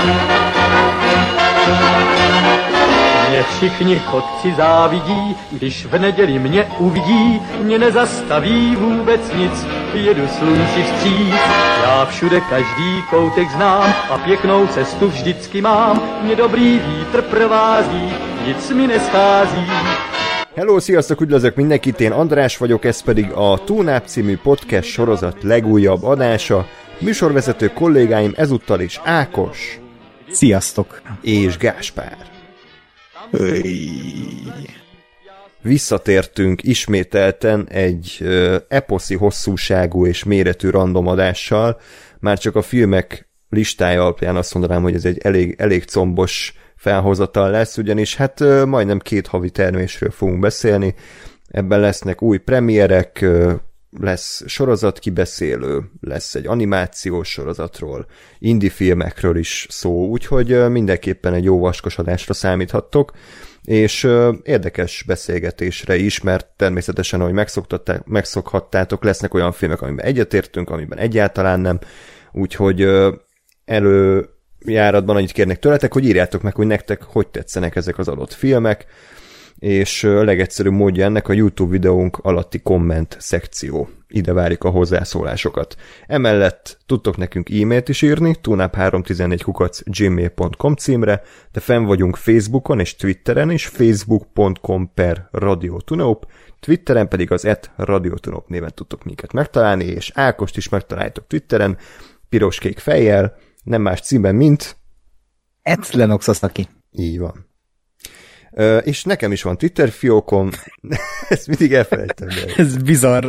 Mě všichni chodci závidí, když v neděli mě uvidí, mě nezastaví vůbec nic, jedu slunci vstříc. Já všude každý koutek znám a pěknou cestu vždycky mám, mě dobrý vítr provází, nic mi neschází. Hello, sziasztok, üdvözlök mindenkit, én András vagyok, ez pedig a Túnáp című podcast sorozat legújabb adása. Műsorvezető kollégáim ezúttal is Ákos. Sziasztok! És Gáspár. Visszatértünk ismételten egy eposzi hosszúságú és méretű random adással. Már csak a filmek listája alapján azt mondanám, hogy ez egy elég combos felhozatal lesz, ugyanis hát majdnem 2 havi termésről fogunk beszélni. Ebben lesznek új premierek, lesz sorozatkibeszélő, lesz egy animációs sorozatról, indie filmekről is szó, úgyhogy mindenképpen egy jó vaskos adásra számíthattok, és érdekes beszélgetésre is, mert természetesen, ahogy megszokhattátok, lesznek olyan filmek, amiben egyetértünk, amiben egyáltalán nem, úgyhogy előjáratban annyit kérnek tőletek, hogy írjátok meg, hogy nektek hogy tetszenek ezek az adott filmek, és a legegyszerűbb módja ennek a YouTube videónk alatti komment szekció. Ide várjuk a hozzászólásokat. Emellett tudtok nekünk e-mailt is írni, tunap314@gmail.com címre, de fenn vagyunk Facebookon és Twitteren is, facebook.com/radiotunop, Twitteren pedig az @radiotunop néven tudtok minket megtalálni, és Ákost is megtaláljátok Twitteren, piros-kék fejjel, nem más címben, mint @lenoxasaki. Így van. És nekem is van Twitter fiókom, ezt mindig elfelejtem. Ez bizarr.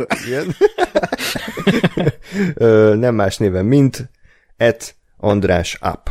Nem más néven, mint @AndrásUp.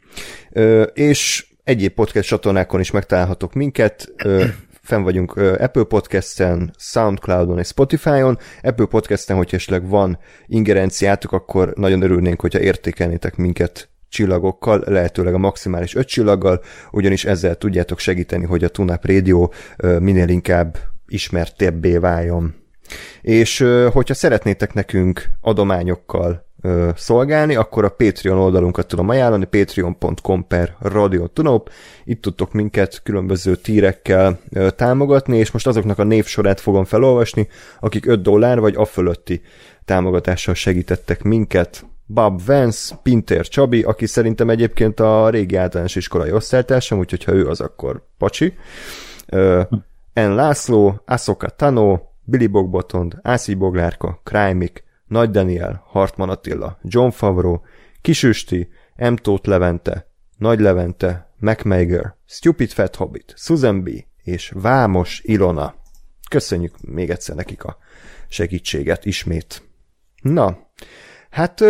És egyéb podcast csatornákon is megtalálhatok minket, fenn vagyunk Apple Podcast-en, Soundcloudon és Spotify-on. Apple Podcast-en, hogyha esetleg van ingerenciátok, akkor nagyon örülnénk, hogyha értékelnétek minket csillagokkal, lehetőleg a maximális 5 csillaggal, ugyanis ezzel tudjátok segíteni, hogy a Tunap Radio minél inkább ismertebbé váljon. És hogyha szeretnétek nekünk adományokkal szolgálni, akkor a Patreon oldalunkat tudom ajánlani, patreon.com/radiotunop. Itt tudtok minket különböző tírekkel támogatni, és most azoknak a névsorát fogom felolvasni, akik $5 vagy a fölötti támogatással segítettek minket. Bob Vance, Pintér Csabi, aki szerintem egyébként a régi általános iskolai osztálytársam, úgyhogy ha ő az, akkor pacsi. N. László, Asoka Tano, Billy Bogbotond, Ászi Boglárka, Krajmik, Nagy Daniel, Hartman Attila, John Favreau, Kisüsti, M. Tóth Levente, Nagy Levente, MacMager, Stupid Fat Hobbit, Susan B. és Vámos Ilona. Köszönjük még egyszer nekik a segítséget ismét. Na, hát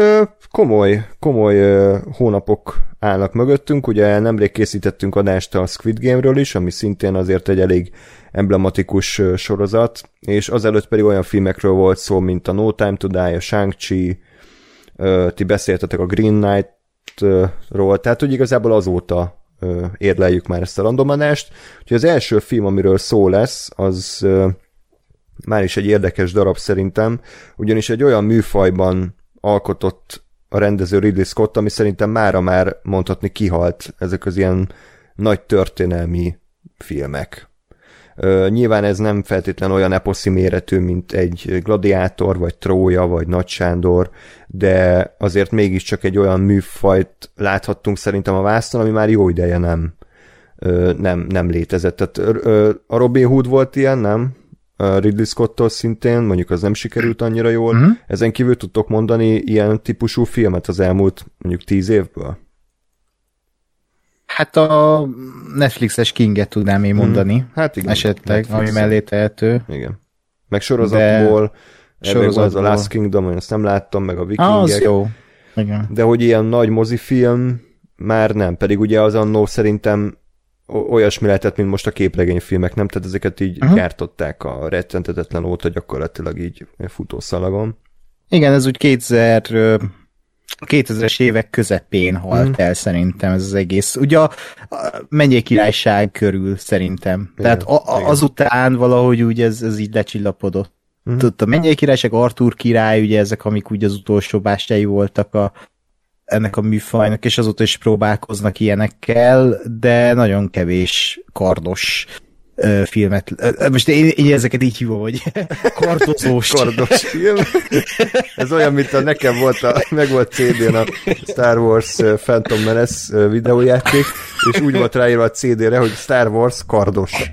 komoly hónapok állnak mögöttünk, ugye nemrég készítettünk adást a Squid Game-ről is, ami szintén azért egy elég emblematikus sorozat, és azelőtt pedig olyan filmekről volt szó, mint a No Time to Die, a Shang-Chi, ti beszéltetek a Green Knight-ról, tehát hogy igazából azóta érleljük már ezt a randomadást. Úgyhogy az első film, amiről szó lesz, az már is egy érdekes darab szerintem, ugyanis egy olyan műfajban alkotott a rendező Ridley Scott, ami szerintem mára már mondhatni kihalt, ezek az ilyen nagy történelmi filmek. Nyilván ez nem feltétlen olyan eposzi méretű, mint egy Gladiátor, vagy Trója, vagy Nagy Sándor, de azért mégiscsak egy olyan műfajt láthattunk szerintem a vásznon, ami már jó ideje nem létezett. Tehát a Robin Hood volt ilyen, nem? Ridley Scott-tól szintén, mondjuk az nem sikerült annyira jól. Uh-huh. Ezen kívül tudtok mondani ilyen típusú filmet az elmúlt mondjuk 10 évből? Hát a Netflixes Kinget tudnám én mondani. Hát igen. Esetleg, Netflix, ami mellé tehető. Igen. Meg sorozatból az a Last Kingdom, én ezt nem láttam, meg a Vikingek. Az jó. Igen. De hogy ilyen nagy mozifilm már nem, pedig ugye az annó szerintem olyasmi lehetett, mint most a képregényfilmek, nem? Tehát ezeket így gyártották a rettentetetlen óta gyakorlatilag így futószalagon. Igen, ez úgy 2000-es évek közepén halt el szerintem ez az egész. Ugye a Mennyei Királyság körül szerintem. Igen, tehát azután valahogy úgy ez így lecsillapodott. Tudta, Mennyei Királyság, Artúr király, ugye ezek, amik úgy az utolsó bástyái voltak a ennek a műfajnak, és azóta is próbálkoznak ilyenekkel, de nagyon kevés kardos filmet. Most én ezeket így hívom, hogy kardozós. Kardos film. Ez olyan, mint nekem meg volt CD-n a Star Wars Phantom Menace videójáték, és úgy volt ráírva a CD-re, hogy Star Wars kardos.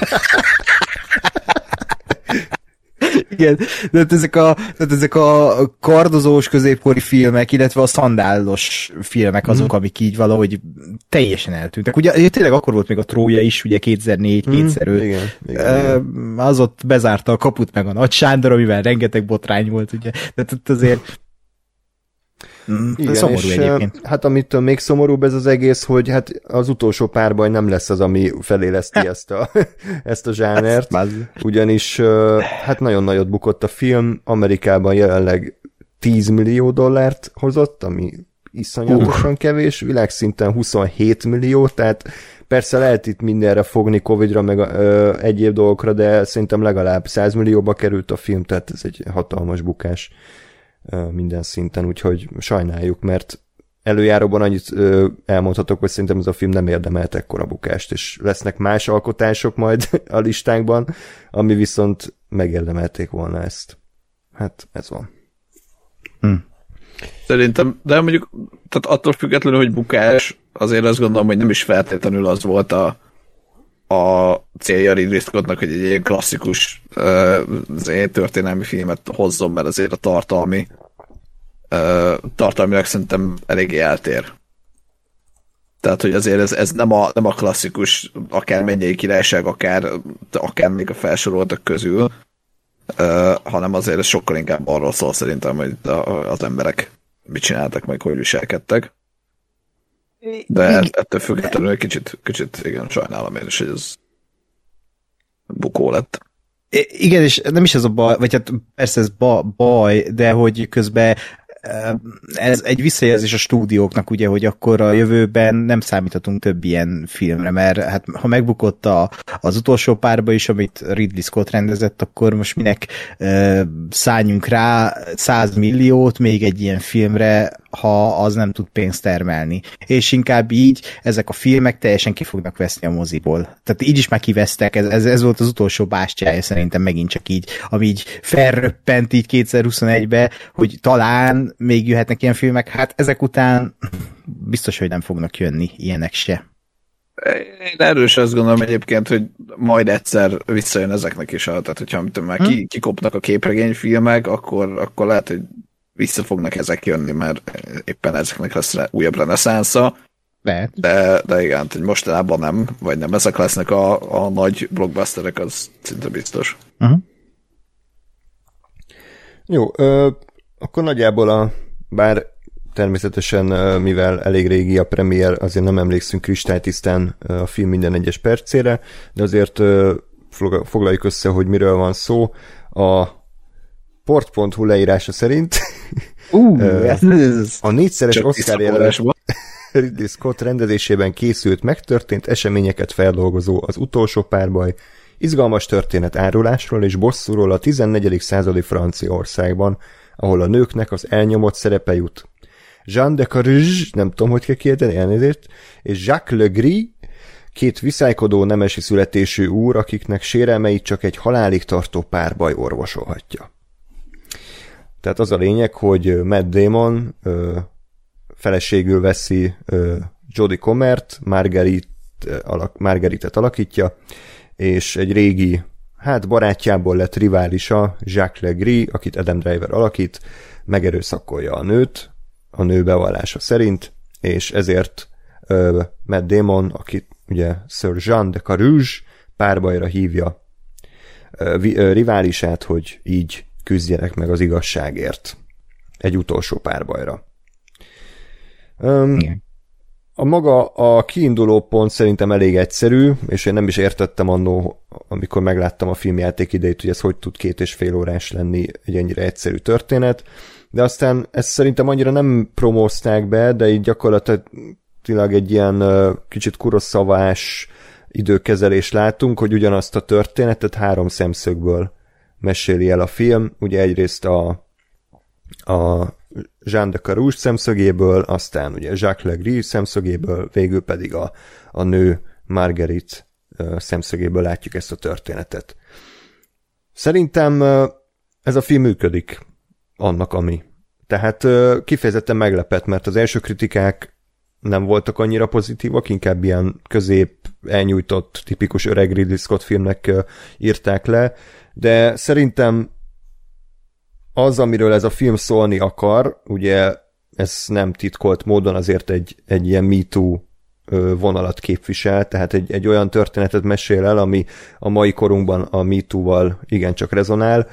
Igen, de ezek a kardozós középkori filmek, illetve a szandállos filmek azok, amik így valahogy teljesen eltűntek. Ugye tényleg akkor volt még a Trója is, ugye 2004-2005. Igen. Az ott bezárta a kaput meg a Nagy Sándor, amivel rengeteg botrány volt, ugye. Tehát azért igen, szomorú és egyébként. hát amitől még szomorúbb ez az egész, hogy hát az utolsó párbaj nem lesz az, ami feléleszti ezt a zsánert, ugyanis hát nagyon nagyot bukott a film, Amerikában jelenleg $10 millió hozott, ami iszonyatosan kevés, világszinten 27 millió, tehát persze lehet itt mindenre fogni, Covid-ra, meg egyéb dolgokra, de szerintem legalább 100 millióba került a film, tehát ez egy hatalmas bukás minden szinten, úgyhogy sajnáljuk, mert előjáróban annyit elmondhatok, hogy szerintem ez a film nem érdemelt ekkora bukást, és lesznek más alkotások majd a listánkban, ami viszont megérdemelték volna ezt. Hát ez van. Szerintem, de mondjuk tehát attól függetlenül, hogy bukás, azért azt gondolom, hogy nem is feltétlenül az volt a célja Ridley Scottnak, hogy egy ilyen klasszikus történelmi filmet hozzon, mert azért a tartalmilag szerintem eléggé eltér. Tehát, hogy azért ez nem a klasszikus, akár Mennyei Királyság, akár még a felsoroltak közül, hanem azért ez sokkal inkább arról szól szerintem, hogy az emberek mit csináltak, meg hogy viselkedtek. De ettől függetlenül egy kicsit igen, sajnálom én is, hogy ez bukó lett. Igen, és nem is ez a baj, vagy hát persze ez baj, de hogy közben ez egy visszajelzés a stúdióknak, ugye, hogy akkor a jövőben nem számíthatunk több ilyen filmre, mert hát ha megbukott az utolsó párba is, amit Ridley Scott rendezett, akkor most minek szálljunk rá 100 milliót még egy ilyen filmre, ha az nem tud pénzt termelni. És inkább így ezek a filmek teljesen ki fognak veszni a moziból. Tehát így is már kivesztek, ez volt az utolsó bástyája szerintem megint csak így, ami így felröppent így 2021-be, hogy talán még jöhetnek ilyen filmek, hát ezek után biztos, hogy nem fognak jönni ilyenek se. Én erős azt gondolom egyébként, hogy majd egyszer visszajön ezeknek is, tehát hogyha már kikopnak a képregényfilmek, akkor lehet, hogy vissza fognak ezek jönni, mert éppen ezeknek lesz újabb reneszánsza. Lehet. De igen, hogy mostanában nem, vagy nem ezek lesznek a nagy blockbusterek, az szinte biztos. Jó, akkor nagyjából bár természetesen, mivel elég régi a premier, azért nem emlékszünk kristálytisztán a film minden egyes percére, de azért foglaljuk össze, hogy miről van szó. A port.hu leírása szerint a 4-szeres Oscar jelölt Ridley Scott rendezésében készült megtörtént eseményeket feldolgozó Az utolsó párbaj, izgalmas történet árulásról és bosszúról a 14. századi Franciaországban, ahol a nőknek az elnyomott szerepe jut. Jean de Carrugé, nem tudom, hogy kell kiejteni, elnézést, és Jacques Le Gris, két viszálykodó nemesi születésű úr, akiknek sérelmeit csak egy halálig tartó párbaj orvosolhatja. Tehát az a lényeg, hogy Matt Damon feleségül veszi Jodie Comert, Marguerite-et alakítja, és egy régi, barátjából lett riválisa, Jacques Le Gris, akit Adam Driver alakít, megerőszakolja a nőt, a nő bevallása szerint, és ezért Matt Damon, akit ugye Sir Jean de Carrugé párbajra hívja riválisát, hogy így küzdjenek meg az igazságért. Egy utolsó párbajra. A kiinduló pont szerintem elég egyszerű, és én nem is értettem annó, amikor megláttam a filmjáték idejét, hogy ez hogy tud 2,5 órás lenni egy ennyire egyszerű történet, de aztán ezt szerintem annyira nem promózták be, de így gyakorlatilag egy ilyen kicsit kuroszavás időkezelést látunk, hogy ugyanazt a történetet 3 szemszögből meséli el a film. Ugye egyrészt a Jean de Carouge szemszögéből, aztán ugye Jacques Legris szemszögéből, végül pedig a nő Marguerite szemszögéből látjuk ezt a történetet. Szerintem ez a film működik annak, ami. Tehát kifejezetten meglepett, mert az első kritikák nem voltak annyira pozitívak, inkább ilyen közép elnyújtott, tipikus öreg Ridley Scott filmnek írták le, de szerintem az, amiről ez a film szólni akar, ugye ez nem titkolt módon azért egy ilyen Me Too vonalat képvisel, tehát egy olyan történetet mesél el, ami a mai korunkban a Me Too-val igencsak rezonál.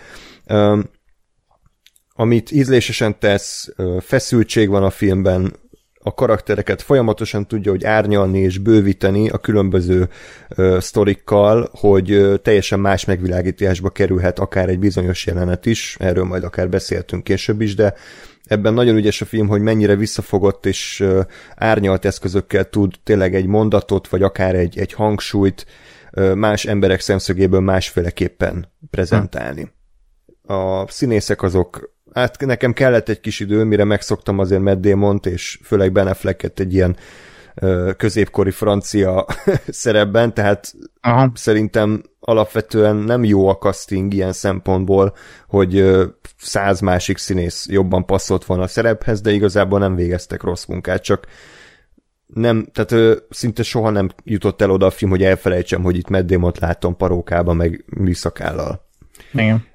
Amit ízlésesen tesz, feszültség van a filmben, a karaktereket folyamatosan tudja, hogy árnyalni és bővíteni a különböző sztorikkal, hogy teljesen más megvilágításba kerülhet akár egy bizonyos jelenet is, erről majd akár beszéltünk később is, de ebben nagyon ügyes a film, hogy mennyire visszafogott és árnyalt eszközökkel tud tényleg egy mondatot, vagy akár egy hangsúlyt más emberek szemszögéből másféleképpen prezentálni. A színészek azok, hát nekem kellett egy kis idő, mire megszoktam azért Matt Damont, és főleg Ben Afflecket egy ilyen középkori francia szerepben, tehát szerintem alapvetően nem jó a casting ilyen szempontból, hogy 100 másik színész jobban passzolt van a szerephez, de igazából nem végeztek rossz munkát, csak nem, tehát szinte soha nem jutott el oda a film, hogy elfelejtsem, hogy itt Matt Damont látom parókában, meg műszakállal. Igen.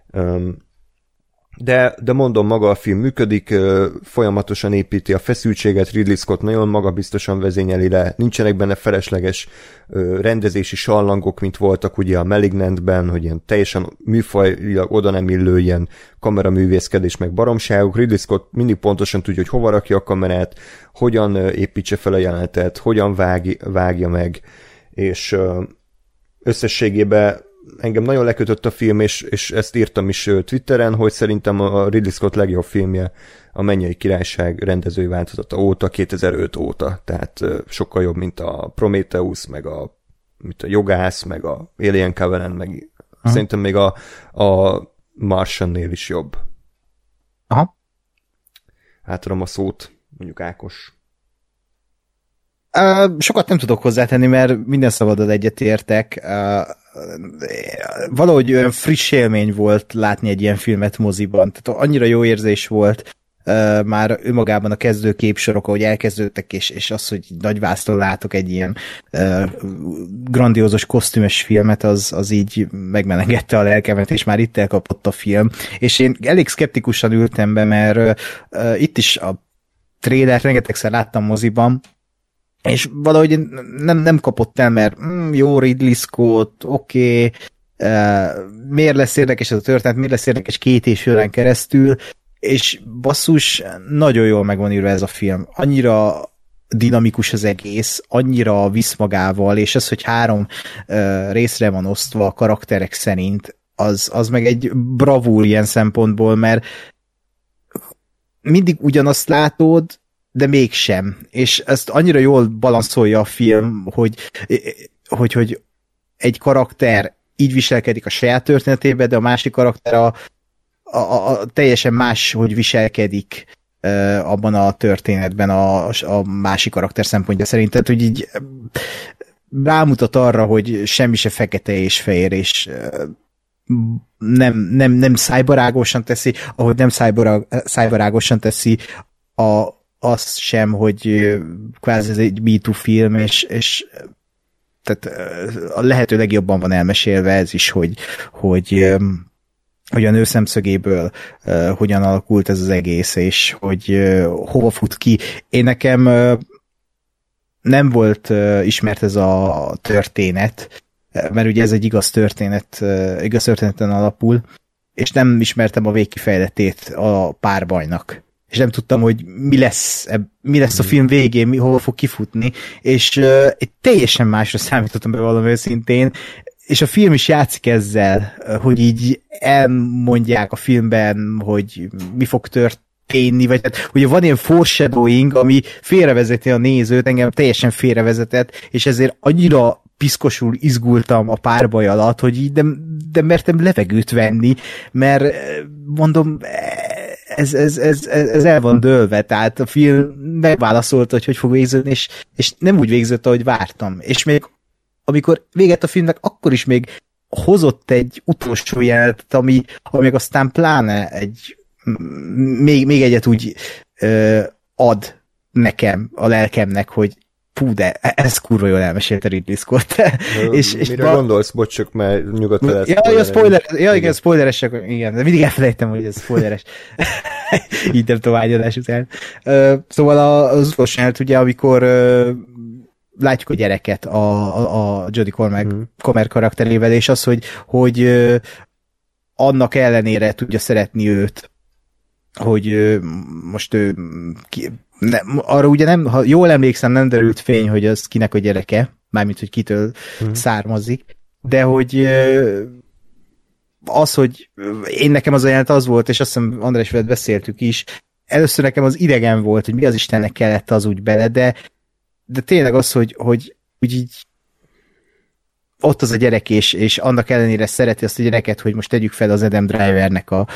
De mondom, maga a film működik, folyamatosan építi a feszültséget, Ridley Scott nagyon magabiztosan vezényeli le, nincsenek benne felesleges rendezési sallangok, mint voltak ugye a Malignantben, hogy ilyen teljesen műfajilag oda nem illő ilyen kameraművészkedés meg baromságok. Ridley Scott mindig pontosan tudja, hogy hova rakja a kamerát, hogyan építse fel a jelenetet, hogyan vágja meg, és összességében engem nagyon lekötött a film, és ezt írtam is Twitteren, hogy szerintem a Ridley Scott legjobb filmje a Mennyei Királyság rendezői változata óta, 2005 óta, tehát sokkal jobb, mint a Prometheus, meg mint a Jogász, meg a Alien Covenant, meg szerintem még a Martiannél is jobb. Aha. Átadom a szót, mondjuk Ákos. Sokat nem tudok hozzátenni, mert minden szabadon egyetértek. Valahogy olyan friss élmény volt látni egy ilyen filmet moziban. Tehát annyira jó érzés volt már önmagában a kezdő képsorok, ahogy elkezdődtek, és az, hogy nagy vászlón látok egy ilyen grandiózos kosztümös filmet, az így megmenegette a lelkemet, és már itt elkapott a film. És én elég szkeptikusan ültem be, mert itt is a trailer rengetegszer láttam moziban, és valahogy nem kapott el, mert jó, Ridley Scott, oké, miért lesz érdekes ez a történet, miért lesz érdekes 2 év órán keresztül, és basszus, nagyon jól meg van írva ez a film. Annyira dinamikus az egész, annyira visz magával, és az, hogy 3 részre van osztva a karakterek szerint, az meg egy bravúr ilyen szempontból, mert mindig ugyanazt látod, de mégsem. És ezt annyira jól balanszolja a film, hogy egy karakter így viselkedik a saját történetében, de a másik karakter a teljesen más, hogy viselkedik abban a történetben a másik karakter szempontja szerint. Tehát, hogy így rámutat arra, hogy semmi se fekete és fehér, és nem szájbarágosan teszi, ahogy nem szájbarágosan teszi azt sem, hogy kvázi ez egy Me Too film, és tehát a lehető legjobban van elmesélve ez is, hogy a nő szemszögéből hogyan alakult ez az egész, és hogy hova fut ki. Én nekem nem volt ismert ez a történet, mert ugye ez egy igaz történeten alapul, és nem ismertem a végkifejletét a párbajnak. És nem tudtam, hogy mi lesz a film végén, hova fog kifutni, és egy teljesen másra számítottam be valami őszintén, és a film is játszik ezzel, hogy így elmondják a filmben, hogy mi fog történni, vagy hát, ugye van ilyen foreshadowing, ami félrevezeti a nézőt, engem teljesen félrevezetett, és ezért annyira piszkosul izgultam a párbaj alatt, hogy így nem mertem levegőt venni, mert mondom, ez el van dőlve, tehát a film megválaszolta, hogy fog végződni, és nem úgy végződött, ahogy vártam. És még amikor véget a filmnek, akkor is még hozott egy utolsó jelenetet, ami még aztán pláne még egyet úgy ad nekem, a lelkemnek, hogy fú, de ez kurva jól elmesélte Ridley Scott. Mire gondolsz? Bocs, csak már nyugodtan lesz. Igen, spoileresek, igen, de mindig elfelejtem, hogy ez spoileres. Így nem továbbadás után. Szóval az utolsó jelenet, ugye, amikor látjuk a gyereket a Jodie Comer karakterével, és az, hogy annak ellenére tudja szeretni őt, hogy most ő arra ugye nem, ha jól emlékszem, nem derült fény, hogy az kinek a gyereke, mármint, hogy kitől származik, de hogy az, hogy nekem az ajánlat az volt, és azt hiszem András veled beszéltük is, először nekem az idegen volt, hogy mi az Istennek kellett az úgy bele, de tényleg az, hogy így ott az a gyerek, és annak ellenére szereti azt a gyereket, hogy most tegyük fel az Adam Drivernek az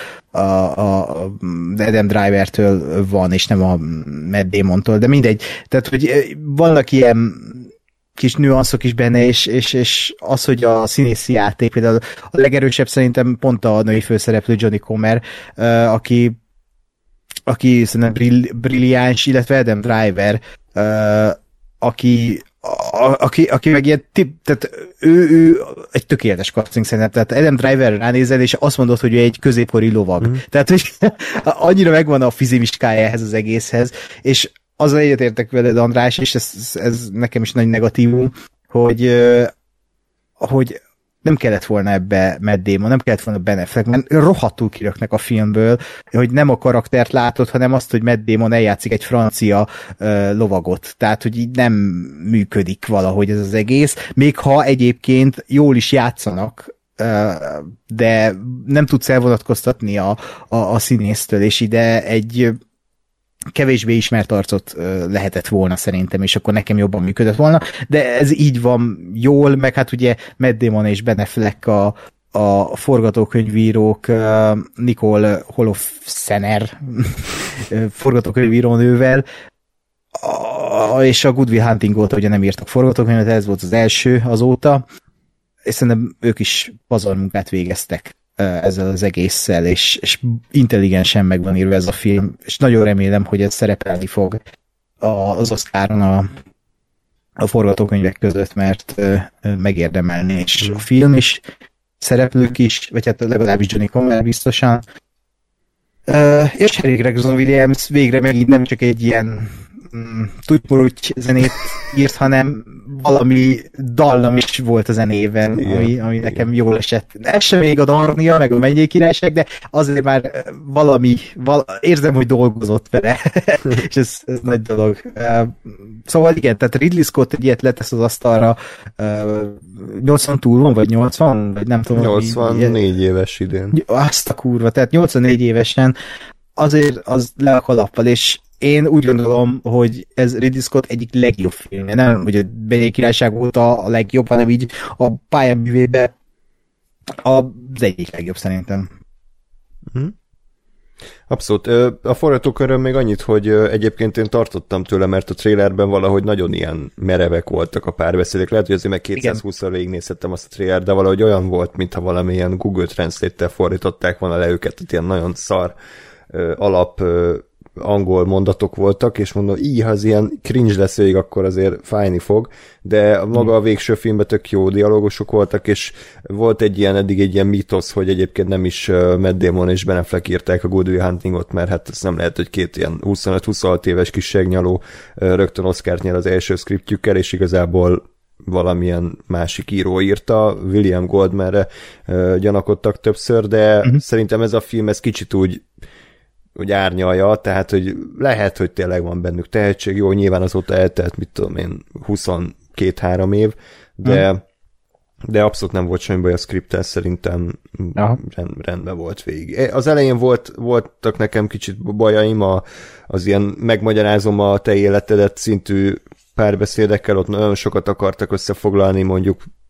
Adam Drivertől van, és nem a Matt Damontól, de mindegy. Tehát, hogy vannak ilyen kis nüanszok is benne, és az, hogy a színészi játék, például a legerősebb szerintem pont a női főszereplő Jodie Comer, aki szerintem brilliáns, illetve Adam Driver, aki meg ilyen tehát ő egy tökéletes casting szerintem, tehát Adam Driver ránézel, és azt mondod, hogy ő egy középkori lovag. Tehát, hogy annyira megvan a fizimiskája ehhez az egészhez, és azzal egyetértek veled, András, és ez nekem is nagy negatívum, hogy nem kellett volna ebbe Matt Damon, nem kellett volna Ben Affleck, mert rohadtul kiröknek a filmből, hogy nem a karaktert látod, hanem azt, hogy Matt Damon eljátszik egy francia lovagot. Tehát, hogy így nem működik valahogy ez az egész, még ha egyébként jól is játszanak, de nem tudsz elvonatkoztatni a színésztől, és ide egy kevésbé ismert arcot lehetett volna szerintem, és akkor nekem jobban működött volna, de ez így van jól, meg hát ugye Matt Damon és Ben Affleck a forgatókönyvírók, Nicole Holofcener forgatókönyvírónővel, és a Good Will Hunting óta ugye nem írtak forgatókönyvet, ez volt az első azóta, és szerintem ők is pazarmunkát végeztek ezzel az egésszel, és intelligensen meg van írva ez a film, és nagyon remélem, hogy ez szerepelni fog az Oscaron a forgatókönyvek között, mert megérdemelni, és a film is, szereplők is, vagy hát legalábbis Johnny Comer biztosan, és Harry Gregson Williams végre megint nem csak egy ilyen tudporúgy zenét írt, hanem valami dallam is volt a zenében, ami nekem jól esett. Ez sem még a Narnia, meg a Mennyei Királyság, de azért már érzem, hogy dolgozott vele, és ez nagy dolog. Szóval igen, tehát Ridley Scott egy ilyet letesz az asztalra, 80 túl van, vagy 80? Vagy nem tudom. 84 éves idén. Azt a kurva, tehát 84 évesen azért az le a kalappal, és én úgy gondolom, hogy ez Ridley Scott egyik legjobb filmje. Nem, hogy a Mennyei Királyság óta a legjobb, hanem így a pályaművében az egyik legjobb szerintem. Abszolút. A forgatókönyvről még annyit, hogy egyébként én tartottam tőle, mert a trailerben valahogy nagyon ilyen merevek voltak a párbeszédek. Lehet, hogy azért meg 220-szor végignézhettem azt a trailer, de valahogy olyan volt, mintha valamilyen Google Translate-tel fordították volna le őket, tehát ilyen nagyon szar alap angol mondatok voltak, és mondom, ha az ilyen cringe lesz végig, akkor azért fájni fog, de maga a végső filmben tök jó dialógusok voltak, és volt eddig egy ilyen mítosz, hogy egyébként nem is Matt Damon és Ben Affleck írták a Good Will Huntingot, mert hát ez nem lehet, hogy két ilyen 25-26 éves kis segnyaló rögtön Oscart nyer az első szkriptjükkel, és igazából valamilyen másik író írta, William Goldmanre gyanakodtak többször, de szerintem ez a film, ez kicsit úgy árnyalja, tehát, hogy lehet, hogy tényleg van bennük tehetség, jó, nyilván azóta eltelt, mit tudom én, 22-3 év, de abszolút nem volt semmi baj a szkripttel, szerintem rendben volt végig. Az elején voltak nekem kicsit bajaim, az ilyen megmagyarázom a te életedet szintű párbeszédekkel, ott nagyon sokat akartak összefoglalni, mondjuk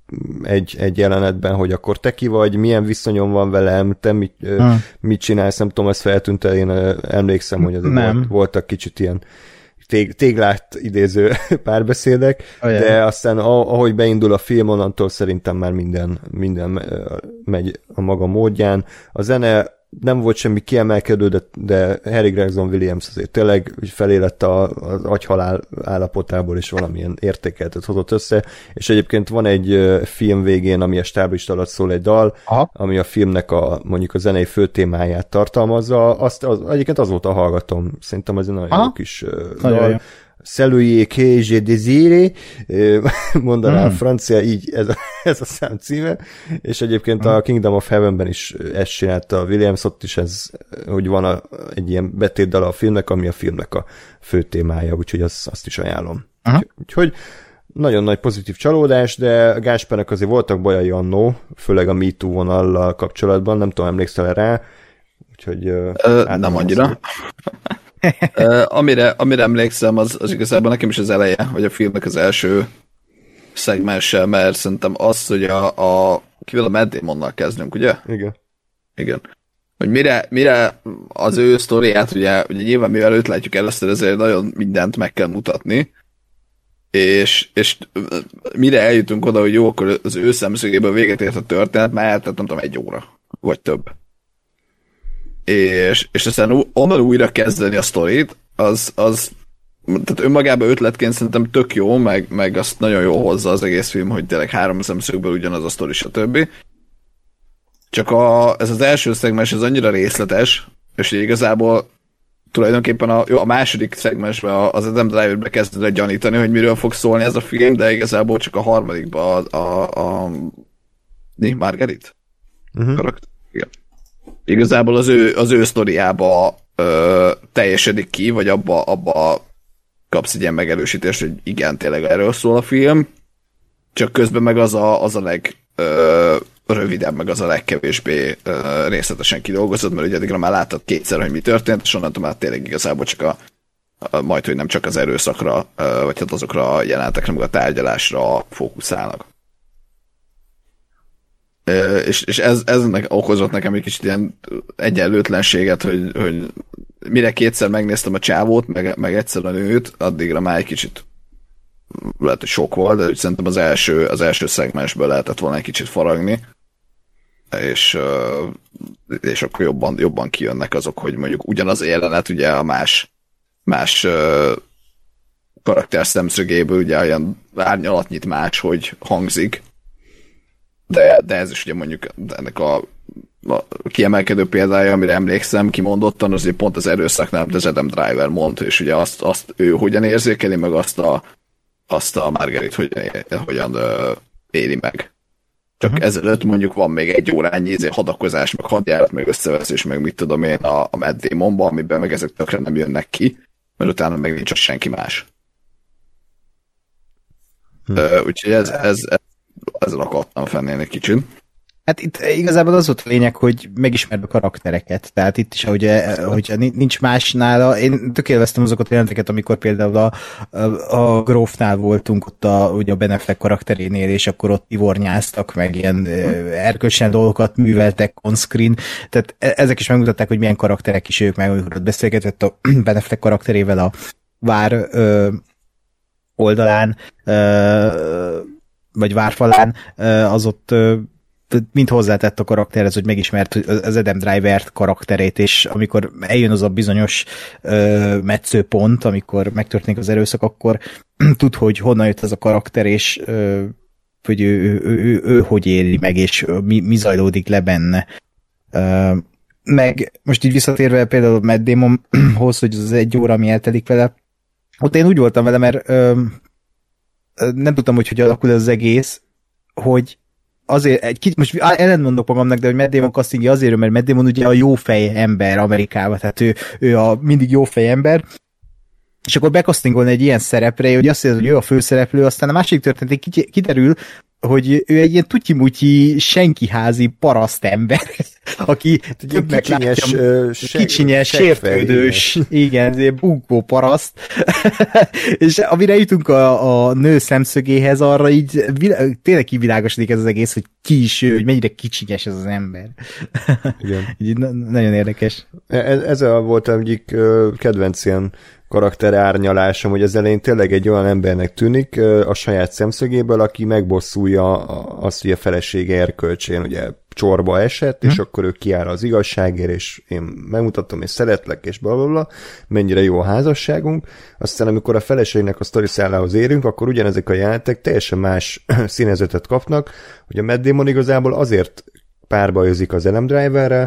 egy jelenetben, hogy akkor te ki vagy, milyen viszonyom van velem, te mit csinálsz, nem tudom, ez feltűnt el, én emlékszem, hogy voltak kicsit ilyen téglát idéző párbeszédek, de aztán ahogy beindul a film, onnantól szerintem már minden megy a maga módján. A zene nem volt semmi kiemelkedő, de Harry Gregson Williams azért tényleg felélett az agyhalál állapotából, és valamilyen értékeltet hozott össze, és egyébként van egy film végén, ami a stáblista alatt szól egy dal, ami a filmnek mondjuk a zenei főtémáját tartalmazza, egyébként azóta hallgatom, szerintem ez egy nagyon jó kis dal. Saluye que je désire, mondaná a francia, így ez a szám címe, és egyébként a Kingdom of Heaven-ben is ezt csinálta Williams, ott is ez, hogy van egy ilyen betétdala a filmnek, ami a filmnek a fő témája, úgyhogy azt is ajánlom. Úgyhogy nagyon nagy pozitív csalódás, de Gáspernek azért voltak bajai annó, főleg a MeToo vonallal kapcsolatban, nem tudom, emlékszel rá, úgyhogy... nem annyira. Amire emlékszem, az igazából nekem is az eleje, vagy a filmnek az első szegmense, mert szerintem az, hogy kivel a Matt Damonnal kezdünk, ugye? Igen. Hogy mire az ő sztoriát, ugye nyilván mivel őt látjuk először, ezért nagyon mindent meg kell mutatni, és mire eljutunk oda, hogy jó, akkor az ő szemszögéből véget ért a történet, már eltelt nem tudom, 1 óra, vagy több. És aztán onnan újra kezdeni a sztorit, az tehát önmagában ötletként szerintem tök jó, meg azt nagyon jó hozza az egész film, hogy tényleg 3 szemszögből ugyanaz a sztori, stb. Csak ez az első szegmens az annyira részletes, és igazából tulajdonképpen a második szegmensben az Adam Driver-be kezdett gyanítani, hogy miről fog szólni ez a film, de igazából csak a harmadikban a Margaret? Karakter? Igen. Igazából az ő sztoriába teljesedik ki, vagy abba kapsz egy ilyen megerősítést, hogy igen, tényleg erről szól a film, csak közben meg az a rövidebb, meg az a legkevésbé részletesen kidolgozott, mert ugye addigra már láttad 2-szer, hogy mi történt, és onnantól már tényleg igazából csak majd, hogy nem csak az erőszakra, vagy hát azokra a jelenetekre, meg a tárgyalásra fókuszálnak. És ez okozott nekem egy kicsit ilyen egyenlőtlenséget, hogy mire 2-szer megnéztem a csávót, meg egyszer a nőt, addigra már egy kicsit lehet, hogy sok volt, de szerintem az első szegmensből lehetett volna egy kicsit faragni, és akkor jobban kijönnek azok, hogy mondjuk ugyanaz a jelenet, ugye a más karakter szemszögéből ugye olyan árnyalatnyit más, hogy hangzik, de ez is ugye mondjuk ennek a kiemelkedő példája, amire emlékszem kimondottan, azért pont az erőszaknál, amit az Adam Driver mond, és ugye azt ő hogyan érzékeli, meg azt a Margaret hogyan éli meg. Csak ezelőtt mondjuk van még 1 órányi hadakozás, meg hadjárat, meg összeveszés, meg mit tudom én a Matt Damonban, amiben meg ezek tökre nem jönnek ki, mert utána meg nincs ott senki más. Úgyhogy ezzel akadtam fennél egy kicsit. Hát itt igazából az volt a lényeg, hogy megismerd a karaktereket. Tehát itt is, hogy nincs más nála. Én tök élveztem azokat a jelenteket, amikor például a Grófnál voltunk ott ugye a Ben Affleck karakterénél, és akkor ott ivornyáztak, meg ilyen erkölcsen dolgokat műveltek on-screen. Tehát ezek is megmutatták, hogy milyen karakterek is ők, meg amikor ott beszélgetett a Ben Affleck karakterével a vár oldalán, vagy várfalán, az ott mind hozzátett a karakterhez, hogy megismert az Adam Driver karakterét, és amikor eljön az a bizonyos metszőpont, amikor megtörténik az erőszak, akkor tud, hogy honnan jött ez a karakter, és hogy ő hogy éli meg, és mi zajlódik le benne. Meg most így visszatérve például Matt Damonhoz, hogy az 1 óra, ami eltelik vele, ott én úgy voltam vele, mert nem tudtam, hogy alakul az egész, hogy azért, most ellentmondok magamnak, de hogy Matt Damon castingja azért, mert Matt Damon ugye a jófej ember Amerikában, tehát ő a mindig jófej ember, és akkor bekasztingolni egy ilyen szerepre, hogy azt mondja, hogy ő a főszereplő, aztán a másik történet kiderül, hogy ő egy ilyen tutyi-mutyi, senkiházi paraszt ember, aki kicsinyes, sértődős, igen, bunkó paraszt, és amire jutunk a nő szemszögéhez, arra így tényleg kivilágosodik ez az egész, hogy ki is ő, hogy mennyire kicsinyes ez az ember. Igen. Így nagyon érdekes. Ezzel volt egyik kedvenc ilyen karakter árnyalásom, hogy az elején tényleg egy olyan embernek tűnik a saját szemszögéből, aki megbosszulja azt, hogy a felesége erkölcsén ugye csorba esett, és akkor ő kiáll az igazságért, és én megmutatom, és szeretlek, és blablabla, mennyire jó a házasságunk. Aztán amikor a feleségnek a sztoriszállához érünk, akkor ugyanezek a jelenetek teljesen más színezetet kapnak, hogy a Matt Damon igazából azért párbajozik az Adam Driverrel,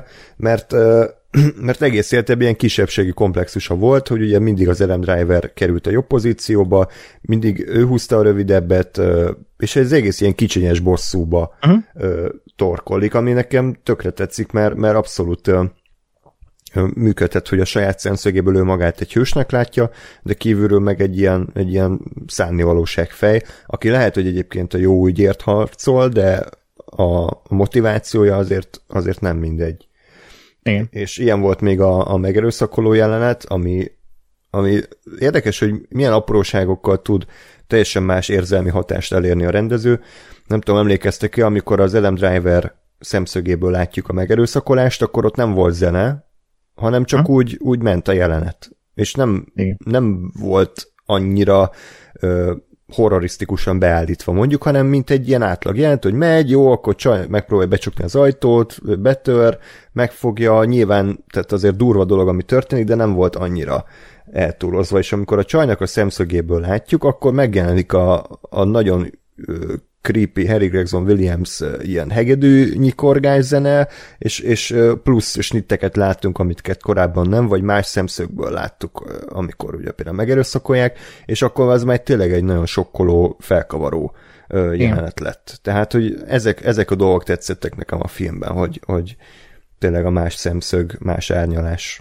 mert egész életében ilyen kisebbségi komplexusa volt, hogy ugye mindig az Adam Driver került a jobb pozícióba, mindig ő húzta a rövidebbet, és ez egész ilyen kicsinyes bosszúba torkollik, ami nekem tökre tetszik, mert abszolút működhet, hogy a saját szemszögéből ő magát egy hősnek látja, de kívülről meg egy ilyen szánnivalóságfej, aki lehet, hogy egyébként a jó ügyért harcol, de a motivációja azért nem mindegy. Igen. És ilyen volt még a megerőszakoló jelenet, ami érdekes, hogy milyen apróságokkal tud teljesen más érzelmi hatást elérni a rendező. Nem tudom, emlékeztek-e, amikor az Adam Driver szemszögéből látjuk a megerőszakolást, akkor ott nem volt zene, hanem csak úgy ment a jelenet. És nem volt annyira horrorisztikusan beállítva mondjuk, hanem mint egy ilyen átlag jelent, hogy megy, jó, akkor csaj megpróbálja becsukni az ajtót, betör, megfogja, nyilván, tehát azért durva dolog, ami történik, de nem volt annyira eltúlozva, és amikor a csajnak a szemszögéből látjuk, akkor megjelenik a nagyon creepy Harry Gregson Williams ilyen hegedű nyikorgás zene, és plusz snitteket láttunk, amiket korábban nem, vagy más szemszögből láttuk, amikor ugye például megerőszakolják, és akkor az már tényleg egy nagyon sokkoló, felkavaró jelenet lett. Tehát, hogy ezek a dolgok tetszettek nekem a filmben, hogy tényleg a más szemszög, más árnyalás.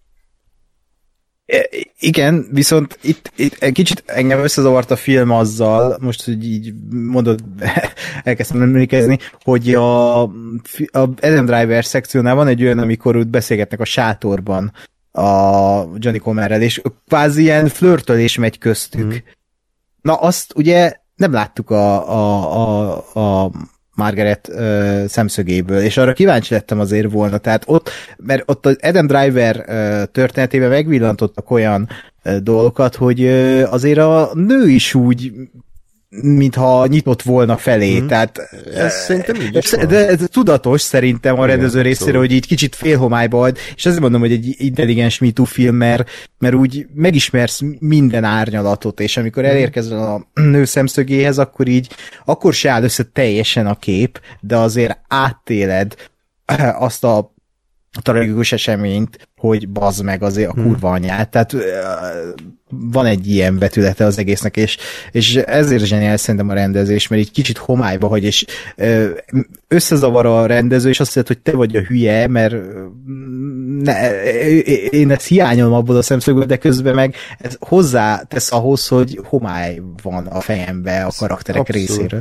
Igen, viszont itt egy kicsit engem összezavart a film azzal, most, hogy így mondod, elkezdtem emlékezni, hogy a Adam Driver szekciónál van egy olyan, amikor úgy beszélgetnek a sátorban a Johnny Comerrel, és kvázi ilyen flörtölés megy köztük. Na azt ugye nem láttuk a Margaret szemszögéből, és arra kíváncsi lettem azért volna, tehát mert ott az Adam Driver történetében megvillantottak olyan dolgokat, hogy azért a nő is úgy mintha nyitott volna felé, tehát ez szerintem így is de ez tudatos szerintem a rendező részéről, hogy így kicsit félhomályba ad, és azért mondom, hogy egy intelligens Me Too film, mert úgy megismersz minden árnyalatot, és amikor elérkezel a nő szemszögéhez, akkor se áll össze teljesen a kép, de azért áttéled azt a tragikus eseményt, hogy bazd meg azért a kurva anyát, tehát van egy ilyen betülete az egésznek, és ezért zseniális szerintem a rendezés, mert így kicsit homályba hagy, és összezavar a rendező, és azt mondja, hogy te vagy a hülye, mert én ezt hiányolom abból a szemszögből, de közben meg ez hozzátesz ahhoz, hogy homály van a fejembe a karakterek részéről.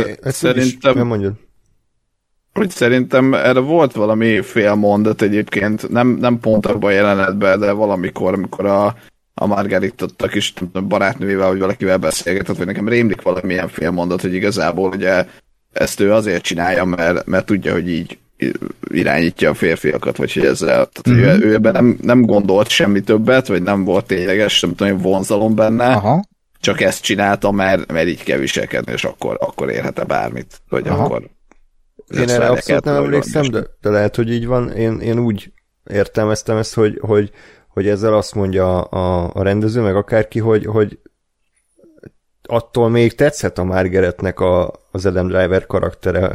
Szerintem erre volt valami félmondat egyébként, nem pont abban a jelenetben, de valamikor, amikor a Margaret ott a kis barátnővel, vagy valakivel beszélgetett, vagy nekem rémlik valamilyen félmondat, hogy igazából ugye ezt ő azért csinálja, mert tudja, hogy így irányítja a férfiakat, vagy hogy ezzel, tehát ő ebben nem gondolt semmi többet, vagy nem volt tényleges, nem tudom, vonzalom benne, aha, csak ezt csinálta, mert így kell viselkedni, és akkor érhet-e bármit, vagy akkor én erre abszolút nem emlékszem, de lehet, hogy így van. Én úgy értelmeztem ezt, hogy ezzel azt mondja a rendező, meg akárki, hogy attól még tetszett a Margaretnek az Adam Driver karaktere,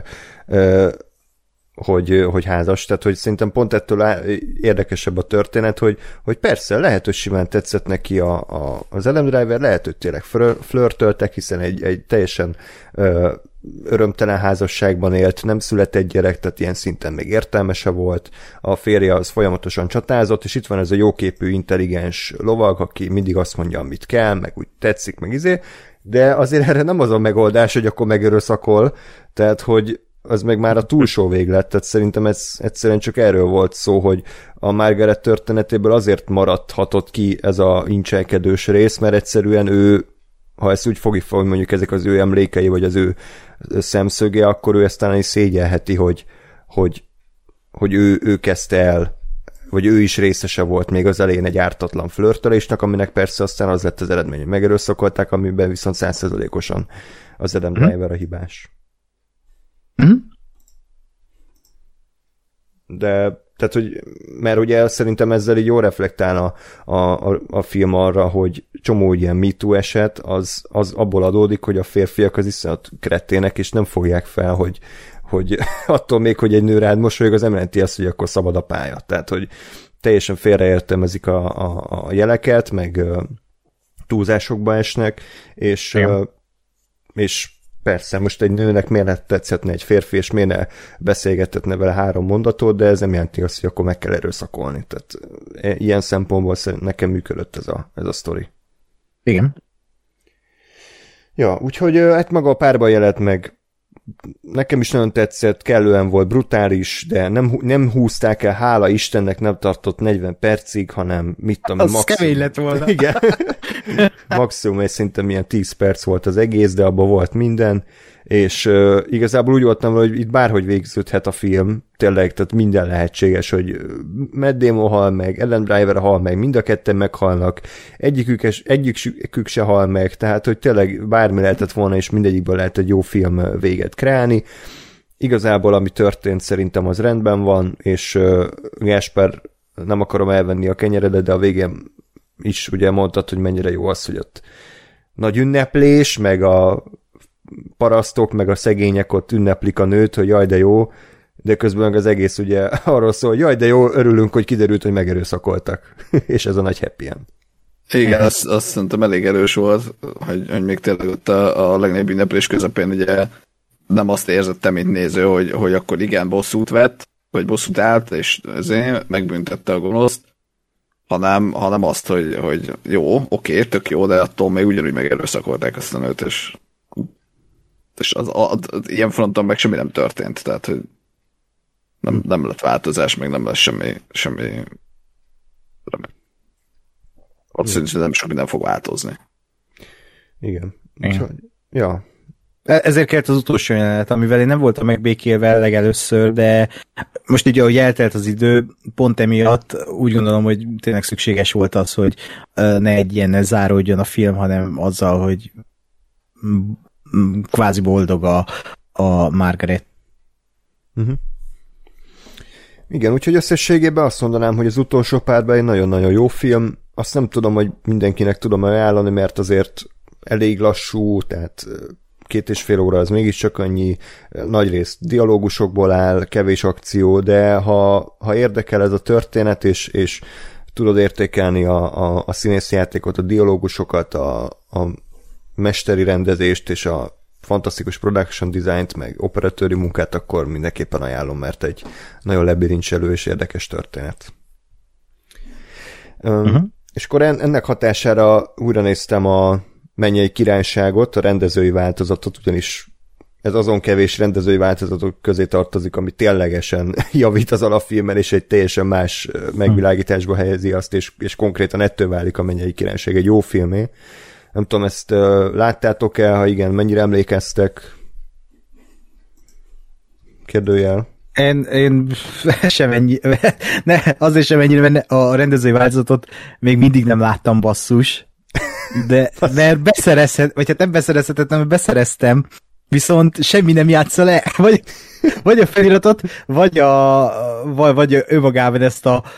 hogy házas, tehát hogy szerintem pont ettől érdekesebb a történet, hogy persze, lehet, hogy simán tetszett neki az Adam Driver, lehet, hogy tényleg flörtöltek, hiszen egy teljesen örömtelen házasságban élt, nem született gyerek, tehát ilyen szinten még értelmese volt, a férje az folyamatosan csatázott, és itt van ez a jóképű, intelligens lovag, aki mindig azt mondja, amit kell, meg úgy tetszik, meg de azért erre nem az a megoldás, hogy akkor megerőszakol, tehát hogy az meg már a túlsó véglet, tehát szerintem ez egyszerűen csak erről volt szó, hogy a Margaret történetéből azért maradhatott ki ez a incselkedős rész, mert egyszerűen ő, ha ezt úgy fogja, hogy mondjuk ezek az ő emlékei, vagy az ő szemszöge, akkor ő ezt talán is szégyelheti, hogy ő kezdte el, vagy ő is részese volt még az elején egy ártatlan flörtölésnek, aminek persze aztán az lett az eredmény, hogy megerőszakolták, amiben viszont 100%-osan az Adam Driver a hibás. De, tehát, hogy, mert ugye szerintem ezzel így jól reflektál a film arra, hogy csomó ilyen MeToo eset, az abból adódik, hogy a férfiak az iszonyat kretének, és nem fogják fel, hogy attól még, hogy egy nő rád mosolyog, az nem jelenti azt, hogy akkor szabad a pálya. Tehát, hogy teljesen félreértelmezik a jeleket, meg túlzásokba esnek, és persze, most egy nőnek miért ne tetszhetne egy férfi, és miért ne beszélgethetne vele 3 mondatot, de ez nem jelenti azt, hogy akkor meg kell erőszakolni. Tehát ilyen szempontból nekem működött ez a sztori. Igen. Ja, úgyhogy hát maga a párbajjelet meg nekem is nagyon tetszett, kellően volt brutális, de nem húzták el, hála Istennek nem tartott 40 percig, hanem mit tudom, az kemény lett volna. Igen. Maximum egy szinte ilyen 10 perc volt az egész, de abban volt minden, és igazából úgy voltam, hogy itt bárhogy végződhet a film, tényleg, tehát minden lehetséges, hogy Matt Damon hal meg, Ellen Driver hal meg, mind a ketten meghalnak, egyikük se hal meg, tehát, hogy tényleg bármi lehetett volna, és mindegyikből lehet egy jó film véget kreálni. Igazából, ami történt, szerintem az rendben van, és Gáspár, nem akarom elvenni a kenyeredet, de a végén is ugye mondtad, hogy mennyire jó az, hogy ott nagy ünneplés, meg a parasztok, meg a szegények ott ünneplik a nőt, hogy jaj, de jó, de közben az egész ugye arról szól, hogy jaj, de jó, örülünk, hogy kiderült, hogy megerőszakoltak. És ez a nagy happy end. Igen, azt szerintem elég erős volt, hogy még tényleg ott a legnagyobb ünneplés közepén ugye nem azt érzettem, mint néző, hogy akkor igen, bosszút vett, vagy bosszút állt, és ezért megbüntette a gonoszt, hanem azt, hogy jó, oké, tök jó, de attól még ugyanúgy megerőszakolták azt a nőt, és az ilyen fronton meg semmi nem történt, tehát hogy nem lett változás, meg nem lesz semmi ott szerintem nem sok minden fog változni. Igen. Úgyhogy, ja. Ezért kellett az utolsó jelenet, amivel én nem voltam megbékélve legelőször, de most így, ahogy eltelt az idő, pont emiatt úgy gondolom, hogy tényleg szükséges volt az, hogy ne egy ilyen záródjon a film, hanem azzal, hogy kvázi boldog a Margaret. Uh-huh. Igen, úgyhogy összességében azt mondanám, hogy az utolsó párban egy nagyon-nagyon jó film. Azt nem tudom, hogy mindenkinek tudom ajánlani, mert azért elég lassú, tehát 2,5 óra az mégiscsak annyi, nagyrészt dialógusokból áll, kevés akció, de ha érdekel ez a történet, és tudod értékelni a színészjátékot, a dialógusokat, a mesteri rendezést és a fantasztikus production designt, meg operatőri munkát, akkor mindenképpen ajánlom, mert egy nagyon labirincselő és érdekes történet. És akkor ennek hatására újra néztem a Mennyei Királyságot, a rendezői változatot, ugyanis ez azon kevés rendezői változatok közé tartozik, ami ténylegesen javít az alapfilmen, és egy teljesen más megvilágításba helyezi azt, és konkrétan ettől válik a Mennyei Királyság egy jó filmé. Nem tudom, ezt láttátok-e, ha igen, mennyire emlékeztek? Kérdőjel. Én sem ennyi, azért sem ennyire, mert a rendezői változatot még mindig nem láttam, basszus. De mert vagy hát nem beszerezhetettem, mert beszereztem, viszont semmi nem játsza le, vagy a feliratot, vagy önmagában ezt a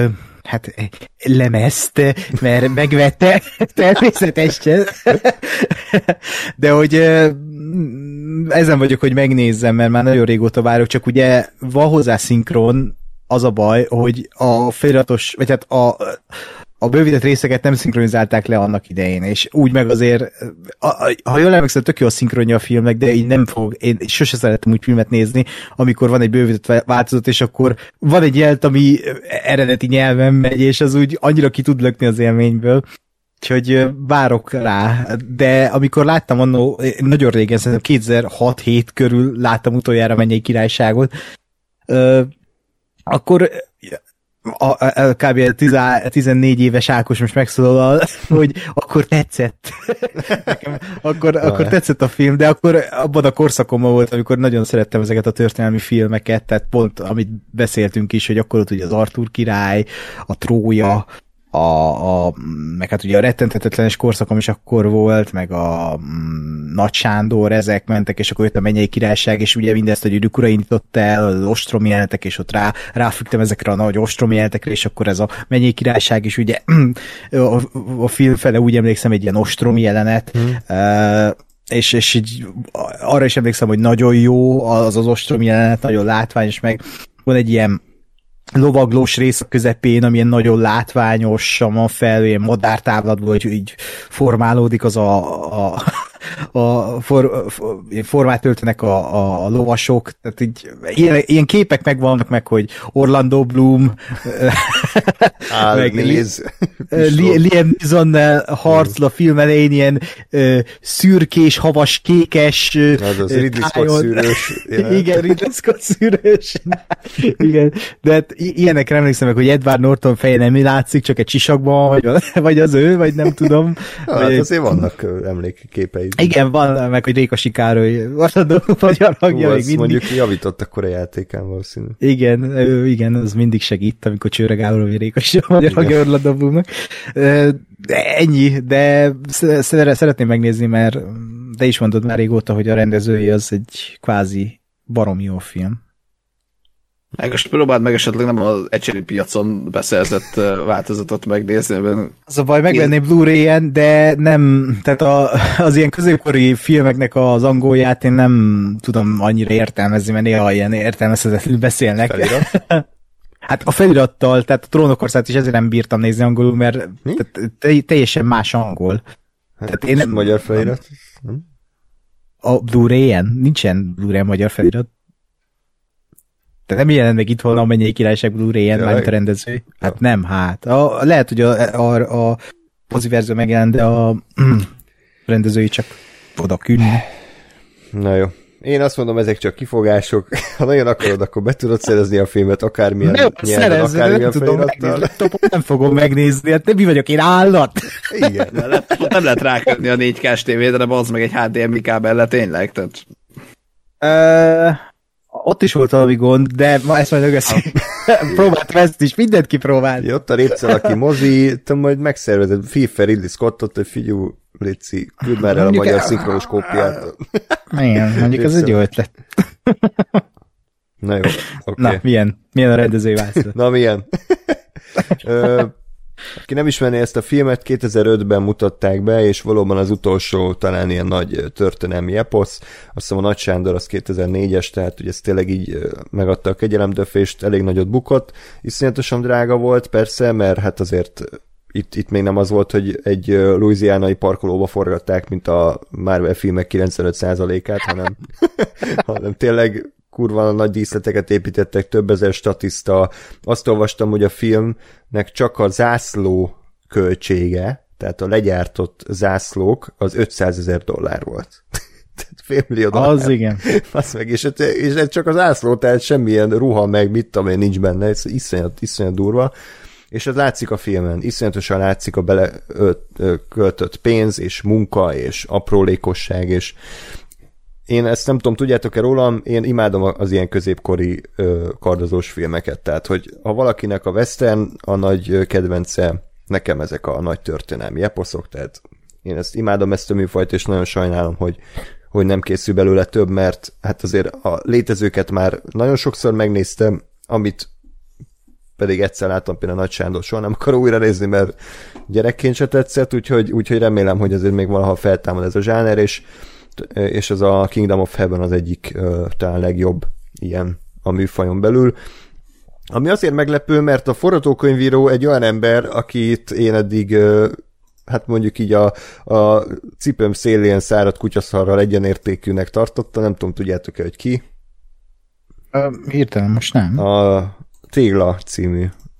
lemezt, mert megvette természetesen. De hogy ezen vagyok, hogy megnézzem, mert már nagyon régóta várok, csak ugye van hozzá szinkron, az a baj, hogy a feliratos, vagy hát a bővített részeket nem szinkronizálták le annak idején, és úgy meg azért, ha jól emlékszem, tök jó a szinkronja a filmnek, de így én sose szeretem úgy filmet nézni, amikor van egy bővített változat, és akkor van egy jelt, ami eredeti nyelven megy, és az úgy annyira ki tud lökni az élményből. Úgyhogy várok rá, de amikor láttam annó, nagyon régen, szerintem 2006-7 körül láttam utoljára Mennyei Királyságot, akkor kb. 14 éves Ákos most megszólal, hogy akkor tetszett. Nekem, akkor tetszett a film, de akkor abban a korszakomban volt, amikor nagyon szerettem ezeket a történelmi filmeket, tehát pont, amit beszéltünk is, hogy akkor ott ugye az Artúr király, a Trója, meg hát ugye a rettenthetetlenes korszakom is akkor volt, meg a Nagy Sándor, ezek mentek, és akkor jött a Mennyei Királyság, és ugye mindezt, hogy Ükura indította el, az ostrom jelenetek, és ott ráfügtem ezekre a nagy ostrom jelenetekre, és akkor ez a Mennyei Királyság is ugye a film fele úgy emlékszem egy ilyen ostrom jelenet, és így arra is emlékszem, hogy nagyon jó az ostrom jelenet, nagyon látványos, meg van egy ilyen lovaglós rész a közepén, amilyen nagyon látványosan van fel, ilyen madártávlatból, hogy így formálódik az formát öltenek a lovasok, tehát így ilyen képek megvannak meg, hogy Orlando Bloom meg Liam Neeson harcol a film elején, ilyen szürkés, havas, kékes az Ridley Scott szűrős. Igen, Ridley Scott szűrős. Igen, de hát ilyenekre emlékszem meg, hogy Edward Norton feje nem látszik, csak egy sisakban, vagy az ő, vagy nem tudom. Hát azért vannak emlékképei. Igen, van, meg hogy Rékasi Károly magyar hangja még mindig. Mondjuk javított akkor a játékán valószínű. Igen, az mindig segít, amikor Csőre Gábor vagy Rékasi magyar hangja Orlando Bloomnak. Ennyi, de szeretném megnézni, mert te is mondod már régóta, hogy a rendezői az egy kvázi baromi jó film. Most próbáld meg esetleg nem az egyséri piacon beszerzett változatot megnézni. Az a baj, megvenném Blu-ray-en, de nem, tehát az ilyen középkori filmeknek az angolját én nem tudom annyira értelmezni, mert néha ilyen értelmezhetetlenül beszélnek. Hát a felirattal, tehát a Trónokorszát is ezért nem bírtam nézni angolul, mert teljesen más angol. Hát tehát én magyar felirat? A Blu-ray-en? Nincsen Blu-ray magyar felirat. Tehát nem jelent meg itt volna a Mennyei Királyság Blu-ray-en, mármint a rendező. Hát nem, hát. Lehet, hogy a mozi verzió megjelent, de a rendezői csak oda külni. Na jó. Én azt mondom, ezek csak kifogások. Ha nagyon akarod, akkor be tudod szerezni a filmet, akármilyen nyelven, akármilyen felirattal. Nem fogom megnézni, hát mi vagyok én, állat? Igen. Nem lehet rákötni a 4K-s tévédre, de az meg egy HDMI kábellel tényleg, tehát... Ott is volt valami gond, de ma ezt majd ögeszi. Próbáltam ezt is, mindent kipróbált. Jött a Répcelaki mozi, te majd megszervezed FIFA Ridley Scottot, hogy figyú, Léci, küld már el a magyar szinkronos kópiát. Igen, mondjuk ez egy jó ötlet. Na jó, oké. Na, milyen a rendezői változat? Na, milyen? Aki nem ismerné ezt a filmet, 2005-ben mutatták be, és valóban az utolsó talán ilyen nagy történelmi eposz. Azt hiszem a Nagy Sándor az 2004-es, tehát ugye ez tényleg így megadta a kegyelemdöfést, elég nagyot bukott. Iszonyatosan drága volt, persze, mert hát azért itt még nem az volt, hogy egy louisianai parkolóba forgatták, mint a Marvel filmek 95%-át, hanem tényleg kurva nagy díszleteket építettek, több ezer statiszta. Azt olvastam, hogy a filmnek csak a zászló költsége, tehát a legyártott zászlók az $500,000 volt. Tehát $5 millió. Az igen. Azt meg, és ez csak az zászló, tehát semmilyen ruha meg mit tudom én nincs benne, ez iszonyat durva. És ez látszik a filmen, iszonyatosan látszik a költött pénz, és munka, és aprólékosság, és én ezt nem tudom, tudjátok-e rólam, én imádom az ilyen középkori kardozós filmeket, tehát, hogy ha valakinek a western a nagy kedvence, nekem ezek a nagy történelmi eposzok, tehát én imádom ezt a műfajt, és nagyon sajnálom, hogy nem készül belőle több, mert hát azért a létezőket már nagyon sokszor megnéztem, amit pedig egyszer láttam például Nagy Sándor, soha nem akarom újra nézni, mert gyerekként se tetszett, úgyhogy remélem, hogy azért még valaha feltámad ez a zsáner, és az a Kingdom of Heaven az egyik talán legjobb ilyen a műfajon belül. Ami azért meglepő, mert a forgatókönyvíró egy olyan ember, akit én eddig hát mondjuk így a cipőm szélén száradt kutyaszarral egyenértékűnek tartotta, nem tudom, tudjátok-e, hogy ki? Hirtelen most nem. A Tégla című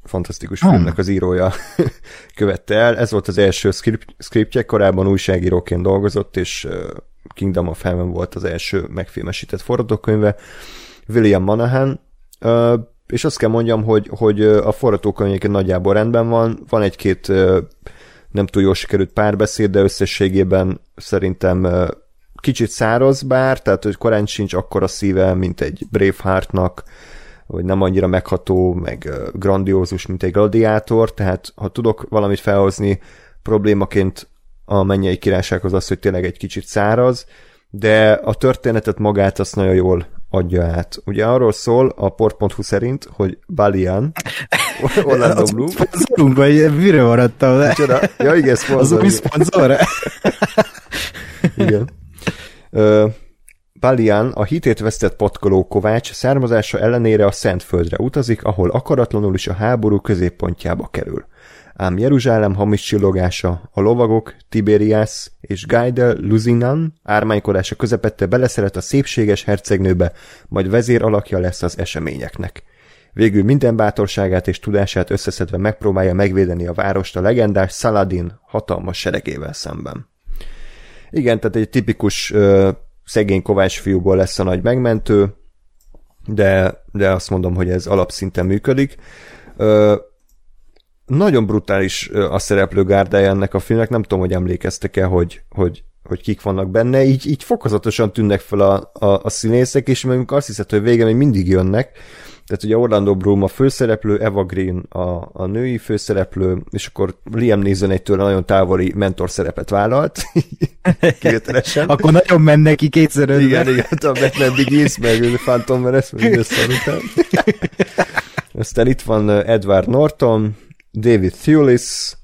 fantasztikus filmnek az írója követte el. Ez volt az első scriptje, korábban újságíróként dolgozott, és Kingdom of Heaven volt az első megfilmesített forgatókönyve. William Monahan, és azt kell mondjam, hogy a forgatókönyveken nagyjából rendben van egy-két nem túl jól sikerült párbeszéd, de összességében szerintem kicsit száraz bár, tehát hogy korán sincs akkora szíve, mint egy Braveheartnak, vagy nem annyira megható, meg grandiózus, mint egy Gladiátor, tehát ha tudok valamit felhozni problémaként a Mennyei Királysághoz az, hogy tényleg egy kicsit száraz, de a történetet magát azt nagyon jól adja át. Ugye arról szól a port.hu szerint, hogy Balian, Orlando Bloom. Szólunk, vagy mire maradtam le? Ja, igen, szponzor. Az új szponzor? Igen. Balian, a hitét vesztett patkoló kovács származása ellenére a Szentföldre utazik, ahol akaratlanul is a háború középpontjába kerül. Ám Jeruzsálem hamis csillogása, a lovagok, Tiberias és Guy de Lusignan ármánykodása közepette beleszeret a szépséges hercegnőbe, majd vezér alakja lesz az eseményeknek. Végül minden bátorságát és tudását összeszedve megpróbálja megvédeni a várost a legendás Saladin hatalmas seregével szemben. Igen, tehát egy tipikus szegény kovács fiúból lesz a nagy megmentő, de azt mondom, hogy ez alapszinten működik. Nagyon brutális a szereplőgárdája ennek a filmnek, nem tudom, hogy emlékeztek-e, hogy kik vannak benne, így fokozatosan tűnnek fel a színészek, és amikor azt hiszed, hogy vége még mindig jönnek, tehát ugye Orlando Bloom a főszereplő, Eva Green a női főszereplő, és akkor Liam Neeson egy tőle nagyon távoli mentor szerepet vállalt, kivételesen. Akkor nagyon mennek ki 2005-ben. Igen, a Batman Begins, meg a Phantom Menace, meg mindössze után. Aztán itt van Edward Norton, David Thewlis,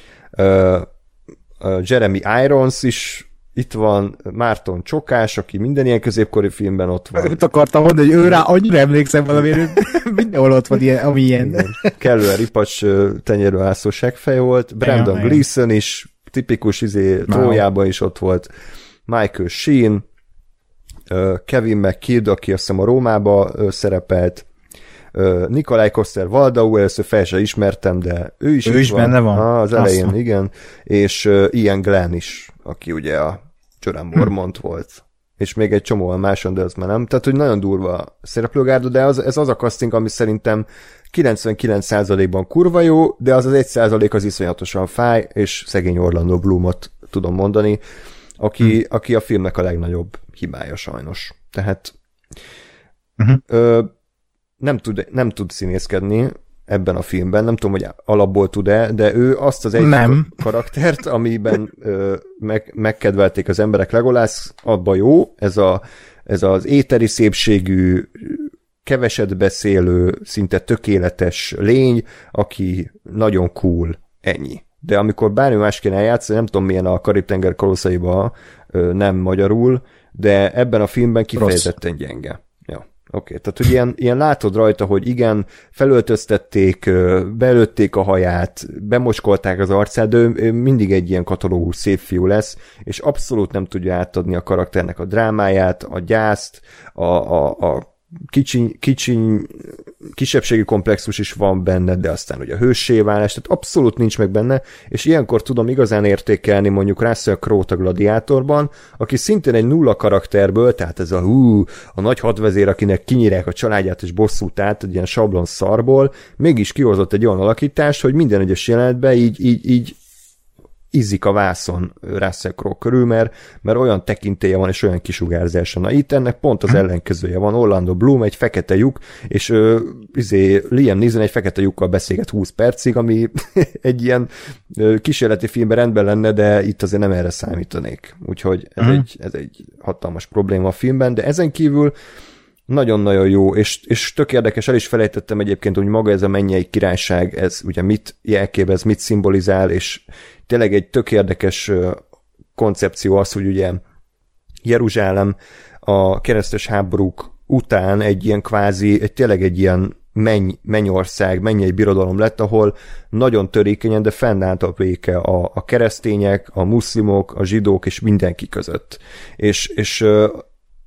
Jeremy Irons is itt van, Márton Csokás, aki minden ilyen középkori filmben ott van. Őt akartam mondani, hogy ő rá annyira emlékszem valamire, mindenhol ott van ilyen, ami ilyen. Kellően ripacs tenyérőászó seggfej volt, Brandon Gleeson is, tipikus Trójában is ott volt, Michael Sheen, Kevin McKidd, aki azt hiszem a Rómába szerepelt, Nikolaj Coster-Waldau, először fel sem ismertem, de ő is van. Benne van. Az elején, igen. És Ian Glenn is, aki ugye a Jorah Mormont volt. És még egy csomóan máson, de az már nem. Tehát, hogy nagyon durva a szereplőgárda, de ez az a casting, ami szerintem 99%-ban kurva jó, de az 1% az iszonyatosan fáj, és szegény Orlando Bloomot tudom mondani, aki a filmnek a legnagyobb hibája sajnos. Tehát nem tud színészkedni ebben a filmben, nem tudom, hogy alapból tud-e, de ő azt az egy karaktert, amiben megkedvelték az emberek, Legolas, abban jó, ez az éteri szépségű, keveset beszélő, szinte tökéletes lény, aki nagyon cool, ennyi. De amikor bármi más kéne eljátszani, nem tudom milyen a Karib-tenger kalózaiban, nem magyarul, de ebben a filmben kifejezetten gyenge. Oké, tehát hogy ilyen látod rajta, hogy igen, felöltöztették, belőtték a haját, bemocskolták az arcát, de ő mindig egy ilyen katalógus szép fiú lesz, és abszolút nem tudja átadni a karakternek a drámáját, a gyászt, a kisebbségi komplexus is van benne, de aztán ugye a hőssé válás, tehát abszolút nincs meg benne, és ilyenkor tudom igazán értékelni mondjuk Russell Crowe-t a Gladiátorban, aki szintén egy nulla karakterből, tehát ez a nagy hadvezér, akinek kinyírják a családját és bosszút át, egy ilyen sablon szarból, mégis kihozott egy olyan alakítást, hogy minden egyes jelenetben így izzik a vászon Russell Crowe körül, mert olyan tekintélye van, és olyan kisugárzása. Na itt ennek pont az ellenkezője van. Orlando Bloom egy fekete lyuk, és Liam Neeson egy fekete lyukkal beszélget 20 percig, ami egy ilyen kísérleti filmben rendben lenne, de itt azért nem erre számítanék. Úgyhogy ez egy hatalmas probléma a filmben, de ezen kívül nagyon-nagyon jó, és tök érdekes, el is felejtettem egyébként, hogy maga ez a mennyei királyság, ez ugye mit jelképez, mit szimbolizál, és tényleg egy tök érdekes koncepció az, hogy ugye Jeruzsálem a keresztes háborúk után egy ilyen kvázi, tényleg egy ilyen mennyország, mennyei birodalom lett, ahol nagyon törékenyen, de fennállt a béke a keresztények, a muszlimok, a zsidók és mindenki között. És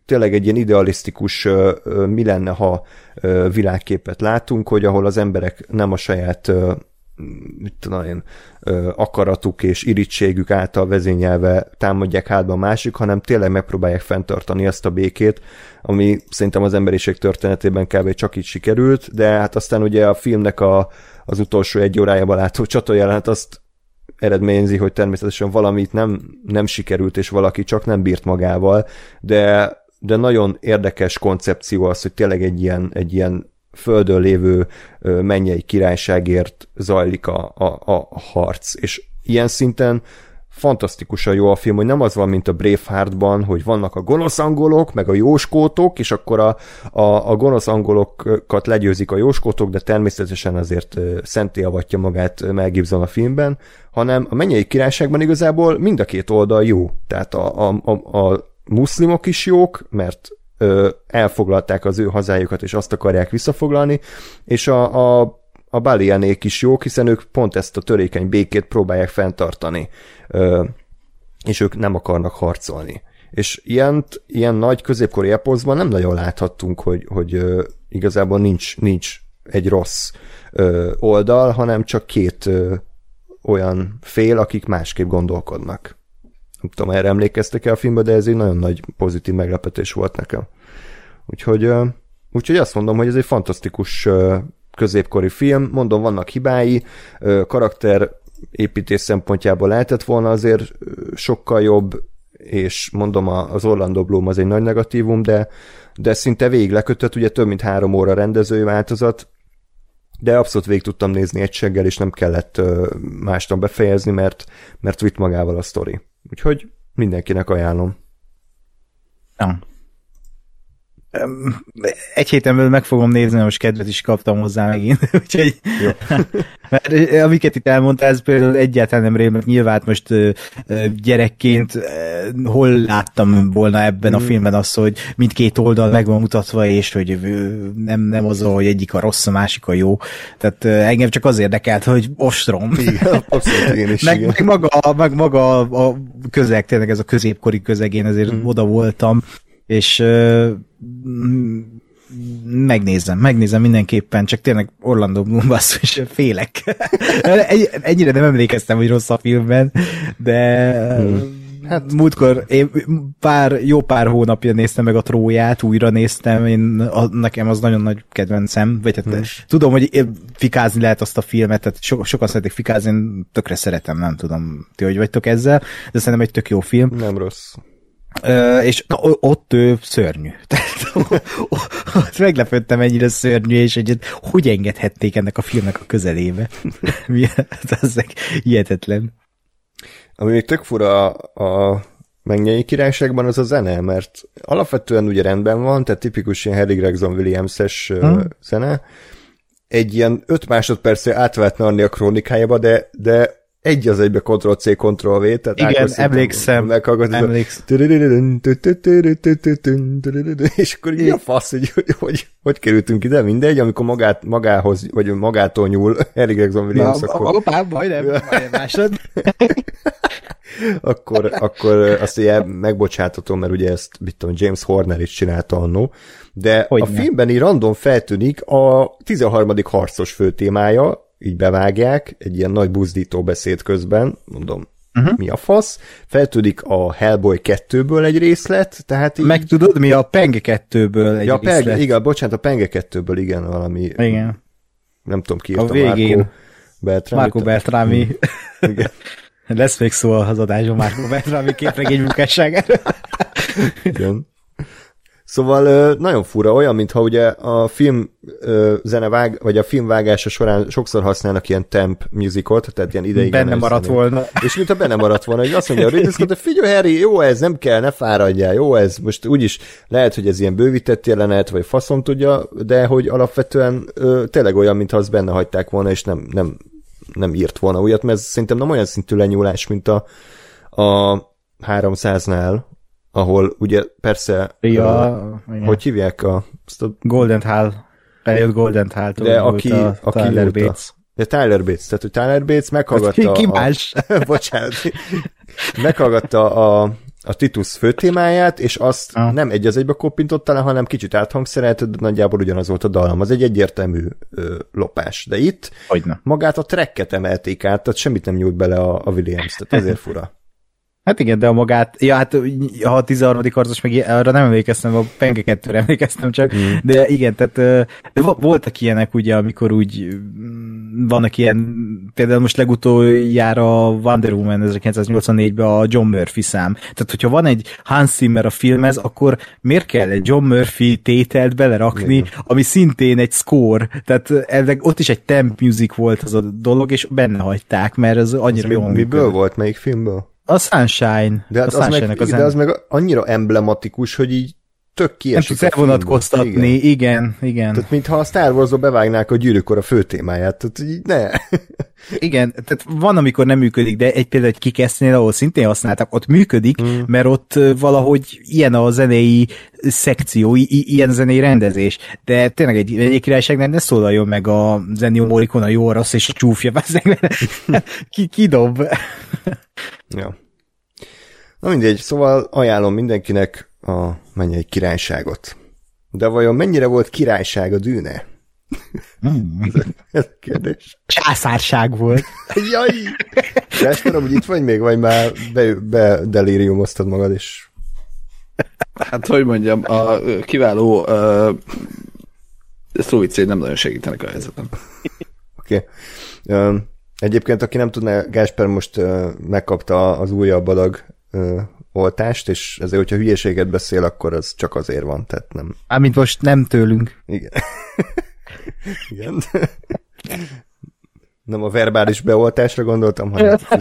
tényleg egy ilyen idealisztikus mi lenne, ha világképet látunk, hogy ahol az emberek nem a saját mit tudom én, akaratuk és irítségük által vezényelve támadják hátba a másik, hanem tényleg megpróbálják fenntartani azt a békét, ami szerintem az emberiség történetében kb. Csak így sikerült, de hát aztán ugye a filmnek az utolsó egy órájában látó csatajelenet azt eredményezi, hogy természetesen valamit nem sikerült, és valaki csak nem bírt magával, de nagyon érdekes koncepció az, hogy tényleg egy ilyen földön lévő mennyei királyságért zajlik a harc. És ilyen szinten fantasztikusan jó a film, hogy nem az van, mint a Braveheartban, hogy vannak a gonosz angolok, meg a jóskótok, és akkor a gonosz angolokat legyőzik a jóskótok, de természetesen azért szenté avatja magát Mel Gibson a filmben, hanem a mennyei királyságban igazából mind a két oldal jó. Tehát a muszlimok is jók, mert elfoglalták az ő hazájukat, és azt akarják visszafoglalni, és a Balianék is jók, hiszen ők pont ezt a törékeny békét próbálják fenntartani, és ők nem akarnak harcolni. És ilyen nagy középkori eposzban nem nagyon láthattunk, hogy igazából nincs egy rossz oldal, hanem csak két olyan fél, akik másképp gondolkodnak. Nem tudom, erre emlékeztek-e a filmbe, de ez egy nagyon nagy pozitív meglepetés volt nekem. Úgyhogy azt mondom, hogy ez egy fantasztikus középkori film. Mondom, vannak hibái, karakterépítés szempontjából lehetett volna azért sokkal jobb, és mondom, az Orlando Bloom az egy nagy negatívum, de szinte végig lekötött, ugye több mint 3 óra rendezői változat, de abszolút végig tudtam nézni egyseggel, és nem kellett másnap befejezni, mert vitt magával a sztori. Úgyhogy mindenkinek ajánlom. Ja. Egy héten belül meg fogom nézni, most kedvet is kaptam hozzá megint. Úgyhogy, mert amiket itt elmondtál, ez például egyáltalán nem rém, mert nyilván most gyerekként hol láttam volna ebben a filmben azt, hogy mindkét oldal meg van mutatva, és hogy nem az, hogy egyik a rossz, a másik a jó. Tehát engem csak az érdekelt, hogy ostrom. Igen, abszolút én is. meg maga a közeg, tényleg ez a középkori közeg, én ezért oda voltam, és megnézem mindenképpen, csak tényleg Orlando Bloom basszus, félek. Ennyire nem emlékeztem, hogy rossz a filmben, de hát múltkor én jó pár hónapja néztem meg a Tróját, újra néztem, nekem az nagyon nagy kedvencem, vagy hát tudom, hogy fikázni lehet azt a filmet, tehát sokan szeretik fikázni, én tökre szeretem, nem tudom, ti hogy vagytok ezzel, de szerintem egy tök jó film. Nem rossz. És ott ő szörnyű. Ott meglepődtem, ennyire szörnyű, és hogy engedhették ennek a filmnek a közelébe. Ez hihetetlen. Ami még tök fura a Mennyei Királyságban, az a zene, mert alapvetően ugye rendben van, tehát tipikus ilyen Harry Gregson Williams-es zene. Egy ilyen 5 másodpercre átvált Narnia krónikájába, de egy az egybe Ctrl-C, Ctrl-V, tehát igen, emlékszem. És akkor mi a fasz, hogy kerültünk ide, mindegy, amikor magához, vagy magától nyúl Harry Gregson Williams, akkor... majdnem másod. akkor azt ugye megbocsáthatom, mert ugye ezt, mit tudom, James Horner is csinálta annó, de a filmben így random feltűnik a 13. harcos főtémája, így bevágják, egy ilyen nagy buzdító beszéd közben, mondom, mi a fasz, feltűnik a Hellboy 2-ből egy részlet, tehát így... Meg tudod, mi a Penge 2-ből egy részlet. Igen, bocsánat, a Penge 2-ből igen, valami... Igen. Nem tudom, ki írta, a végén. Marco Beltrami. Igen. Lesz még szó az adáson Marco Beltrami képregény munkásságára. Igen. Szóval nagyon fura, olyan, mintha ugye a film vagy a film vágása során sokszor használnak ilyen temp musicot, tehát ilyen ideiglenes. Benne maradt volna. És mintha benne maradt volna, hogy azt mondja a Ridley Scott, hogy figyelj Harry, jó ez, nem kell, ne fáradjál, jó ez, most úgyis lehet, hogy ez ilyen bővített jelenet, vagy faszom tudja, de hogy alapvetően tényleg olyan, mintha azt benne hagyták volna, és nem írt volna újat, mert ez szerintem nem olyan szintű lenyúlás, mint a 300-nál, ahol ugye persze, hogy hívják Golden Hall, eljött Golden Hall, de aki Tyler Bates. De Tyler Bates, tehát hogy Tyler Bates meghallgatta ki más? Bocsánat. Meghallgatta a Titus főtémáját, és azt nem egy az egybe koppintotta le, hanem kicsit áthangszerelt, de nagyjából ugyanaz volt a dallam. Az egy egyértelmű lopás. De itt magát a tracket emelték át, tehát semmit nem nyújt bele a Williams, tehát ezért fura. Hát igen, de a magát, ja, hát ha a 13. harcos, meg arra nem emlékeztem, a Penge 2-re emlékeztem csak, de igen, tehát de voltak ilyenek ugye, amikor úgy vannak ilyen, például most legutoljára a Wonder Woman 1984-ben a John Murphy szám. Tehát, hogyha van egy Hans Zimmer a filmhez, akkor miért kell egy John Murphy tételt belerakni, igen, ami szintén egy score, tehát ott is egy temp music volt az a dolog, és benne hagyták, mert az annyira jó. Miből volt, melyik filmből? A Sunshine. De az meg annyira emblematikus, hogy így tök kiesik. Nem tudsz elvonatkoztatni, igen. Tehát mintha a Star Wars-ba bevágnák a Gyűrűk Ura főtémáját, tehát így ne. Igen, tehát van, amikor nem működik, de például egy Kick-Ass-nél, ahol szintén használták, ott működik, mert ott valahogy ilyen a zenei szekció, ilyen zenei rendezés, de tényleg egy királyságnál ne szólaljon meg a Ennio Morricone, a jó, rossz és a csúfja, kidob. Ja. Na mindegy, szóval ajánlom mindenkinek a Mennyei Királyságot. De vajon mennyire volt királyság a Dűne? Ez a kérdés. Császárság volt. Jaj! Gáspár, hogy itt vagy még, vagy már bedelíriumoztad magad is? Hát, hogy mondjam, a kiváló szlóvicéid nem nagyon segítenek a helyzetem. Oké. Egyébként, aki nem tudná, Gáspár most megkapta az újabb adag oltást, és ezért, hogyha hülyeséget beszél, akkor az csak azért van, tehát nem... Mint most nem tőlünk. Igen. Igen. Nem a verbális beoltásra gondoltam, hanem a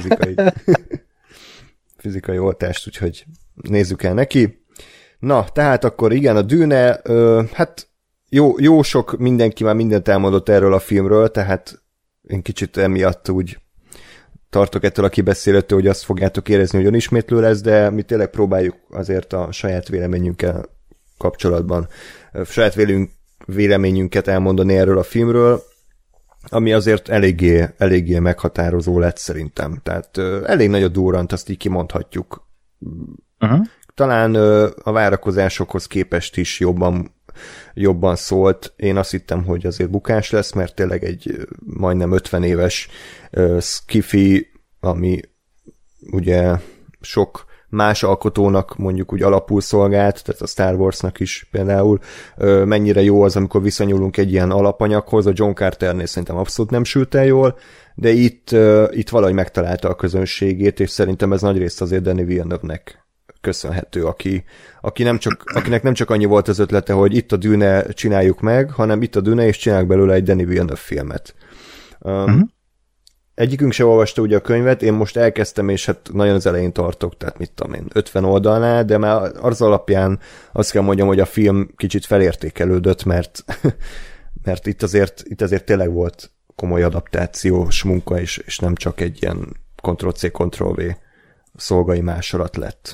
fizikai oltást, úgyhogy nézzük el neki. Na, tehát akkor igen, a Dűne, hát jó sok mindenki már mindent elmondott erről a filmről, tehát én kicsit emiatt úgy tartok ettől a kibeszélőtől, hogy azt fogjátok érezni, hogy önismétlő lesz, de mi tényleg próbáljuk azért a saját véleményünkkel kapcsolatban, saját véleményünket elmondani erről a filmről, ami azért eléggé meghatározó lett szerintem. Tehát elég nagy a durrant, azt így kimondhatjuk. Uh-huh. Talán a várakozásokhoz képest is jobban szólt. Én azt hittem, hogy azért bukás lesz, mert tényleg egy majdnem 50 éves sci-fi, ami ugye sok más alkotónak mondjuk úgy alapul szolgált, tehát a Star Warsnak is például, mennyire jó az, amikor viszonyulunk egy ilyen alapanyaghoz, a John Carternél szerintem abszolút nem sült el jól, de itt valahogy megtalálta a közönségét, és szerintem ez nagyrészt azért Denis Villeneuve-nek köszönhető, akinek nem csak annyi volt az ötlete, hogy itt a Dűne, csináljuk meg, hanem itt a Dűne, és csináljuk belőle egy Denis Villeneuve filmet. Egyikünk se olvasta ugye a könyvet, én most elkezdtem, és hát nagyon az elején tartok, tehát mit tudom én, 50 oldalnál, de már az alapján azt kell mondjam, hogy a film kicsit felértékelődött, mert itt azért tényleg volt komoly adaptációs munka, és nem csak egy ilyen Ctrl-C, Ctrl-V szolgai másolat lett.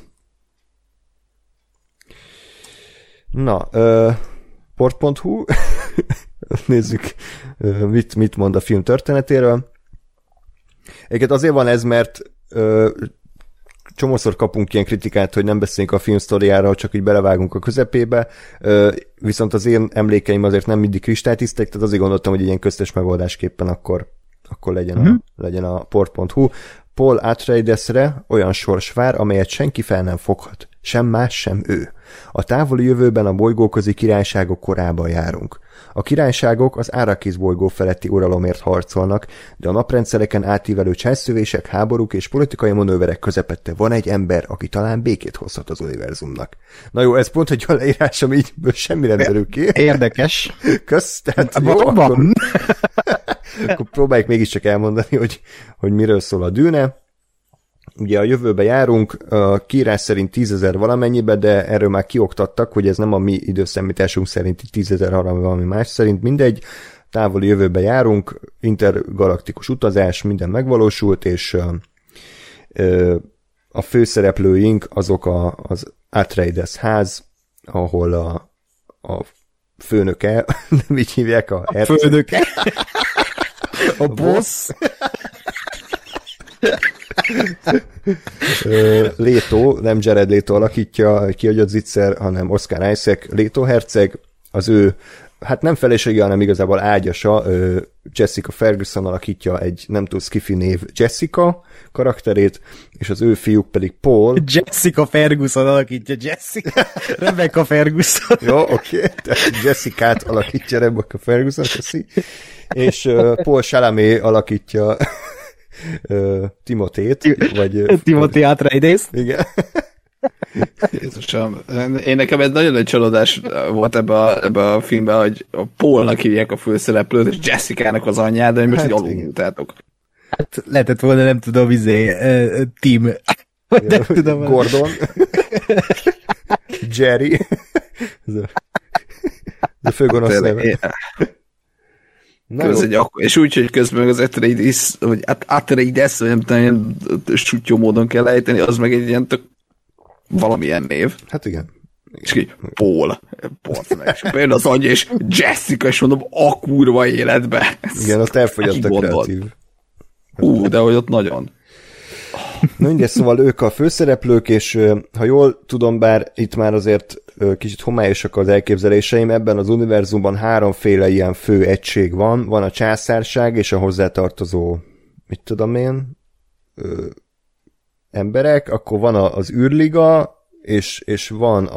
Na, port.hu, nézzük, mit mond a film történetéről. Egyébként azért van ez, mert csomószor kapunk ilyen kritikát, hogy nem beszélünk a film sztoriára, csak így belevágunk a közepébe, viszont az én emlékeim azért nem mindig kristálytisztek, tehát azért gondoltam, hogy egy ilyen köztes megoldásképpen akkor legyen a port.hu. Paul Atreidesre olyan sors vár, amelyet senki fel nem foghat. Sem más, sem ő. A távoli jövőben a bolygóközi királyságok korában járunk. A királyságok az Arrakis bolygó feletti uralomért harcolnak, de a naprendszereken átívelő császszövések, háborúk és politikai manőverek közepette van egy ember, aki talán békét hozhat az univerzumnak. Na jó, ez pont egy leírás, ami így semmi nem derül ki. Érdekes. Kösz, tehát jó, akkor próbáljuk mégiscsak elmondani, hogy miről szól a Dűne. Ugye a jövőbe járunk, a kiírás szerint 10 000 valamennyibe, de erről már kioktattak, hogy ez nem a mi időszámításunk szerinti 10 000, hanem valami más szerint, mindegy. Távoli jövőbe járunk, intergalaktikus utazás, minden megvalósult, és a főszereplőink azok az Atreides ház, ahol a főnöke, nem így hívják a főnöke? A boss? Leto, nem Jared Leto alakítja ki, hogy a Zitzer, hanem Oscar Isaac, Leto herceg, az ő, hát nem felesége, hanem igazából ágyasa, Jessica Ferguson alakítja egy nem túl skiffy név Jessica karakterét, és az ő fiúk pedig Paul. Jessica Ferguson alakítja Jessica. Rebecca Ferguson. Jó, oké. Tehát Jessicát alakítja Rebecca Ferguson, köszi. És Paul Chalamet alakítja Timotét, vagy... Timothy Atreides. Igen. Jézusom. Én nekem ez nagyon nagy csalódás volt ebbe a filmben, hogy a Paulnak hívják a főszereplőt, és Jessica-nak az anyját, de most Hát így alulmúltátok. Hát lehetett volna, nem tudom, Tim. Vagy nem tudom. Gordon. Jerry. Ez a főgonosz neve. És úgy, hogy közben meg az Atreides, vagy Atreides, vagy nem tudom, ilyen sutyó módon kell ejteni, az meg egy ilyen tök valamilyen név. Hát igen. És így Paul. És például az anyja, és Jessica, és mondom, a kurva életbe. Igen, ott elfogyott a kreatív. De hogy ott nagyon. Na mindegy, szóval ők a főszereplők, és ha jól tudom, bár itt már azért kicsit homályosak az elképzeléseim, ebben az univerzumban háromféle ilyen fő egység van. Van a császárság és a hozzátartozó, mit tudom én, emberek, akkor van az űrliga, és van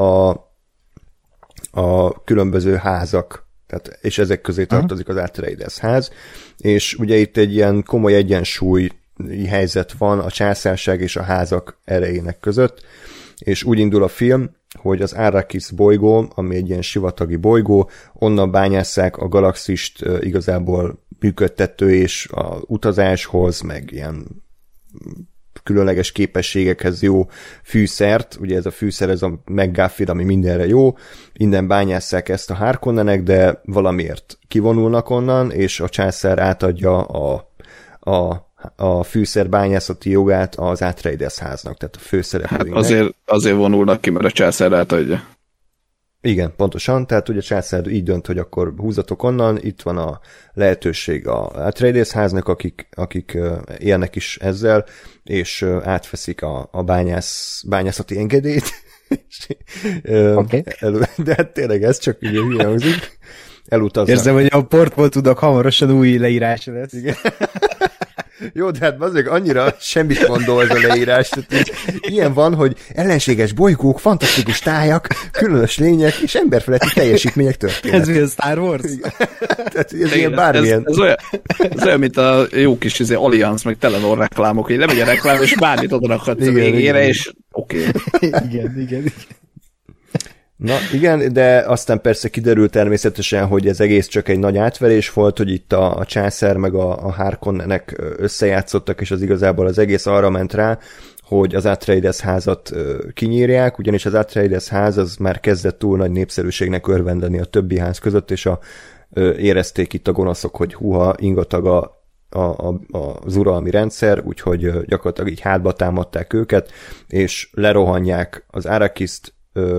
a különböző házak, tehát, és ezek közé tartozik az Atreides ház, és ugye itt egy ilyen komoly egyensúly helyzet van a császárság és a házak erejének között, és úgy indul a film, hogy az Arrakis bolygó, ami egy ilyen sivatagi bolygó, onnan bányásszák a galaxist igazából működtető és a utazáshoz, meg ilyen különleges képességekhez jó fűszert, ugye ez a fűszer, ez a McGuffin, ami mindenre jó, innen bányásszák ezt a Harkonnenek, de valamiért kivonulnak onnan, és a császár átadja a fűszer bányászati jogát az Atreides háznak, tehát a főszereplőinknek. Hát azért vonulnak ki, mert a császár átadja. Igen, pontosan, tehát ugye a császár így dönt, hogy akkor húzatok onnan, itt van a lehetőség a Atreides háznak, akik élnek is ezzel, és átveszik a bányászati engedélyt. Okay. De hát tényleg ez csak ugye hülye hangzik. Elutaznak. Érzem, hogy a portból tudok hamarosan új leírás lesz. Igen. Jó, de hát azért annyira semmit mondó ez a leírás. Tehát ilyen van, hogy ellenséges bolygók, fantasztikus tájak, különös lények és emberfeletti teljesítmények történnek. Ez mi a Star Wars? Tehát ez ilyen bármilyen. Ez olyan, mint a jó kis Allianz, meg Telenor reklámok, hogy lemegy a reklám, és bármit oda rakhatsz a végére, és oké. Igen. Na igen, de aztán persze kiderült természetesen, hogy ez egész csak egy nagy átverés volt, hogy itt a császár meg a Harkonnenek összejátszottak, és az igazából az egész arra ment rá, hogy az Atreides házat kinyírják, ugyanis az Atreides ház az már kezdett túl nagy népszerűségnek örvendeni a többi ház között, és érezték itt a gonoszok, hogy húha, ingatag az uralmi rendszer, úgyhogy gyakorlatilag így hátba támadták őket, és lerohanják az Arrakist.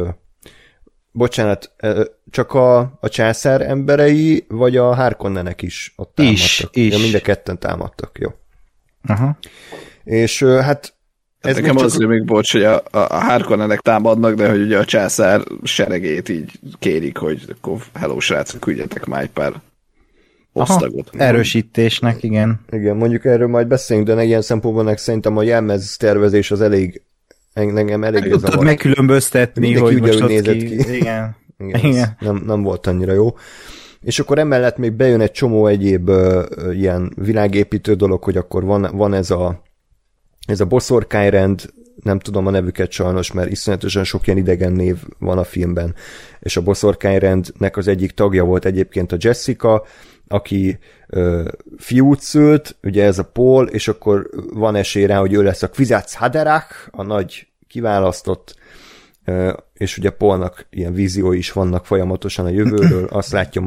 Bocsánat, csak a császár emberei, vagy a Harkonnenek is ott támadtak? Is. Ja, mind a ketten támadtak, jó. Aha. És hát ez nekem csak... azért még bocs, hogy a Harkonnenek támadnak, de hogy ugye a császár seregét így kérik, hogy akkor hello srácok, küldjetek már egy pár osztagot. Erősítésnek, igen. Igen, mondjuk erről majd beszélünk, de ilyen szempontból szerintem a jelmez tervezés az engem elég zavar. Megkülönböztetni, hogy most ott ki. Igen. Nem volt annyira jó. És akkor emellett még bejön egy csomó egyéb ilyen világépítő dolog, hogy akkor van ez a boszorkányrend, nem tudom a nevüket sajnos, mert iszonyatosan sok ilyen idegen név van a filmben, és a boszorkányrendnek az egyik tagja volt egyébként a Jessica, aki fiút szült, ugye ez a Paul, és akkor van esély rá, hogy ő lesz a Kwisatz Haderach, a nagy kiválasztott, és ugye Paulnak ilyen víziói is vannak folyamatosan a jövőről, azt látja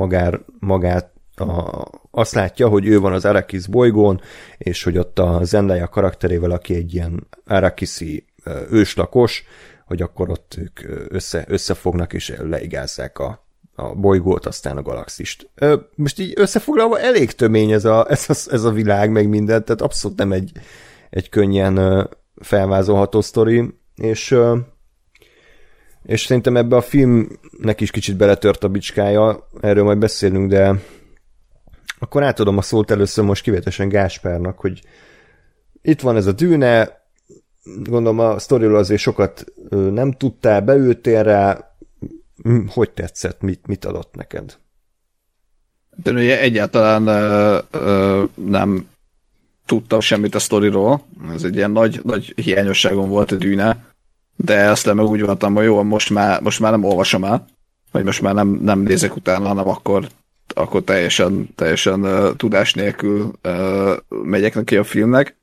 azt látja, hogy ő van az Arrakis bolygón, és hogy ott a Zendaya karakterével, aki egy ilyen arrakiszi őslakos, hogy akkor ott ők összefognak, és leigázzák a bolygót, aztán a galaxist. Most így összefoglalva elég tömény ez a világ, meg minden, tehát abszolút nem egy könnyen felvázolható sztori, és szerintem ebbe a filmnek is kicsit beletört a bicskája, erről majd beszélünk, de akkor átadom a szót először most kivételesen Gáspárnak, hogy itt van ez a Dűne, gondolom a sztoriról azért sokat nem tudtál, beültél rá, hogy tetszett, mit adott neked? De ugye egyáltalán nem tudtam semmit a sztoriról, ez egy ilyen nagy hiányosságom volt a Dűne, de aztán meg úgy voltam, hogy jó, most már nem olvasom el, vagy most már nem nézek utána, hanem akkor teljesen tudás nélkül megyek neki a filmnek.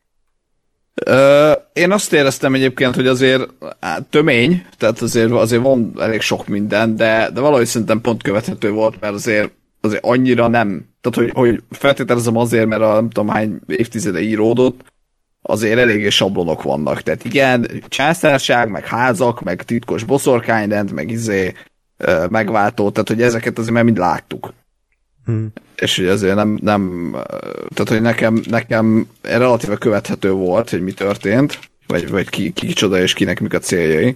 Én azt éreztem egyébként, hogy azért tömény, tehát azért van elég sok minden, de valahogy szerintem pont követhető volt, mert azért annyira nem, tehát hogy feltételezem azért, mert nem tudom hány évtizede íródott, azért eléggé sablonok vannak. Tehát igen, császárság, meg házak, meg titkos boszorkányrend, meg megváltó, tehát hogy ezeket azért már mind láttuk. És hogy azért nem tehát hogy nekem relatíve követhető volt, hogy mi történt, vagy ki kicsoda és kinek mik a céljai.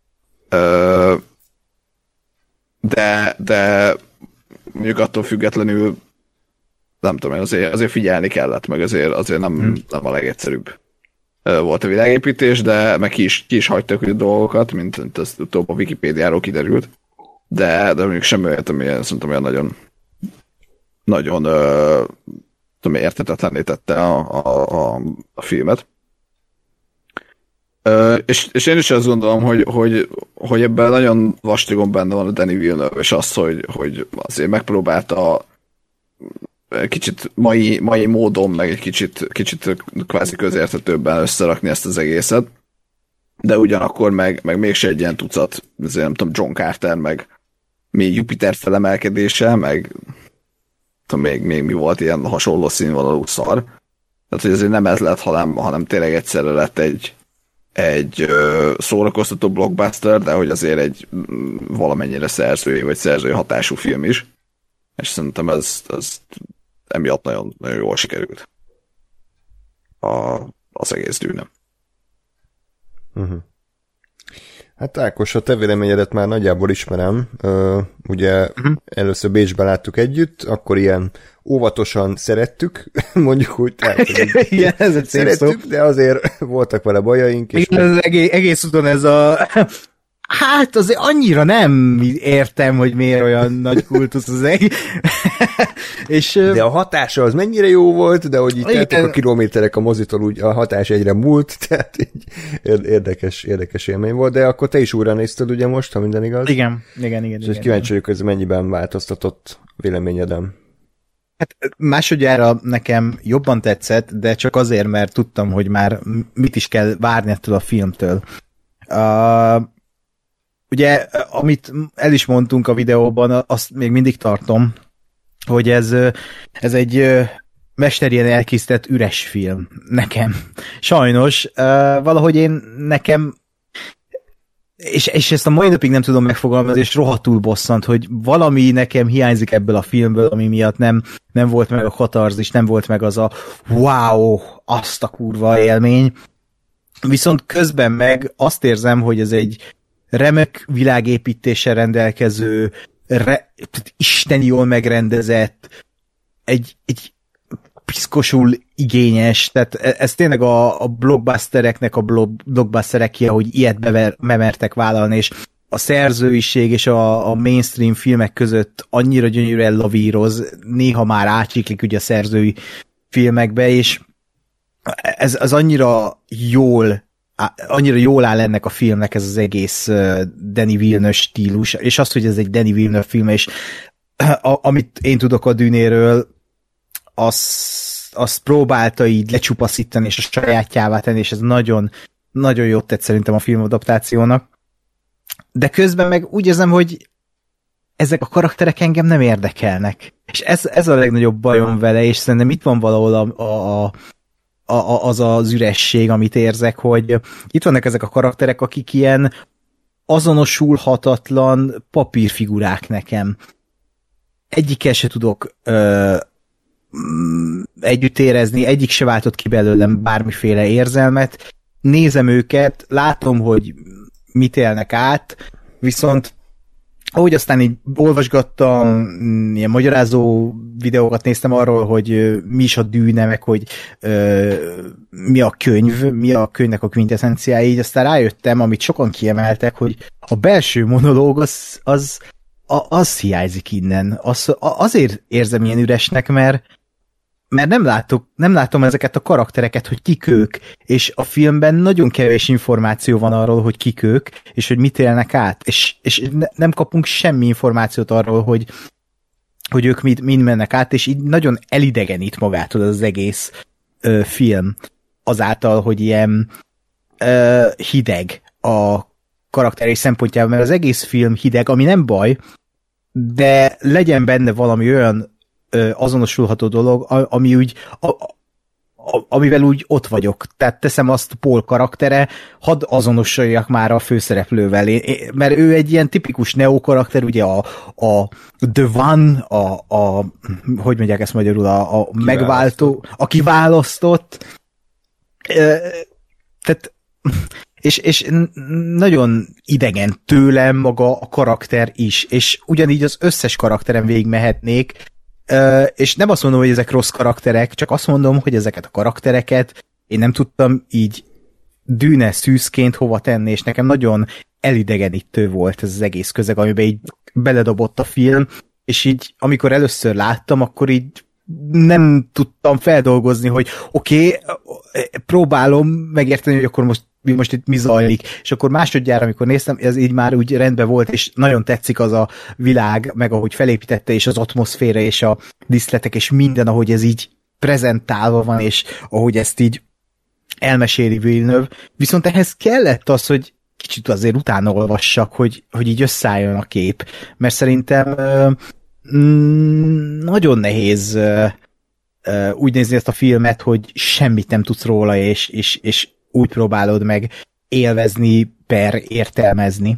De mondjuk attól függetlenül nem tudom, azért figyelni kellett, meg azért nem a legegyszerűbb volt a világépítés, de meg ki is hagytak úgy dolgokat, mint az utóbb a Wikipédiáról kiderült. De mondjuk semmi olyat, ami szerintem olyan nagyon tudom, érthetetlenné tette a filmet. És én is azt gondolom, hogy ebben nagyon vastagon benne van a Denis Villeneuve, és az, hogy azért megpróbálta kicsit mai módon, meg egy kicsit kvázi közérthetőbben összerakni ezt az egészet, de ugyanakkor meg mégse egy ilyen tucat, azért nem tudom, John Carter, meg mi Jupiter felemelkedése, meg tudom, még mi volt ilyen hasonló színvonalú szar. Tehát, hogy azért nem ez lett, hanem tényleg egyszerre lett egy szórakoztató blockbuster, de hogy azért egy valamennyire szerzői hatású film is. És szerintem ez emiatt nagyon, nagyon jól sikerült az egész Dűne. Uh-huh. Hát Ákos, a te véleményedet már nagyjából ismerem. Ugye először Bécsben láttuk együtt, akkor ilyen óvatosan szerettük, mondjuk úgy, tehát, igen, ez egy szerettük, de azért voltak vele bajaink. És igen, ez egész úton ez a... Hát azért annyira nem értem, hogy miért olyan nagy kultusz az és, de a hatása az mennyire jó volt, de hogy így teltek a kilométerek a mozitól, úgy a hatás egyre múlt, tehát így érdekes élmény volt, de akkor te is újra nézted ugye most, ha minden igaz? Igen. És kíváncsi vagyok, hogy ez mennyiben változtatott véleményedem. Hát másodjára nekem jobban tetszett, de csak azért, mert tudtam, hogy már mit is kell várni ettől a filmtől. Ugye, amit el is mondtunk a videóban, azt még mindig tartom, hogy ez egy mesterien elkészített üres film nekem. Sajnos, valahogy nekem, és ezt a mai napig nem tudom megfogalmazni, és rohadtul bosszant, hogy valami nekem hiányzik ebből a filmből, ami miatt nem volt meg a katarzis, nem volt meg az a wow, azt a kurva élmény. Viszont közben meg azt érzem, hogy ez egy remek világépítéssel rendelkező, isteni jól megrendezett, egy piszkosul igényes, tehát ez tényleg a blockbustereknek a blockbusterekje, hogy ilyet bemertek vállalni, és a szerzőiség és a mainstream filmek között annyira gyönyörűen lavíroz, néha már átsiklik ugye a szerzői filmekbe, és ez annyira jól áll ennek a filmnek ez az egész Denis Villeneuve stílus, és az, hogy ez egy Denis Villeneuve film, és amit én tudok a Dűnéről, azt próbálta így lecsupaszítani, és a sajátjává tenni, és ez nagyon, nagyon jót tett szerintem a filmadaptációnak. De közben meg úgy érzem, hogy ezek a karakterek engem nem érdekelnek. És ez a legnagyobb bajom vele, és szerintem itt van valahol az az üresség, amit érzek, hogy itt vannak ezek a karakterek, akik ilyen azonosulhatatlan papírfigurák nekem. Egyikkel se tudok együtt érezni, egyik se váltott ki belőlem bármiféle érzelmet. Nézem őket, látom, hogy mit élnek át, viszont ahogy aztán így olvasgattam, ilyen magyarázó videókat néztem arról, hogy mi is a Dűne, meg hogy mi a könyv, mi a könyvnek a quintessenciája, így aztán rájöttem, amit sokan kiemeltek, hogy a belső monológ az hiányzik innen. Azért érzem ilyen üresnek, mert nem látom ezeket a karaktereket, hogy kik ők, és a filmben nagyon kevés információ van arról, hogy kik ők, és hogy mit élnek át, és nem kapunk semmi információt arról, hogy ők mind mennek át, és így nagyon elidegenít magától az egész film, azáltal, hogy ilyen hideg a karakterek szempontjában, mert az egész film hideg, ami nem baj, de legyen benne valami olyan azonosulható dolog, ami úgy, amivel úgy ott vagyok. Tehát teszem azt Paul karaktere, hadd azonosuljak már a főszereplővel, mert ő egy ilyen tipikus Neo karakter, ugye a The One, hogy mondják ezt magyarul, a megváltó, a kiválasztott, tehát és nagyon idegen tőlem maga a karakter is, és ugyanígy az összes karakteren végigmehetnék, és nem azt mondom, hogy ezek rossz karakterek, csak azt mondom, hogy ezeket a karaktereket én nem tudtam így Dűne szűzként hova tenni, és nekem nagyon elidegenítő volt ez az egész közeg, amiben így beledobott a film, és így amikor először láttam, akkor így nem tudtam feldolgozni, hogy oké, próbálom megérteni, hogy akkor most itt mi zajlik, és akkor másodjára, amikor néztem, ez így már úgy rendben volt, és nagyon tetszik az a világ, meg ahogy felépítette, és az atmoszféra, és a diszletek, és minden, ahogy ez így prezentálva van, és ahogy ezt így elmeséli Villeneuve. Viszont ehhez kellett az, hogy kicsit azért utána olvassak, hogy így összeálljon a kép, mert szerintem nagyon nehéz úgy nézni ezt a filmet, hogy semmit nem tudsz róla, és úgy próbálod meg élvezni, értelmezni.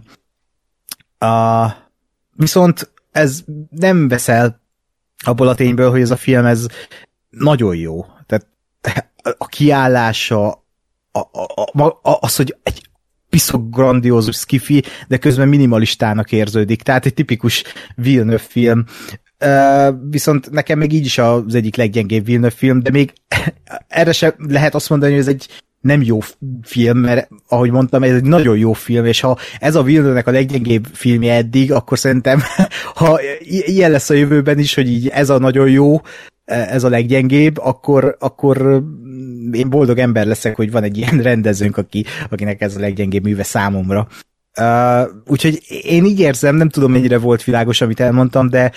Viszont ez nem veszel abból a tényből, hogy ez a film ez nagyon jó. Tehát a kiállása, az, hogy egy piszok grandiózus skifi, de közben minimalistának érződik. Tehát egy tipikus Villeneuve film. Viszont nekem még így is az egyik leggyengébb Villeneuve film, de még erre sem lehet azt mondani, hogy ez egy nem jó film, mert ahogy mondtam, ez egy nagyon jó film, és ha ez a Villeneuve-nek a leggyengébb filmje eddig, akkor szerintem, ha ilyen lesz a jövőben is, hogy így ez a nagyon jó, ez a leggyengébb, akkor én boldog ember leszek, hogy van egy ilyen rendezőnk, akinek ez a leggyengébb műve számomra. Úgyhogy én így érzem, nem tudom, mennyire volt világos, amit elmondtam, de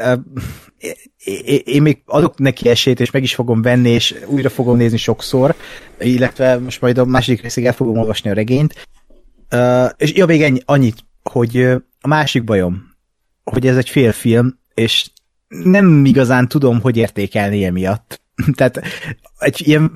én még adok neki esélyt, és meg is fogom venni, és újra fogom nézni sokszor, illetve most majd a második részig el fogom olvasni a regényt. És ja, még annyit, hogy a másik bajom, hogy ez egy félfilm, és nem igazán tudom, hogy értékelni emiatt. Tehát egy ilyen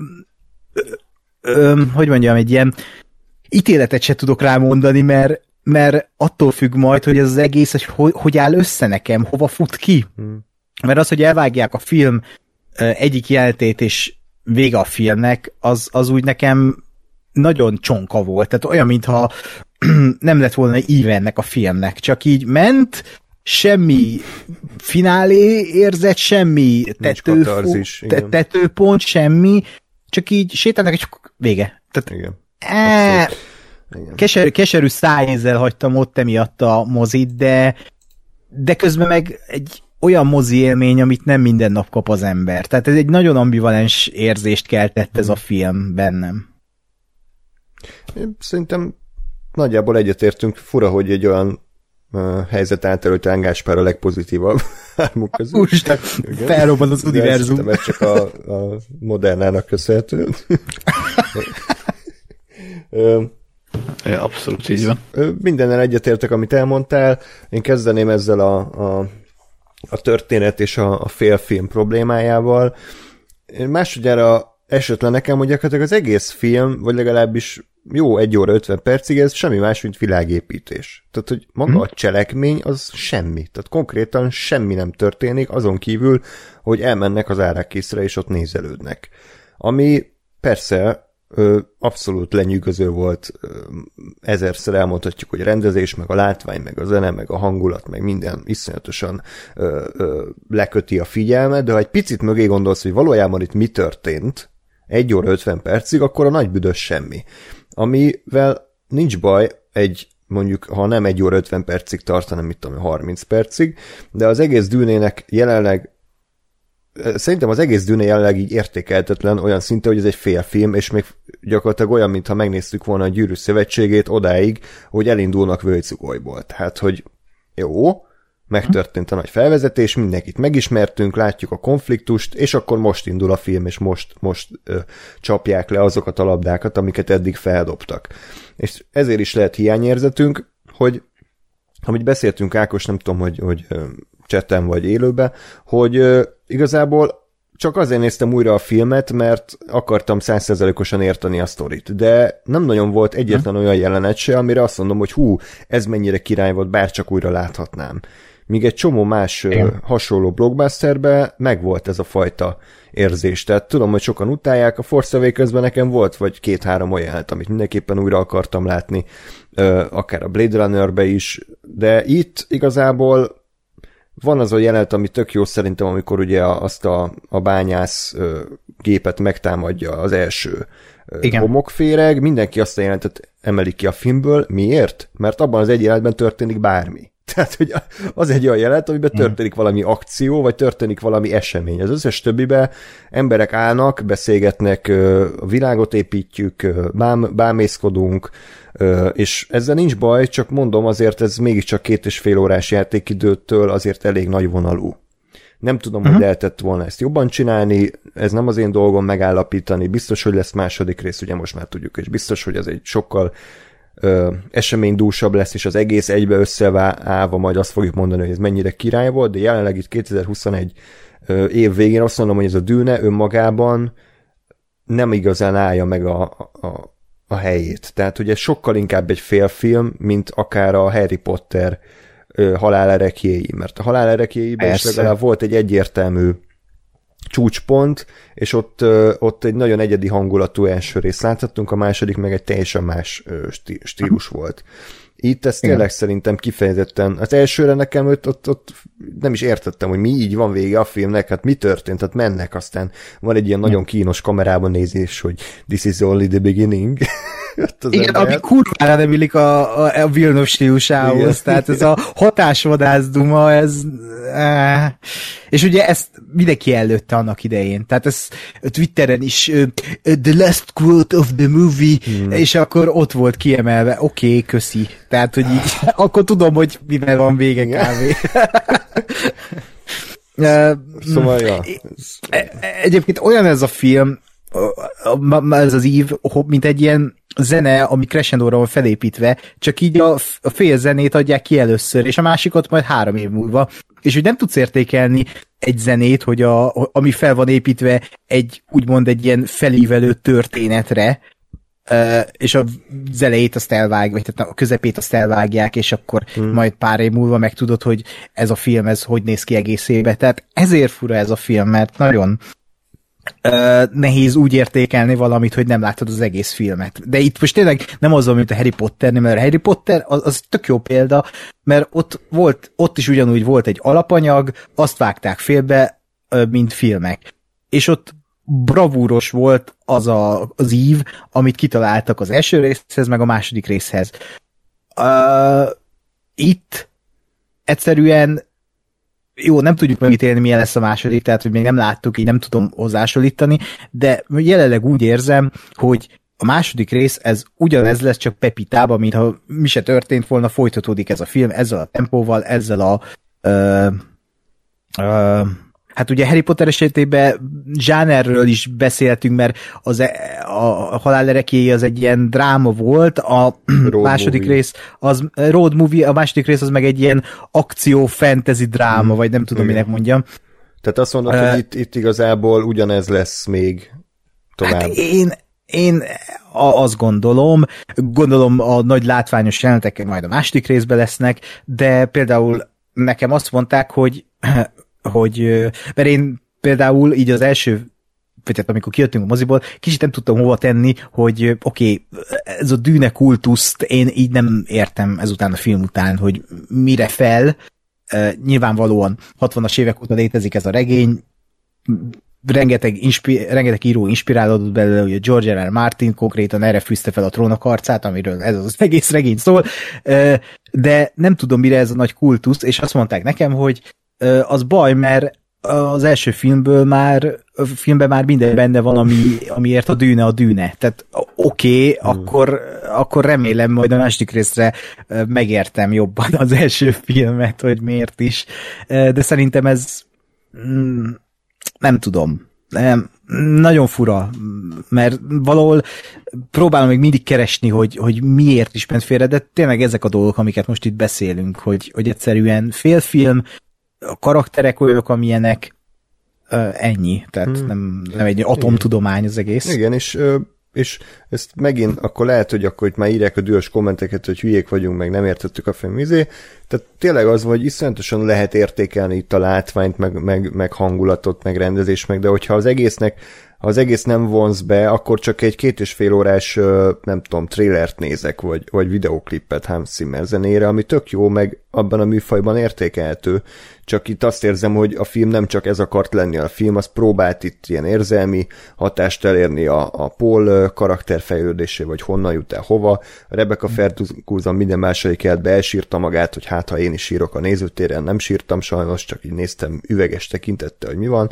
hogy mondjam, egy ilyen ítéletet se tudok rámondani, mert attól függ majd, hogy ez az egész, hogy áll össze nekem, hova fut ki. Mert az, hogy elvágják a film egyik jelenetét, és vége a filmnek, az úgy nekem nagyon csonka volt. Tehát olyan, mintha nem lett volna íve ennek a filmnek. Csak így ment, semmi finálé érzet, semmi tetőpont, semmi, csak így sétálnak, és vége. Tehát, igen. Keserű szájézzel hagytam ott emiatt a mozit, de közben meg egy olyan mozi élmény, amit nem minden nap kap az ember. Tehát ez egy nagyon ambivalens érzést keltett ez a film bennem. Én szerintem nagyjából egyetértünk, fura, hogy egy olyan helyzet állt elő, hogy Talán Gáspár a legpozitívabb hármunk közül. Úristen, felrobban az univerzum. Ez csak a Modernának köszönhető. Abszolút így van. Mindennel egyetértek, amit elmondtál. Én kezdeném ezzel a történet és a félfilm problémájával. Másodjára esett le nekem, hogy gyakorlatilag az egész film, vagy legalábbis jó 1 óra 50 percig, ez semmi más, mint világépítés. Tehát, hogy maga a cselekmény az semmi. Tehát konkrétan semmi nem történik, azon kívül, hogy elmennek az Arrakisre, és ott nézelődnek. Ami persze abszolút lenyűgöző volt, ezerszer elmondhatjuk, hogy rendezés, meg a látvány, meg a zene, meg a hangulat, meg minden iszonyatosan leköti a figyelmet, de ha egy picit mögé gondolsz, hogy valójában itt mi történt 1 óra 50 percig, akkor a nagy büdös semmi. Amivel nincs baj, mondjuk, ha nem 1 óra 50 percig tart, hanem mit tudom, 30 percig, de az egész Dűnének jelenleg szerintem az egész Dűne jelenleg így értékeltetlen olyan szinte, hogy ez egy félfilm, és még gyakorlatilag olyan, mintha megnéztük volna a Gyűrűs Szövetségét odáig, hogy elindulnak Völgyzugolyból. Tehát, hogy jó, megtörtént a nagy felvezetés, mindenkit megismertünk, látjuk a konfliktust, és akkor most indul a film, és most csapják le azokat a labdákat, amiket eddig feldobtak. És ezért is lehet hiányérzetünk, hogy amit beszéltünk, Ákos, nem tudom, hogy chatten vagy élőben, hogy igazából csak azért néztem újra a filmet, mert akartam 100%-osan érteni a sztorit, de nem nagyon volt egyetlen olyan jelenet se, amire azt mondom, hogy hú, ez mennyire király volt, bárcsak újra láthatnám. Míg egy csomó más hasonló blockbusterben megvolt ez a fajta érzés. Tehát tudom, hogy sokan utálják, a Force Awakensben nekem volt vagy 2-3 olyan jelenet, amit mindenképpen újra akartam látni, akár a Blade Runnerbe is, de itt igazából van az a jelenet, ami tök jó szerintem, amikor ugye azt a bányász gépet megtámadja az első homokféreg, mindenki azt a jelenetet emelik ki a filmből. Miért? Mert abban az egy jelenetben történik bármi. Tehát, hogy az egy olyan jelenet, amiben történik valami akció, vagy történik valami esemény. Az összes többiben emberek állnak, beszélgetnek, a világot építjük, bámészkodunk, és ezzel nincs baj, csak mondom, azért ez mégiscsak 2,5 órás játékidőtől azért elég nagy vonalú. Nem tudom, hogy lehetett volna ezt jobban csinálni, ez nem az én dolgom megállapítani, biztos, hogy lesz második rész, ugye most már tudjuk, és biztos, hogy ez egy sokkal eseménydúsabb lesz, és az egész egybe összeállva majd azt fogjuk mondani, hogy ez mennyire király volt, de jelenleg itt 2021 év végén azt mondom, hogy ez a Dűne önmagában nem igazán állja meg a helyét. Tehát, hogy ez sokkal inkább egy félfilm, mint akár a Harry Potter halálerekjéi, mert a halálerekjéiben is legalább volt egy egyértelmű csúcspont, és ott egy nagyon egyedi hangulatú első részt láthattunk, a második meg egy teljesen más stílus volt. Itt ez tényleg szerintem kifejezetten, az elsőre nekem ott nem is értettem, hogy mi így van vége a filmnek, hát mi történt, hát mennek, aztán van egy ilyen nagyon kínos kamerában nézés, hogy this is only the beginning. Igen, ami kurvára nem illik a Villeneuve stílusához, tehát ez a hatásvadász duma, ez... És ugye ezt mindenki előtte annak idején, tehát ez Twitteren is the last quote of the movie, és akkor ott volt kiemelve, oké, köszi. Tehát, hogy így, akkor tudom, hogy mivel van vége kávé. Szóval, ja. Egyébként olyan ez a film, ez az ív, mint egy ilyen zene, ami crescendóra van felépítve, csak így a fél zenét adják ki először, és a másikat majd 3 év múlva. És hogy nem tudsz értékelni egy zenét, hogy ami fel van építve úgymond egy ilyen felívelő történetre, és az elejét azt elvágják, vagy tehát a közepét azt elvágják, és akkor majd pár év múlva megtudod, hogy ez a film, ez hogy néz ki egészébe. Tehát ezért fura ez a film, mert nagyon nehéz úgy értékelni valamit, hogy nem látod az egész filmet. De itt most tényleg nem az, mint a Harry Potter, mert a Harry Potter az tök jó példa, mert ott is ugyanúgy volt egy alapanyag, azt vágták félbe, mint filmek. És ott bravúros volt az ív, amit kitaláltak az első részhez, meg a második részhez. Itt egyszerűen jó, nem tudjuk megítélni, milyen lesz a második, tehát, hogy még nem láttuk, így nem tudom hozzásonlítani, de jelenleg úgy érzem, hogy a második rész, ez ugyanez lesz, csak pepitában, mintha mi se történt volna, folytatódik ez a film, ezzel a tempóval, ezzel hát ugye Harry Potter esetében zsánerről is beszéltünk, mert a halálerekjéi az egy ilyen dráma volt, a második movie. Rész az road movie, a második rész az meg egy ilyen akció fantasy dráma, vagy nem tudom, minek mondjam. Tehát azt mondod, hogy itt igazából ugyanez lesz még tovább. Hát én azt gondolom a nagy látványos jelenetek majd a második részben lesznek, de például nekem azt mondták, hogy mert én például így az első, vagy hát amikor kijöttünk a moziból, kicsit nem tudtam hova tenni, hogy oké, ez a Dűne kultuszt én így nem értem ezután a film után, hogy mire fel. Nyilvánvalóan 60-as évek óta létezik ez a regény, rengeteg író inspirálódott belőle, hogy a George R. R. Martin konkrétan erre fűzte fel a Trónok harcát, amiről ez az egész regény szól, de nem tudom, mire ez a nagy kultusz, és azt mondták nekem, hogy az baj, mert az első filmben már minden benne van, amiért a dűne. Tehát oké, akkor remélem majd a második részre megértem jobban az első filmet, hogy miért is. De szerintem ez nem tudom. Nagyon fura, mert valahol próbálom még mindig keresni, hogy miért is ment félre, de tényleg ezek a dolgok, amiket most itt beszélünk, hogy egyszerűen félfilm, a karakterek olyanok, amilyenek, ennyi. Tehát nem egy atomtudomány az egész. Igen, és ezt megint akkor lehet, hogy akkor itt már írják a dühös kommenteket, hogy hülyék vagyunk, meg nem értettük a film izé. Tehát tényleg az, hogy iszonyatosan lehet értékelni itt a látványt, meg hangulatot, meg rendezést, meg, de hogyha ha az egész nem vonz be, akkor csak egy 2,5 órás, nem tudom, trailert nézek, vagy videóklippet Hans Zimmer zenére, ami tök jó, meg abban a műfajban értékelhető. Csak itt azt érzem, hogy a film nem csak ez akart lenni, a film az próbált itt ilyen érzelmi hatást elérni a Paul karakterfejlődésé, vagy honnan jut el hova. A Rebecca Ferguson minden második jelentbe elsírta magát, hogy hát ha én is sírok a nézőtéren, nem sírtam sajnos, csak így néztem üveges tekintettel, hogy mi van.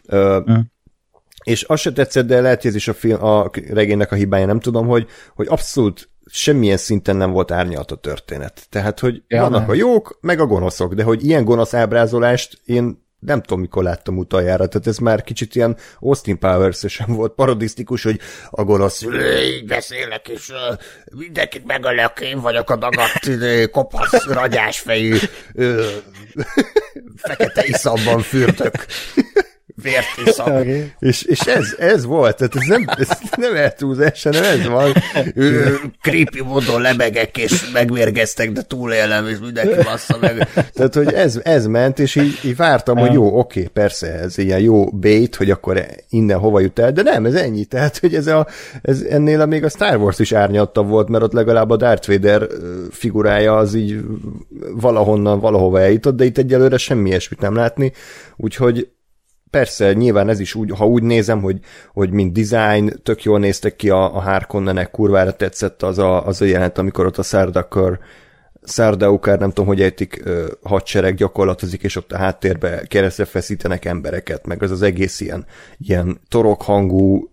És azt se tetszett, de lehet, hogy ez is a regénynek a hibája, nem tudom, hogy abszolút semmilyen szinten nem volt árnyalt a történet. Tehát, hogy vannak a jók, meg a gonoszok, de hogy ilyen gonosz ábrázolást én nem tudom, mikor láttam utoljára, tehát ez már kicsit ilyen Austin Powers-esen volt parodisztikus, hogy a gonosz így beszélek, és mindenkit megölök, én vagyok a dagadt, kopasz, ragyásfejű, fekete iszapban fürdök. Vért iszap. Okay. És ez volt, tehát ez nem eltúlzás, hanem ez van. Creepy módon lebegek, és megmérgeztek, de túlélem, és mindenki bassza meg. Tehát, hogy ez ment, és így vártam, hogy jó, oké, persze, ez ilyen jó bait, hogy akkor innen hova jut el, de nem, ez ennyi. Tehát, hogy ez ennél még a Star Wars is árnyaltabb volt, mert ott legalább a Darth Vader figurája az így valahova eljutott, de itt egyelőre semmi ilyesmit nem látni, úgyhogy persze, nyilván ez is úgy, ha úgy nézem, hogy mint design, tök jól néztek ki a Harkonnenek, kurvára tetszett az a jelent, amikor ott a Sardaukar, nem tudom, hogy ejtik, hadsereg gyakorlatozik, és ott a háttérbe keresztre feszítenek embereket, meg az egész ilyen torokhangú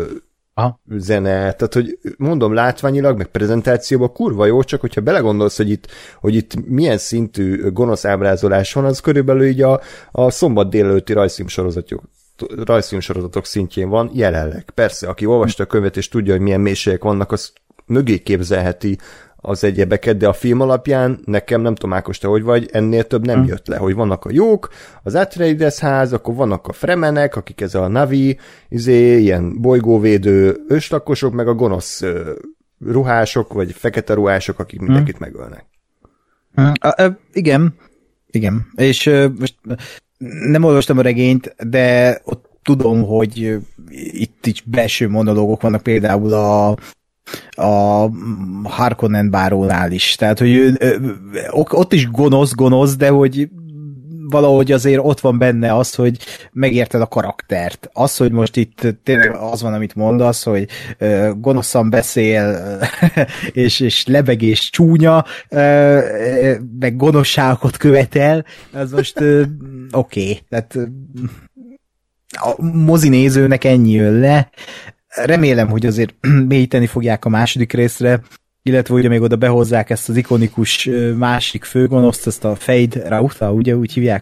zene, tehát hogy mondom, látványilag, meg prezentációban kurva jó, csak hogyha belegondolsz, hogy itt milyen szintű gonosz ábrázolás van, az körülbelül így a szombat délelőtti rajzfilmsorozatok szintjén van jelenleg. Persze, aki olvasta a könyvet és tudja, hogy milyen mélységek vannak, az mögé képzelheti az egyebeket, de a film alapján nekem, nem tudom, Ákos, te hogy vagy, ennél több nem jött le, hogy vannak a jók, az Atreides ház, akkor vannak a Fremenek, akik ez a Navi, ilyen bolygóvédő őslakosok, meg a gonosz ruhások, vagy fekete ruhások, akik mindenkit megölnek. Igen. És most nem olvastam a regényt, de ott tudom, hogy itt is belső monológok vannak, például a Harkonnen bárónál is. Tehát, hogy ott is gonosz, de hogy valahogy azért ott van benne az, hogy megérted a karaktert. Az, hogy most itt tényleg az van, amit mondasz, hogy gonoszan beszél, és lebeg és csúnya, meg gonoszságot követel, az most oké. Tehát a mozinézőnek ennyi jön le. Remélem, hogy azért mélyíteni fogják a második részre, illetve ugye még oda behozzák ezt az ikonikus másik főgonoszt, ezt a Fade Rauta, ugye úgy hívják,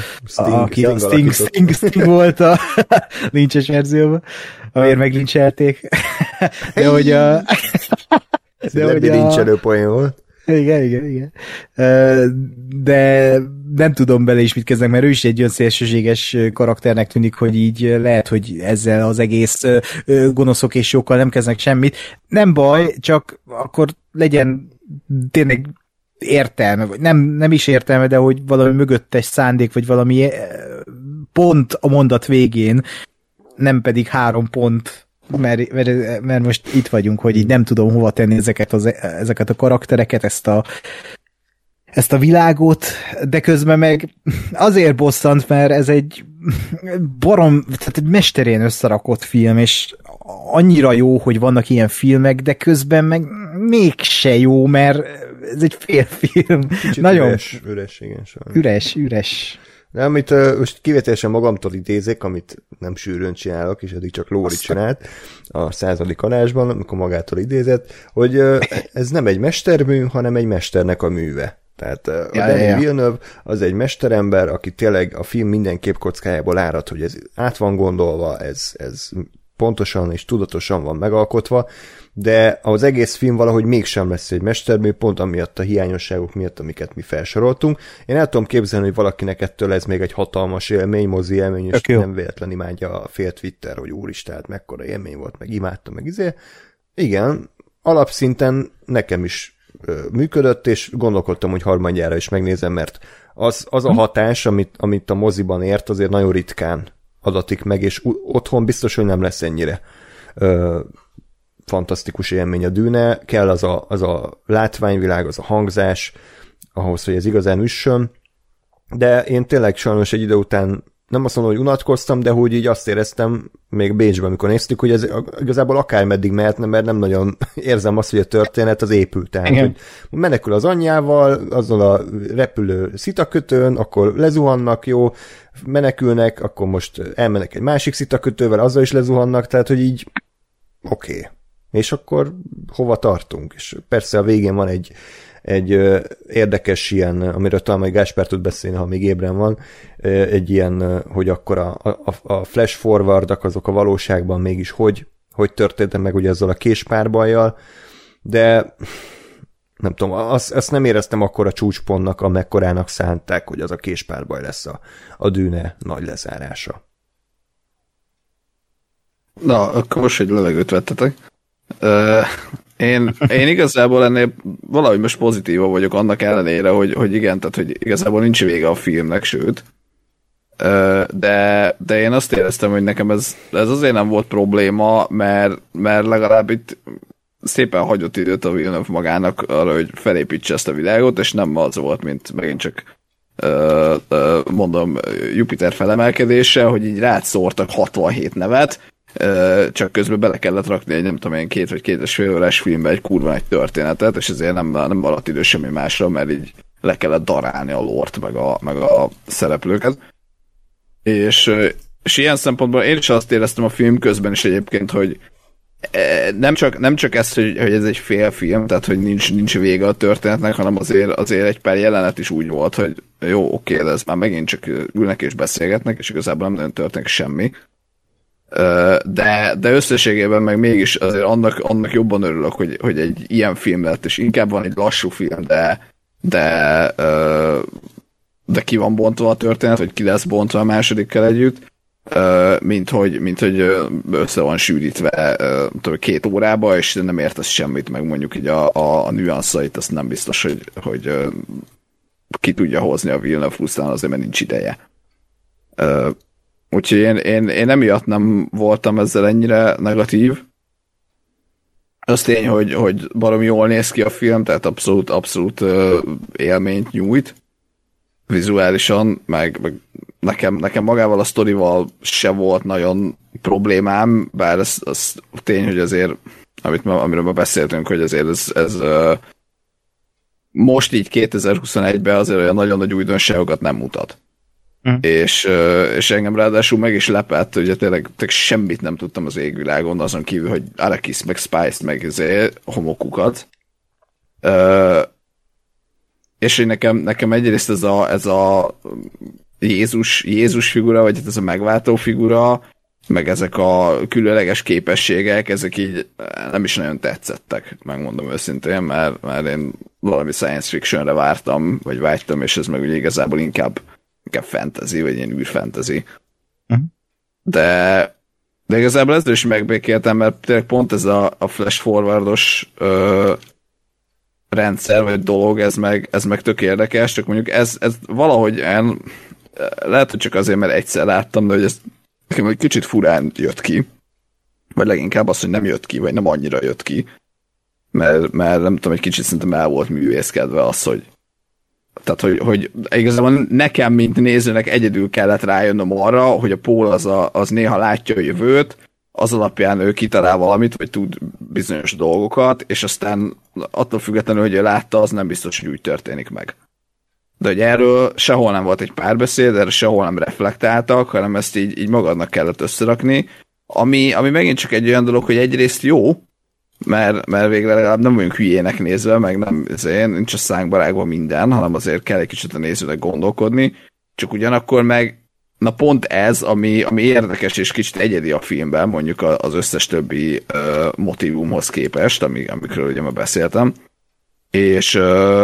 Sting volt a lincses verzióban, amiért meglincselték. De hogy ez egy lincselő poén volt. Igen. De nem tudom bele is mit kezdek, mert ő is egy olyan szélsőséges karakternek tűnik, hogy így lehet, hogy ezzel az egész gonoszok és jókkal nem kezdnek semmit. Nem baj, csak akkor legyen tényleg értelme, vagy nem is értelme, de hogy valami mögöttes szándék, vagy valami pont a mondat végén, nem pedig 3 pont, mert most itt vagyunk, hogy így nem tudom hova tenni ezeket a karaktereket, ezt a világot, de közben meg azért bosszant, mert ez egy tehát egy mesterén összerakott film, és annyira jó, hogy vannak ilyen filmek, de közben meg mégse jó, mert ez egy félfilm. Kicsit nagyon üres, igen. Sajnos. Üres. De amit most kivételesen magamtól idézek, amit nem sűrűn csinálok, és eddig csak Lóri csinált a 100. adásban, amikor magától idézett, hogy ez nem egy mestermű, hanem egy mesternek a műve. Tehát a Denis Villeneuve az egy mesterember, aki tényleg a film minden képkockájából árad, hogy ez át van gondolva, ez pontosan és tudatosan van megalkotva, de az egész film valahogy mégsem lesz egy mestermű, pont amiatt a hiányosságok miatt, amiket mi felsoroltunk. Én el tudom képzelni, hogy valakinek ettől ez még egy hatalmas élmény, mozi élmény, és nem véletlen imádja a fél Twitter, hogy úristen, mekkora élmény volt, meg imádtam, meg izé. Igen, alapszinten nekem is működött, és gondolkodtam, hogy harmadjára is megnézem, mert az a hatás, amit a moziban ért, azért nagyon ritkán adatik meg, és otthon biztos, hogy nem lesz ennyire fantasztikus élmény a Dűne, kell az a látványvilág, az a hangzás, ahhoz, hogy ez igazán üssön, de én tényleg sajnos egy idő után nem azt mondom, hogy unatkoztam, de hogy így azt éreztem, még Bécsben, amikor néztük, hogy ez igazából akármeddig mehetne, mert nem nagyon érzem azt, hogy a történet az épült. Tehát, hogy menekül az anyjával, azzal a repülő szitakötőn, akkor lezuhannak, jó, menekülnek, akkor most elmennek egy másik szitakötővel, azzal is lezuhannak, tehát, hogy így oké. És akkor hova tartunk? És persze a végén van egy érdekes ilyen, amiről talán majd Gáspár tud beszélni, ha még ébren van, egy ilyen, hogy akkor a flash forwardok azok a valóságban mégis hogy történtek meg ugye ezzel a késpárbajjal, de nem tudom, azt nem éreztem akkor a csúcspontnak, amekkorának szánták, hogy az a késpárbaj lesz a Dűne nagy lezárása. Na, akkor most egy levegőt vettetek. Én igazából ennél valahogy most pozitíva vagyok annak ellenére, hogy igen, tehát hogy igazából nincs vége a filmnek, sőt. De én azt éreztem, hogy nekem ez azért nem volt probléma, mert legalább itt szépen hagyott időt a Villeneuve magának arra, hogy felépítse ezt a világot, és nem az volt, mint megint csak mondom, Jupiter felemelkedése, hogy így rád szórtak 67 nevet, csak közben bele kellett rakni egy nem tudom én 2 vagy 2,5 órás filmbe egy kurva nagy történetet, és ezért nem maradt idő semmi másra, mert így le kellett darálni a lort, meg a szereplőket. És ilyen szempontból én is azt éreztem a film közben is egyébként, hogy nem csak ez, hogy ez egy félfilm, tehát hogy nincs vége a történetnek, hanem azért egy pár jelenet is úgy volt, hogy jó, oké, de ez már megint csak ülnek és beszélgetnek, és igazából nem nagyon történik semmi. De összességében meg mégis azért annak jobban örülök, hogy egy ilyen film lett, és inkább van egy lassú film, de ki van bontva a történet, vagy ki lesz bontva a másodikkal együtt, mint hogy össze van sűrítve 2 órába, és nem értesz semmit, meg mondjuk így a nüanszait, azt nem biztos, hogy ki tudja hozni a Villeneuve pusztán azért, mert nincs ideje. Úgyhogy én emiatt nem voltam ezzel ennyire negatív. Az tény, hogy baromi jól néz ki a film, tehát abszolút élményt nyújt vizuálisan, meg nekem magával a sztorival se volt nagyon problémám, bár ez tény, hogy azért, amiről ma beszéltünk, hogy azért ez most így 2021-ben azért olyan nagyon nagy újdonságokat nem mutat. És engem ráadásul meg is lepett, ugye tényleg semmit nem tudtam az égvilágon, azon kívül, hogy Arrakis, meg Spice-t, meg homokukat. És nekem egyrészt ez a Jézus figura, vagy ez a megváltó figura, meg ezek a különleges képességek, ezek így nem is nagyon tetszettek, megmondom őszintén, mert én valami science fictionre vártam, vagy vágytam, és ez meg ugye igazából inkább fantasy, vagy ilyen űrfantasy. De igazából ezzel is megbékéltem, mert tényleg pont ez a flash forwardos rendszer, vagy dolog, ez meg tök érdekes, csak mondjuk ez valahogy lehet, hogy csak azért, mert egyszer láttam, de hogy ez nekem egy kicsit furán jött ki, vagy leginkább az, hogy nem jött ki, vagy nem annyira jött ki, mert nem tudom, egy kicsit szerintem el volt művészkedve az, hogy tehát, hogy igazából nekem, mint nézőnek egyedül kellett rájönnöm arra, hogy a Paul az néha látja a jövőt, az alapján ő kitalál valamit, vagy tud bizonyos dolgokat, és aztán attól függetlenül, hogy ő látta, az nem biztos, hogy úgy történik meg. De hogy erről sehol nem volt egy párbeszéd, erről sehol nem reflektáltak, hanem ezt így magadnak kellett összerakni, ami megint csak egy olyan dolog, hogy egyrészt jó, mert végre legalább nem vagyunk hülyének nézve, meg nem, nincs a szánkba rágva minden, hanem azért kell egy kicsit a nézőnek gondolkodni, csak ugyanakkor meg na pont ez, ami érdekes és kicsit egyedi a filmben, mondjuk az összes többi motívumhoz képest, amikről ugye már beszéltem, és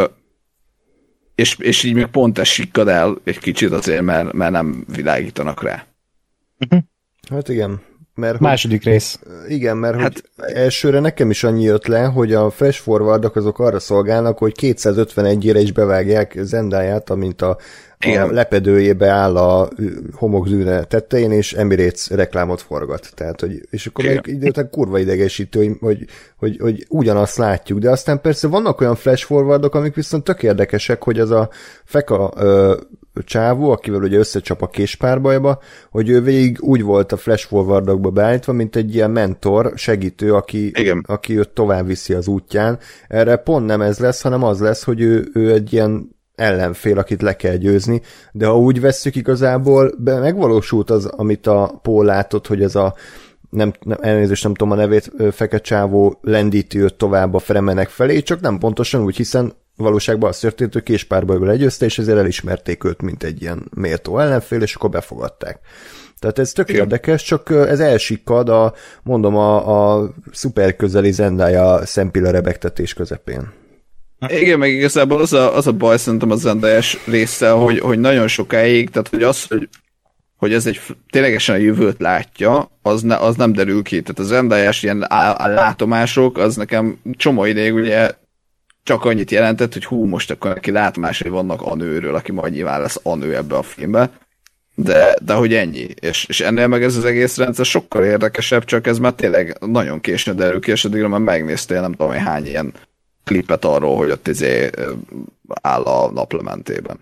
így még pont ez sikkad el egy kicsit azért, mert nem világítanak rá. Hát igen. Mert második rész. Igen, mert hogy elsőre nekem is annyi jött le, hogy a flash forwardok azok arra szolgálnak, hogy 251-ére is bevágják Zendayát, amint a lepedőjébe áll a homokzűre tetején, és Emirates reklámot forgat. Tehát, hogy, és akkor még időt kurva idegesítő, hogy ugyanazt látjuk. De aztán persze vannak olyan flash forwardok, amik viszont tök érdekesek, hogy az a Feka csávó, akivel ugye összecsap a késpárbajba, hogy ő végig úgy volt a flash forwardokba beállítva, mint egy ilyen mentor, segítő, aki őt tovább viszi az útján. Erre pont nem ez lesz, hanem az lesz, hogy ő egy ilyen ellenfél, akit le kell győzni, de ha úgy vesszük igazából, megvalósult az, amit a Paul látott, hogy ez a elnézést, nem tudom a nevét, fekete csávó lendíti őt tovább a Fremenek felé, csak nem pontosan úgy, hiszen valóságban az történt, hogy késpárbajból legyőzte, és ezért elismerték őt, mint egy ilyen méltó ellenfél, és akkor befogadták. Tehát ez tök érdekes, csak ez elsikkad a szuper közeli Zendaya szempilla rebegtetés közepén. Igen, meg igazából az a baj szerintem a Zendaya-s résszel, hogy nagyon sokáig, tehát hogy ez egy ténylegesen a jövőt látja, az nem derül ki. Tehát a Zendaya-s ilyen látomások, az nekem csomó ideig ugye csak annyit jelentett, hogy most akkor neki látomásai vannak a nőről, aki majd nyilván lesz a nő ebbe a filmbe. De hogy ennyi. És ennél meg ez az egész rendszer sokkal érdekesebb, csak ez már tényleg nagyon későn derül ki, és addigra már megnéztél nem tudom, hogy hány ilyen klipet arról, hogy ott áll a naplementében.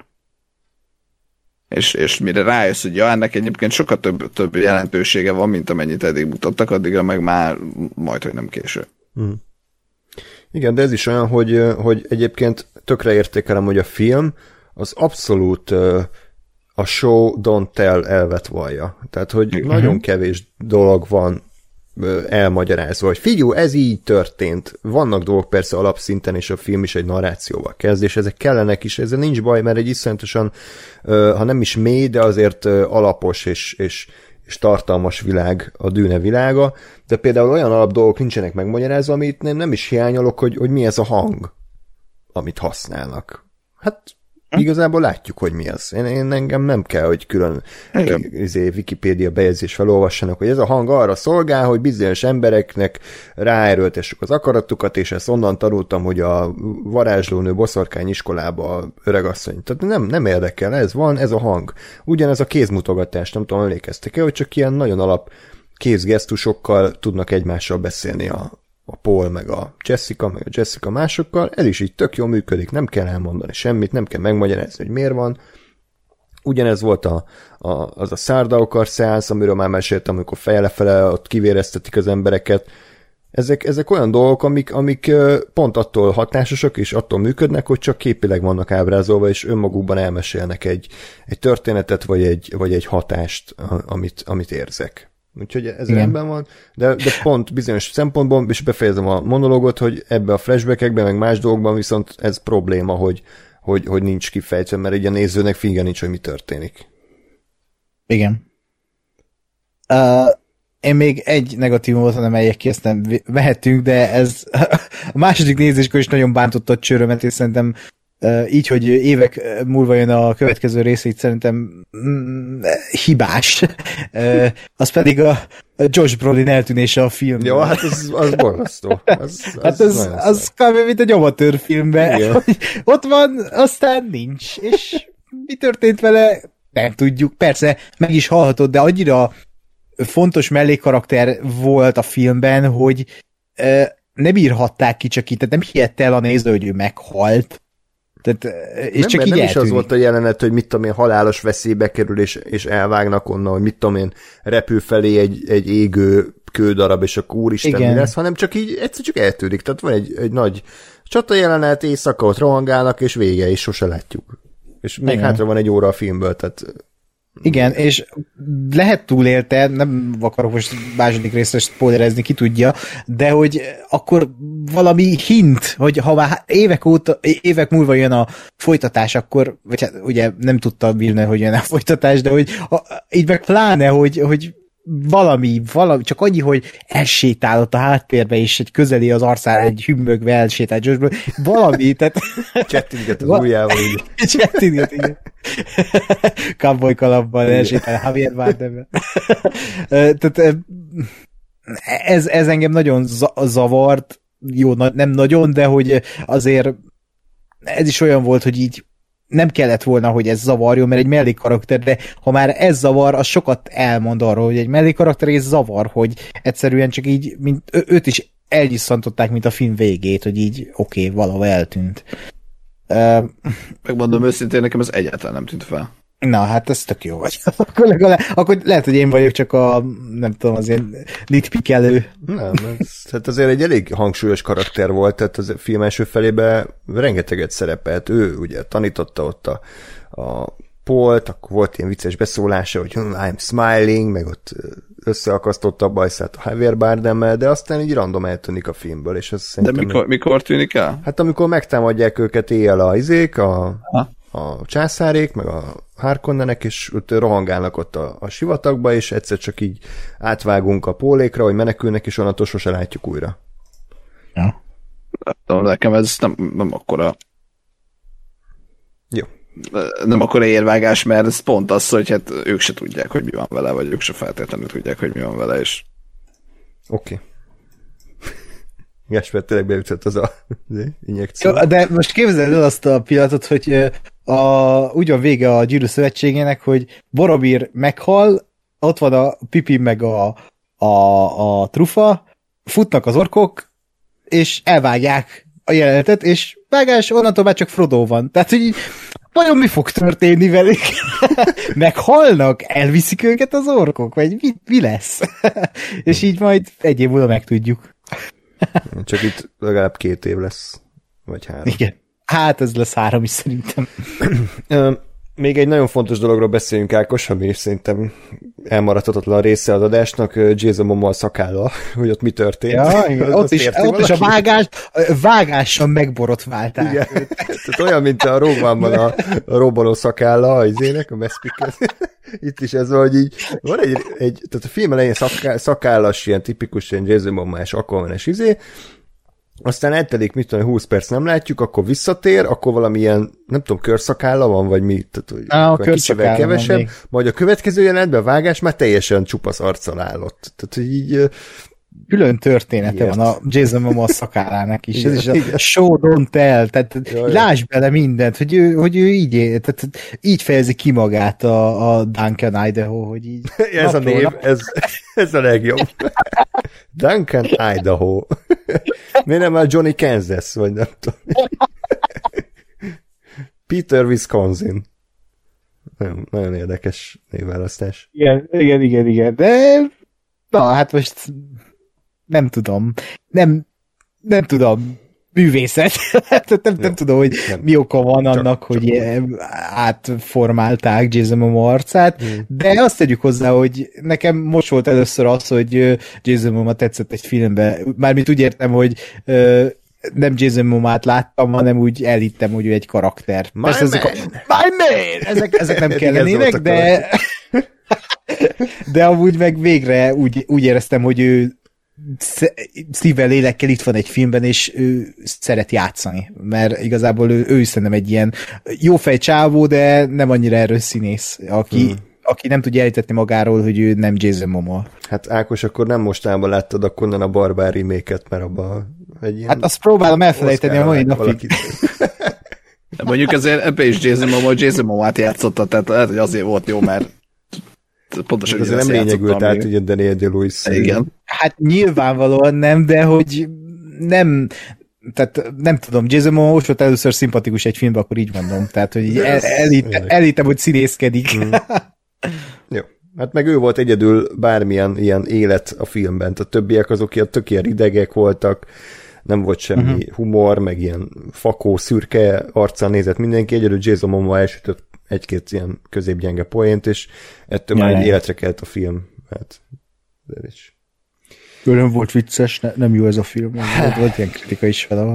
És mire rájössz, hogy ennek egyébként sokkal több jelentősége van, mint amennyit eddig mutattak, addigra meg már majd, hogy nem késő. Igen, de ez is olyan, hogy egyébként tökre értékelem, hogy a film az abszolút a show don't tell elvet vallja. Tehát, hogy nagyon kevés dolog van elmagyarázva, hogy figyelj, ez így történt. Vannak dolgok persze alapszinten, és a film is egy narrációval kezd, és ezek kellenek is, ezzel nincs baj, mert egy iszonyatosan, ha nem is mély, de azért alapos és tartalmas világ a Dűne világa, de például olyan alap dolgok nincsenek megmagyarázva, amit nem is hiányolok, hogy mi ez a hang, amit használnak. Hát igazából látjuk, hogy mi az. Én engem nem kell, hogy külön Wikipédia bejegyzés felolvassanak, hogy ez a hang arra szolgál, hogy bizonyos embereknek ráerőltessük az akaratukat, és ezt onnan tanultam, hogy a varázslónő boszorkány iskolába öregasszony. Tehát nem érdekel, ez van, ez a hang. Ugyanez a kézmutogatás, nem tudom, emlékeztek-e, hogy csak ilyen nagyon alap kézgesztusokkal tudnak egymással beszélni a Paul, meg a Jessica másokkal, ez is így tök jól működik, nem kell elmondani semmit, nem kell megmagyarázni, hogy miért van. Ugyanez volt az a Sardaukar szeánsz, amiről már meséltem, amikor feje lefele ott kivéreztetik az embereket. Ezek olyan dolgok, amik pont attól hatásosak, és attól működnek, hogy csak képileg vannak ábrázolva, és önmagukban elmesélnek egy történetet, vagy egy hatást, amit érzek. Úgyhogy ez rendben van, de pont bizonyos szempontból, és befejezem a monológot, hogy ebbe a flashbackekben, meg más dolgokban viszont ez probléma, hogy nincs kifejtve, mert így a nézőnek finga nincs, hogy mi történik. Igen. Én még egy negatívumot emeljek ki, ezt nem vehetünk, de ez a második nézéskor is nagyon bántotta a csőrömet, és szerintem így, hogy évek múlva jön a következő rész, így szerintem hibás. Az pedig a Josh Brolin eltűnése a filmben. Jó, hát az borzasztó. Az kb. Mint egy amatőr filmben. Ott van, aztán nincs. És mi történt vele? Nem tudjuk. Persze, meg is hallhatod, de annyira fontos mellékkarakter volt a filmben, hogy nem írhatták ki csak itt, tehát nem hihette el a néző, hogy ő meghalt. Tehát, és nem, csak így nem eltűnik. is az volt a jelenet, hogy mit tudom én, halálos veszélybe kerül, és elvágnak onnan, hogy mit tudom én, repül felé egy égő kődarab, és akkor úristen mi lesz, hanem csak így egyszer csak eltűnik. Tehát van egy nagy csata jelenet, éjszaka ott rohangálnak, és vége, és sose látjuk. És még hátra van egy óra a filmből, tehát... Igen, és lehet túlélte, nem akarok most második részre spoilerezni, ki tudja, de hogy akkor valami hint, hogy ha már évek múlva jön a folytatás, akkor, vagy hát ugye nem tudta bírni, hogy jön a folytatás, de hogy így meg pláne, hogy valami, csak annyi, hogy elsétálott a háttérbe, és egy közeli az arcára egy hümmögve elsétált Joshból, valami, tehát... Csettinget az ujjával. Csettinget, igen. Cowboy kalapban elsétál Javier Bardemben. Tehát ez engem nagyon zavart, jó, nem nagyon, de hogy azért ez is olyan volt, hogy így nem kellett volna, hogy ez zavarjon, mert egy mellékkarakter, de ha már ez zavar, az sokat elmond arról, hogy egy mellékkarakter és zavar, hogy egyszerűen csak így, mint őt is elnyisszantották, mint a film végét, hogy így oké, valahol eltűnt. Megmondom őszintén, nekem ez egyáltalán nem tűnt fel. Na, hát ez tök jó vagy. Akkor lehet, hogy én vagyok csak nem tudom, az én nitpickelő. Nem, hát azért egy elég hangsúlyos karakter volt, tehát az film első felében rengeteget szerepelt. Ő ugye tanította ott a Pault, akkor volt ilyen vicces beszólása, hogy I'm smiling, meg ott összeakasztotta a bajszát a Javier Bardemmel, de aztán így random eltűnik a filmből, és ez szerintem... De mikor tűnik el? Hát amikor megtámadják őket éjjel a császárék, meg a Harkonnenek, és ott rohangálnak ott a sivatagba, és egyszer csak így átvágunk a Paulékra, hogy menekülnek, és onnantól sose látjuk újra. Ja. Nekem ez nem akkora... Jó. Nem akkora érvágás, mert ez pont az, hogy hát ők se tudják, hogy mi van vele, vagy ők se feltétlenül tudják, hogy mi van vele, és... Oké. Gáspár, tényleg beütött az a injekció. Jó, de most képzeld el azt a pillanatot, hogy úgy van vége a Gyűrű Szövetségének, hogy Boromir meghal, ott van a Pippin meg a trufa, futnak az orkok, és elvágják a jelenetet, és vágás, onnantól már csak Frodo van. Tehát, hogy vajon mi fog történni velük? Meghalnak? Elviszik őket az orkok? Vagy mi lesz? És így majd egy év múlva megtudjuk. Csak itt legalább 2 év lesz, vagy 3. Igen. Hát ez lesz 3 is szerintem. Még egy nagyon fontos dologról beszéljünk, Ákos, ami szerintem elmaradhatatlan része az adásnak, Jason Momoa szakállal, hogy ott mi történt. Ja, igen. Ott is a vágással megborotválták. Igen. Tehát olyan, mint a Rogue One-ban a robbanó szakálla, a izének, a Mespik. Itt is ez van, hogy így van tehát a film elején szakállas, ilyen tipikus ilyen Jason Momoa-s Aquaman-es izé, aztán eltelik, mit tudom, 20 perc nem látjuk, akkor visszatér, akkor valamilyen, nem tudom, körszakálla van, vagy mi, tehát hogy kicsivel kevesebb, majd a következő jelenetben a vágás már teljesen csupasz arccal állott. Tehát, hogy így... Külön története van a Jason Momoa szakállának is. Ez is a show don't tell, tehát lásd bele mindent, hogy ő így, tehát így fejezi ki magát a Duncan Idaho, hogy így... Ez a név, ez a legjobb. Duncan Idaho. Miért nem már Johnny Kansas, vagy nem tudom. Peter Wisconsin. Nagyon érdekes névválasztás. Igen. De na, hát most nem tudom. Nem tudom. Művészet. nem tudom, hogy mi oka van annak, hogy átformálták Jason Momoa arcát, de azt tegyük hozzá, hogy nekem most volt először az, hogy Jason Momoa tetszett egy filmben. Mármint úgy értem, hogy nem Jason Momoa-t láttam, hanem úgy elhittem, hogy ő egy karakter. My man! Ezek nem kellenének, De amúgy meg végre úgy éreztem, hogy ő szívvel, lélekkel itt van egy filmben, és ő szeret játszani, mert igazából ő szerintem egy ilyen jófej csávó, de nem annyira erős színész, aki nem tudja elhitetni magáról, hogy ő nem Jason Momoa. Hát Ákos, akkor nem mostában láttad a Conan a Barbár remake-et, mert abban egy ilyen... Hát azt próbálom elfelejteni a mai napig. De mondjuk azért ebbe is Jason Momoa-t játszotta, tehát lehet, hogy azért volt jó, mert pontosan azért nem lényegült át, ugye Daniel Day-Lewis. Igen. Hát nyilvánvalóan nem, de hogy nem, tehát nem tudom, Jason Momoa most volt először szimpatikus egy filmben, akkor így mondom. Tehát, hogy elhittem, hogy színészkedik. Jó. Hát meg ő volt egyedül bármilyen ilyen élet a filmben. A többiek azok ilyen tök ilyen idegek voltak, nem volt semmi humor, meg ilyen fakó, szürke arccal nézett mindenki, egyedül Jason Momoa elsütött egy-két ilyen középgyenge poént, és ettől már egy életre kelt a film. Hát, de is. Nem volt vicces, nem jó ez a film, volt ilyen kritika is vele.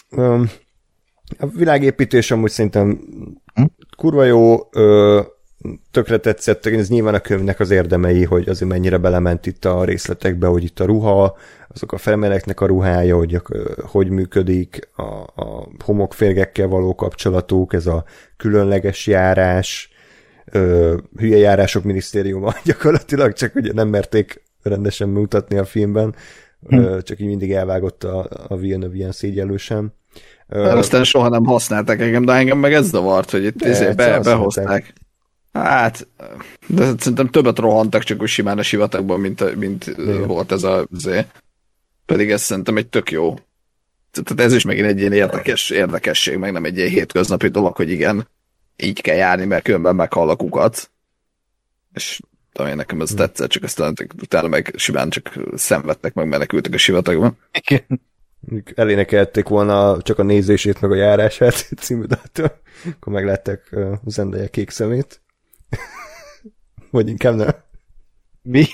A világépítés amúgy szerintem kurva jó, tökre tetszett, ez nyilván a könyvnek az érdemei, hogy azért mennyire belement itt a részletekbe, hogy itt a ruha, azok a felmeleknek a ruhája, hogy működik, a homokférgekkel való kapcsolatuk, ez a különleges járás, hülye járások minisztériuma gyakorlatilag, csak ugye nem merték rendesen mutatni a filmben, csak így mindig elvágott a Villeneuve ilyen szégyellősen. Aztán soha nem használták engem, de engem meg ez zavart, hogy itt behozták. Hát, de szerintem többet rohantak csak úgy simán a sivatagban, mint volt ez a pedig ez szerintem egy tök jó. Tehát ez is megint egy ilyen érdekesség, meg nem egy ilyen hétköznapi dolog, hogy igen, így kell járni, mert különben meghal a kukat. És talán nekem ez tetszett, csak aztán utána meg simán csak szenvedtek, meg menekültek a sivatagban. Elénekelték volna csak a nézését, meg a járását című dától, akkor meglátták Zendaya kék szemét. Vagy inkább nem. Mi?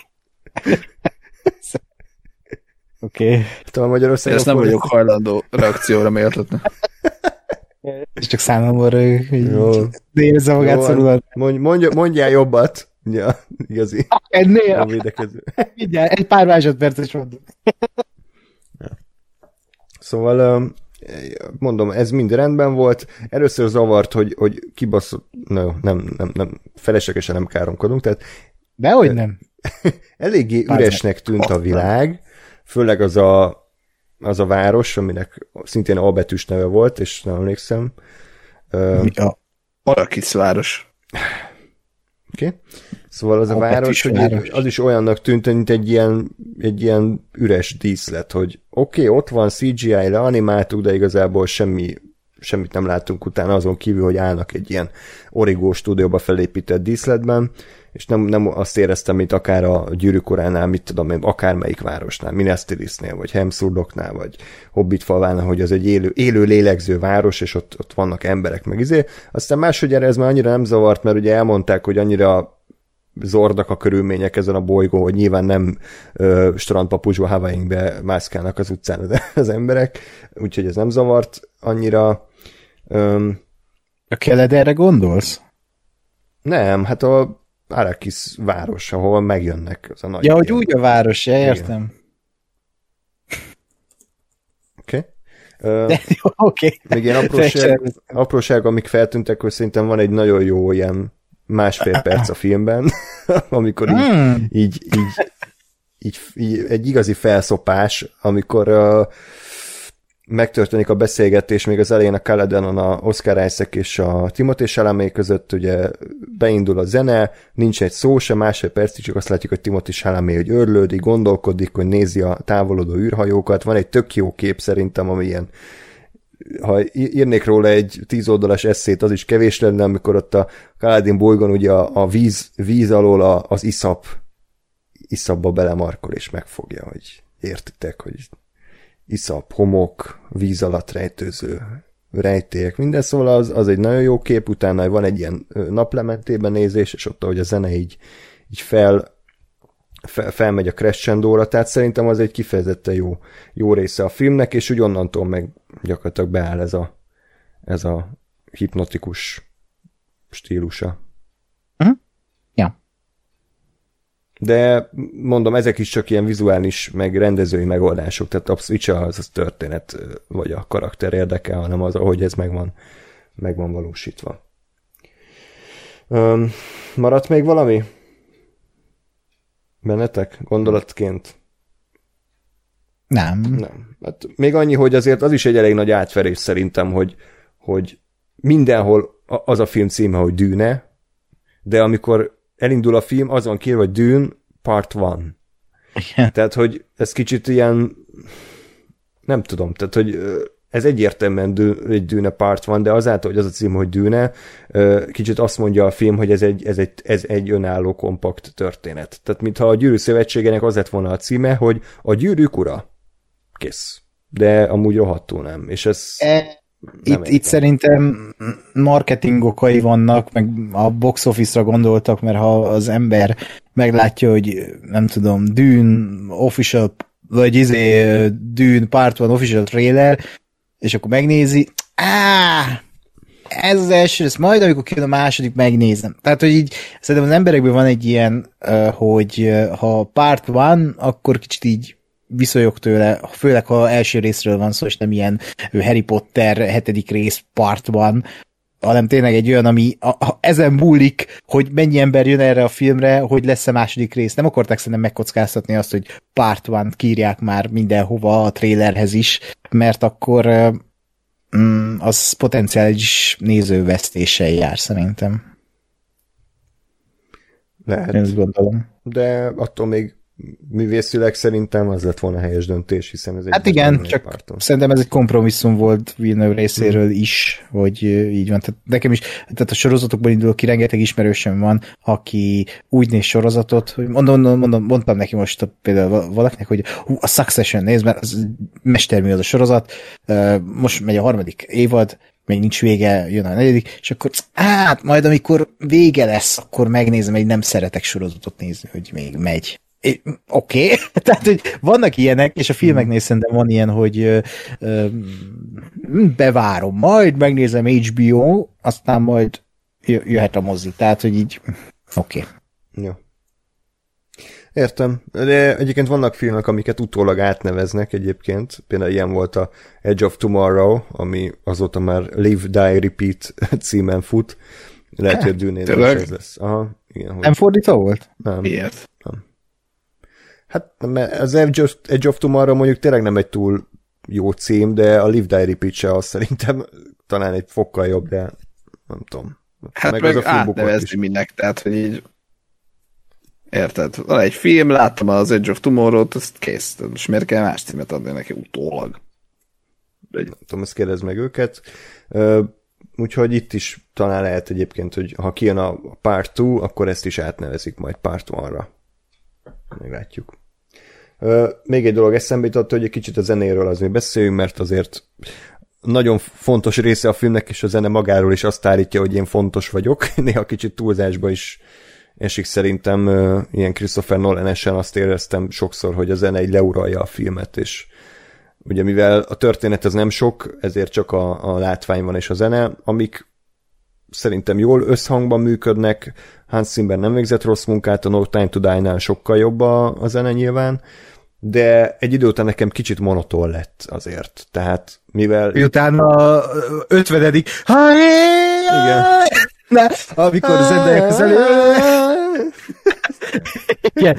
Oké. Talán Magyarországon... Ezt nem vagyok hajlandó reakcióra méltatni. És csak számomra, hogy érezze magát szorulva. Mondjál jobbat. Ja, igazi. Ennél? A védekező. Mindjárt, egy pár másodperces mondom. Szóval mondom, ez mind rendben volt. Először zavart, hogy kibaszott, nem, feleslegesen nem káromkodunk, tehát dehogy nem. Eléggé üresnek tűnt a világ, főleg az a város, aminek szintén A betűs neve volt, és nem emlékszem. Arrakis város. Oké. Szóval az a város, hogy az is olyannak tűnt, mint egy ilyen üres díszlet, hogy oké, ott van CGI, leanimáltuk, de igazából semmit nem látunk utána, azon kívül, hogy állnak egy ilyen Origo stúdióba felépített díszletben, és nem azt éreztem, mint akár a Gyűrűk Uránál, mit tudom én, akármelyik városnál, Minas Tirithnél, vagy Helmsurdoknál, vagy Hobbitfalvánál, hogy az egy élő lélegző város, és ott vannak emberek, meg izé. Aztán másodjára ez már annyira nem zavart, mert ugye elmondták, hogy annyira zordak a körülmények ezen a bolygón, hogy nyilván nem strandpapucsba, Hawaii-be mászkálnak az utcán az emberek, úgyhogy ez nem zavart annyira. A Keled erre gondolsz? Nem, hát a Arrakis város, ahol megjönnek az a nagy... Ja, hogy úgy a város, értem. Oké. Oké. Még ilyen apróság, amik feltűntek, hogy szerintem van egy nagyon jó ilyen 1,5 perc a filmben, amikor így egy igazi felszopás, amikor megtörténik a beszélgetés, még az elején a Caladenon a Oscar Isaac és a Timothée Chalamet között, ugye beindul a zene, nincs egy szó sem, 1,5 percig, csak azt látjuk, hogy Timothée Chalamet, hogy örlődik, gondolkodik, hogy nézi a távolodó űrhajókat. Van egy tök jó kép szerintem, ami ilyen, ha írnék róla egy 10 oldalas esszét, az is kevés lenne, amikor ott a Kaladin bolygón ugye a víz alól az iszapba belemarkol, és megfogja, hogy értitek, hogy iszap, homok, víz alatt rejtőző rejtélyek, minden, szóval az egy nagyon jó kép, utána van egy ilyen naplementében nézés, és ott, ahogy a zene így felmegy a crescendóra, tehát szerintem az egy kifejezetten jó része a filmnek, és úgy onnantól meg gyakorlatilag beáll ez a hipnotikus stílusa. Ja. De mondom, ezek is csak ilyen vizuális, meg rendezői megoldások, tehát abszolút az történet, vagy a karakter érdekel, hanem az, ahogy ez meg van valósítva. Maradt még valami? Bennetek? Gondolatként? Nem. Hát még annyi, hogy azért az is egy elég nagy átverés szerintem, hogy mindenhol az a film címe, hogy Dűne, de amikor elindul a film, az van kiírva, hogy Dune Part 1. Igen. Tehát, hogy ez kicsit ilyen, nem tudom, tehát, hogy ez egyértelműen egy Dune Part 1, de azáltal, hogy az a cím, hogy Dune, kicsit azt mondja a film, hogy ez egy önálló kompakt történet. Tehát, mintha a Gyűrű Szövetségének az lett volna a címe, hogy a Gyűrűk ura. Kész. De amúgy rohadtul nem. És ez... Itt szerintem marketing okai vannak, meg a box office-ra gondoltak, mert ha az ember meglátja, hogy nem tudom, Dune official, vagy Dune Part 1 official trailer, és akkor megnézi, ez az első, ezt majd, amikor kijön a második, megnézem. Tehát, hogy így szerintem az emberekben van egy ilyen, hogy ha Part 1, akkor kicsit így viszonyog tőle, főleg ha első részről van szó, és nem ilyen Harry Potter 7. rész Part 1, hanem tényleg egy olyan, ami ezen múlik, hogy mennyi ember jön erre a filmre, hogy lesz-e második rész. Nem akarták szerintem megkockáztatni azt, hogy Part 1-t kírják már mindenhova a trailerhez is, mert akkor az potenciális nézővesztéssel jár szerintem. Lehet. Én azt gondolom. De attól még művészileg szerintem az lett volna helyes döntés, hiszen ez egy... Hát igen, csak párton. Szerintem ez egy kompromisszum volt Villeneuve részéről is, hogy így van. Tehát nekem is, tehát a sorozatokban indulok ki, rengeteg ismerősöm van, aki úgy néz sorozatot, hogy mondtam neki most például valakinek, hogy a Succession nézd, mert az mestermű az a sorozat, most megy a 3. évad, még nincs vége, jön a 4., és akkor majd amikor vége lesz, akkor megnézem, hogy nem szeretek sorozatot nézni, hogy még megy. Oké. Tehát, hogy vannak ilyenek, és a filmeknél szerintem van ilyen, hogy bevárom, majd megnézem HBO, aztán majd jöhet a mozi. Tehát, hogy így oké. Jó. Értem. De egyébként vannak filmek, amiket utólag átneveznek egyébként. Például ilyen volt a Edge of Tomorrow, ami azóta már Live, Die, Repeat címen fut. Lehet, hogy Dűnének ez lesz. Aha, igen, nem fordítva volt? Nem. Miért? Nem. Hát az Edge of Tomorrow mondjuk tényleg nem egy túl jó cím, de a Live, Die, Repeat se az szerintem talán egy fokkal jobb, de nem tudom. Hát meg az a átnevezni minek, tehát, hogy így érted? Van egy film, láttam az Edge of Tomorrow-t, azt kész. És miért kell más címet adni neki utólag? Nem tudom, ezt kérdezd meg őket. Úgyhogy itt is talán lehet egyébként, hogy ha kijön a Part 2, akkor ezt is átnevezik majd Part 1-ra. Meglátjuk. Még egy dolog eszembe jutott, hogy egy kicsit a zenéről azért beszéljünk, mert azért nagyon fontos része a filmnek, és a zene magáról is azt állítja, hogy én fontos vagyok. Néha kicsit túlzásba is esik szerintem ilyen Christopher Nolan-esen azt éreztem sokszor, hogy a zene így leuralja a filmet, és ugye mivel a történet ez nem sok, ezért csak a látvány van és a zene, amik szerintem jól összhangban működnek. Hans Zimmer nem végzett rossz munkát, a No Time to Die-nál sokkal jobb a zene nyilván, de egy idő után nekem kicsit monoton lett azért. Tehát mivel... Miután a 50. Igen. Na, amikor az emberek az elő... Igen.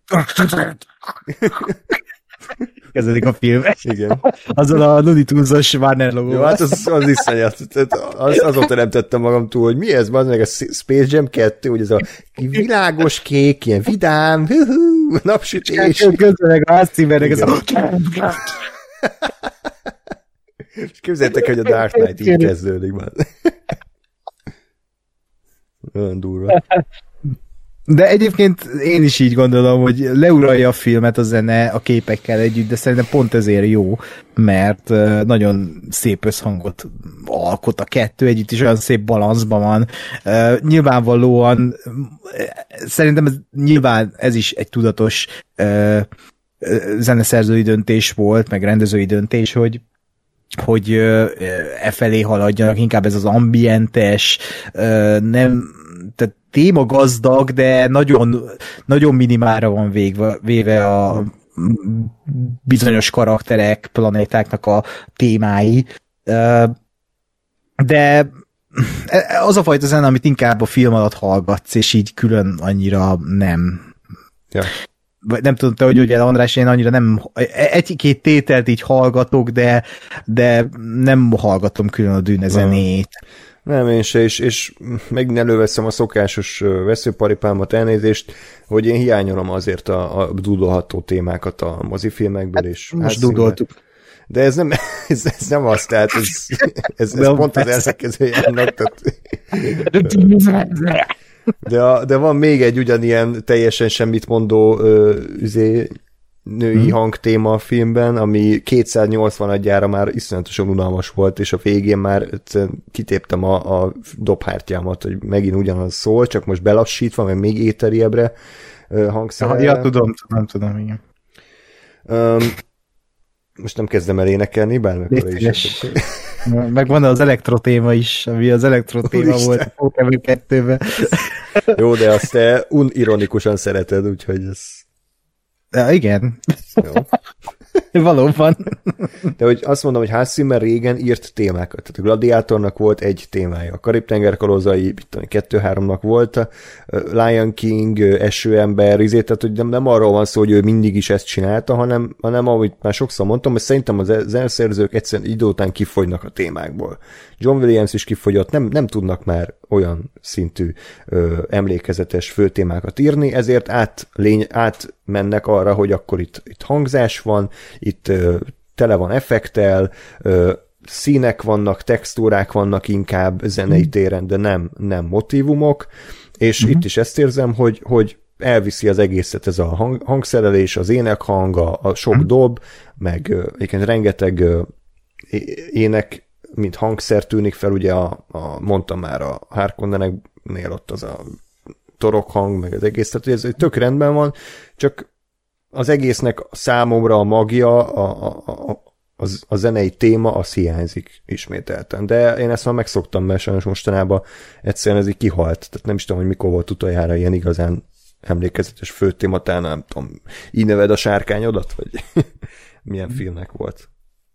Kezdődik a film. Igen. Azzal a Looney Tunes-os Warner logóval. Jó, hát az iszonyat. Azóta nem tettem magam túl, hogy mi ez, az meg a Space Jam 2, hogy ez a világos kék, ilyen vidám, napsütés. Közben a Zimmernek ez a... És képzeljétek, hogy a Dark Knight így kezdődik már. Olyan durva. De egyébként én is így gondolom, hogy leuralja a filmet a zene a képekkel együtt, de szerintem pont ezért jó, mert nagyon szép összhangot alkot a kettő együtt, és olyan szép balanszban van. Nyilvánvalóan szerintem nyilván ez is egy tudatos zeneszerzői döntés volt, meg rendezői döntés, hogy e felé haladjanak, inkább ez az ambientes, nem, tehát téma gazdag, de nagyon, nagyon minimára van véve a bizonyos karakterek, planétáknak a témái. De az a fajta zene, amit inkább a film alatt hallgatsz, és így külön annyira nem. Ja. Nem tudom, te, hogy ugye András, én annyira nem, egy-két tételt így hallgatok, de nem hallgatom külön a Dűne zenét. Nem, én se, és megint előveszem a szokásos veszőparipámat, elnézést, hogy én hiányolom azért a dudolható témákat a mozifilmekből, és most dudoltuk. De ez nem az, tehát ez pont az ellenkezője annak. De van még egy ugyanilyen teljesen semmit mondó női hangtéma a filmben, ami 280-adjára már iszonyatosan unalmas volt, és a végén már kitéptem a dobhártyámat, hogy megint ugyanaz szól, csak most belassítva, mert még éteriebbre hangszerrel. Ja, tudom, igen. Most nem kezdem el énekelni, bármikor is. Meg van az elektrotéma is, ami az elektrotéma volt a Pokémon 2-ben. Jó, de azt te unironikusan szereted, úgyhogy ez... Ja, igen. Jó. Valóban. De hogy azt mondom, hogy Hans Zimmer régen írt témákat. Tehát a Gladiátornak volt egy témája. A Karib-tenger kalózai 2-3-nak volt, a Lion King, Esőember, tehát hogy nem arról van szó, hogy ő mindig is ezt csinálta, hanem amit már sokszor mondtam, hogy szerintem az zeneszerzők egyszerűen idő után kifogynak a témákból. John Williams is kifogyott, nem tudnak már olyan szintű emlékezetes főtémákat írni, ezért átmennek arra, hogy akkor itt hangzás van, itt tele van effektel, színek vannak, textúrák vannak inkább zenei téren, de nem motívumok, és itt is ezt érzem, hogy elviszi az egészet ez a hangszerelés, az énekhang, a sok dob, meg egyébként rengeteg ének, mint hangszer tűnik fel, ugye mondtam már a Harkonneneknél ott az a torokhang, meg az egész, tehát ez tök rendben van, csak az egésznek számomra a magja, a zenei téma, az hiányzik ismételten. De én ezt már megszoktam, mert sajnos mostanában egyszerűen ez így kihalt. Tehát nem is tudom, hogy mikor volt utoljára ilyen igazán emlékezetes főtéma, talán nem tudom, így neved a sárkányodat, vagy milyen filmnek volt.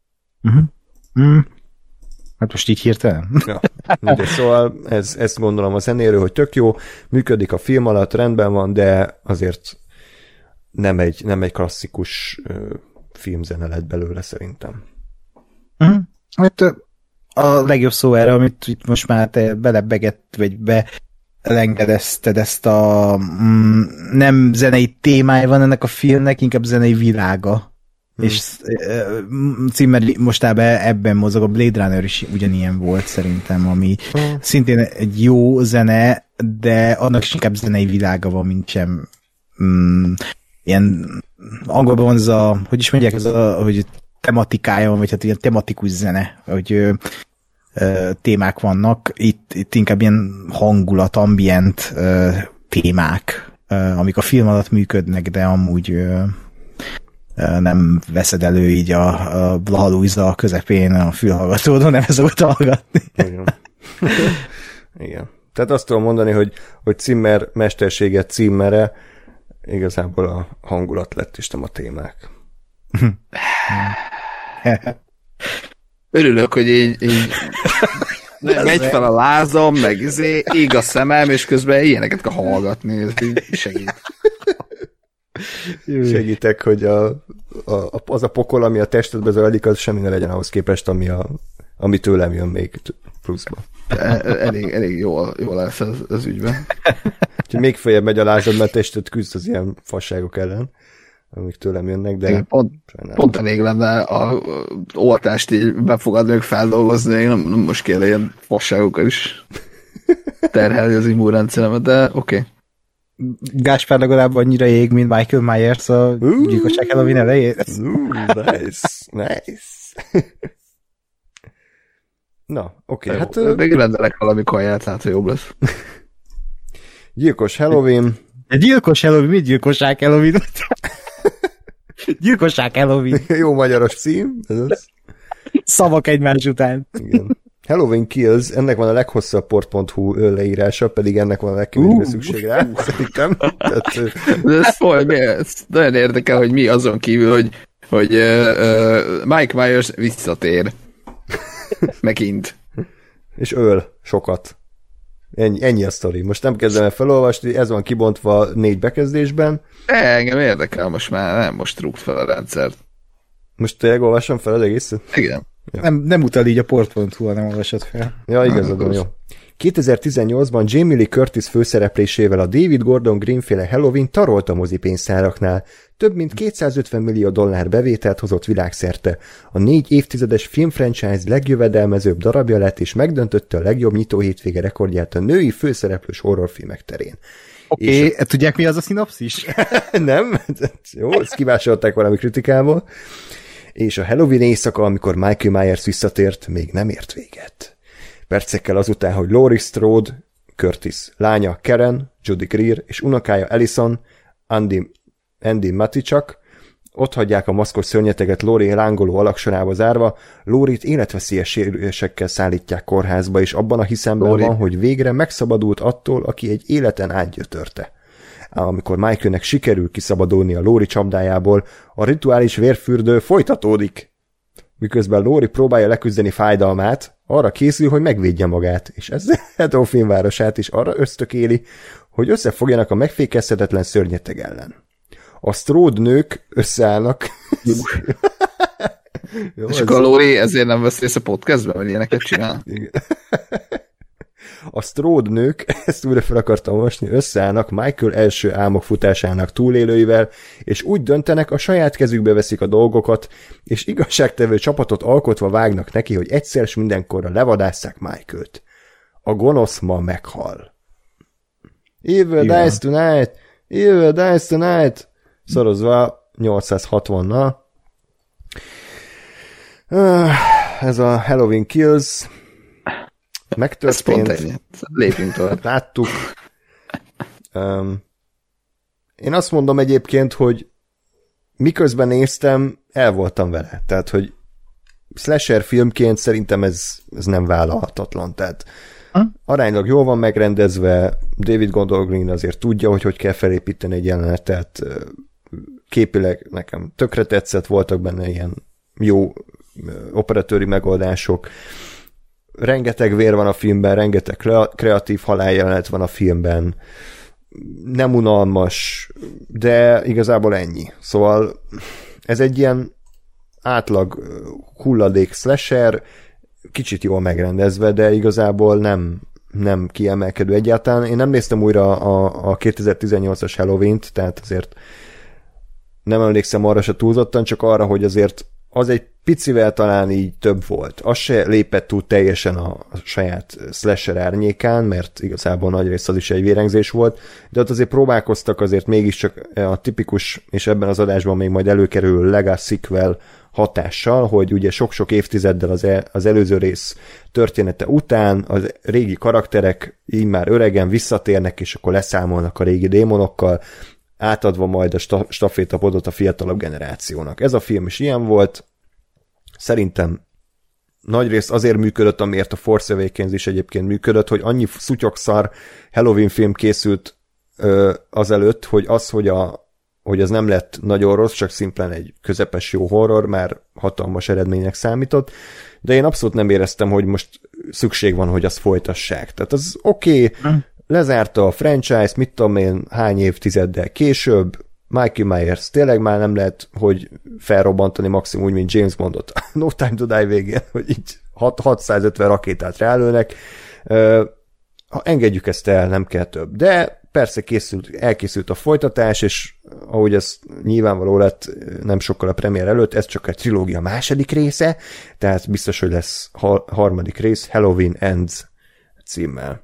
Hát most így hirtelen? Ja, de szóval ezt gondolom a zenéről, hogy tök jó, működik a film alatt, rendben van, de azért nem egy klasszikus filmzene lett belőle szerintem. Hát a legjobb szó erre, amit itt most már te belebegett, vagy belengedezted ezt a nem zenei témája van ennek a filmnek, inkább zenei világa. És Zimmer mostában ebben mozog, a Blade Runner is ugyanilyen volt szerintem, ami szintén egy jó zene, de annak is inkább zenei világa van, mint sem ilyen angolban van ez a, hogy is mondják, ez a, hogy tematikája van, vagy hát ilyen tematikus zene, hogy témák vannak, itt inkább ilyen hangulat, ambient témák, amik a film alatt működnek, de amúgy nem veszed elő így a Blaha Luisa közepén a fülhallgatódon, nem szokott hallgatni. Igen. Tehát azt tudom mondani, hogy Zimmer mestersége Zimmere igazából a hangulat lett, és nem a témák. Örülök, hogy így megy fel a lázam, meg ég a szemem, és közben ilyeneket kell hallgatni, ez így segít. Segítek, hogy az a pokol, ami a testedbe zajlik, az semmi ne legyen ahhoz képest, ami tőlem jön még pluszba. Elég jól lesz az ügyben. Úgyhogy még feljebb megy a lázad, mert testet küzd az ilyen fasságok ellen, amik tőlem jönnek, de pont elég lenne a oltást így befogadni, meg feldolgozni, nem most kell ilyen fasságokkal is terhelni az immunrendszeremet, de oké. Gáspár legalább annyira ég, mint Michael Myers a gyilkosság Halloween elején. Nice. Na, oké. Hát megrendelek valami kaját, hát jobb lesz. Gyilkos Halloween. Gyilkos Halloween, mit gyilkosság Halloween? Gyilkosság Halloween. Jó magyaros cím. Ez az. Szavak egymás után. Igen. Halloween Kills, ennek van a leghosszabb port.hu leírása, pedig ennek van a legkevésbé szükség rá, szerintem. De ez nagyon érdekel, hogy mi azon kívül, hogy Mike Myers visszatér. Megint. És öl sokat. Ennyi a sztori. Most nem kezdem el felolvasni, ez van kibontva 4 bekezdésben. Engem érdekel, most már nem most rúgt fel a rendszert. Most tényleg olvassam fel az egészet? Igen. Ja. Nem utal így a port.hu, hanem olvasod fel. Ja, igazad van, jó. 2018-ban Jamie Lee Curtis főszereplésével a David Gordon Green-féle Halloween tarolt a mozipénztáraknál. Több mint $250 millió bevételt hozott világszerte. A 4 évtizedes filmfranchise legjövedelmezőbb darabja lett, és megdöntötte a legjobb nyitó hétvége rekordját a női főszereplős horrorfilmek terén. Oké, tudják mi az a szinopszis? Nem? Jó, ezt kivásolták valami kritikából. És a Halloween éjszaka, amikor Michael Myers visszatért, még nem ért véget. Percekkel azután, hogy Laurie Strode, Curtis lánya Karen, Judy Greer és unokája Allison, Andy Matichak otthagyják a maszkos szörnyeteget Laurie lángoló alaksorába zárva, Laurie-t életveszélyes sérülésekkel szállítják kórházba, és abban a hiszemben van, hogy végre megszabadult attól, aki egy életen átgyötörte. Amikor Michaelnek sikerül kiszabadulni a Laurie csapdájából, a rituális vérfürdő folytatódik. Miközben Laurie próbálja leküzdeni fájdalmát, arra készül, hogy megvédje magát, és ezzel Edo filmvárosát is arra ösztökéli, hogy összefogjanak a megfékezhetetlen szörnyeteg ellen. A Strode nők összeállnak. Jó, és akkor Laurie ezért nem vesz részt a podcastben, hogy ilyeneket csinál? A Strode nők, ezt újra fel akartam olvasni, összeállnak Michael első álmok futásának túlélőivel, és úgy döntenek, a saját kezükbe veszik a dolgokat, és igazságtevő csapatot alkotva vágnak neki, hogy egyszer s mindenkorra levadásszák Michaelt. A gonosz ma meghal. Evil dies tonight! Evil dies tonight! Szorozva 860-nal. Ez a Halloween Kills megtörtént. Lépjünk tovább. Láttuk. Én azt mondom egyébként, hogy miközben néztem, el voltam vele. Tehát, hogy slasher filmként szerintem ez nem vállalhatatlan. Tehát aránylag jól van megrendezve, David Gordon Green azért tudja, hogy kell felépíteni egy jelenetet. Képileg nekem tökre tetszett, voltak benne ilyen jó operatőri megoldások. Rengeteg vér van a filmben, rengeteg kreatív haláljelenet van a filmben, nem unalmas, de igazából ennyi. Szóval ez egy ilyen átlag hulladék slasher, kicsit jól megrendezve, de igazából nem kiemelkedő egyáltalán. Én nem néztem újra a 2018-as Halloween-t, tehát azért nem emlékszem arra se túlzottan, csak arra, hogy azért az egy picivel talán így több volt. Az se lépett túl teljesen a saját slasher árnyékán, mert igazából nagyrészt az is egy vérengzés volt, de ott azért próbálkoztak azért mégiscsak a tipikus, és ebben az adásban még majd előkerül legacy sequel hatással, hogy ugye sok-sok évtizeddel az előző rész története után az régi karakterek így már öregen visszatérnek, és akkor leszámolnak a régi démonokkal, átadva majd a stafétapodot a fiatalabb generációnak. Ez a film is ilyen volt. Szerintem nagyrészt azért működött, amiért a Force Awakens is egyébként működött, hogy annyi szutyokszar Halloween film készült azelőtt, hogy ez nem lett nagyon rossz, csak szimplán egy közepes jó horror, már hatalmas eredménynek számított, de én abszolút nem éreztem, hogy most szükség van, hogy azt folytassák. Tehát az oké, lezárta a franchise, mit tudom én, hány évtizeddel később, Michael Myers tényleg már nem lehet, hogy felrobbantani maximum úgy, mint James Bondot. No Time to Die végén, hogy így 650 rakétát rálőnek. Engedjük ezt el, nem kell több. De persze elkészült a folytatás, és ahogy ez nyilvánvaló lett nem sokkal a premier előtt, ez csak egy trilógia második része, tehát biztos, hogy lesz harmadik rész, Halloween Ends címmel.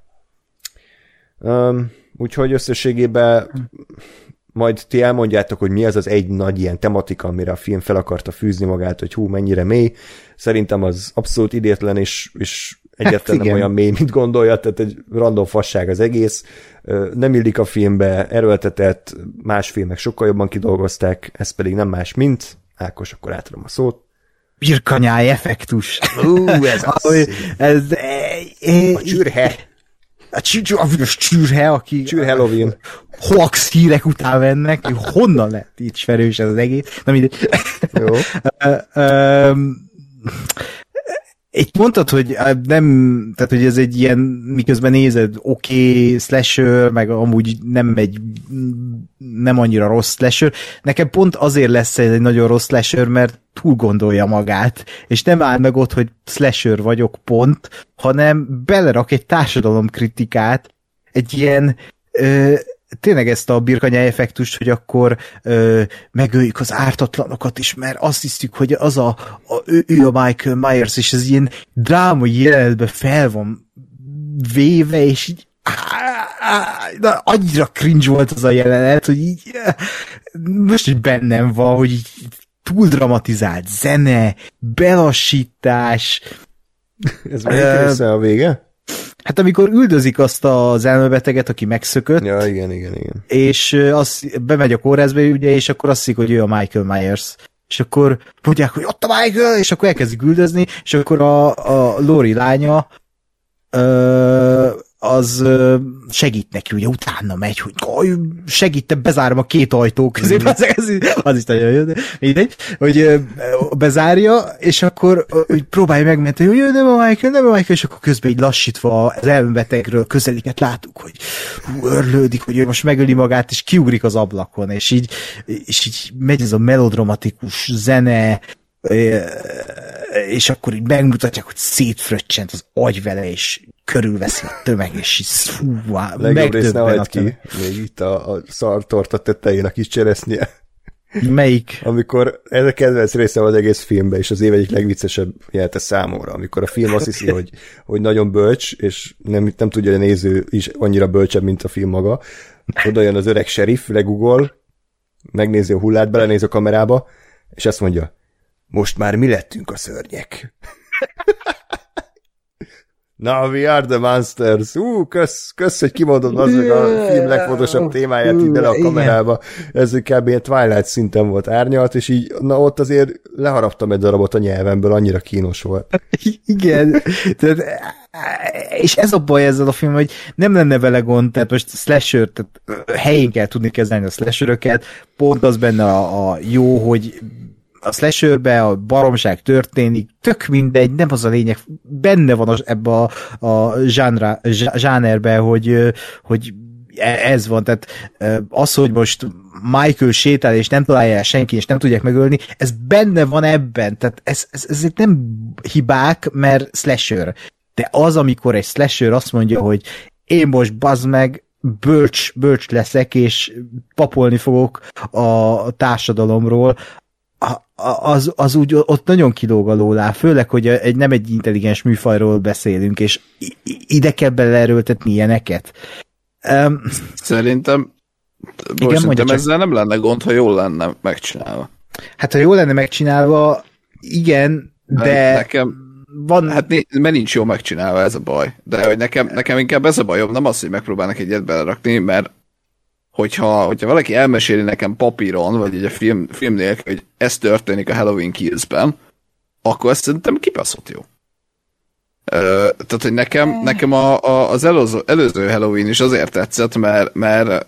Úgyhogy összességében majd ti elmondjátok, hogy mi az az egy nagy ilyen tematika, amire a film fel akarta fűzni magát, hogy mennyire mély. Szerintem az abszolút idétlen, és egyáltalán nem olyan mély, mint gondolja, tehát egy random fasság az egész. Nem illik a filmbe, erőltetett, más filmek sokkal jobban kidolgozták, ez pedig nem más, mint Ákos, akkor átadom a szót. birkanyáj effektus. Ez az. A csürhe. A csürhe, aki... Csürhe Halloween. Hoax hírek után mennek, honnan lett így ismerős ez az egész? Na mindegy. Jó. Itt mondtad, hogy nem, tehát hogy ez egy ilyen, miközben nézed, oké, slasher, meg amúgy nem annyira rossz slasher. Nekem pont azért lesz ez egy nagyon rossz slasher, mert túl gondolja magát, és nem áll meg ott, hogy slasher vagyok pont, hanem belerak egy társadalomkritikát, egy ilyen tényleg ezt a birkanyáj effektust, hogy akkor megöljük az ártatlanokat is, mert azt hiszük, hogy az ő a Michael Myers, és ez ilyen drámai jelenetben fel van véve, és így annyira cringe volt az a jelenet, hogy így most így bennem van, hogy így túl dramatizált zene, belassítás. Ez melyik része a vége? Hát amikor üldözik azt az elmebeteget, aki megszökött. Ja, igen. És az bemegy a kórházba, ugye, és akkor azt hiszik, hogy ő a Michael Myers. És akkor mondják, hogy ott a Michael, és akkor elkezdik üldözni, és akkor a Lori lánya az segít neki, ugye utána megy, hogy segítem, bezárom a két ajtó közé, az is nagyon jó, de mindegy, hogy bezárja, és akkor próbálja megmenteni, hogy nem a Michael, és akkor közben így lassítva az elmebetegről közeliket látunk, hogy örlődik, hogy ő most megöli magát, és kiugrik az ablakon, és így megy ez a melodramatikus zene, és akkor így megmutatják, hogy szétfröccsent az agy vele, és körülveszi a tömeg, és így legjobb rész ne hagyd ki, még itt a szartorta tetején a kis cseresznyje. Melyik? Amikor ez a kedvenc része az egész filmben, és az év egyik legviccesebb jelente számomra, amikor a film azt hiszi, hogy nagyon bölcs, és nem tudja, hogy a néző is annyira bölcsebb, mint a film maga. Oda jön az öreg sheriff, legugol, megnézi a hullát, belenéz a kamerába, és azt mondja, most már mi lettünk a szörnyek. Na, we are the monsters. Kösz, hogy kimondod az meg a film legfontosabb témáját így bele a kamerába. Ez kb. Ilyen Twilight szinten volt árnyalt, és így, na ott azért leharaptam egy darabot a nyelvemből, annyira kínos volt. Igen. Tehát, és ez a baj ezzel a film, hogy nem lenne vele gond, tehát most slasher, tehát helyén kell tudni kezelni a slasheröket, pont az benne a jó, hogy a slasherbe a baromság történik, tök mindegy, nem az a lényeg, benne van ebbe a zsánerbe, hogy ez van, tehát az, hogy most Michael sétál, és nem találja el senki, és nem tudják megölni, ez benne van ebben, tehát ez nem hibák, mert slasher, de az, amikor egy slasher azt mondja, hogy én most bazd meg, bölcs leszek, és papolni fogok a társadalomról, az úgy ott nagyon kilóg alólá, főleg, hogy nem egy intelligens műfajról beszélünk, és ide kell beleerőltetni ilyeneket. Szerintem ezzel nem lenne gond, ha jól lenne megcsinálva. Hát, ha jól lenne megcsinálva, igen, de nekem van... Hát mert nincs jó megcsinálva, ez a baj. De hogy nekem inkább ez a bajom, nem az, hogy megpróbálnak egyet belerakni, mert hogyha valaki elmeséli nekem papíron, vagy egy film nélkül, hogy ez történik a Halloween Kills-ben, akkor ezt szerintem kibaszott jó. Tehát, hogy nekem az előző Halloween is azért tetszett, mert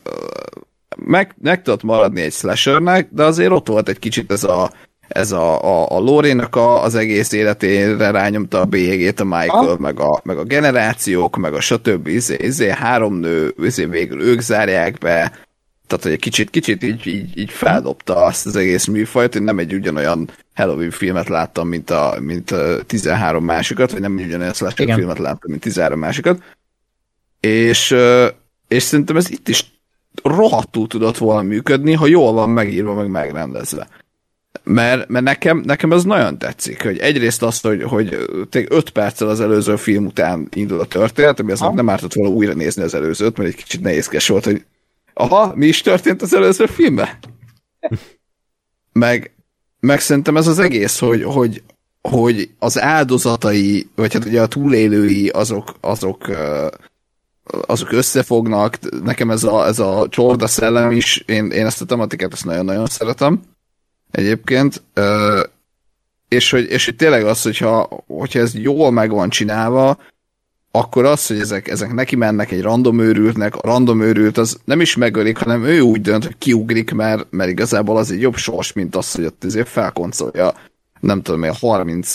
meg tudott maradni egy slashernek, de azért ott volt egy kicsit ez a Laurie-nak az egész életére rányomta a bélyegét a Michael, meg a generációk, meg a stb. Három nő, végül ők zárják be, tehát hogy egy kicsit így feldobta azt az egész műfajt, hogy nem egy ugyanolyan Halloween filmet láttam, mint a 13 másikat, vagy nem egy ugyanolyan slasher filmet láttam, mint 13 másikat. És szerintem ez itt is rohadtul tudott volna működni, ha jól van megírva, meg megrendezve. Mert nekem ez nagyon tetszik, hogy egyrészt azt, hogy 5 perccel az előző film után indul a történet, ami aznak nem ártott volna újra nézni az előzőt, mert egy kicsit nehézkes volt, hogy aha, mi is történt az előző filmben? meg szerintem ez az egész, hogy az áldozatai, vagy hát ugye a túlélői azok összefognak, nekem ez a csorda szellem is, én ezt a tematikát ezt nagyon-nagyon szeretem egyébként, és hogy tényleg az, hogyha ez jól meg van csinálva, akkor az, hogy ezek neki mennek egy random őrültnek, a random őrült az nem is megölik, hanem ő úgy dönt, hogy kiugrik, mert igazából az egy jobb sors, mint az, hogy ott azért felkoncolja, nem tudom, 30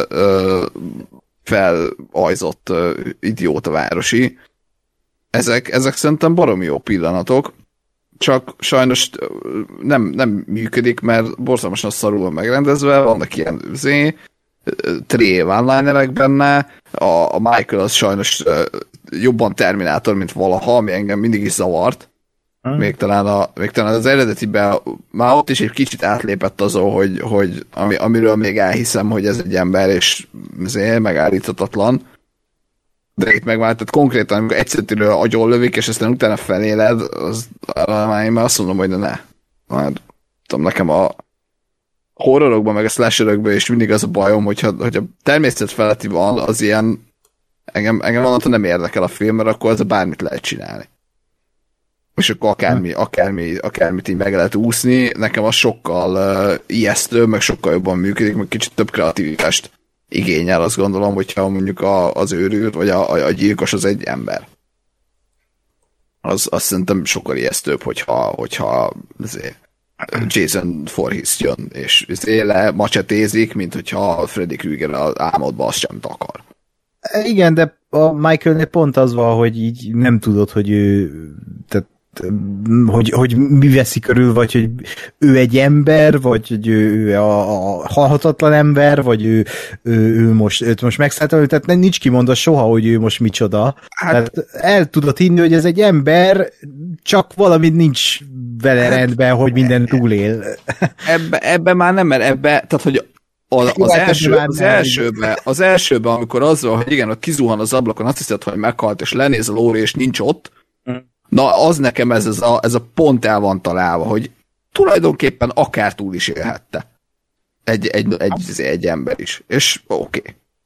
felajzott idióta városi. Ezek szerintem baromi jó pillanatok, csak sajnos nem működik, mert borzalmasan szarul van megrendezve, vannak ilyen tré one-linerek benne, a Michael az sajnos jobban Terminátor, mint valaha, ami engem mindig is zavart. Még talán az eredetiben már ott is egy kicsit átlépett azon, hogy amiről még elhiszem, hogy ez egy ember, és megállíthatatlan. De itt meg már, tehát konkrétan, amikor egyszerűen agyonlövik, és aztán utána feléled, az már én már azt mondom, hogy ne. Már tudom, nekem a horrorokban, meg a slasherokban is mindig az a bajom, hogyha természet feletti van, az ilyen engem onnantól nem érdekel a film, mert akkor az bármit lehet csinálni. És akkor akármit így meg lehet úszni, nekem az sokkal ijesztő, meg sokkal jobban működik, meg kicsit több kreativitást igényel, azt gondolom, hogyha mondjuk az őrült, vagy a gyilkos az egy ember. Az szerintem sokkal ijesztőbb, hogyha Jason Voorhees jön, és lemacsetézik, mint hogyha Freddy Krueger az álmodban azt sem akar. Igen, de a Michaelnél pont az van, hogy így nem tudod, hogy ő tehát hogy mi veszi körül, vagy hogy ő egy ember, vagy hogy ő a halhatatlan ember, vagy őt most megszállta, tehát nincs kimondva soha, hogy ő most micsoda. Hát, tehát el tudod hinni, hogy ez egy ember, csak valami nincs vele rendben, hogy minden túlél. Ebbe már nem, mert tehát, hogy az elsőben, amikor az van, hogy igen, ott kizuhan az ablakon, azt hiszed, hogy meghalt, és lenéz a lóra, és nincs ott, na, az nekem ez a pont el van találva, hogy tulajdonképpen akár túl is élhette. Egy ember is. És oké.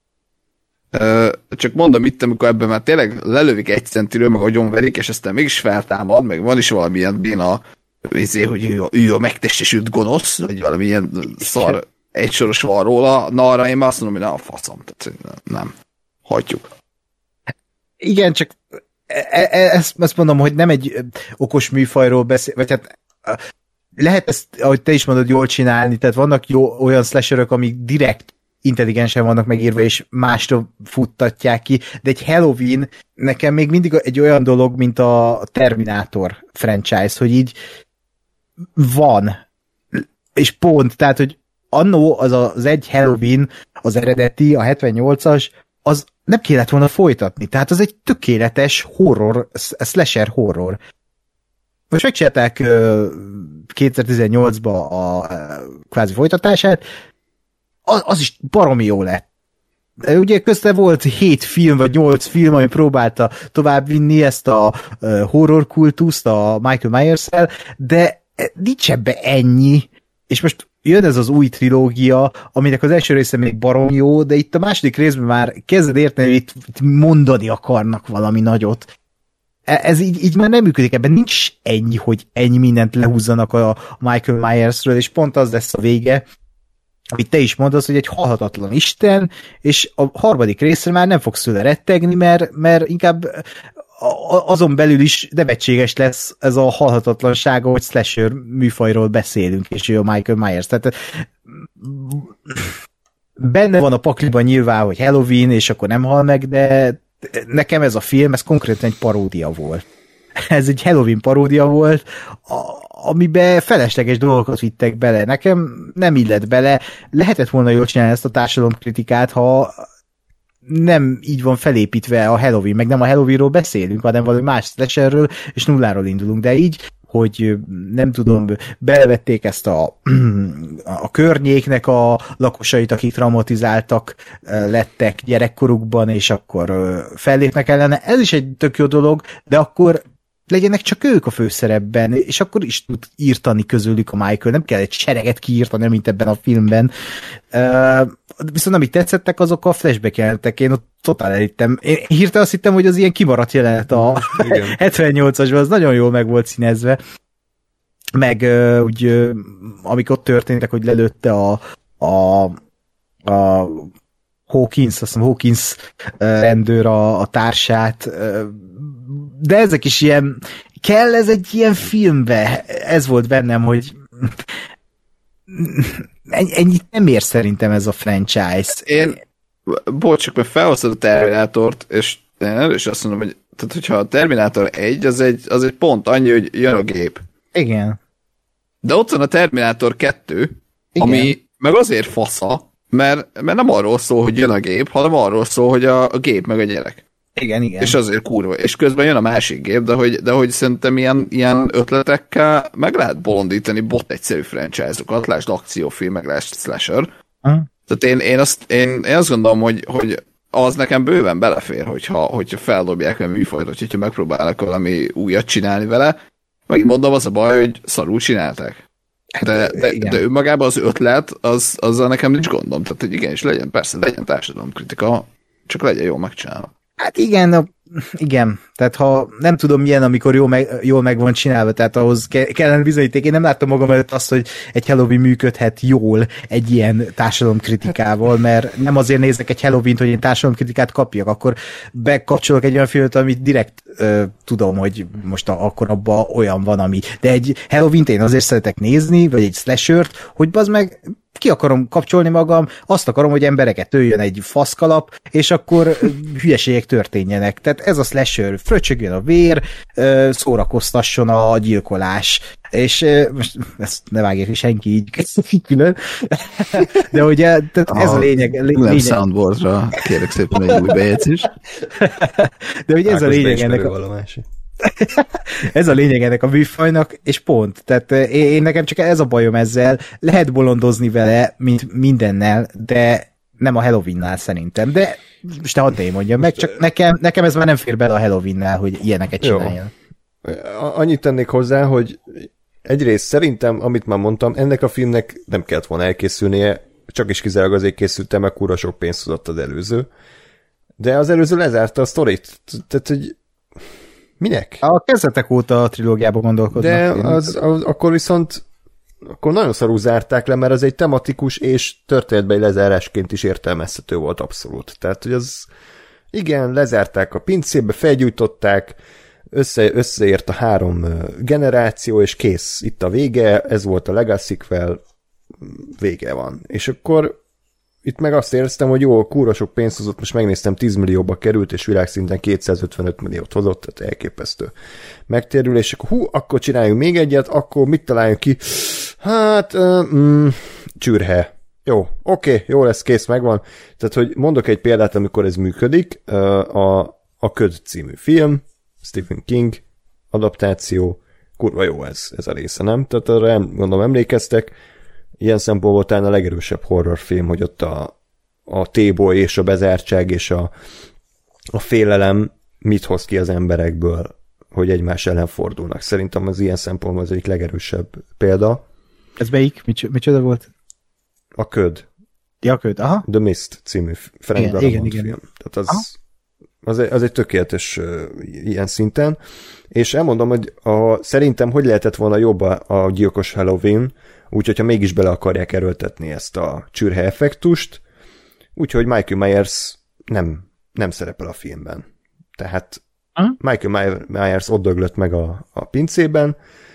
Csak mondom itt, amikor ebben már tényleg lelövik egy centiről, meg agyonverik, és aztán mégis feltámad, meg van is valamilyen béna, hogy ő a megtestesült gonosz, vagy valamilyen szar egysoros van róla, na arra én már azt mondom, hogy na a faszom. Tehát nem. Hagyjuk. Igen, csak ezt mondom, hogy nem egy okos műfajról beszél, vagy hát lehet ezt, ahogy te is mondod, jól csinálni, tehát vannak olyan slasherök, amik direkt intelligensen vannak megírva, és másra futtatják ki, de egy Halloween nekem még mindig egy olyan dolog, mint a Terminátor franchise, hogy így van, és pont, tehát, hogy annó az egy Halloween, az eredeti, a 78-as, az nem kellett volna folytatni. Tehát az egy tökéletes horror, slasher horror. Most megcsinálták 2018-ban a kvázi folytatását, az is baromi jó lett. Ugye közben volt 7 film, vagy 8 film, ami próbálta továbbvinni ezt a horror kultuszt a Michael Myers-el, de nincs ebbe ennyi, és most jön ez az új trilógia, aminek az első része még barom jó, de itt a második részben már kezded érteni, hogy itt mondani akarnak valami nagyot. Ez így már nem működik, ebben nincs ennyi, hogy ennyi mindent lehúzzanak a Michael Myersről, és pont az lesz a vége, amit te is mondasz, hogy egy halhatatlan isten, és a harmadik részre már nem fogsz tőle rettegni, mert inkább azon belül is nevetséges lesz ez a halhatatlansága, hogy slasher műfajról beszélünk, és ő a Michael Myers. Tehát benne van a pakliban nyilván, hogy Halloween, és akkor nem hal meg, de nekem ez a film, ez konkrétan egy paródia volt. Ez egy Halloween paródia volt, amiben felesleges dolgokat vittek bele. Nekem nem illett bele. Lehetett volna jól csinálni ezt a társadalomkritikát, ha nem így van felépítve a Halloween, meg nem a Halloweenról beszélünk, hanem valami más slasherről, és nulláról indulunk, de így, hogy nem tudom, belevették ezt a környéknek a lakosait, akik traumatizáltak lettek gyerekkorukban, és akkor fellépnek ellene. Ez is egy tök jó dolog, de akkor legyenek csak ők a főszerepben, és akkor is tud írtani közülük a Michael, nem kell egy sereget kiírtani, mint ebben a filmben. Viszont amit tetszettek, azok a flashback jelenetek, én ott totál elhittem. Én hirtelen azt hittem, hogy az ilyen kimaradt jelenet a 78-asban, az nagyon jól meg volt színezve. Meg úgy, amik ott történtek, hogy lelőtte a Hawkins, azt hiszem Hawkins rendőr a társát, de ezek is ilyen, kell ez egy ilyen filmbe? Ez volt bennem, hogy ennyit nem ér szerintem ez a franchise. Csak mert felhoztad a Terminátort, és én is azt mondom, hogy tehát, hogyha a Terminátor 1, az egy pont annyi, hogy jön a gép. Igen. De ott van a Terminátor 2, igen. Ami meg azért fasza, mert nem arról szól, hogy jön a gép, hanem arról szól, hogy a gép meg a gyerek. Igen. És azért kurva. És közben jön a másik gép, de hogy szerintem ilyen ötletekkel meg lehet bolondítani bot egyszerű franchise-okat, lásd akciófilm, meg lásd slasher. Tehát én azt gondolom, hogy az nekem bőven belefér, hogyha feldobják a műfajt, hogyha megpróbálnak valami újat csinálni vele. Megint mondom, az a baj, hogy szarul csinálták. De önmagában az ötlet, azzal nekem nincs gondom. Tehát, hogy igenis legyen társadalomkritika, csak legyen jól megcsinálva. Hát igen. Tehát ha nem tudom milyen, amikor jól meg van csinálva, tehát ahhoz kellene bizonyíték. Én nem láttam magam előtt azt, hogy egy Halloween működhet jól egy ilyen társadalomkritikával, mert nem azért nézek egy Halloween-t, hogy én társadalomkritikát kapjak, akkor bekapcsolok egy olyan filmet, amit direkt tudom, hogy most akkor abban olyan van, ami. De egy Halloween-t én azért szeretek nézni, vagy egy slashert, hogy bazd meg ki akarom kapcsolni magam, azt akarom, hogy embereket öljön egy faszkalap, és akkor hülyeségek történjenek. Tehát ez a slasher, fröccsögjön a vér, szórakoztasson a gyilkolás. És most ezt ne vágják ki senki így külön. De ugye ez a lényeg. Nem soundboardra kérek szépen egy új bejegyzést. De ugye ez a lényeg ennek ez a lényeg ennek a műfajnak, és pont. Tehát én nekem csak ez a bajom ezzel. Lehet bolondozni vele, mint mindennel, de nem a Halloweennál szerintem. De most te hadd én mondjam meg, csak nekem ez már nem fér bele a Halloweennál, hogy ilyeneket csináljon. Annyit tennék hozzá, hogy egyrészt szerintem, amit már mondtam, ennek a filmnek nem kellett volna elkészülnie, csak is kizárólag azért készültem, mert kurva sok pénzt hozott az előző. De az előző lezárta a sztorit. Tehát, hogy minek? A kezdetek óta a trilógiában gondolkodnak. De akkor viszont akkor nagyon szarul zárták le, mert az egy tematikus és történetbeli lezárásként is értelmezhető volt abszolút. Tehát, hogy az igen, lezárták a pincébe, felgyújtották, összeért a 3 generáció, és kész, itt a vége, ez volt a Legacy-vel, vége van. És akkor itt meg azt éreztem, hogy jó, kurva sok pénzt hozott, most megnéztem, 10 millióba került, és világszinten 255 milliót hozott, tehát elképesztő megtérülés, akkor akkor csináljunk még egyet, akkor mit találjunk ki? Hát, csürhe. Jó, oké, jó lesz, kész, megvan. Tehát, hogy mondok egy példát, amikor ez működik, a Köd című film, Stephen King adaptáció, kurva jó ez a része, nem? Tehát arra gondolom emlékeztek, ilyen szempontból talán a legerősebb horrorfilm, hogy ott a téboly és a bezártság és a félelem mit hoz ki az emberekből, hogy egymás ellen fordulnak. Szerintem az ilyen szempontból az egyik legerősebb példa. Ez melyik? Micsoda volt? A Köd. Ja, a Köd, aha. The Mist című Frank Darabont film. Tehát az egy tökéletes ilyen szinten. És elmondom, hogy szerintem hogy lehetett volna jobb a gyilkos Halloween, úgyhogy ha mégis bele akarják erőltetni ezt a csürhe effektust, úgyhogy Michael Myers nem szerepel a filmben. Tehát Michael Myers ott döglött meg a pincében,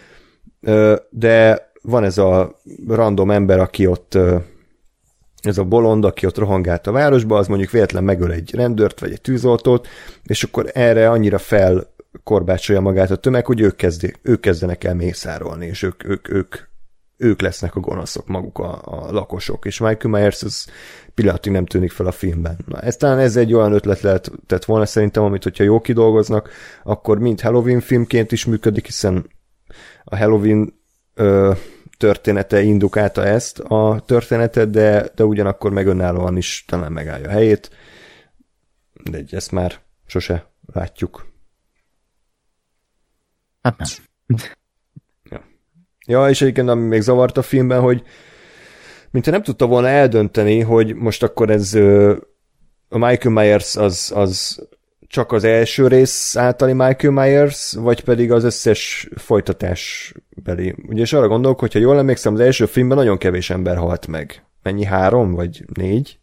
de van ez a random ember, aki ott ez a bolond, aki ott rohangált a városba, az mondjuk véletlen megöl egy rendőrt, vagy egy tűzoltót, és akkor erre annyira felkorbácsolja magát a tömeg, hogy ők kezdenek el mészárolni, és ők lesznek a gonoszok, maguk a lakosok, és Michael Myers az pillanatig nem tűnik fel a filmben. Na, talán ez egy olyan ötlet lehetett volna szerintem, amit hogyha jól kidolgoznak, akkor mind Halloween filmként is működik, hiszen a Halloween története indukálta ezt a történetet, de ugyanakkor meg önállóan is talán megállja a helyét. De ezt már sose látjuk. Hát nem. Ja, és egyébként ami még zavart a filmben, hogy mintha nem tudta volna eldönteni, hogy most akkor ez a Michael Myers az csak az első rész általi Michael Myers, vagy pedig az összes folytatásbeli. Ugye és arra gondolok, hogyha jól emlékszem, az első filmben nagyon kevés ember halt meg mennyi, 3 vagy 4?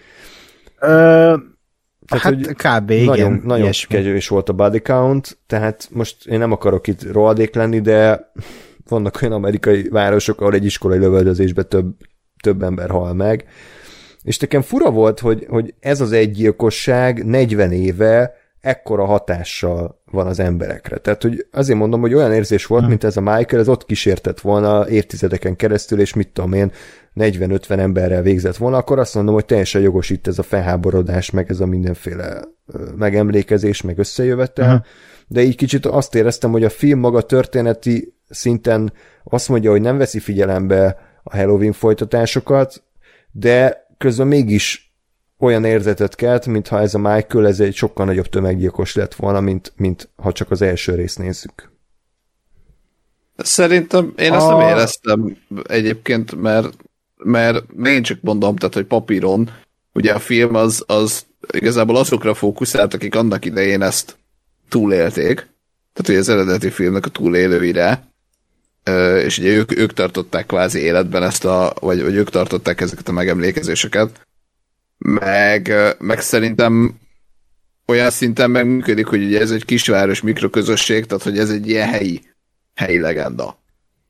Tehát, hát kb. Igen. Nagyon kevés volt a body count, tehát most én nem akarok itt rohadék lenni, de vannak olyan amerikai városok, ahol egy iskolai lövöldözésben több ember hal meg. És nekem fura volt, hogy ez az egy gyilkosság 40 éve ekkora hatással van az emberekre. Tehát, hogy azért mondom, hogy olyan érzés volt, mint ez a Michael, ez ott kísértett volna évtizedeken keresztül, és mit tudom én, 40-50 emberrel végzett volna, akkor azt mondom, hogy teljesen jogos itt ez a felháborodás, meg ez a mindenféle megemlékezés, meg összejövetel, de így kicsit azt éreztem, hogy a film maga történeti szinten azt mondja, hogy nem veszi figyelembe a Halloween folytatásokat, de közben mégis olyan érzetet kelt, mintha ez a Michael, ez egy sokkal nagyobb tömeggyilkos lett volna, mint ha csak az első részt nézzük. Szerintem én azt nem éreztem egyébként, mert én csak mondom, tehát, hogy papíron, ugye a film az igazából azokra fókuszált, akik annak idején ezt túlélték, tehát hogy az eredeti filmnek a túlélőire, és ugye ők tartották kvázi életben ezt vagy ők tartották ezeket a megemlékezéseket, meg szerintem olyan szinten megműködik, hogy ugye ez egy kisváros mikroközösség, tehát hogy ez egy ilyen helyi legenda.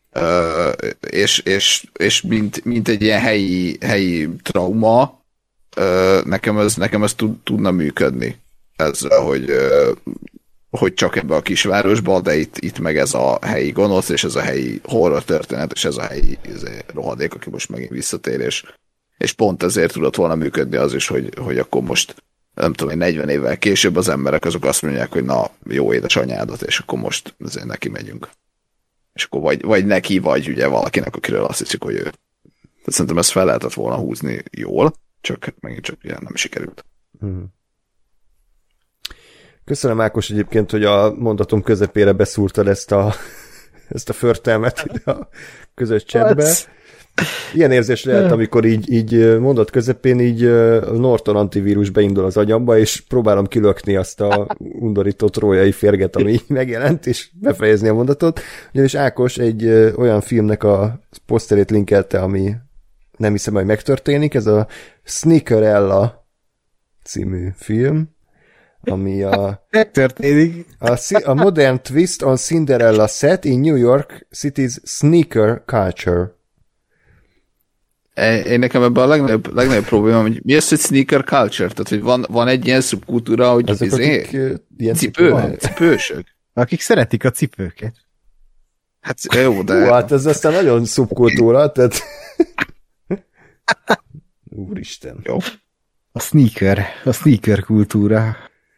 És mint egy ilyen helyi trauma, nekem ez tudna működni. Ezzel, hogy csak ebbe a kisvárosba, de itt meg ez a helyi gonosz, és ez a helyi horror történet, és ez a helyi rohadék, aki most megint visszatér, és pont ezért tudott volna működni az is, hogy akkor most, nem tudom, 40 évvel később az emberek azok azt mondják, hogy na, jó édesanyádat, és akkor most azért neki megyünk. És akkor vagy neki, vagy ugye valakinek, akiről azt hiszik, hogy ő. Tehát szerintem ezt fel lehetett volna húzni jól, csak megint csak ugye nem sikerült. Köszönöm, Ákos, egyébként, hogy a mondatom közepére beszúrtad ezt a förtelmet a közös chatbe. Ilyen érzés lehet, amikor így mondat közepén így Norton antivírus beindul az agyamba, és próbálom kilökni azt a undorító trójai férget, ami megjelent, és befejezni a mondatot. Ugyanis Ákos egy olyan filmnek a poszterét linkelte, ami nem hiszem, hogy megtörténik, ez a Sneakerella című film, ami megtörténik. A modern twist on Cinderella set in New York City's sneaker culture. Én nekem ebben a legnagyobb probléma, hogy mi az, hogy sneaker culture? Tehát, hogy van egy ilyen szubkultúra, hogy ilyen cipősök. Akik szeretik a cipőket. Hát jó, de... Hát ez aztán nagyon szubkultúra, tehát... Úristen. Jó. A sneaker kultúra.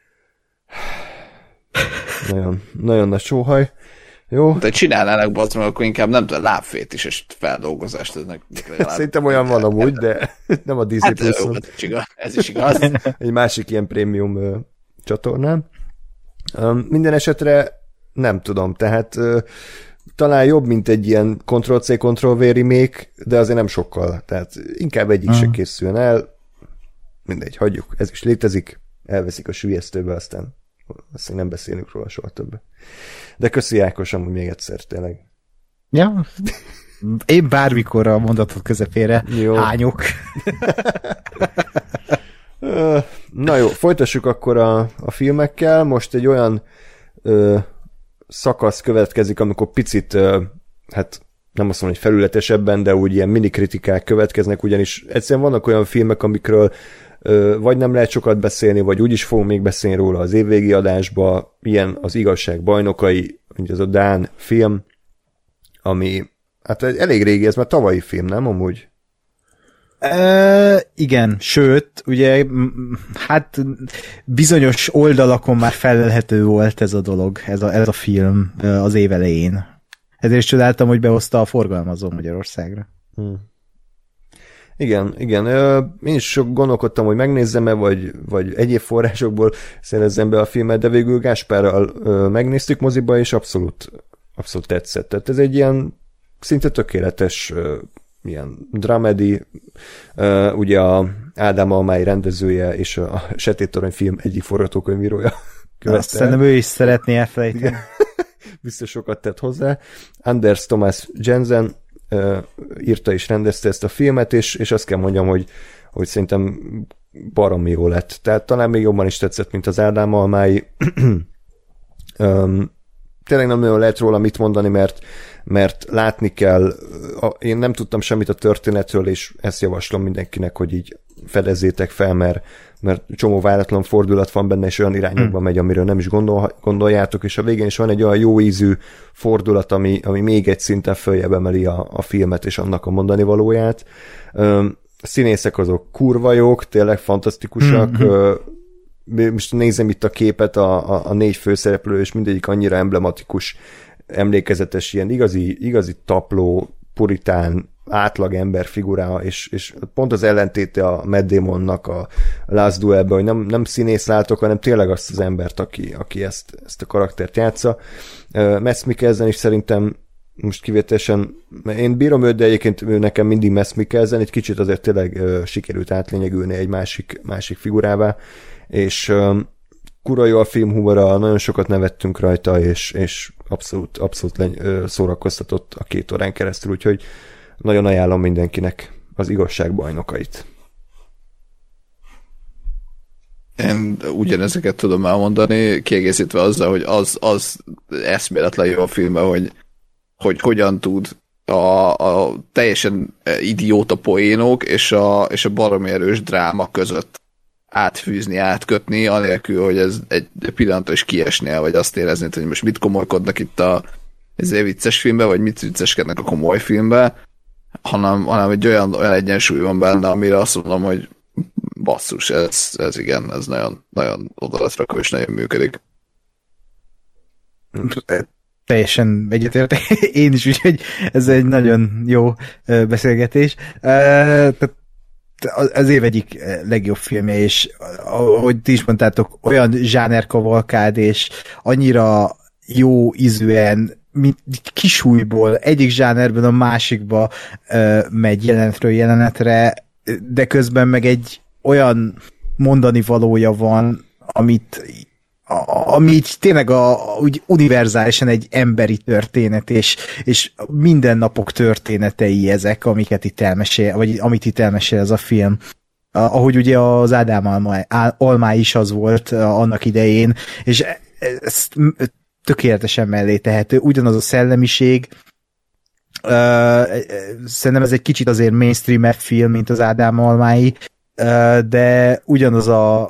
Nagyon nagy sóhaj. Jó. De csinálnának bazdmeg, akkor inkább nem tudom, lábfét is, és feldolgozást. Szerintem olyan van amúgy, de nem a Disney Plus-on. Ez is igaz. Egy másik ilyen prémium csatornán. Minden esetre nem tudom, tehát talán jobb, mint egy ilyen Ctrl-C, Ctrl-V remake, de azért nem sokkal. Tehát inkább egyik se készüljön el. Mindegy, hagyjuk. Ez is létezik. Elveszik a sülyeztőbe, aztán nem beszélünk róla soha többet. De köszi, Ákos, amúgy még egyszer, tényleg. Ja, én bármikor a mondatot közepére jó. hányok. Na jó, folytassuk akkor a filmekkel. Most egy olyan szakasz következik, amikor picit, hát nem azt mondom, hogy felületesebben, de úgy ilyen mini kritikák következnek, ugyanis egyszerűen vannak olyan filmek, amikről vagy nem lehet sokat beszélni, vagy úgyis fogunk még beszélni róla az évvégi adásba, ilyen az Igazság bajnokai, mint ez a dán film, ami, hát elég régi, ez már tavalyi film, nem amúgy? Igen, sőt, ugye, hát bizonyos oldalakon már felelhető volt ez a dolog, ez a film az év elején. Ezért is csodáltam, hogy behozta a forgalmazó Magyarországra. Igen. Én is sok gondolkodtam, hogy megnézzem-e, vagy egyéb forrásokból szerezzem be a filmet, de végül Gáspárral megnéztük moziba, és abszolút tetszett. Tehát ez egy ilyen szinte tökéletes ilyen dramedy, ugye a Ádám Almály rendezője és a Sötét Torony film egyik forgatókönyvírója követte. Szerintem ő is szeretné elfelejteni. Biztos sokat tett hozzá. Anders Thomas Jensen írta és rendezte ezt a filmet, és azt kell mondjam, hogy szerintem baromi jó lett. Tehát talán még jobban is tetszett, mint az Ádám Almái. Tényleg nem nagyon lehet róla mit mondani, mert látni kell, én nem tudtam semmit a történetről, és ezt javaslom mindenkinek, hogy így fedezzétek fel, mert csomó váratlan fordulat van benne, és olyan irányokba megy, amiről nem is gondoljátok, és a végén is van egy olyan jó ízű fordulat, ami még egy szinten följebb emeli a filmet, és annak a mondani valóját. A színészek azok kurva jók, tényleg fantasztikusak. Most nézem itt a képet, a 4 főszereplő, és mindegyik annyira emblematikus, emlékezetes, ilyen igazi tapló, puritán, átlag ember figurája, és pont az ellentéte a Matt Damonnak a Last Duelben, hogy nem színész látok, hanem tényleg azt az embert, aki ezt a karaktert játsza. Mads Mikkelsen is szerintem most kivételesen, én bírom őt, de egyébként ő nekem mindig Mads Mikkelsen, egy kicsit azért tényleg sikerült átlényegülni egy másik figurává, és kurva jó a film humora, nagyon sokat nevettünk rajta, és abszolút szórakoztatott a 2 órán keresztül, úgyhogy nagyon ajánlom mindenkinek az Igazságbajnokait. Én ugyanezeket tudom elmondani, kiegészítve azzal, hogy az eszméletlen jó a filmben, hogy hogyan tud a teljesen idióta poénok és a baromi erős dráma között átfűzni, átkötni, anélkül, hogy ez egy pillanatra is kiesnél, vagy azt éreznéd, hogy most mit komolykodnak itt ez egy vicces filmben, vagy mit vicceskednek a komoly filmben, hanem egy olyan egyensúly van benne, amire azt mondom, hogy basszus, ez igen, ez nagyon, nagyon oda lett rakva, és nagyon működik. Teljesen egyetértek. Én is, úgyhogy ez egy nagyon jó beszélgetés. Az év egyik legjobb filmje, és ahogy ti is mondtátok, olyan zsánerkavalkád, és annyira jó ízűen, mint kisújból egyik zsánerben a másikba megy jelenetről jelenetre, de közben meg egy olyan mondani valója van, ami így tényleg úgy univerzálisan egy emberi történet, és mindennapok történetei ezek, amiket itt elmesél, vagy amit itt elmesél ez a film. Ahogy ugye az Ádám Almái is az volt annak idején, és ez tökéletesen mellé tehető. Ugyanaz a szellemiség, szerintem ez egy kicsit azért mainstream film, mint az Ádám Almái, de ugyanaz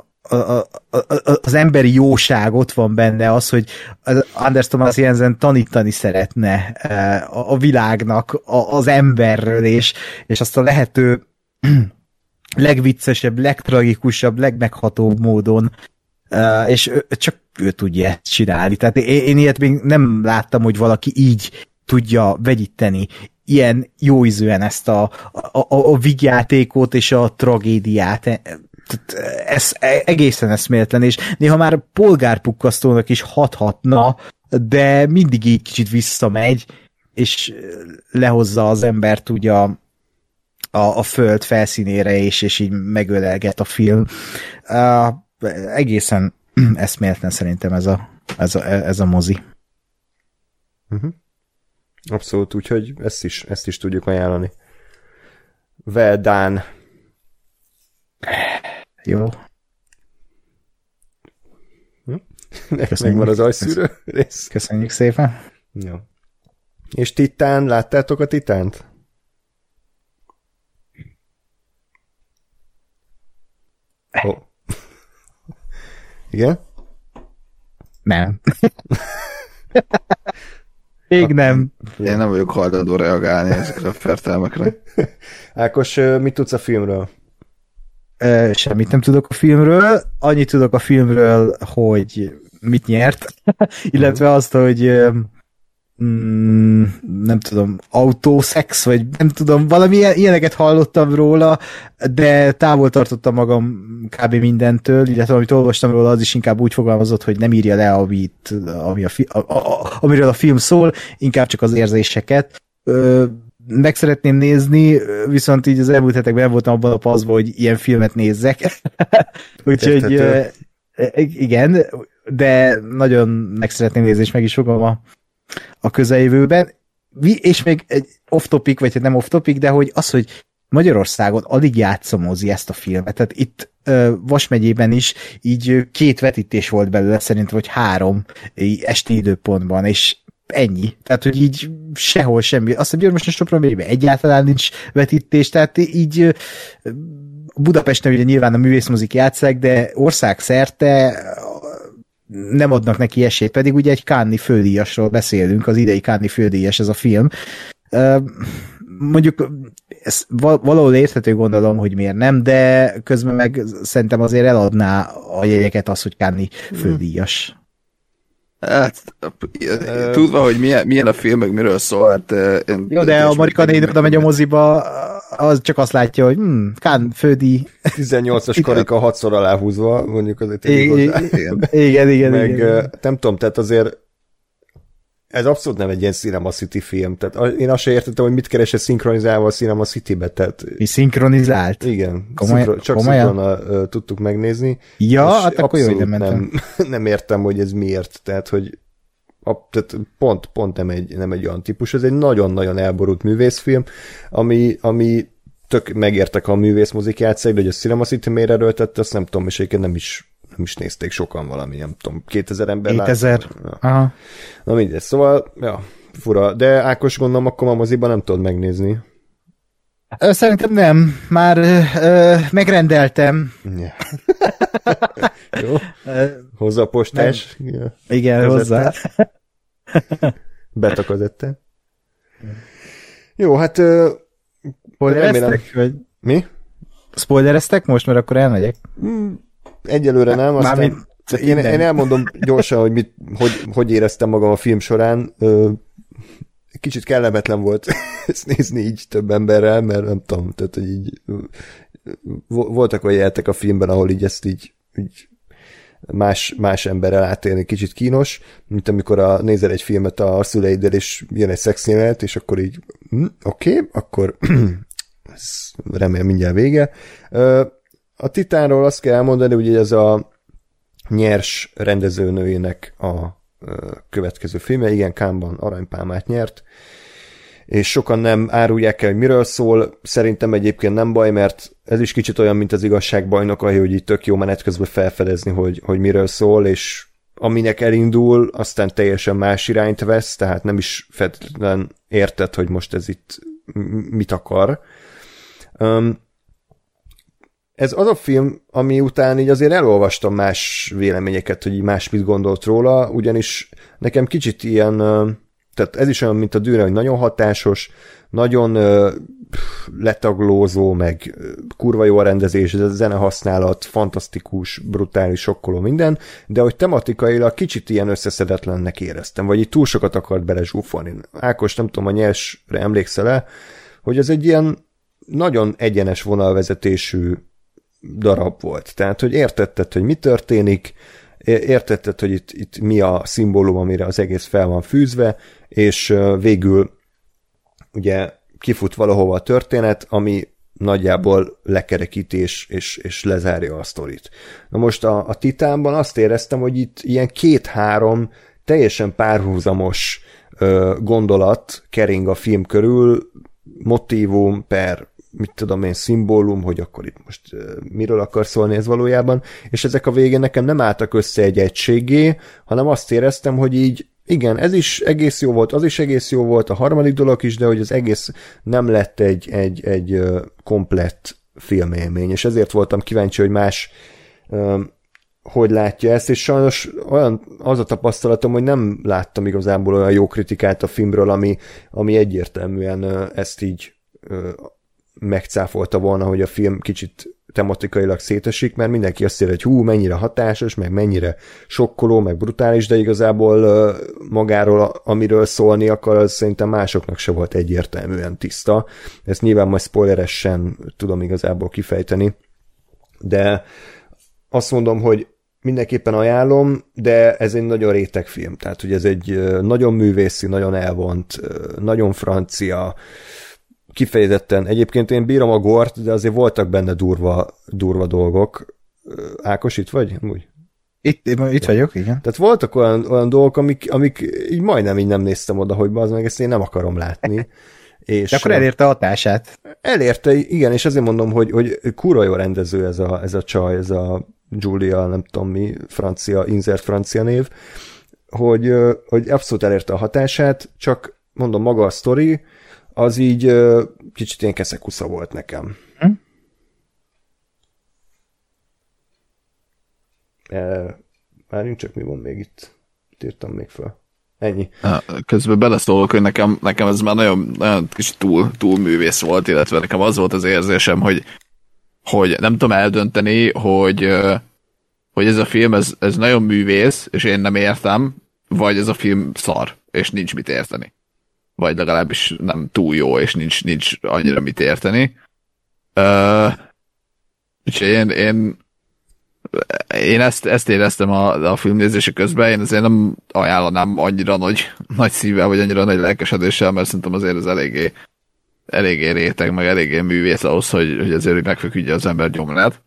az emberi jóság ott van benne, az, hogy Anders Thomas Jensen tanítani szeretne a világnak, az emberről, és azt a lehető legviccesebb, legtragikusabb, legmeghatóbb módon, és csak ő tudja ezt csinálni. Tehát én ilyet még nem láttam, hogy valaki így tudja vegyíteni ilyen jóízűen ezt a vígjátékot és a tragédiát. Ez egészen eszméletlen, és néha már polgárpukkasztónak is hathatna, de mindig így kicsit visszamegy, és lehozza az embert ugye a föld felszínére, és így megölelget a film. Egészen eszméletlen szerintem ez a mozi. Abszolút, úgyhogy ezt is tudjuk ajánlani. Well done. Jó. Megvan az ajszűrő rész. Köszönjük szépen. Jó. És Titán, láttátok a Titánt? Oh. Igen? Nem. Még nem. Én nem vagyok hajlandó reagálni ezekre a fertelmekre. Ákos, mit tudsz a filmről? Semmit nem tudok a filmről. Annyit tudok a filmről, hogy mit nyert, illetve azt, hogy nem tudom, autószex, vagy nem tudom, valami ilyeneket hallottam róla, de távol tartottam magam kb. Mindentől, illetve amit olvastam róla, az is inkább úgy fogalmazott, hogy nem írja le, amiről a film szól, inkább csak az érzéseket. Meg szeretném nézni, viszont így az elmúlt hetekben voltam abban a paszban, hogy ilyen filmet nézzek. Úgyhogy igen, de nagyon meg szeretném nézni, és meg is fogom a közeljövőben. és még egy off-topic, vagy nem off-topic, de hogy az, hogy Magyarországon alig játszamozi ezt a filmet, tehát itt Vas megyében is így 2 vetítés volt belőle, szerintem, vagy 3 esti időpontban, és ennyi. Tehát, hogy így sehol semmi. Azt hiszem, most a Sopron megyében egyáltalán nincs vetítés, tehát így Budapesten ugye nyilván a művészmozik játsszák, de országszerte nem adnak neki esélyt, pedig ugye egy Cannes-i fődíjasról beszélünk, az idei Cannes-i fődíjas ez a film. Mondjuk ez valahol érthető, gondolom, hogy miért nem, de közben meg szerintem azért eladná a jegyeket az, hogy Cannes-i fődíjas. Hát, tudva, hogy milyen a film, meg miről szól, hát... Jó, de a Marika néni oda megy a moziba, az csak azt látja, hogy Cannes fődíj. 18-as karika 6-szor aláhúzva, mondjuk azért igen. Meg nem tudom, tehát azért ez abszolút nem egy ilyen Cinema City film, tehát én azt sem értettem, hogy mit keres szinkronizálva a Cinema City-be, tehát... Mi szinkronizált? Igen, csak szinkronnal tudtuk megnézni. Ja, hát akkor jó, hogy nem mentem. Nem értem, hogy ez miért, tehát, hogy tehát pont nem egy olyan típus, ez egy nagyon-nagyon elborult művészfilm, ami tök megértek a művészmozik játszák, de hogy a Cinema City miért erőltette, azt nem tudom, és egyébként nem is nézték sokan valami, nem tudom, 2000 ember 2000? Aha. Na mindegy, szóval, ja, fura. De Ákos, gondolom, akkor a moziban nem tudod megnézni. Szerintem nem. Már megrendeltem. Ja. Jó. Hozzá a postás. Ja. Igen, hozzá. Betakazettel. Jó, hát spoilereztek? Vagy... Mi? Spoilereztek most, mert akkor elmegyek? Egyelőre nem, aztán én elmondom gyorsan, hogy éreztem magam a film során. Kicsit kellemetlen volt ezt nézni így több emberrel, mert nem tudom, tehát hogy így voltak olyan jelentek a filmben, ahol így ezt így más emberrel átélni kicsit kínos, mint amikor nézel egy filmet a szüleiddel, és jön egy szexjelenet, és akkor így oké, akkor remélem mindjárt vége. A Titánról azt kell elmondani, hogy ez a nyers rendezőnőjének a következő filmje, igen, Cannes-ban aranypálmát nyert, és sokan nem árulják el, hogy miről szól, szerintem egyébként nem baj, mert ez is kicsit olyan, mint az igazságbajnokai, hogy így tök jó menet közben felfedezni, hogy miről szól, és aminek elindul, aztán teljesen más irányt vesz, tehát nem is feltétlenül érted, hogy most ez itt mit akar. Ez az a film, ami után így azért elolvastam más véleményeket, hogy így más mit gondolt róla, ugyanis nekem kicsit ilyen, tehát ez is olyan, mint a Dűne, hogy nagyon hatásos, nagyon letaglózó, meg kurva jó a rendezés, ez a zenehasználat, fantasztikus, brutális, sokkoló minden, de hogy tematikailag kicsit ilyen összeszedetlennek éreztem, vagy így túl sokat akart bele zsúfolni. Ákos, nem tudom, a Nyersre emlékszel-e, hogy ez egy ilyen nagyon egyenes vonalvezetésű darab volt. Tehát, hogy értetted, hogy mi történik, értetted, hogy itt mi a szimbólum, amire az egész fel van fűzve, és végül ugye kifut valahova a történet, ami nagyjából lekerekítés és lezárja a sztorit. Na most a Titánban azt éreztem, hogy itt ilyen 2-3 teljesen párhuzamos gondolat kering a film körül, motívum per mit tudom én, szimbólum, hogy akkor itt most miről akar szólni ez valójában, és ezek a végén nekem nem álltak össze egy egységé, hanem azt éreztem, hogy így igen, ez is egész jó volt, az is egész jó volt, a harmadik dolog is, de hogy az egész nem lett egy komplett filmélmény, és ezért voltam kíváncsi, hogy más hogy látja ezt, és sajnos olyan az a tapasztalatom, hogy nem láttam igazából olyan jó kritikát a filmről, ami egyértelműen ezt így megcáfolta volna, hogy a film kicsit tematikailag szétesik, mert mindenki azt írja, hogy hú, mennyire hatásos, meg mennyire sokkoló, meg brutális, de igazából magáról, amiről szólni akar, az szerintem másoknak se volt egyértelműen tiszta. Ezt nyilván majd spoileresen tudom igazából kifejteni, de azt mondom, hogy mindenképpen ajánlom, de ez egy nagyon réteg film, tehát hogy ez egy nagyon művészi, nagyon elvont, nagyon francia, kifejezetten. Egyébként én bírom a gort, de azért voltak benne durva dolgok. Ákos, itt vagy? Úgy. Itt vagyok, igen. Tehát voltak olyan dolgok, amik így majdnem így nem néztem oda, hogy az meg ezt én nem akarom látni. És de akkor elérte a hatását. Elérte, igen, és azért mondom, hogy kurva jó rendező ez a csaj, ez a Julia, nem tudom mi, insert francia név, hogy abszolút elérte a hatását, csak mondom, maga a sztori, az így kicsit ilyen keszekusza volt nekem. Várjunk csak, mi van még itt. Írtam még fel. Ennyi. Közben beleszólok, hogy nekem ez már nagyon, nagyon kicsit túl művész volt, illetve nekem az volt az érzésem, hogy nem tudom eldönteni, hogy ez a film, ez nagyon művész, és én nem értem, vagy ez a film szar, és nincs mit érteni. Vagy legalábbis nem túl jó, és nincs annyira mit érteni. Úgyhogy én ezt éreztem a filmnézése közben, én azért nem ajánlanám annyira nagy szívvel, vagy annyira nagy lelkesedéssel, mert szerintem azért ez eléggé réteg, meg eléggé művész ahhoz, hogy azért megfeküdje az ember gyomrát.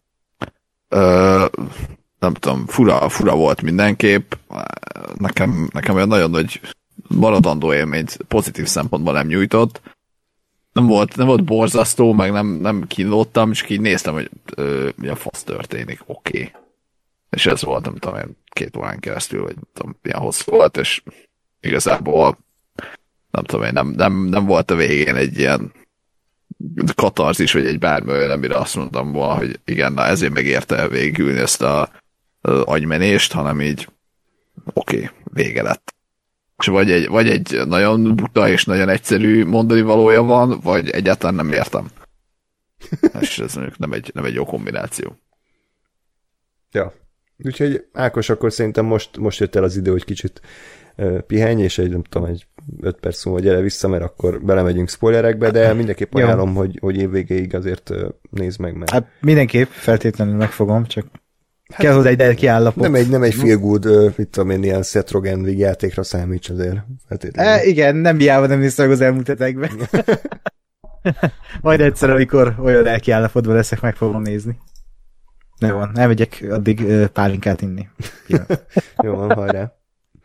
Nem tudom, fura volt mindenképp. Nekem olyan nagyon nagy maradandó élményt pozitív szempontból nem nyújtott. Nem volt borzasztó, meg nem kínlódtam, csak így néztem, hogy mi a fasz történik, oké. És ez volt, nem tudom, 2 órán keresztül, vagy nem tudom, milyen hosszú volt, és igazából nem tudom én, nem volt a végén egy ilyen katarzis, vagy egy bármi olyan, amire azt mondtam volna, hogy igen, na ezért megérte végülni ezt az agymenést, hanem így oké, vége lett. És vagy egy nagyon buta és nagyon egyszerű mondani valója van, vagy egyáltalán nem értem. És ez mondjuk nem egy jó kombináció. Ja. Úgyhogy Ákos, akkor szerintem most jött el az idő, hogy kicsit pihenj, és egy 5 perc múlva gyere vissza, mert akkor belemegyünk spoilerekbe, de mindenképp ajánlom, hogy évvégéig azért nézd meg. Mert... Hát mindenképp feltétlenül megfogom, csak kell hozzá egy lelki állapot. Nem egy feel good, mit tudom én, ilyen Seth Rogen játékra számíts azért. Igen, nem hiába nem néztem az elmúlt hetekben. Majd egyszer, amikor olyan lelki állapotban leszek, meg fogom nézni. Jó van, elmegyek addig pálinkát inni. Jó van, hajrá.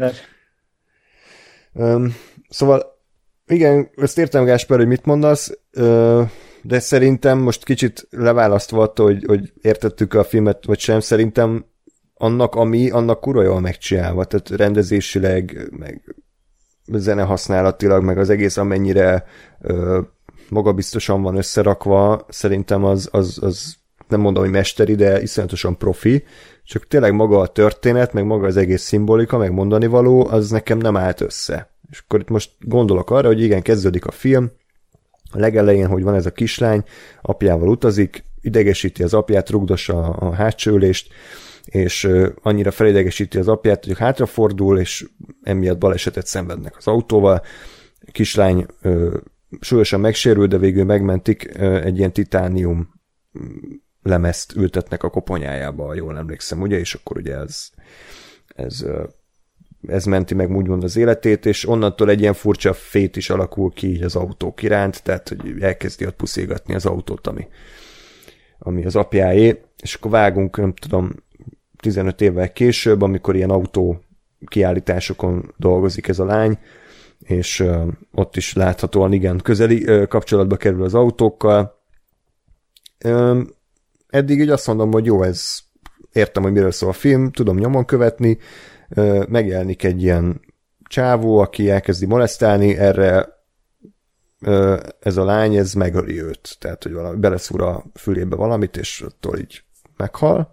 Szóval igen, ezt értem, Gáspár, hogy mit mondasz, de szerintem most kicsit leválasztva attól, hogy értettük a filmet, vagy sem, szerintem annak kurva jól megcsinálva, tehát rendezésileg, meg zenehasználatilag, meg az egész amennyire magabiztosan van összerakva, szerintem az nem mondom, hogy mesteri, de iszonyatosan profi, csak tényleg maga a történet, meg maga az egész szimbolika, meg mondani való, az nekem nem állt össze. És akkor itt most gondolok arra, hogy igen, kezdődik a film, a legelején, hogy van ez a kislány, apjával utazik, idegesíti az apját, rugdossa a hátsó ülést, és annyira felidegesíti az apját, hogy hátrafordul, és emiatt balesetet szenvednek az autóval. A kislány súlyosan megsérül, de végül megmentik, egy ilyen titánium lemezt ültetnek a koponyájába, jól emlékszem, ugye, és akkor ugye ez menti meg úgymond az életét, és onnantól egy ilyen furcsa fét is alakul ki így az autók iránt, tehát hogy elkezdi ott puszilgatni az autót, ami az apjáé, és akkor vágunk, nem tudom, 15 évvel később, amikor ilyen autó kiállításokon dolgozik ez a lány, és ott is láthatóan igen közeli kapcsolatba kerül az autókkal. Eddig így azt mondom, hogy jó, ez értem, hogy miről szól a film, tudom nyomon követni, megjelenik egy ilyen csávó, aki elkezdi molesztálni, erre ez a lány, ez megöli őt, tehát, hogy valami beleszúr a fülébe valamit, és attól így meghal.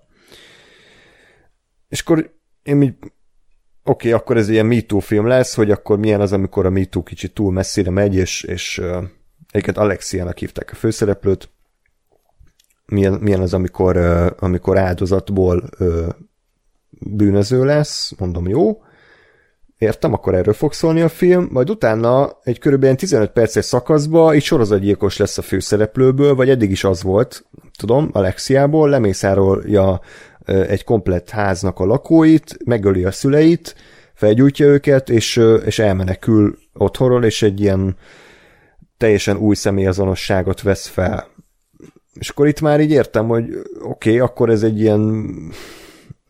És akkor én így oké, akkor ez ilyen Me Too film lesz, hogy akkor milyen az, amikor a Me Too kicsit túl messzire megy, és egyiket Alexiának hívták a főszereplőt, milyen az, amikor áldozatból bűnöző lesz, mondom, jó, értem, akkor erről fog szólni a film, majd utána egy körülbelül 15 perces szakaszba így sorozatgyilkos lesz a főszereplőből, vagy eddig is az volt, tudom, Alexiából, lemészárolja egy komplett háznak a lakóit, megöli a szüleit, felgyújtja őket, és elmenekül otthonról, és egy ilyen teljesen új személyazonosságot vesz fel. És akkor itt már így értem, hogy oké, akkor ez egy ilyen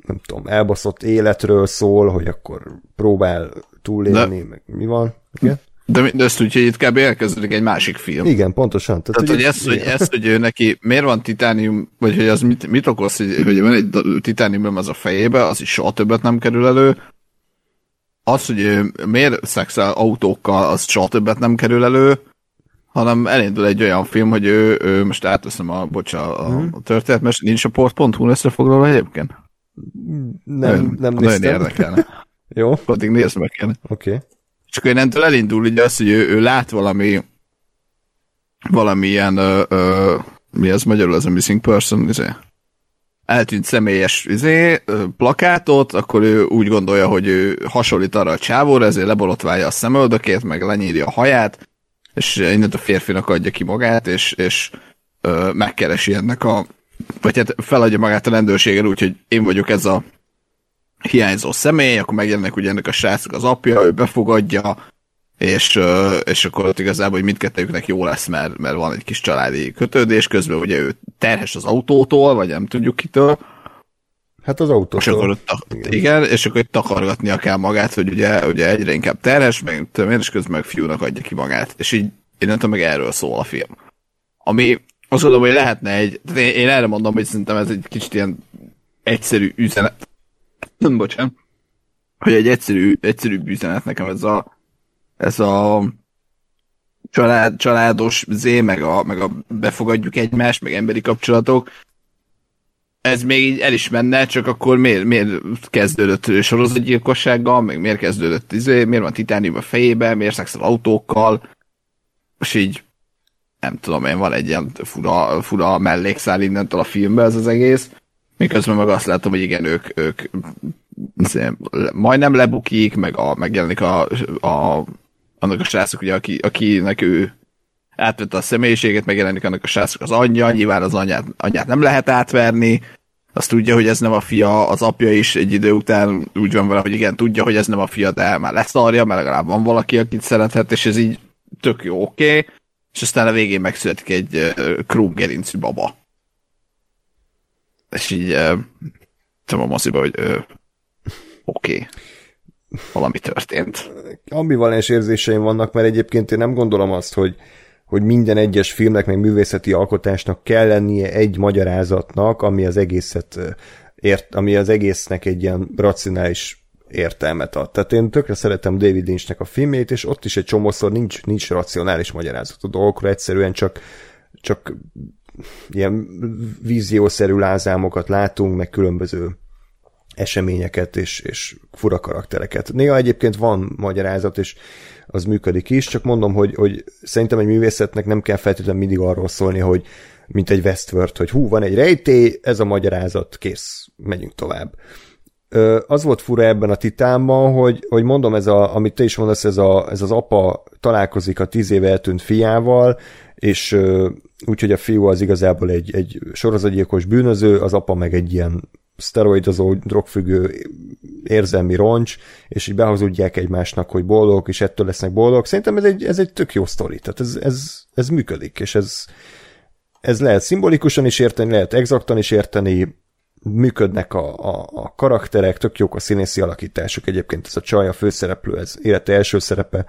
nem tudom, elbaszott életről szól, hogy akkor próbál túlélni, meg mi van. Igen? De ezt úgy, hogy itt kb. Elkezdődik egy másik film. Igen, pontosan. Tehát hogy ezt, hogy ő neki miért van titánium, vagy hogy az mit okoz, hogy van egy titánium az a fejébe, az is soha többet nem kerül elő. Az, hogy ő miért szexel autókkal, az soha többet nem kerül elő, hanem elindul egy olyan film, hogy ő most átveszem a történet, mert nincs a port.hu összefoglalva egyébként? Nem nagyon néztem. érdekelne. Jó. Addig nézd meg kell. Oké. Okay. És akkor innentől elindul ugye az, hogy ő lát valamilyen mi ez magyarul, az a missing person, eltűnt személyes plakátot, akkor ő úgy gondolja, hogy ő hasonlít arra a csávóra, ezért leborotválja a szemöldökét, meg lenyírja a haját, és innentől a férfinak adja ki magát, és megkeresi ennek vagy hát feladja magát a rendőrségen úgy, hogy én vagyok ez a hiányzó személy, akkor megjelenik ugye ennek a srácnak az apja, ő befogadja, és akkor ott igazából, hogy mindkettőjüknek jó lesz, mert van egy kis családi kötődés, közben ugye ő terhes az autótól, vagy nem tudjuk kitől. Hát az autótól. És akkor igen, és akkor takargatnia kell magát, hogy ugye egyre inkább terhes, meg és közben meg fiúnak adja ki magát. És így én nem tudom, meg erről szól a film. Ami azt gondolom, hogy lehetne én erre mondom, hogy szerintem ez egy kicsit ilyen egyszerű üzenet. Bocsánat. Hogy egy egyszerű üzenet nekem ez a családos meg a befogadjuk egymást, meg emberi kapcsolatok. Ez még így el is menne, csak akkor miért kezdődött sorozatgyilkossággal, meg miért kezdődött miért van titánium a fejében, miért szexel autókkal, és így nem tudom én, van egy ilyen fura mellékszál innentől a filmben ez az egész. Miközben meg azt látom, hogy igen, ők majdnem lebukik, meg megjelenik annak a srácok, ugye, akinek ő átvette a személyiséget, megjelenik annak a srácok az anyja, nyilván az anyját nem lehet átverni, azt tudja, hogy ez nem a fia, az apja is egy idő után úgy van vele, hogy igen, tudja, hogy ez nem a fia, de már leszarja, mert legalább van valaki, akit szerethet, és ez így tök jó, oké. És aztán a végén megszületik egy krúmgerincű baba. És így tudom a moziba, hogy oké. Valami történt. Ambivalens érzéseim vannak, mert egyébként én nem gondolom azt, hogy minden egyes filmnek, meg művészeti alkotásnak kell lennie egy magyarázatnak, ami az egésznek egy ilyen racionális értelmet ad. Tehát én tökre szeretem David Lynchnek a filmjét, és ott is egy csomószor nincs racionális magyarázat a dolgokra, egyszerűen csak ilyen víziószerű lázámokat látunk, meg különböző eseményeket és fura karaktereket. Néha egyébként van magyarázat, és az működik is, csak mondom, hogy szerintem egy művészetnek nem kell feltétlenül mindig arról szólni, hogy mint egy Westworld, hogy van egy rejtély, ez a magyarázat, kész, megyünk tovább. Az volt fura ebben a Titánban, hogy mondom, amit te is mondasz, ez az apa találkozik a 10 éve eltűnt fiával, és úgyhogy a fiú az igazából egy sorozatgyilkos bűnöző, az apa meg egy ilyen szteroidozó, drogfüggő érzelmi roncs, és így behazudják egymásnak, hogy boldogok, és ettől lesznek boldogok. Szerintem ez egy tök jó sztori, tehát ez működik, és ez lehet szimbolikusan is érteni, lehet exaktan is érteni, működnek a karakterek, tök jók a színészi alakítások, egyébként ez a csaj, a főszereplő, ez élete első szerepe,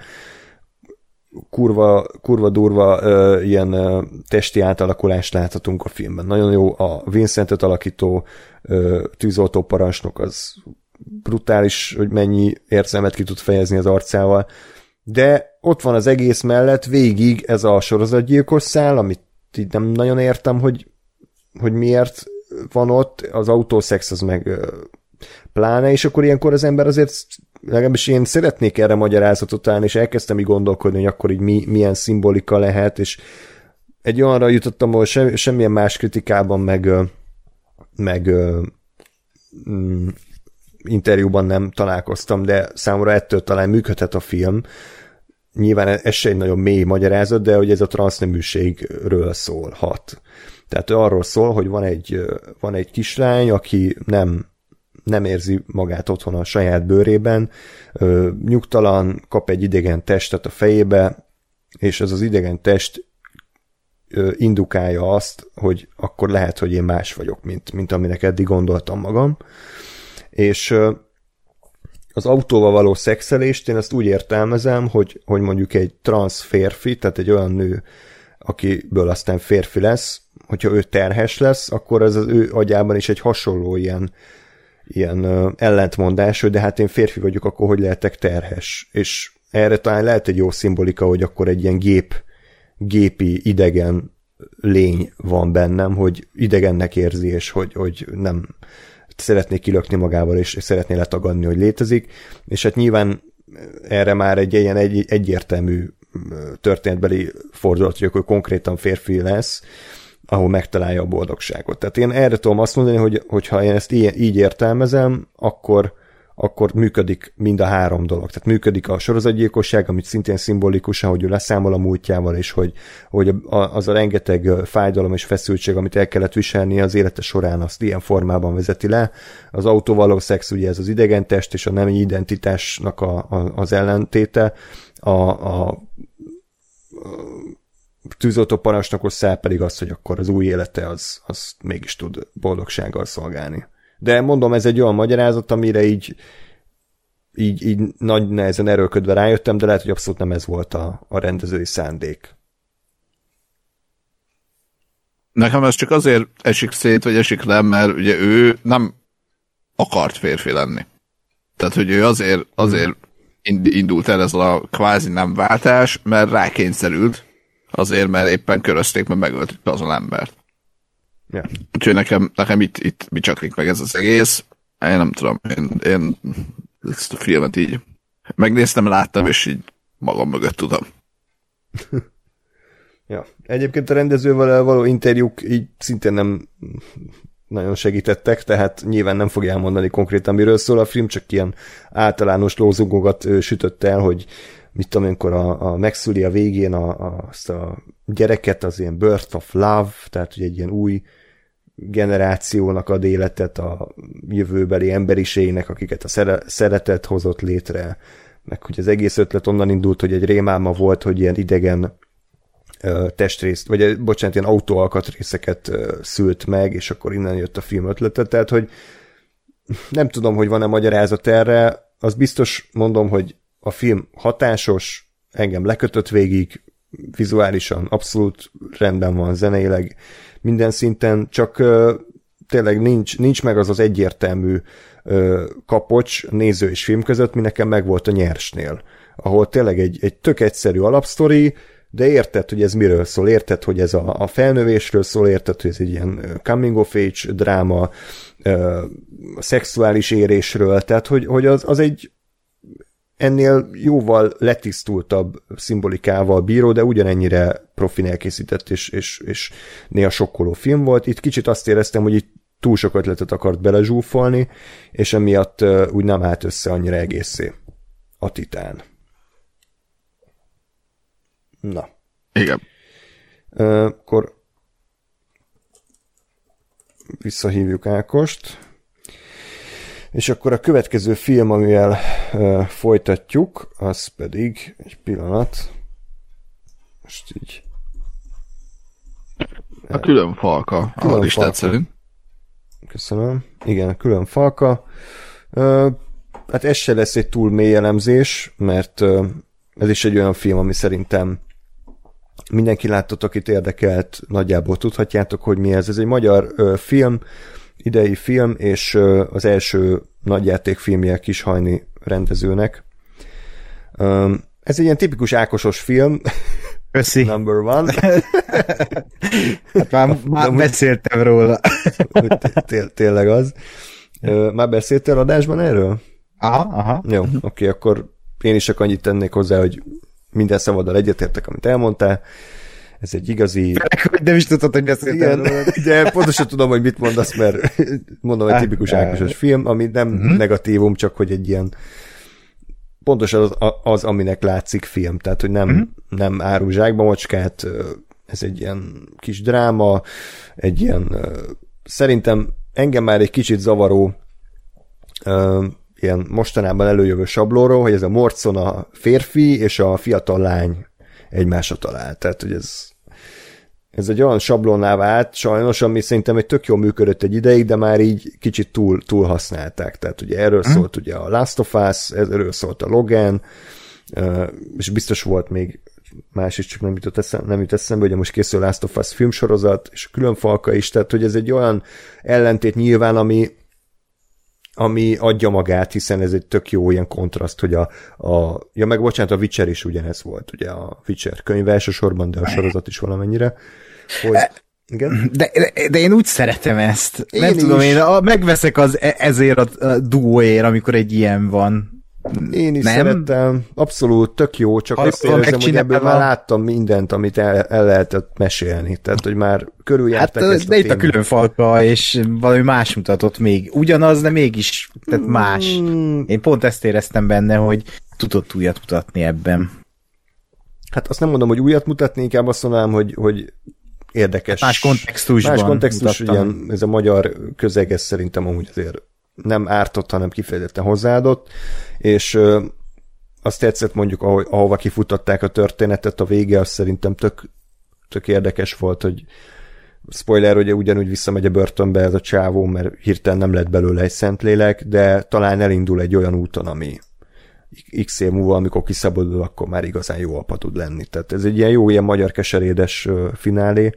kurva durva ilyen testi átalakulást láthatunk a filmben. Nagyon jó a Vincentet alakító tűzoltó parancsnok, az brutális, hogy mennyi érzelmet ki tud fejezni az arcával, de ott van az egész mellett végig ez a sorozatgyilkos szál, amit így nem nagyon értem, hogy miért van ott, az autószex az meg pláne, és akkor ilyenkor az ember azért, legalábbis én szeretnék erre magyarázatot találni, és elkezdtem így gondolkodni, hogy akkor így milyen szimbolika lehet, és egy olyanra jutottam, ahol semmilyen más kritikában meg interjúban nem találkoztam, de számomra ettől talán működhet a film. Nyilván ez se egy nagyon mély magyarázat, de hogy ez a transzneműségről szólhat. Tehát arról szól, hogy van egy kislány, aki nem érzi magát otthon a saját bőrében, nyugtalan, kap egy idegen testet a fejébe, és ez az idegen test indukálja azt, hogy akkor lehet, hogy én más vagyok, mint aminek eddig gondoltam magam. És az autóval való szexelést én ezt úgy értelmezem, hogy mondjuk egy transz férfi, tehát egy olyan nő, akiből aztán férfi lesz, hogyha ő terhes lesz, akkor ez az ő agyában is egy hasonló ilyen ellentmondás, hogy de hát én férfi vagyok, akkor hogy lehetek terhes? És erre talán lehet egy jó szimbolika, hogy akkor egy ilyen gépi, idegen lény van bennem, hogy idegennek érzi, és hogy nem szeretné kilökni magával, és szeretné letagadni, hogy létezik, és hát nyilván erre már egy ilyen egyértelmű történetbeli fordulat, hogy akkor konkrétan férfi lesz, ahol megtalálja a boldogságot. Tehát én erre tudom azt mondani, hogy ha én ezt így értelmezem, akkor működik mind a három dolog. Tehát működik a sorozatgyilkosság, amit szintén szimbolikusan, hogy ő leszámol a múltjával, és hogy az a rengeteg fájdalom és feszültség, amit el kellett viselni az élete során, azt ilyen formában vezeti le. Az autóvaló szex, ugye ez az idegentest és a nemi identitásnak az ellentéte. A tűzoltó parancsnokos szál pedig az, hogy akkor az új élete az mégis tud boldogsággal szolgálni. De mondom, ez egy olyan magyarázat, amire így nagy nehezen erőlködve rájöttem, de lehet, hogy abszolút nem ez volt a rendezői szándék. Nekem ez csak azért esik szét, vagy esik le, mert ugye ő nem akart férfi lenni. Tehát, hogy ő azért indult el ez a kvázi nem váltás, mert rákényszerült, azért, mert éppen körözték, mert megölték azon embert. Ja. Úgyhogy nekem itt mi csaklik meg ez az egész. Én nem tudom, én ezt a filmet így megnéztem, láttam, és így magam mögött tudom. Ja. Egyébként a rendezővel való interjúk így szintén nem nagyon segítettek, tehát nyilván nem fogja elmondani konkrétan, miről szól a film, csak ilyen általános lózungokat sütött el, hogy mit tudom, amikor megszüli a végén azt a gyereket, az ilyen birth of love, tehát hogy egy ilyen új generációnak ad életet a jövőbeli emberiségnek, akiket a szeretet hozott létre, meg hogy az egész ötlet onnan indult, hogy egy rémálma volt, hogy ilyen idegen testrészt, vagy bocsánat, ilyen autóalkatrészeket szült meg, és akkor innen jött a film ötlete, tehát hogy nem tudom, hogy van-e magyarázat erre, az biztos mondom, hogy a film hatásos, engem lekötött végig, vizuálisan abszolút rendben van, zeneileg minden szinten, csak tényleg nincs meg az egyértelmű kapocs néző és film között, mi nekem meg volt a Nyersnél, ahol tényleg egy tök egyszerű alapsztori, de érted, hogy ez miről szól, érted, hogy ez a felnövésről szól, érted, hogy ez egy ilyen coming of age dráma, a szexuális érésről, tehát hogy az egy ennél jóval letisztultabb szimbolikával bíró, de ugyanennyire profin elkészített és néha sokkoló film volt. Itt kicsit azt éreztem, hogy itt túl sok ötletet akart belezsúfolni, és emiatt úgy nem állt össze annyira egészé a Titán. Na. Igen. Akkor visszahívjuk Ákost. És akkor a következő film, amivel folytatjuk, az pedig, egy pillanat, most így... A Külön falka, a listát szerint. Köszönöm. Igen, a Külön falka. Hát ez se lesz egy túl mély elemzés, mert ez is egy olyan film, ami szerintem mindenki látott, akit érdekelt, nagyjából tudhatjátok, hogy mi ez. Ez egy magyar film, idei film, és az első nagyjátékfilmje Kishajni rendezőnek. Ez egy ilyen tipikus Ákosos film. Köszi. Number one. Hát már beszéltem róla. Tényleg az. Már beszéltél adásban erről? Aha. Jó, oké, akkor én is csak annyit tennék hozzá, hogy minden szavaddal egyetértek, amit elmondtál. Ez egy igazi... Nem is tudtad, hogy beszéltem róla. De pontosan tudom, hogy mit mondasz, mert mondom, egy tipikus Ákosos film, ami nem negatívum, csak hogy egy ilyen pontosan az, aminek látszik film, tehát, hogy nem árul zsákba macskát, ez egy ilyen kis dráma, egy ilyen szerintem engem már egy kicsit zavaró ilyen mostanában előjövő sablóról, hogy ez a morcona férfi és a fiatal lány egymásra talál. Tehát, hogy ez ez egy olyan sablonná vált, sajnos, ami szerintem egy tök jól működött egy ideig, de már így kicsit túl használták. Tehát ugye erről szólt ugye a Last of Us, erről szólt a Logan, és biztos volt még más is, csak nem jut eszembe, ugye most készül a Last of Us filmsorozat, és a Különfalka is, tehát hogy ez egy olyan ellentét nyilván, ami adja magát, hiszen ez egy tök jó ilyen kontraszt, hogy meg bocsánat, a Witcher is ugyanez volt, ugye a Witcher könyve elsősorban, de a sorozat is valamennyire. Hogy, igen? De én úgy szeretem ezt. Én nem tudom, is. én megveszek ezért a duóért, amikor egy ilyen van. Én is nem? szerettem, abszolút tök jó, csak azt Akkor érzem, hogy ebből már megcsinálva- láttam mindent, amit el lehetett mesélni, tehát hogy már körüljárták Hát, ezt de itt a témát. Különfalka, és valami más mutatott még. Ugyanaz, de mégis, tehát más. Én pont ezt éreztem benne, hogy tudott újat mutatni ebben. Hát azt nem mondom, hogy újat mutatni, inkább azt mondanám, hogy érdekes. Más kontextusban Más kontextus, mutattam. ugyan ez a magyar közeg, ez szerintem amúgy azért nem ártott, hanem kifejezetten hozzáadott, és azt tetszett mondjuk, ahova kifutották a történetet, a vége az szerintem tök érdekes volt, hogy spoiler, hogy ugyanúgy visszamegy a börtönbe ez a csávó, mert hirtelen nem lett belőle egy szentlélek, de talán elindul egy olyan úton, ami x év múlva, amikor kiszabadul, akkor már igazán jó apa tud lenni. Tehát ez egy ilyen jó, ilyen magyar keserédes finálé.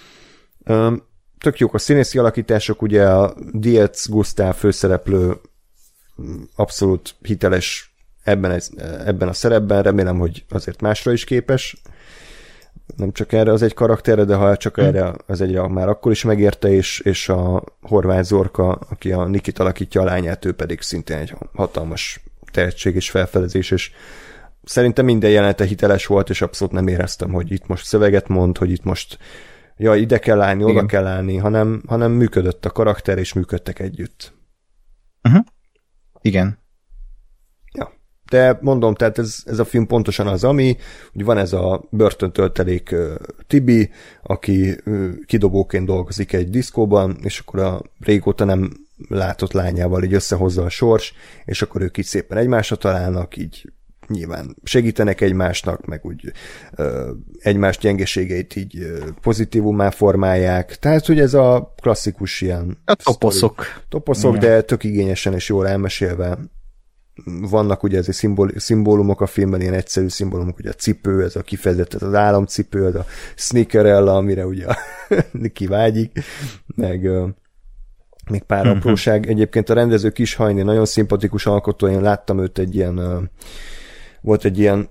Tök jók a színészi alakítások, ugye a Dietz Gusztáv főszereplő abszolút hiteles ebben a szerepben, remélem, hogy azért másra is képes, nem csak erre az egy karakterre, de ha csak erre az egyre már akkor is megérte, és a Horváth Zorka, aki a Nikit alakítja a lányát, ő pedig szintén egy hatalmas tehetség és felfedezés, és szerintem minden jelenete hiteles volt, és abszolút nem éreztem, hogy itt most szöveget mond, hogy itt most ide kell állni, oda kell állni, hanem működött a karakter, és működtek együtt. Igen. Ja. De mondom, tehát ez a film pontosan az, ami, hogy van ez a börtöntöltelék Tibi, aki kidobóként dolgozik egy diszkóban, és akkor a régóta nem látott lányával így összehozza a sors, és akkor ők így szépen egymásra találnak, így nyilván segítenek egymásnak, meg úgy egymás gyengeségeit így pozitívummá formálják. Tehát, hogy ez a klasszikus ilyen... A toposzok. Toposzok, de tök igényesen és jól elmesélve. Vannak ugye ez szimbólumok a filmben, ilyen egyszerű szimbólumok, ugye a cipő, ez a kifejezett, ez az államcipő, ez a sneakerella, amire ugye Niki vágyik, meg még pár apróság. Egyébként a rendező Kishajné nagyon szimpatikus alkotó, én láttam őt egy ilyen volt egy ilyen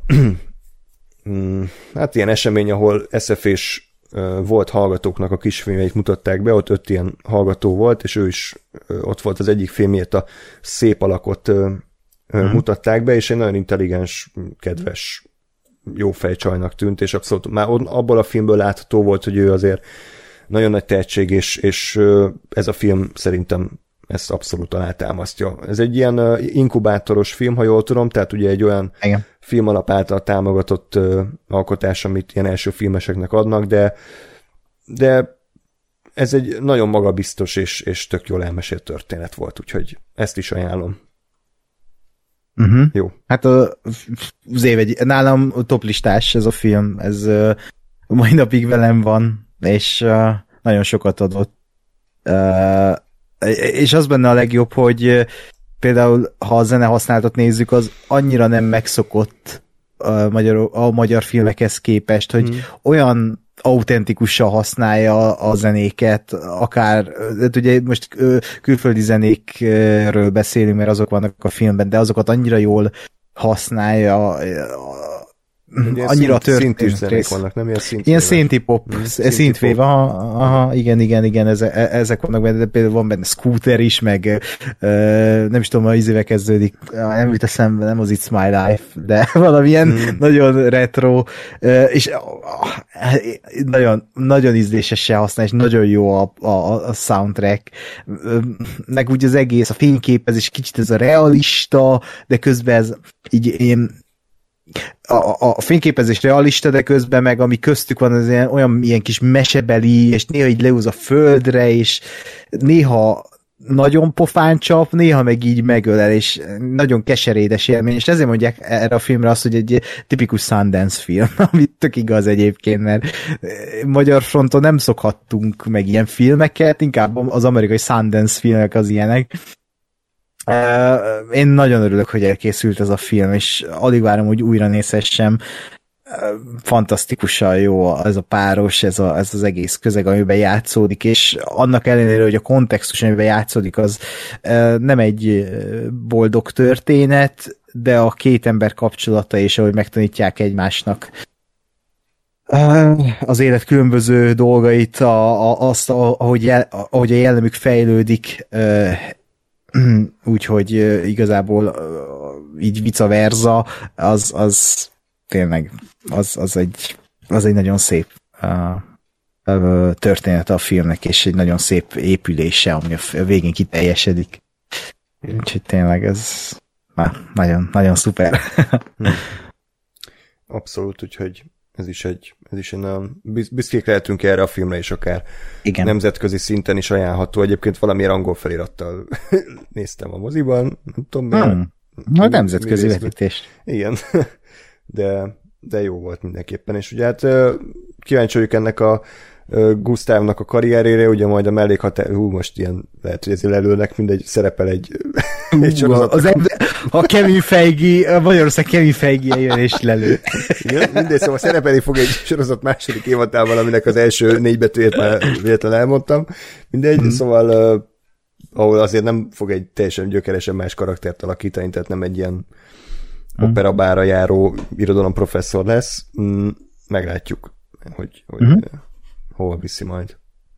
hát ilyen esemény, ahol SF-és volt hallgatóknak a kisfilmjeit mutatták be, ott 5 ilyen hallgató volt, és ő is ott volt az egyik filmjét, a Szép alakot mutatták be, és egy nagyon intelligens, kedves, jó fejcsajnak tűnt, és abszolút már abból a filmből látható volt, hogy ő azért nagyon nagy tehetség, és ez a film szerintem ezt abszolút alátámasztja. Ez egy ilyen inkubátoros film, ha jól tudom, tehát ugye egy olyan film alap által támogatott alkotás, amit ilyen első filmeseknek adnak, de ez egy nagyon magabiztos és tök jól elmesélt történet volt, úgyhogy ezt is ajánlom. Jó. Hát az év nálam toplistás ez a film, ez mai napig velem van, és nagyon sokat adott. És az benne a legjobb, hogy például, ha a zene használatot nézzük, az annyira nem megszokott a magyar filmekhez képest, hogy olyan autentikusan használja a zenéket, akár, de ugye most külföldi zenékről beszélünk, mert azok vannak a filmben, de azokat annyira jól használja, annyira szintűs zenék vannak, nem ilyen szinti-pop, szintvév, igen, ezek vannak benne, de például van benne Scooter is, meg nem is tudom, az éve kezdődik, nem jut eszembe, nem az It's My Life, de valamilyen nagyon retro, és nagyon, nagyon ízlésesen használ, és nagyon jó a soundtrack, meg úgy az egész, a fényképezés, kicsit ez a realista, de közben ez így ilyen a fényképezés realista, de közben meg ami köztük van, az olyan kis mesebeli, és néha így leúz a földre, és néha nagyon pofán csap, néha meg így megölel, és nagyon keserédes élmény, és ezért mondják erre a filmre azt, hogy egy tipikus Sundance film, amit tök igaz egyébként, mert magyar fronton nem szokhattunk meg ilyen filmeket, inkább az amerikai Sundance filmek az ilyenek. Én nagyon örülök, hogy elkészült ez a film, és alig várom, hogy újra nézhessem. Fantasztikusan jó ez a páros, ez az egész közeg, amiben játszódik, és annak ellenére, hogy a kontextus, amiben játszódik, az nem egy boldog történet, de a két ember kapcsolata és ahogy megtanítják egymásnak az élet különböző dolgait, azt, ahogy a jellemük fejlődik, úgyhogy igazából így vice versa, az tényleg az egy nagyon szép története a filmnek, és egy nagyon szép épülése, ami a végén kiteljesedik. Úgyhogy tényleg ez nagyon, nagyon szuper. Abszolút, úgyhogy ez is egy nagyon büszkék lehetünk erre a filmre is, akár igen. Nemzetközi szinten is ajánlható. Egyébként valamilyen angol felirattal néztem a moziban, nem tudom miért. A nemzetközi vetítés. Igen, de jó volt mindenképpen, és ugye hát kíváncsi vagyok ennek a Gusztávnak a karrierére, ugye majd a mellékhatár, most ilyen lehet, hogy ezért lelőnek, mindegy, szerepel egy a Kevin Feige, Magyarország Kevin Feige jön és lelő. Igen, mindegy, szóval szerepelni fog egy sorozat második évadában, aminek az első 4 betűjét már véletlenül elmondtam. Mindegy, szóval ahol azért nem fog egy teljesen gyökeresen más karaktert alakítani, tehát nem egy ilyen operabára járó irodalomprofesszor lesz. Meglátjuk, hogy hova viszi majd.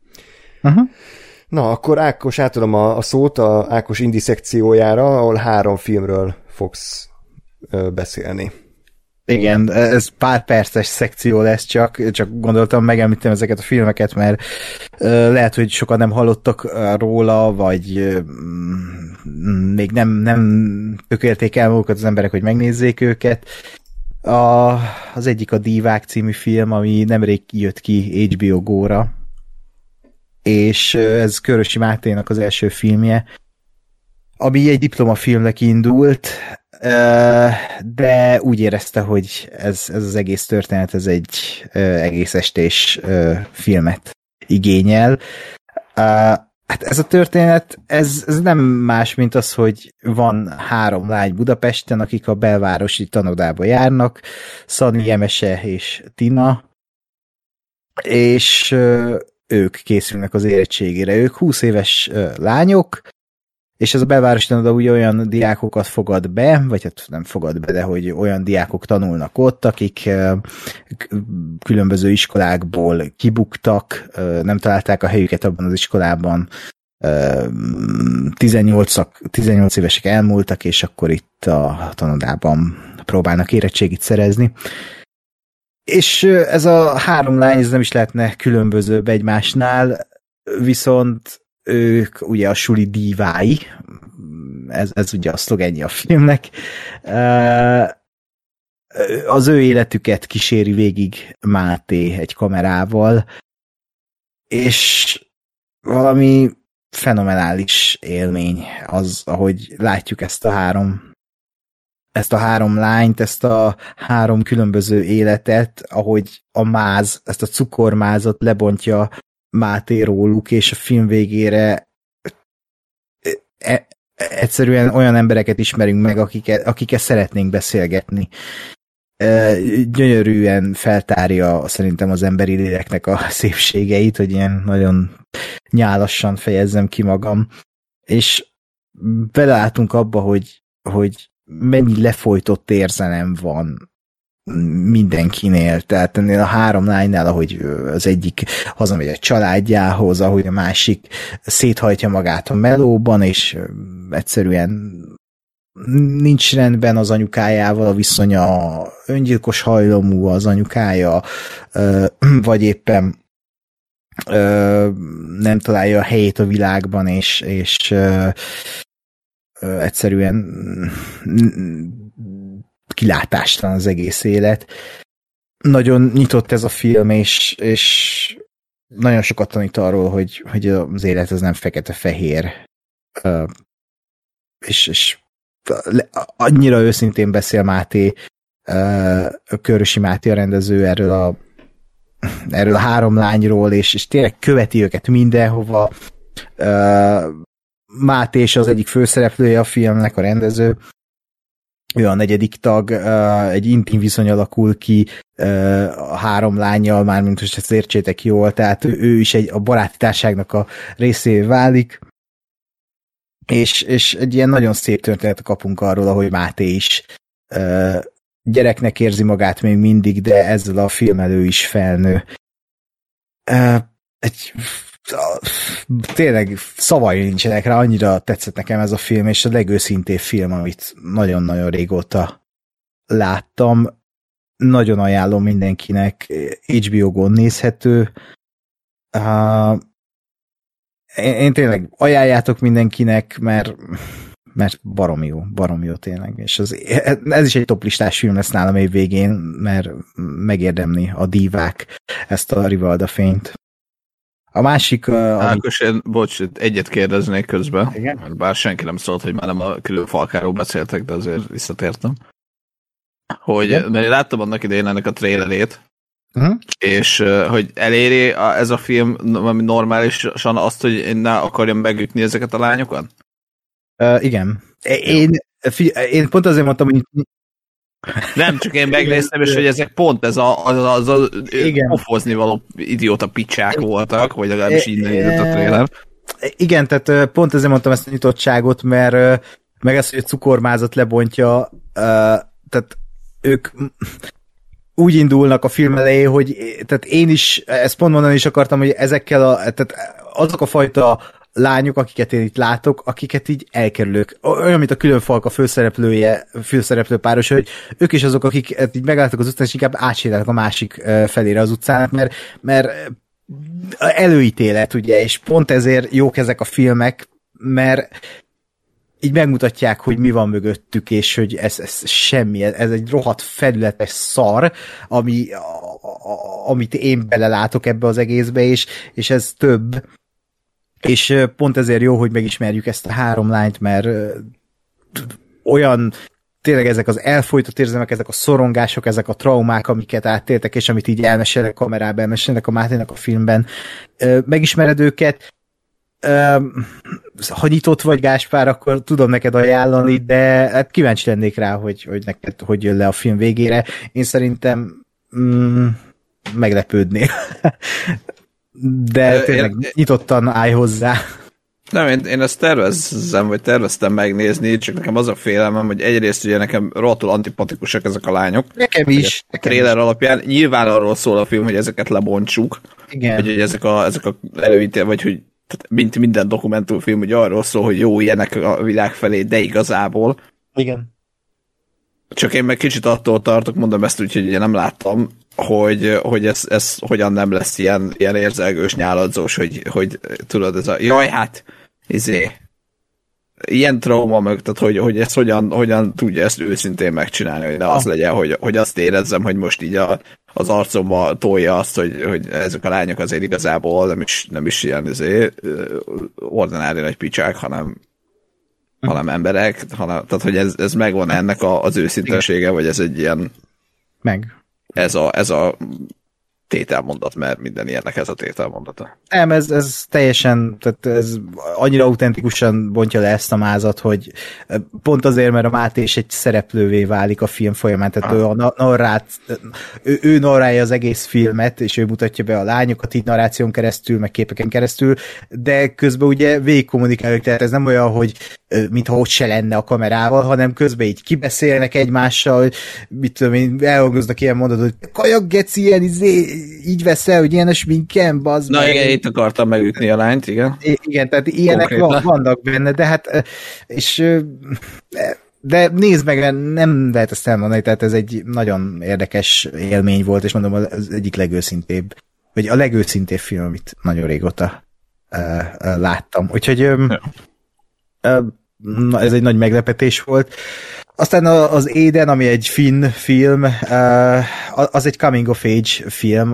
Na, akkor Ákos, átadom a szót a Ákos Indi szekciójára, ahol 3 filmről fogsz beszélni. Igen, ez pár perces szekció lesz csak gondoltam, megemlítem ezeket a filmeket, mert lehet, hogy sokan nem hallottak róla, vagy még nem tökélték el magukat az emberek, hogy megnézzék őket. Az egyik a Dívák című film, ami nemrég jött ki HBO Go-ra, és ez Körösi Máténak az első filmje, ami egy diplomafilmnek indult, de úgy érezte, hogy ez az egész történet, ez egy egész estés filmet igényel. Hát ez a történet, ez nem más, mint az, hogy van 3 lány Budapesten, akik a belvárosi tanodába járnak, Szani, Emese és Tina, és ők készülnek az érettségére. Ők 20 éves lányok, és ez a belvárosi tanoda ugye olyan diákokat fogad be, vagy hát nem fogad be, de hogy olyan diákok tanulnak ott, akik különböző iskolákból kibuktak, nem találták a helyüket abban az iskolában, 18 évesek elmúltak, és akkor itt a tanodában próbálnak érettségit szerezni. És ez a 3 lány, ez nem is lehetne különbözőbb egymásnál, viszont ők ugye a suli dívái, ez ugye a szlogenje a filmnek, az ő életüket kíséri végig Máté egy kamerával, és valami fenomenális élmény az, ahogy látjuk ezt a három lányt, ezt a 3 különböző életet, ahogy ezt a cukormázat lebontja Máté róluk, és a film végére egyszerűen olyan embereket ismerünk meg, akikkel szeretnénk beszélgetni. Gyönyörűen feltárja szerintem az emberi léleknek a szépségeit, hogy ilyen nagyon nyálassan fejezzem ki magam, és beleálltunk abba, hogy mennyi lefolytott érzelem van mindenkinél, tehát ennél a 3 lánynál, ahogy az egyik hazamegy a családjához, ahogy a másik széthajtja magát a melóban, és egyszerűen nincs rendben az anyukájával a viszonya, öngyilkos hajlamú az anyukája, vagy éppen nem találja a helyét a világban, és egyszerűen kilátástalan az egész élet. Nagyon nyitott ez a film, és nagyon sokat tanít arról, hogy az élet az nem fekete-fehér. és annyira őszintén beszél Máté, Körösi Máté a rendező erről a három lányról, és tényleg követi őket mindenhova. Máté is az egyik főszereplője a filmnek, a rendező. Ő a negyedik tag, egy intim viszony alakul ki a három lánnyal, mármint most ezt értsétek jól, tehát ő is a baráti társágnak a részévé válik, és egy ilyen nagyon szép történetet kapunk arról, ahogy Máté is gyereknek érzi magát még mindig, de ezzel a filmmel ő is felnő. Tényleg szavai nincsenek rá, annyira tetszett nekem ez a film, és a legőszintébb film, amit nagyon-nagyon régóta láttam. Nagyon ajánlom mindenkinek, HBO Go-n nézhető. Én tényleg ajánljátok mindenkinek, mert baromi jó tényleg. És ez is egy toplistás film lesz nálam év végén, mert megérdemli a dívák ezt a Rivalda fényt. A másik... Ákos, én, bocs, egyet kérdeznék közben. Igen? Bár senki nem szólt, hogy már nem a külön falkáról beszéltek, de azért visszatértem. Hogy, mert én láttam annak idején ennek a trailerét, és hogy eléri ez a film normálisan azt, hogy én ne akarjam megütni ezeket a lányokat? Igen. Én pont azért mondtam, hogy nem, csak én megnéztem, és hogy ezek pont ez az pofozni való idióta picsák voltak, vagy legalábbis így nézett a trailer. Igen, tehát pont ezért mondtam ezt a nyitottságot, mert meg ezt, hogy a cukormázat lebontja, tehát ők úgy indulnak a film elején, hogy tehát én is, ezt pont mondani is akartam, hogy ezekkel tehát azok a fajta lányok, akiket én itt látok, akiket így elkerülök. Olyan, mint a különfalka főszereplő páros, hogy ők is azok, akik így megálltak az utcán, és inkább átsétálnak a másik felére az utcának, mert előítélet, ugye, és pont ezért jók ezek a filmek, mert így megmutatják, hogy mi van mögöttük, és hogy ez semmi, ez egy rohadt felületes szar, amit én belelátok ebbe az egészbe, és ez több. És pont ezért jó, hogy megismerjük ezt a három lányt, mert olyan tényleg ezek az elfojtott érzelmek, ezek a szorongások, ezek a traumák, amiket áttéltek, és amit így elmesélnek kamerában, elmesélnek a Máténak a filmben. Megismered őket, ha nyitott vagy, Gáspár, akkor tudom neked ajánlani, de hát kíváncsi lennék rá, hogy neked hogy jön le a film végére. Én szerintem meglepődnél. De tényleg nyitottan állj hozzá. Nem, én ezt terveztem megnézni, csak nekem az a félelmem, hogy egyrészt ugye nekem rohadtul antipatikusak ezek a lányok. Nekem is. A trailer alapján nyilván arról szól a film, hogy ezeket lebontsuk. Igen. Hogy ezek a előítél, vagy hogy mint minden dokumentumfilm, hogy arról szól, hogy jó, ilyenek a világ felé, de igazából. Igen. Csak én meg kicsit attól tartok, mondom ezt úgy, hogy nem láttam, hogy ez hogyan nem lesz ilyen érzelgős, nyáladzós, hogy tudod, ez a jaj, hát, ilyen trauma meg, tehát hogy ez hogyan tudja ezt őszintén megcsinálni, hogy ne az legyen, hogy azt érezzem, hogy most így az arcomba tolja azt, hogy ezek a lányok azért igazából nem is ilyen ordinári nagy picsák, hanem emberek, tehát hogy ez megvan ennek az őszintesége, vagy ez egy ilyen ez a tételmondat, mert minden ilyennek ez a tételmondata. Nem, ez teljesen, tehát ez annyira autentikusan bontja le ezt a mázat, hogy pont azért, mert a Máté is egy szereplővé válik a film folyamán, tehát ő narrálja az egész filmet, és ő mutatja be a lányokat így narráción keresztül, meg képeken keresztül, de közben ugye végigkommunikáljuk, tehát ez nem olyan, hogy mintha ott se lenne a kamerával, hanem közben így kibeszélnek egymással, hogy mit tudom én, elhangoznak ilyen mondatot, hogy kajak, geci, ilyen így veszel, hogy ilyen a sminkem, bazd meg. Na igen, itt akartam megütni a lányt, igen. Igen, tehát ilyenek vannak benne, de hát de nézd meg, nem lehet ezt elmondani, tehát ez egy nagyon érdekes élmény volt, és mondom, az egyik legőszintébb, vagy a legőszintébb film, amit nagyon régóta láttam. Úgyhogy ez egy nagy meglepetés volt. Aztán az Éden, ami egy finn film, az egy coming of age film,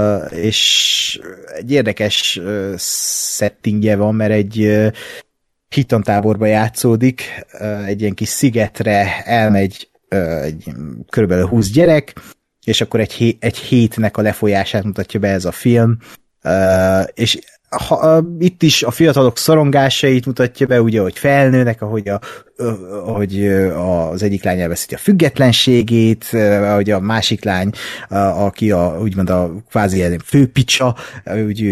és egy érdekes settingje van, mert hittantáborba játszódik, egy ilyen kis szigetre elmegy körülbelül 20 gyerek, és akkor egy hétnek a lefolyását mutatja be ez a film, és itt is a fiatalok szorongásait mutatja be, ugye, hogy felnőnek, ahogy az egyik lány elveszíti a függetlenségét, ahogy a másik lány, aki úgymond a kvázi főpicsa, úgy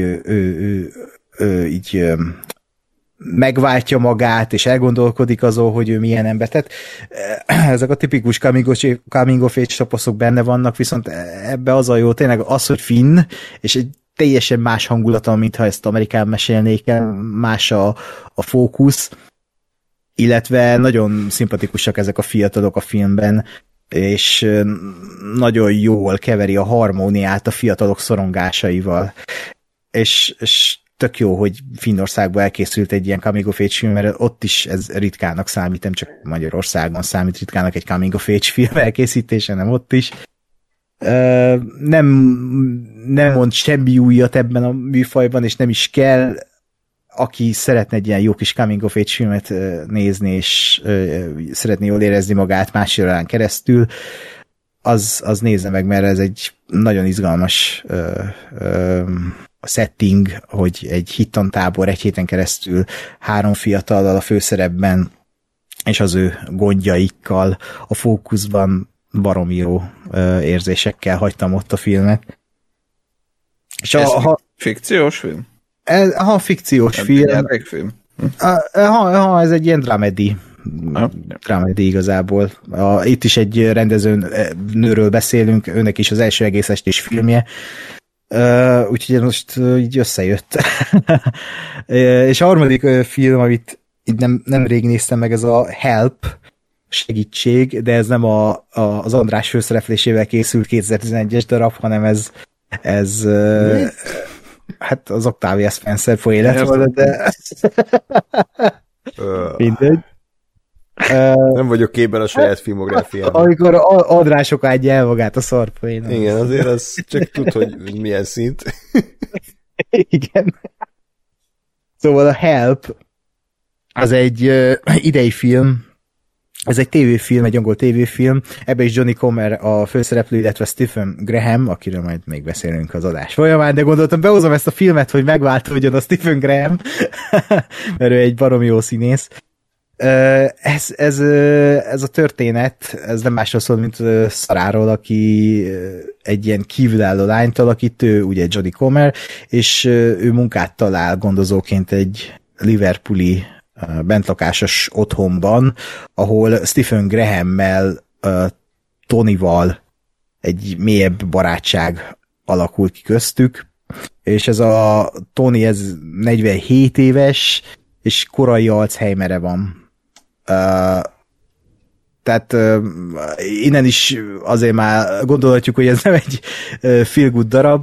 így megváltja magát, és elgondolkodik azon, hogy ő milyen ember. Tehát ezek a tipikus coming of age toposzok benne vannak, viszont ebbe az a jó, tényleg az, hogy finn, és egy teljesen más hangulata, mintha ezt Amerikán mesélnék el, más a fókusz, illetve nagyon szimpatikusak ezek a fiatalok a filmben, és nagyon jól keveri a harmóniát a fiatalok szorongásaival. És tök jó, hogy Finnországban elkészült egy ilyen coming of age film, mert ott is ez ritkának számít, nem csak Magyarországon számít ritkának egy coming of age film elkészítése, nem ott is. Nem mond semmi újat ebben a műfajban, és nem is kell. Aki szeretne egy ilyen jó kis coming of age filmet nézni, és szeretné jól érezni magát másfél keresztül, az nézze meg, mert ez egy nagyon izgalmas setting, hogy egy hittantábor egy héten keresztül 3 fiatallal a főszerepben, és az ő gondjaikkal a fókuszban baromi jó érzésekkel hagytam ott a filmet. És fikciós film? Fikciós film. Ez egy ilyen dramedy igazából. Itt is egy rendezőnőről beszélünk, őnek is az első egész estés filmje, úgyhogy most így összejött. És a harmadik film, amit így nem rég néztem meg, ez a Help, segítség, de ez nem az András főszereplésével készült 2011-es darab, hanem ez hát az Octavia Spencer poélet volt, de mindegy. Nem vagyok képben a saját filmográfiában. Amikor András okádja el magát a szarpoén. Igen, azért az csak tud, hogy milyen szint. Igen. Szóval a Help az egy idei film, ez egy tévéfilm, egy angol tévéfilm, ebben is Johnny Comer a főszereplő, illetve Stephen Graham, akiről majd még beszélünk az adás folyamán, de gondoltam, behozom ezt a filmet, hogy megváltódjon a Stephen Graham, mert ő egy baromi jó színész. Ez a történet, ez nem másról szól, mint Szaráról, aki egy ilyen kívülálló lányt alakít, ő ugye Jodie Comer, és ő munkát talál gondozóként egy liverpooli bentlakásos otthonban, ahol Stephen Graham-mel, Tonyval egy mélyebb barátság alakul ki köztük, és ez a Tony, ez 47 éves, és korai Alzheimere van. Tehát innen is azért már gondolhatjuk, hogy ez nem egy feel good darab.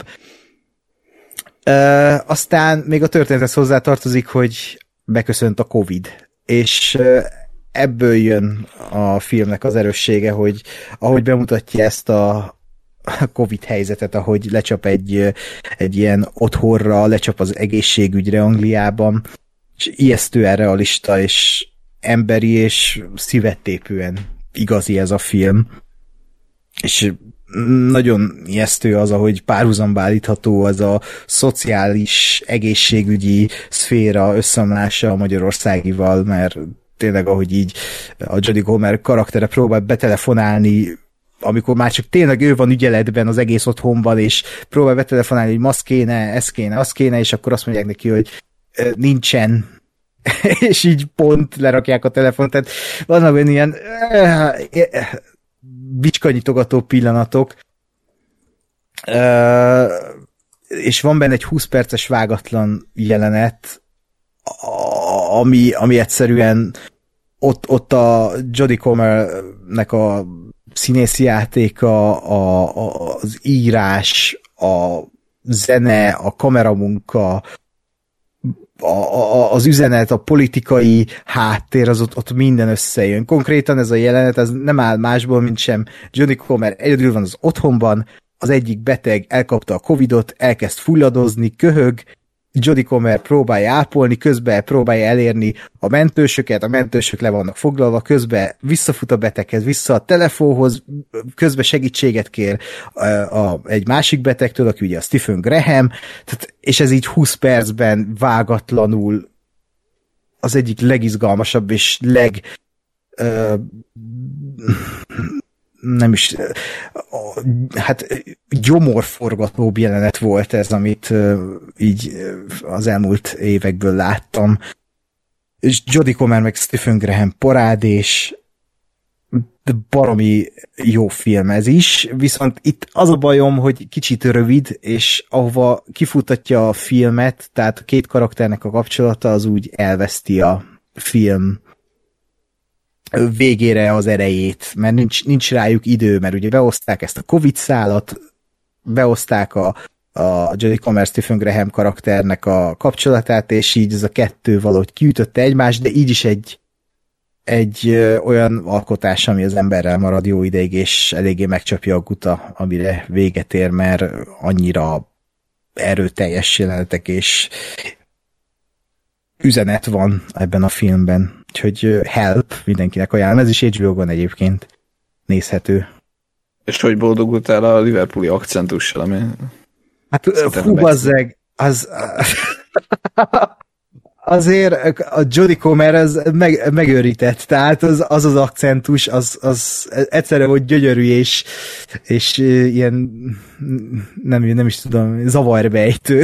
Aztán még a történethez hozzátartozik, hogy beköszönt a Covid, és ebből jön a filmnek az erőssége, hogy ahogy bemutatja ezt a Covid helyzetet, ahogy lecsap egy ilyen otthonra, lecsap az egészségügyre Angliában, és ijesztően realista, és emberi, és szívettépően igazi ez a film. És nagyon ijesztő az, ahogy párhuzamba állítható az a szociális, egészségügyi szféra összeomlása a magyarországival, mert tényleg, ahogy így a Jodie Comer karaktere próbál betelefonálni, amikor már csak tényleg ő van ügyeletben az egész otthonban, és próbál betelefonálni, hogy az kéne, ez kéne, az kéne, és akkor azt mondják neki, hogy nincsen, és így pont lerakják a telefont, tehát vannak olyan ilyen bicskanyitogató pillanatok, és van benne egy 20 perces vágatlan jelenet, ami egyszerűen ott a Jodie Comernek a színészi játéka, az írás, a zene, a kameramunka, az üzenet, a politikai háttér, az ott minden összejön. Konkrétan ez a jelenet, ez nem áll másból, mint sem Jodie Comer egyedül van az otthonban, az egyik beteg elkapta a Covidot, elkezd fulladozni, köhög, Jodie Comer próbálja ápolni, közben próbálja elérni a mentősöket, a mentősök le vannak foglalva, közben visszafut a beteghez, vissza a telefonhoz, közben segítséget kér egy másik betegtől, aki ugye a Stephen Graham, tehát, és ez így 20 percben vágatlanul az egyik legizgalmasabb és nem is, hát gyomorforgatóbb jelenet volt ez, amit így az elmúlt évekből láttam. És Jodie Comer meg Stephen Graham parádés, de baromi jó film ez is, viszont itt az a bajom, hogy kicsit rövid, és ahova kifutatja a filmet, tehát a két karakternek a kapcsolata, az úgy elveszti a film végére az erejét, mert nincs rájuk idő, mert ugye beoszták ezt a Covid szálat, beoszták a Jodie Comer Stephen Graham karakternek a kapcsolatát, és így ez a kettő valahogy kiütötte egymást, de így is egy olyan alkotás, ami az emberrel marad jó ideig, és eléggé megcsapja a guta, amire véget ér, mert annyira erőteljes jelenetek és üzenet van ebben a filmben. Úgyhogy Help, mindenkinek ajánlom. Ez is HBO-gon egyébként nézhető. És hogy boldogultál a liverpooli akcentussal, ami... Hát fú, bazzeg, azért a Jodie Comer az megőrített, tehát az akcentus, az egyszerre volt gyönyörű, és ilyen nem is tudom, zavarbejtő.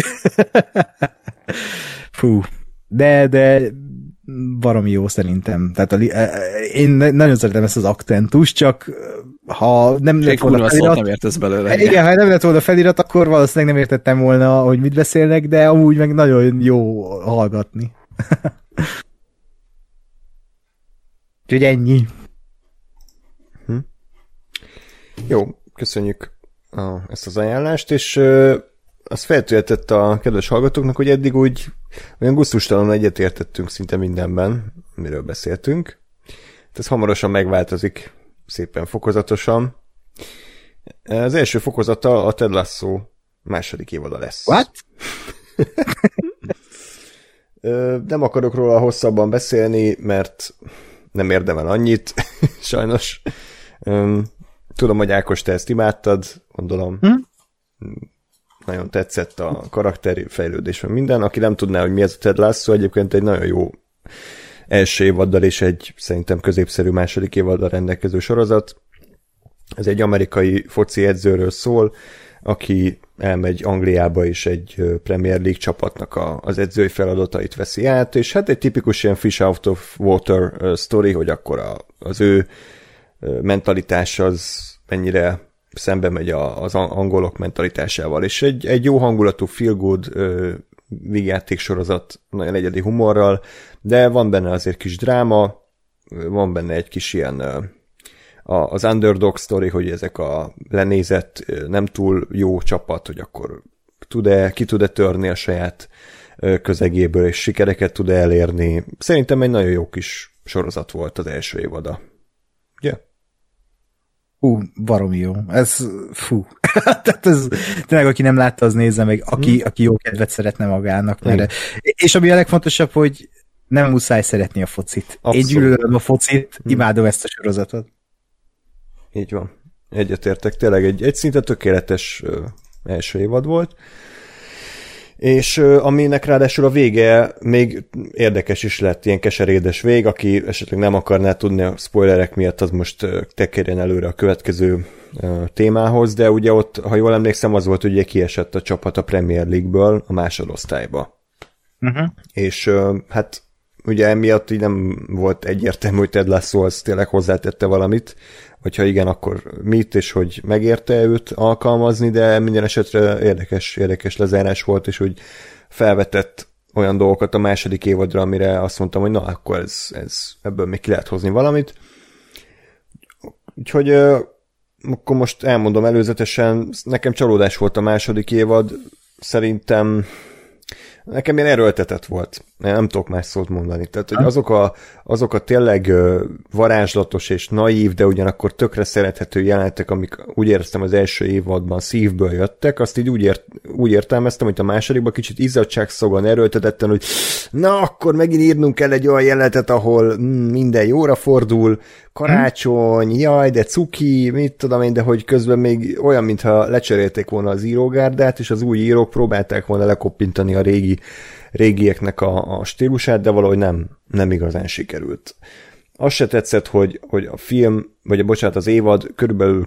Fú. De baromi jó szerintem. Tehát én nagyon szeretem ezt az akcentus, csak ha nem lett volna felirat... nem értesz belőle. Igen, ha nem lett volna felirat, akkor valószínűleg nem értettem volna, hogy mit beszélnek, de amúgy meg nagyon jó hallgatni. Úgyhogy ennyi. Jó, köszönjük ezt az ajánlást, és azt feltűnhetett a kedves hallgatóknak, hogy eddig úgy olyan gusztustalanul egyetértettünk szinte mindenben, miről beszéltünk. Ez hamarosan megváltozik szépen fokozatosan. Az első fokozata a Ted Lasso második évada lesz. What? Nem akarok róla hosszabban beszélni, mert nem érdemel annyit, sajnos. Tudom, hogy Ákos, te ezt imádtad, gondolom. Nagyon tetszett a karakteri fejlődés, minden. Aki nem tudná, hogy mi ez a Ted Lasso, egyébként egy nagyon jó első évaddal és egy szerintem középszerű második évaddal rendelkező sorozat. Ez egy amerikai foci edzőről szól, aki elmegy Angliába és egy Premier League csapatnak az edzői feladatait veszi át, és hát egy tipikus ilyen fish out of water story, hogy akkor az ő mentalitás az mennyire szembe megy az angolok mentalitásával, és egy jó hangulatú feel good vígjáték sorozat, nagyon egyedi humorral, de van benne azért kis dráma, van benne egy kis ilyen az underdog story, hogy ezek a lenézett, nem túl jó csapat, hogy akkor ki tud-e törni a saját közegéből, és sikereket tud elérni. Szerintem egy nagyon jó kis sorozat volt az első évada. Ugye? Baromi jó. Ez, tehát ez tényleg, aki nem látta, az nézze meg, aki jó kedvet szeretne magának. Mert, és ami a legfontosabb, hogy nem muszáj szeretni a focit. Abszolút. Én gyűlölöm a focit, imádom ezt a sorozatot. Így van. Egyetértek. Tényleg egy szinte tökéletes első évad volt. És aminek ráadásul a vége még érdekes is lett, ilyen keserédes vég, aki esetleg nem akarná tudni a spoilerek miatt, az most tekerjen előre a következő témához, de ugye ott, ha jól emlékszem, az volt, hogy ugye kiesett a csapat a Premier League-ből a másodosztályba. És hát ugye emiatt így nem volt egyértelmű, hogy Ted Lasso az tényleg hozzátette valamit, hogyha igen, akkor mit, és hogy megérte őt alkalmazni, de minden esetre érdekes lezárás volt, és úgy felvetett olyan dolgokat a második évadra, amire azt mondtam, hogy na, akkor ebből még ki lehet hozni valamit. Úgyhogy akkor most elmondom előzetesen, nekem csalódás volt a második évad, szerintem nekem ilyen erőltetett volt. Nem tudok más szót mondani. Tehát, hogy azok a tényleg varázslatos és naív, de ugyanakkor tökre szerethető jelenetek, amik úgy éreztem az első évadban szívből jöttek, azt így úgy értelmeztem, hogy a másodikban kicsit izzadságszóban erőltetetten, hogy na, akkor megint írnunk kell egy olyan jelenetet, ahol minden jóra fordul, karácsony, jaj, de cuki, mit tudom én, de hogy közben még olyan, mintha lecserélték volna az írógárdát, és az új írók próbálták volna lekoppintani a régieknek a stílusát, de valahogy nem igazán sikerült. Az se tetszett, hogy a film, vagy bocsánat, az évad körülbelül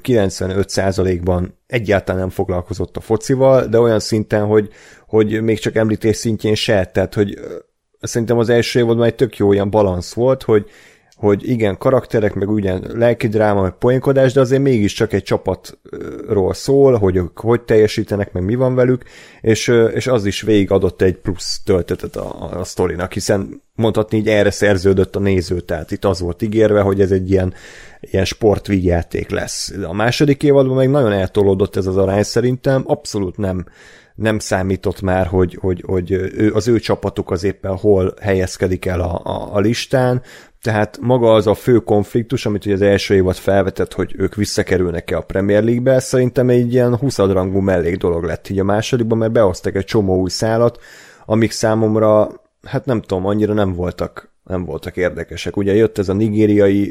95%-ban egyáltalán nem foglalkozott a focival, de olyan szinten, hogy még csak említés szintjén se, tehát hogy szerintem az első évadban egy tök jó olyan balansz volt, hogy igen, karakterek, meg ugyan lelki dráma, meg poénkodás, de azért mégiscsak egy csapatról szól, hogy ők hogy teljesítenek, meg mi van velük, és az is végig adott egy plusz töltetet a sztorinak, hiszen mondhatni így erre szerződött a néző, tehát itt az volt ígérve, hogy ez egy ilyen sportvígjáték lesz. A második évadban meg nagyon eltolódott ez az arány szerintem, abszolút nem számított már, hogy az ő csapatuk az éppen hol helyezkedik el a listán, tehát maga az a fő konfliktus, amit ugye az első évad felvetett, hogy ők visszakerülnek-e a Premier League-be, szerintem egy ilyen 20-rangú mellék dolog lett így a másodikban, mert behoztak egy csomó új szálat, amik számomra, hát nem tudom, annyira nem voltak érdekesek. Ugye jött ez a nigériai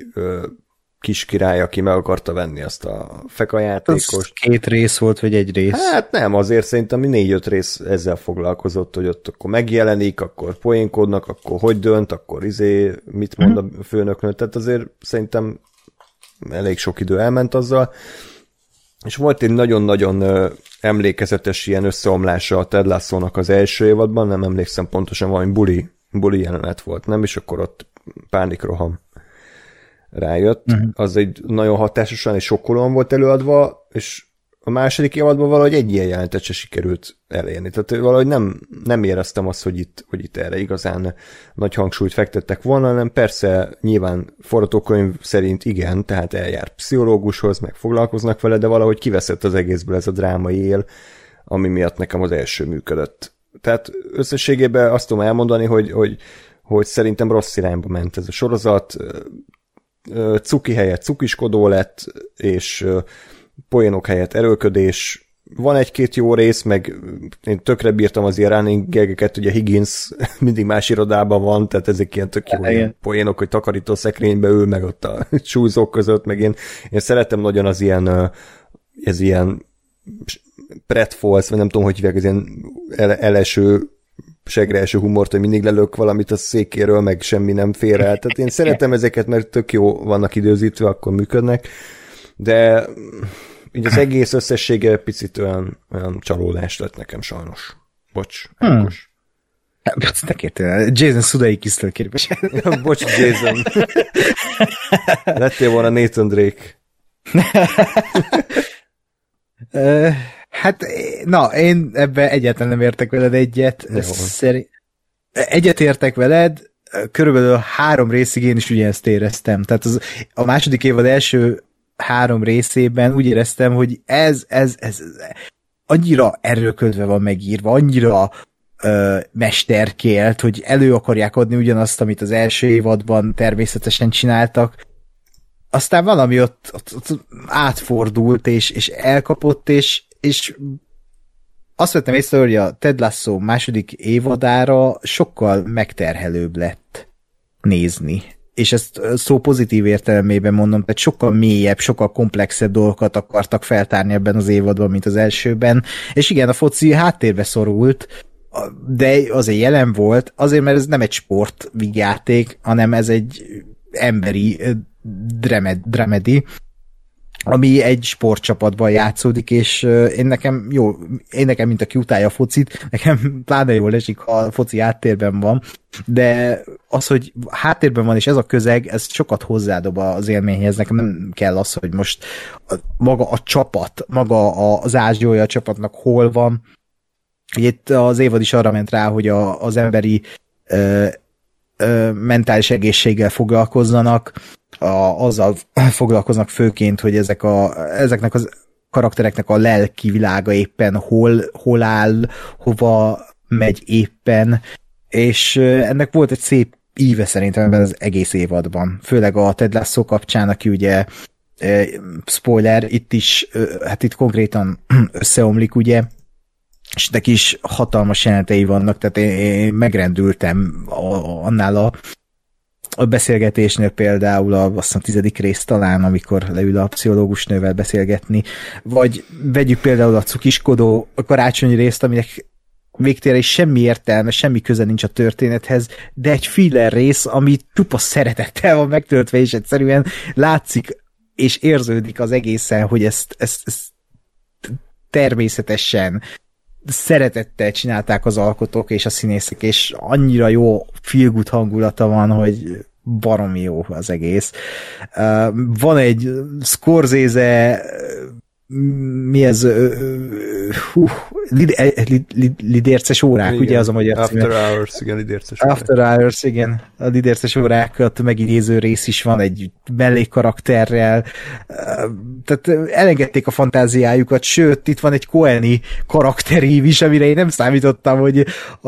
kis király, aki meg akarta venni azt a fekajátékost. Az 2 rész volt, vagy 1 rész? Hát nem, azért szerintem 4-5 rész ezzel foglalkozott, hogy ott akkor megjelenik, akkor poénkodnak, akkor hogy dönt, akkor mit mond a főnöknő, tehát azért szerintem elég sok idő elment azzal. És volt egy nagyon-nagyon emlékezetes ilyen összeomlása a Ted Lasso-nak az első évadban, nem emlékszem pontosan, valami buli jelenet volt, nem? És akkor ott pánikroham rájött. Az egy nagyon hatásosan és sokkolóan volt előadva, és a második évadban valahogy egy ilyen jelentet se sikerült elérni. Tehát valahogy nem éreztem azt, hogy itt erre igazán nagy hangsúlyt fektettek volna, hanem persze nyilván forgatókönyv szerint igen, tehát eljár pszichológushoz, meg foglalkoznak vele, de valahogy kiveszett az egészből ez a drámai él, ami miatt nekem az első működött. Tehát összességében azt tudom elmondani, hogy szerintem rossz irányba ment ez a sorozat, cuki helyett cukiskodó lett, és poénok helyett erőlködés. Van egy-két jó rész, meg én tökre bírtam az ilyen running gageket, ugye Higgins mindig más irodában van, tehát ezek ilyen tök jó ilyen poénok, hogy takarító szekrénybe ül, meg ott a súlyzók között, meg én szeretem nagyon az ilyen pratfalls, vagy nem tudom, hogy hívják, az ilyen eleső segre eső humort, hogy mindig lelök valamit a székéről, meg semmi nem fér el. Tehát én szeretem ezeket, mert tök jó vannak időzítve, akkor működnek, de így az egész összessége picit olyan csalódás lett nekem sajnos. Bocs, Ákos. Ne kértél, Jason Sudeikis-től kérjük. Bocs, Jason. Lettél volna Nathan Drake. Hát, na, én ebben egyáltalán nem értek veled egyet. Egyet értek veled, körülbelül 3 részig én is ugyanezt éreztem. Tehát a második évad első 3 részében úgy éreztem, hogy ez annyira erőködve van megírva, annyira mesterkélt, hogy elő akarják adni ugyanazt, amit az első évadban természetesen csináltak. Aztán valami ott átfordult, és elkapott, és azt vettem észre, hogy a Ted Lasso második évadára sokkal megterhelőbb lett nézni. És ezt szó pozitív értelemében mondom, tehát sokkal mélyebb, sokkal komplexebb dolgokat akartak feltárni ebben az évadban, mint az elsőben. És igen, a foci háttérbe szorult, de azért jelen volt, azért, mert ez nem egy sportvígjáték, hanem ez egy emberi dramedy, ami egy sportcsapatban játszódik, és én nekem, mint aki utálja a focit, nekem pláne jól esik, ha a foci háttérben van, de az, hogy háttérben van, és ez a közeg, ez sokat hozzádob az élményhez, nekem nem kell az, hogy most maga a csapat, maga az ázsiója a csapatnak hol van. Itt az évad is arra ment rá, hogy az emberi mentális egészséggel foglalkozzanak, azzal foglalkoznak főként, hogy ezeknek az karaktereknek a lelki világa éppen hol áll, hova megy éppen, és ennek volt egy szép íve szerintem ebben az egész évadban. Főleg a Ted Lasso kapcsán, aki ugye spoiler, itt is, hát itt konkrétan összeomlik, ugye, és neki is hatalmas jelenetei vannak, tehát én megrendültem annál a beszélgetésnél például, azt hiszem 10. rész talán, amikor leül a pszichológus nővel beszélgetni, vagy vegyük például a cukiskodó karácsonyi részt, aminek végtére is semmi értelme, semmi köze nincs a történethez, de egy filler rész, ami csupa szeretettel van megtöltve, és egyszerűen látszik és érződik az egészen, hogy ezt természetesen szeretettel csinálták az alkotók és a színészek, és annyira jó feel good hangulata van, hogy baromi jó az egész. Van egy Scorsese mi ez? Lidérces órák, igen, ugye az a magyar After Hours, igen, lidérces órák. After Hours, igen. A lidérces órákat megidéző rész is van egy mellékkarakterrel. Tehát elengedték a fantáziájukat, sőt, itt van egy Coen-i karakterív is, amire én nem számítottam, hogy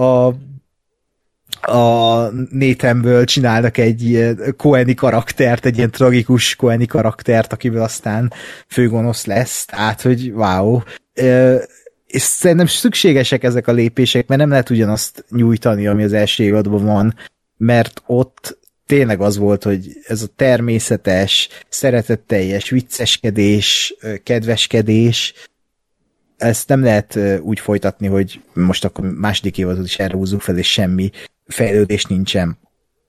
a Nathanből csinálnak egy Coen-i karaktert, egy ilyen tragikus Coen-i karaktert, akiből aztán főgonosz lesz, tehát, hogy wow. És szerintem szükségesek ezek a lépések, mert nem lehet ugyanazt nyújtani, ami az első évadban van, mert ott tényleg az volt, hogy ez a természetes, szeretetteljes vicceskedés, kedveskedés, ezt nem lehet úgy folytatni, hogy most akkor második évadot is erre húzzuk fel, és semmi fejlődés nincsen.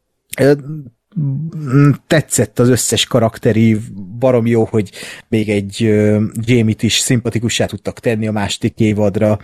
Tetszett az összes karakteri, barom jó, hogy még egy Jamie-t is szimpatikussá tudtak tenni a második évadra.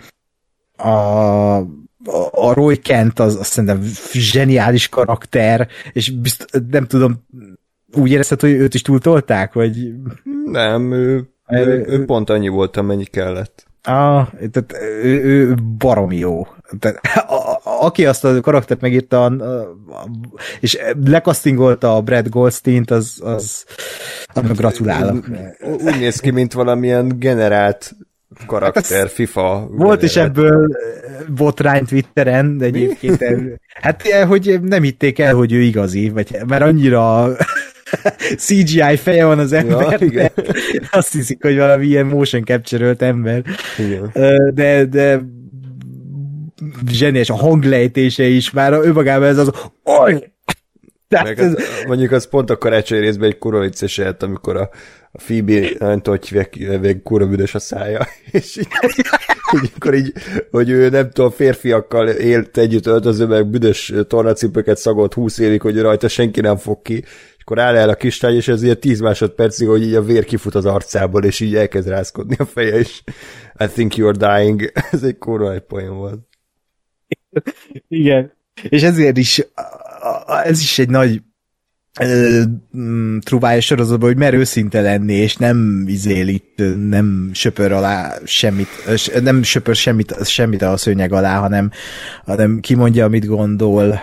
A Roy Kent az szerintem zseniális karakter, és nem tudom, úgy érezted, hogy őt is túltolták, vagy... Nem, ő pont annyi volt, amennyi kellett. Tehát ő baromi jó. Tehát, aki azt a karaktert megírta, és lekasztingolta a Brad Goldstein-t, az gratulálok. Úgy néz ki, mint valamilyen generált karakter, FIFA. Volt is ebből botrány Twitteren, de egyébként hogy nem hitték el, hogy ő igazi, mert annyira CGI feje van az embernek, azt hiszik, hogy valami ilyen motion capture-ölt ember. Igen. De zseniás a hanglejtése is, már önmagában ez az oj! Mondjuk az pont a karácsony részben egy kurva vicces lehet, amikor a Phoebe, nem tudom, hogy hívják, kurva büdös a szája, és így, akkor így, hogy ő nem tudom, férfiakkal élt együtt öltözőben, büdös tornacipőket szagolt 20 évig, hogy rajta senki nem fog ki, akkor áll el a kislány, és ez ilyen 10 másodpercig, hogy így a vér kifut az arcából, és így elkezd rázkodni a feje, és I think you're dying. Ez egy kurva egy poén volt. Igen. És ezért is ez is egy nagy trúvája sorozatban, hogy mer őszinte lenni, és nem izél itt, nem söpör alá semmit, nem söpör semmit a szőnyeg alá, hanem kimondja, amit gondol.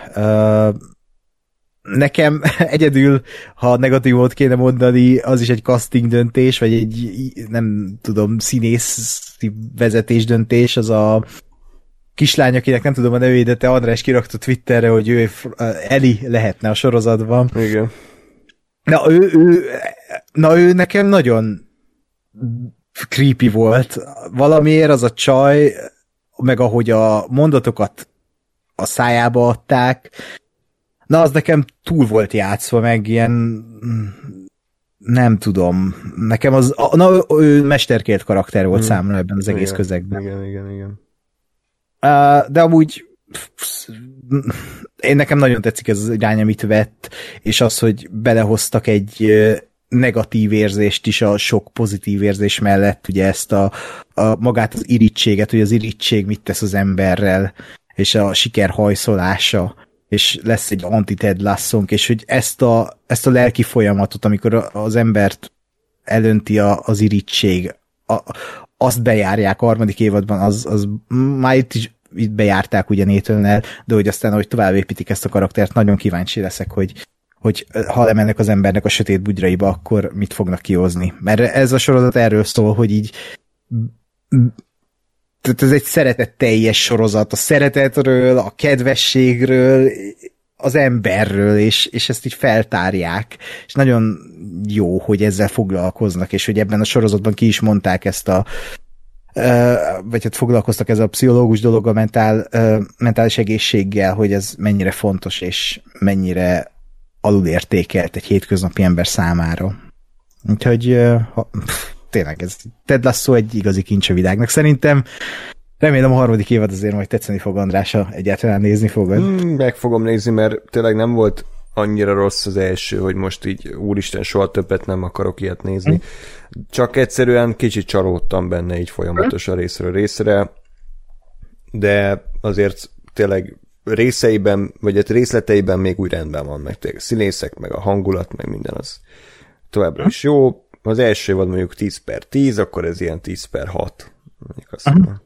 Nekem egyedül, ha negatívot kéne mondani, az is egy casting döntés, vagy egy, nem tudom, színészi vezetés döntés, az a kislány, akinek nem tudom a nevét, de te András kirakta Twitterre, hogy ő Eli lehetne a sorozatban. Igen. Na ő nekem nagyon creepy volt. Valamiért az a csaj, meg ahogy a mondatokat a szájába adták, na az nekem túl volt játszva, meg ilyen nem tudom, nekem az, ő mesterkélt karakter volt számomra ebben az egész közegben. Igen. De amúgy nekem nagyon tetszik ez az irány, amit vett, és az, hogy belehoztak egy negatív érzést is a sok pozitív érzés mellett, ugye ezt a magát az irítséget, hogy az irítség mit tesz az emberrel, és a siker hajszolása, és lesz egy anti-Ted Lassonk, és hogy ezt a lelki folyamatot, amikor az embert elönti az irítség, azt bejárják a harmadik évadban, az már itt bejárták ugye Nathan-nel, de hogy aztán, ahogy tovább építik ezt a karaktert, nagyon kíváncsi leszek, hogy ha lemennek az embernek a sötét bugyraiba, akkor mit fognak kihozni. Mert ez a sorozat erről szól, hogy így tehát ez egy szeretetteljes sorozat, a szeretetről, a kedvességről, az emberről, és ezt így feltárják, és nagyon jó, hogy ezzel foglalkoznak, és hogy ebben a sorozatban ki is mondták ezt vagy hát foglalkoztak ezzel a pszichológus dologgal, mentális egészséggel, hogy ez mennyire fontos, és mennyire alulértékelt egy hétköznapi ember számára. Úgyhogy tényleg ez Ted Lasso egy igazi kincs a világnak. Szerintem remélem a 3. évad azért majd tetszeni fog, Andrása, egyáltalán nézni fogod. Meg fogom nézni, mert tényleg nem volt annyira rossz az első, hogy most így úristen, soha többet nem akarok ilyet nézni. Csak egyszerűen kicsit csalódtam benne így folyamatosan részről részre, de azért tényleg részeiben, vagy hát részleteiben még úgy rendben van, meg tényleg színészek, meg a hangulat, meg minden az továbbra is jó. Az első évad mondjuk 10/10, akkor ez ilyen 10/6. Mondjuk azt mondom.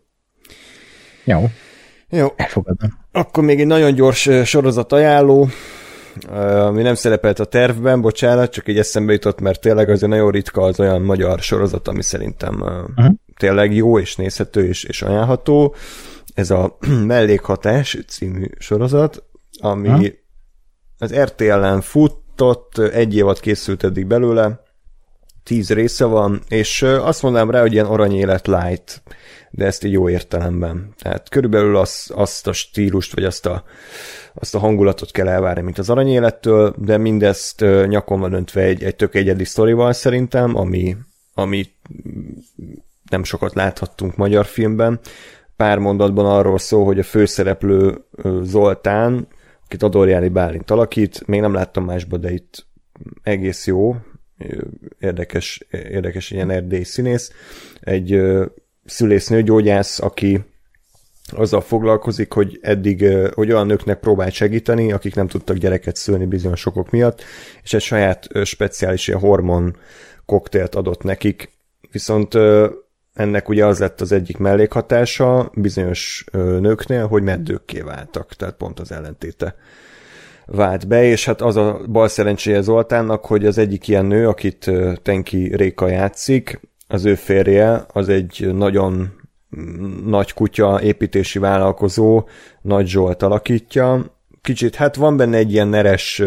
Jó. Elfogadom. Akkor még egy nagyon gyors sorozat ajánló, ami nem szerepelt a tervben, bocsánat, csak így eszembe jutott, mert tényleg azért nagyon ritka az olyan magyar sorozat, ami szerintem tényleg jó és nézhető és ajánlható. Ez a Mellékhatás című sorozat, ami az RTL-en futott, 1 évad készült eddig belőle, 10 része van, és azt mondanám rá, hogy ilyen aranyélet light, de ezt így jó értelemben. Tehát körülbelül azt a stílust, vagy azt a hangulatot kell elvárni, mint az aranyélettől, de mindezt nyakon van öntve egy tök egyedi sztorival szerintem, ami nem sokat láthattunk magyar filmben. Pár mondatban arról szól, hogy a főszereplő Zoltán, akit Adorjáni Bálint alakít, még nem láttam másba, de itt egész jó, érdekes ilyen erdélyi színész, egy szülésznő, gyógyász, aki azzal foglalkozik, hogy eddig hogy olyan nőknek próbált segíteni, akik nem tudtak gyereket szülni bizonyos okok miatt, és egy saját speciális ilyen hormon koktélt adott nekik, viszont ennek ugye az lett az egyik mellékhatása bizonyos nőknél, hogy meddőkké váltak, tehát pont az ellentéte vált be, és hát az a bal szerencséje Zoltánnak, hogy az egyik ilyen nő, akit Tenki Réka játszik, az ő férje, az egy nagyon nagy kutya építési vállalkozó, Nagy Zsolt alakítja. Kicsit, hát van benne egy ilyen neres,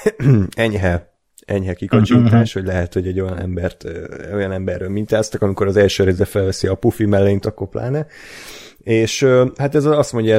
enyhe kikacsintás, hogy lehet, hogy egy olyan emberről mintáztak, amikor az első részre felveszi a pufi mellényt, akkor pláne. És hát azt mondja,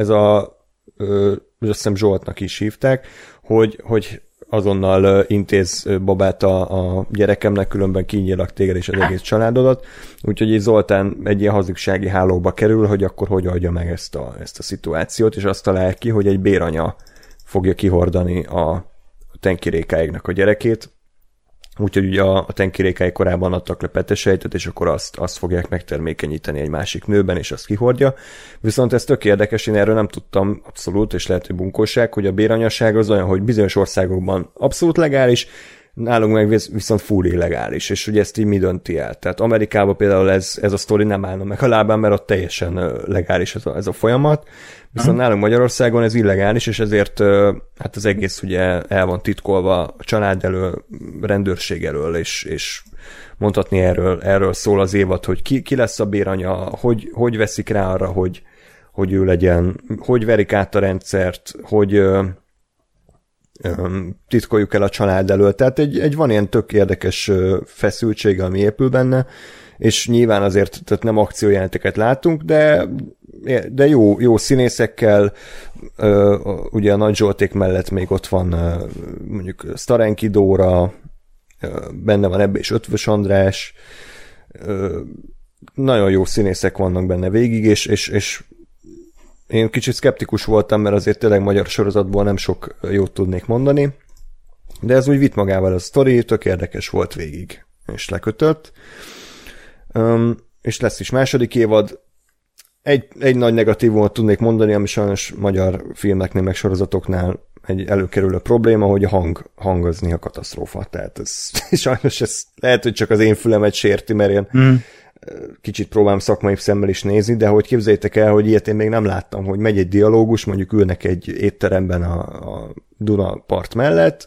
azt hiszem Zsoltnak is hívták, hogy azonnal intéz babát a gyerekemnek, különben kinyílak téged és az egész családodat. Úgyhogy így Zoltán egy ilyen hazugsági hálóba kerül, hogy akkor hogy adja meg ezt a szituációt, és azt találja ki, hogy egy béranya fogja kihordani a Tenki Rékáiknak a gyerekét. Úgyhogy ugye a Tenki Rékái korábban adtak le petesejtet, és akkor azt fogják megtermékenyíteni egy másik nőben, és azt kihordja. Viszont ez tök érdekes, én erről nem tudtam abszolút, és lehet, hogy bunkóság, hogy a béranyaság az olyan, hogy bizonyos országokban abszolút legális, nálunk meg viszont full illegális, és ugye ezt így mi dönti el. Tehát Amerikában például ez a sztori nem állna meg a lábán, mert ott teljesen legális ez a folyamat, viszont nálunk Magyarországon ez illegális, és ezért hát az egész ugye el van titkolva a család elől, rendőrség elől, és mondhatni erről szól az évad, hogy ki lesz a béranya, hogy veszik rá arra, hogy ő legyen, hogy verik át a rendszert, hogy titkoljuk el a család elől. Tehát van ilyen tök érdekes feszültség, ami épül benne, és nyilván azért tehát nem akciójelenteket látunk, de jó színészekkel, ugye a Nagy Zsolték mellett még ott van mondjuk Sztarenki Dóra, benne van ebbe is Ötvös András, nagyon jó színészek vannak benne végig, és én kicsit szkeptikus voltam, mert azért tényleg magyar sorozatból nem sok jót tudnék mondani, de ez úgy vitt magával a sztori, tök érdekes volt végig, és lekötött. És lesz is második évad. Egy nagy negatívumot tudnék mondani, ami sajnos magyar filmeknél, meg sorozatoknál egy előkerülő probléma, hogy a hang az néha katasztrófa. Tehát sajnos ez lehet, hogy csak az én fülemet sérti, mert én kicsit próbálom szakmai szemmel is nézni, de hogy képzeljétek el, hogy ilyet én még nem láttam, hogy megy egy dialógus, mondjuk ülnek egy étteremben a Duna part mellett,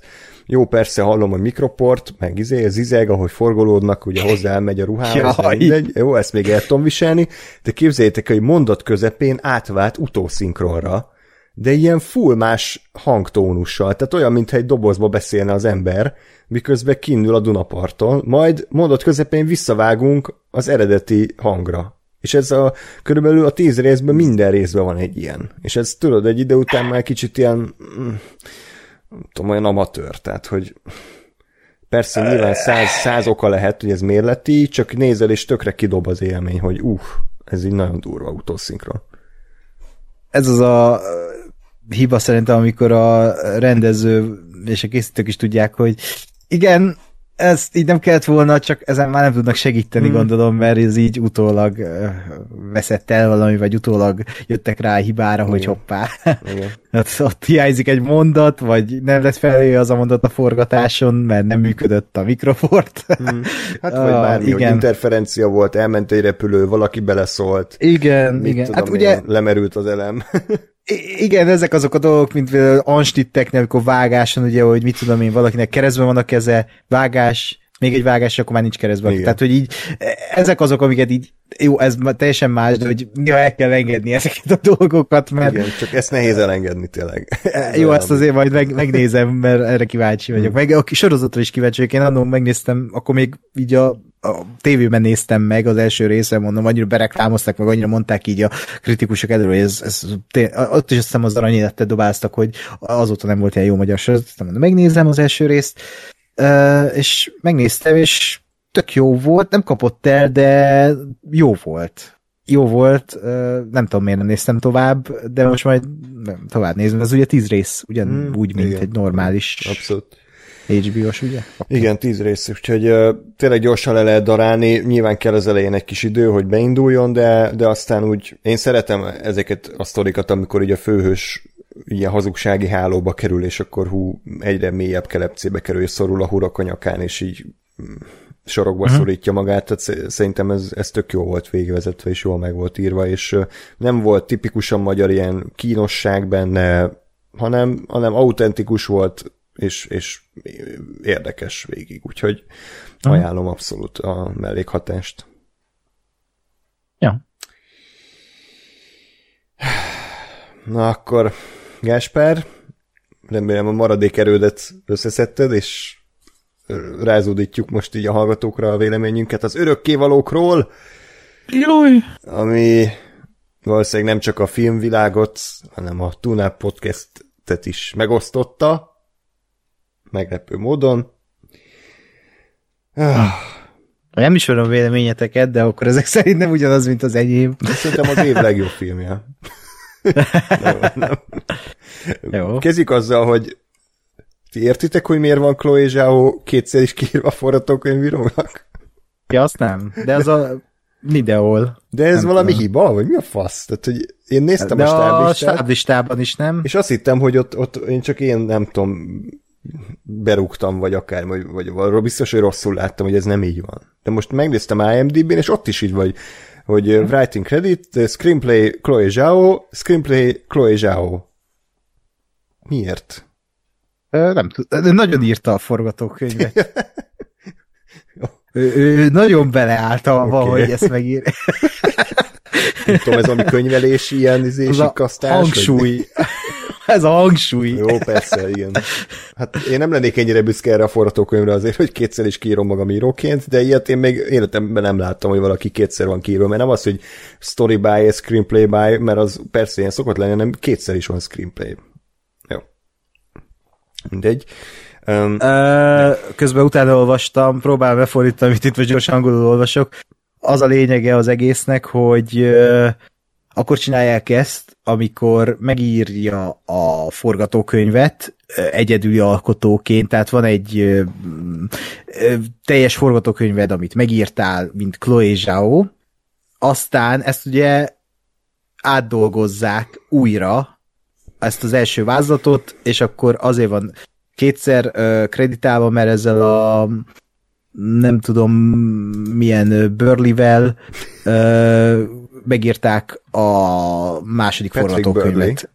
Jó, persze hallom, hogy mikroport, meg zizeg, ahogy forgolódnak, ugye hozzá megy a ruhához, jó, ezt még el tudom viselni, de képzeljétek, hogy mondat közepén átvált utószinkronra, de ilyen full más hangtónussal, tehát olyan, mintha egy dobozba beszélne az ember, miközben kinnül a Dunaparton, majd mondat közepén visszavágunk az eredeti hangra. És ez körülbelül a 10 részben minden részben van egy ilyen. És ez tudod, egy idő után már kicsit ilyen nem tudom, olyan amatőr, tehát, hogy persze nyilván 100 oka lehet, hogy ez miért lett így, csak nézel és tökre kidob az élmény, hogy ez így nagyon durva utószinkron. Ez az a hiba szerintem, amikor a rendező és a készítők is tudják, hogy igen, ezt így nem kellett volna, csak ezen már nem tudnak segíteni, gondolom, mert ez így utólag veszett el valami, vagy utólag jöttek rá a hibára, hogy hoppá. Hát ott hiányzik egy mondat, vagy nem lett felé az a mondat a forgatáson, mert nem működött a mikrofort. Hát vagy bármi, hogy interferencia volt, elment egy repülő, valaki beleszólt. Igen. Tudom, Hát ugye lemerült az elem. Igen, ezek azok a dolgok, mint például Anstitteknél, amikor vágáson, ugye, hogy mit tudom én, valakinek keresztben van a keze, vágás, még egy vágás, akkor már nincs keresztben. Igen. Tehát, hogy így, ezek azok, amiket így, jó, ez teljesen más, de hogy néha el kell engedni ezeket a dolgokat, mert... Igen, csak ezt nehéz elengedni tényleg. Jó, ezt azért majd megnézem, mert erre kíváncsi vagyok. Meg a sorozatra is kíváncsi vagyok, én annól megnéztem, akkor még így a tévében néztem meg az első részen, mondom, annyira bereklámozták, meg annyira mondták így a kritikusok előről, hogy ez ott is azt hiszem az aranyélettet dobáztak, hogy azóta nem volt ilyen jó magyar sorozat, mondom, megnézem az első részt, és megnéztem, és tök jó volt, nem kapott el, de jó volt. Jó volt, nem tudom miért nem néztem tovább, de most majd tovább nézem. Ez ugye 10 rész, ugyanúgy, mint igen. Egy normális abszolút. HBO-s, ugye? Okay. Igen, 10 rész, úgyhogy tényleg gyorsan le lehet darálni, nyilván kell az elején egy kis idő, hogy beinduljon, de aztán úgy, én szeretem ezeket a sztorikat, amikor így a főhős ilyen hazugsági hálóba kerül, és akkor egyre mélyebb kelepcébe kerül, és szorul a hurakanyakán, és így sorokba szorítja magát, tehát szerintem ez tök jó volt végigvezetve, és jól meg volt írva, és nem volt tipikusan magyar ilyen kínosság benne, hanem autentikus volt, és érdekes végig, úgyhogy ajánlom abszolút a mellékhatást. Ja. Na akkor, Gáspár, remélem a maradék erődet összeszedted, és rázódítjuk most így a hallgatókra a véleményünket az örökkévalókról, ami valószínűleg nem csak a filmvilágot, hanem a Tune-Up podcastet is megosztotta, meglepő módon. Nem ismerem a véleményeteket, de akkor ezek szerint nem ugyanaz, mint az enyém. Szerintem az év legjobb filmje. Nem. Jó. Kezdjük azzal, hogy ti értitek, hogy miért van Chloe Zhao kétszer is kiírva a forgatókönyvírónak? Ja, azt nem. De az a videól. De ez nem valami tudom. hiba? Vagy mi a fasz? Tehát, hogy én néztem de a stáblistát. A stáblistában is nem. És azt hittem, hogy ott én nem tudom, berúgtam, vagy akár, vagy biztos, hogy rosszul láttam, hogy ez nem így van. De most megnéztem IMDb-n, és ott is így vagy, hogy writing credit, screenplay Chloe Zhao, screenplay Chloe Zhao. Miért? Nem tudom, nagyon írta a forgatókönyvet. ő nagyon beleállt abba, Okay. hogy ezt megír. Nem tudom, ez ami könyvelési ilyen izési kasztás? Hangsúly. Ez a hangsúly. Jó, persze, igen. Hát én nem lennék ennyire büszke erre a forgatókönyvre azért, hogy kétszer is kiírom magam íróként, de ilyet én még életemben nem láttam, hogy valaki kétszer van kiírva, mert nem az, hogy story by, screenplay by, mert az persze ilyen szokott lenni, hanem kétszer is van screenplay. Jó. Mindegy. Közben utána olvastam, próbálom befordítani, amit itt vagy gyorsan angolul olvasok. Az a lényege az egésznek, hogy akkor csinálják ezt, amikor megírja a forgatókönyvet egyedüli alkotóként, tehát van egy teljes forgatókönyved, amit megírtál, mint Chloe Zhao, aztán ezt ugye átdolgozzák újra, ezt az első vázlatot, és akkor azért van kétszer kreditálva, mert ezzel a nem tudom milyen Burley-vel megírták a második Patrick forgatókönyvet. Burley.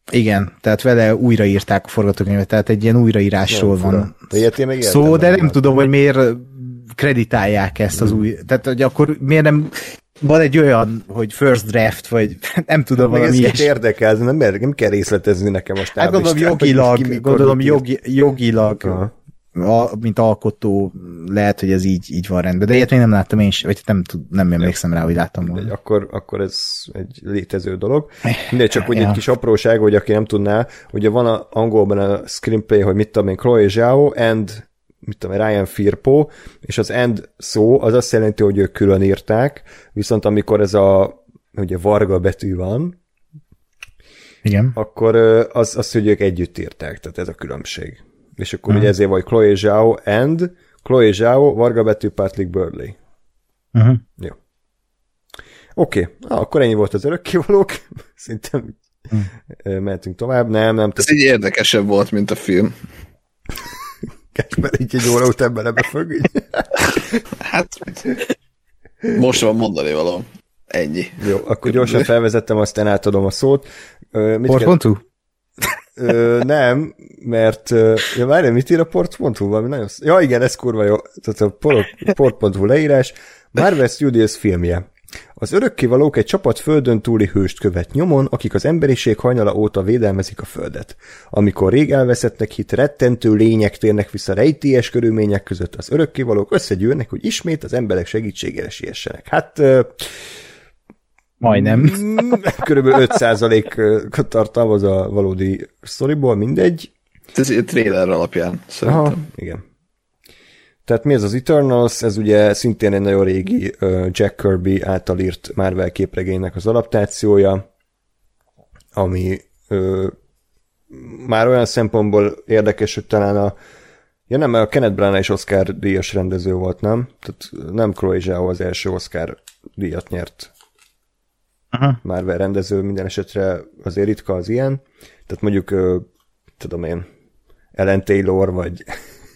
Igen, tehát vele újraírták a forgatókönyvet, tehát egy ilyen újraírásról van szó, de nem tudom, hogy miért kreditálják ezt az új... Tehát, hogy akkor miért nem... Van egy olyan, hogy first draft, vagy nem tudom, meg valami ilyes. Érdekel, nem kell részletezni nekem most. Hát gondolom jogilag, mint alkotó lehet, hogy ez így van rendben, de ilyet még nem láttam én sem, vagy nem emlékszem rá, hogy láttam volna. Akkor ez egy létező dolog. Mindegy, csak úgy egy kis apróság, hogy aki nem tudná, ugye van angolban a screenplay, hogy mit tudom én, Chloe Zhao and mit tudom, Ryan Firpo, és az and szó az azt jelenti, hogy ők külön írták, viszont amikor ez a ugye Varga betű van, igen, akkor az, hogy ők együtt írták, tehát ez a különbség. És akkor ugye ezért vagy Chloe Zhao and Chloe Zhao, Varga betű, Patrick Burley. Jó. Oké, akkor ennyi volt az örökkévalók. Szerintem mehetünk tovább. Nem. Ez így érdekesebb volt, mint a film. Mert így egy óra után belebefög. Hát, most van mondani való. Ennyi. Jó, akkor gyorsan felvezettem, aztán átadom a szót. Port.hu? Nem, mert várj, mit ír a Port.hu? Valami nagyon... Ja, igen, ez kurva jó. Tehát a Port.hu leírás. Marvel Studios filmje. Az örökkévalók egy csapat földön túli hőst követ nyomon, akik az emberiség hajnala óta védelmezik a földet. Amikor rég elveszettnek hit rettentő lények térnek vissza rejtélyes körülmények között, az örökkévalók összegyűlnek, hogy ismét az emberek segítségére siessenek. Hát... majdnem. Körülbelül 5%-ot tartalmaz a valódi sztoriból, mindegy. Ez egy trailer alapján, szerintem. Aha, igen. Tehát mi ez az Eternals? Ez ugye szintén egy nagyon régi Jack Kirby által írt Marvel képregénynek az adaptációja, ami már olyan szempontból érdekes, hogy talán a Kenneth Branagh is Oscar díjas rendező volt, nem? Tehát nem Chloe Zhao az első Oscar díjat nyert Marvel rendező, minden esetre azért ritka az ilyen. Tehát mondjuk, tudom én, Ellen Taylor, vagy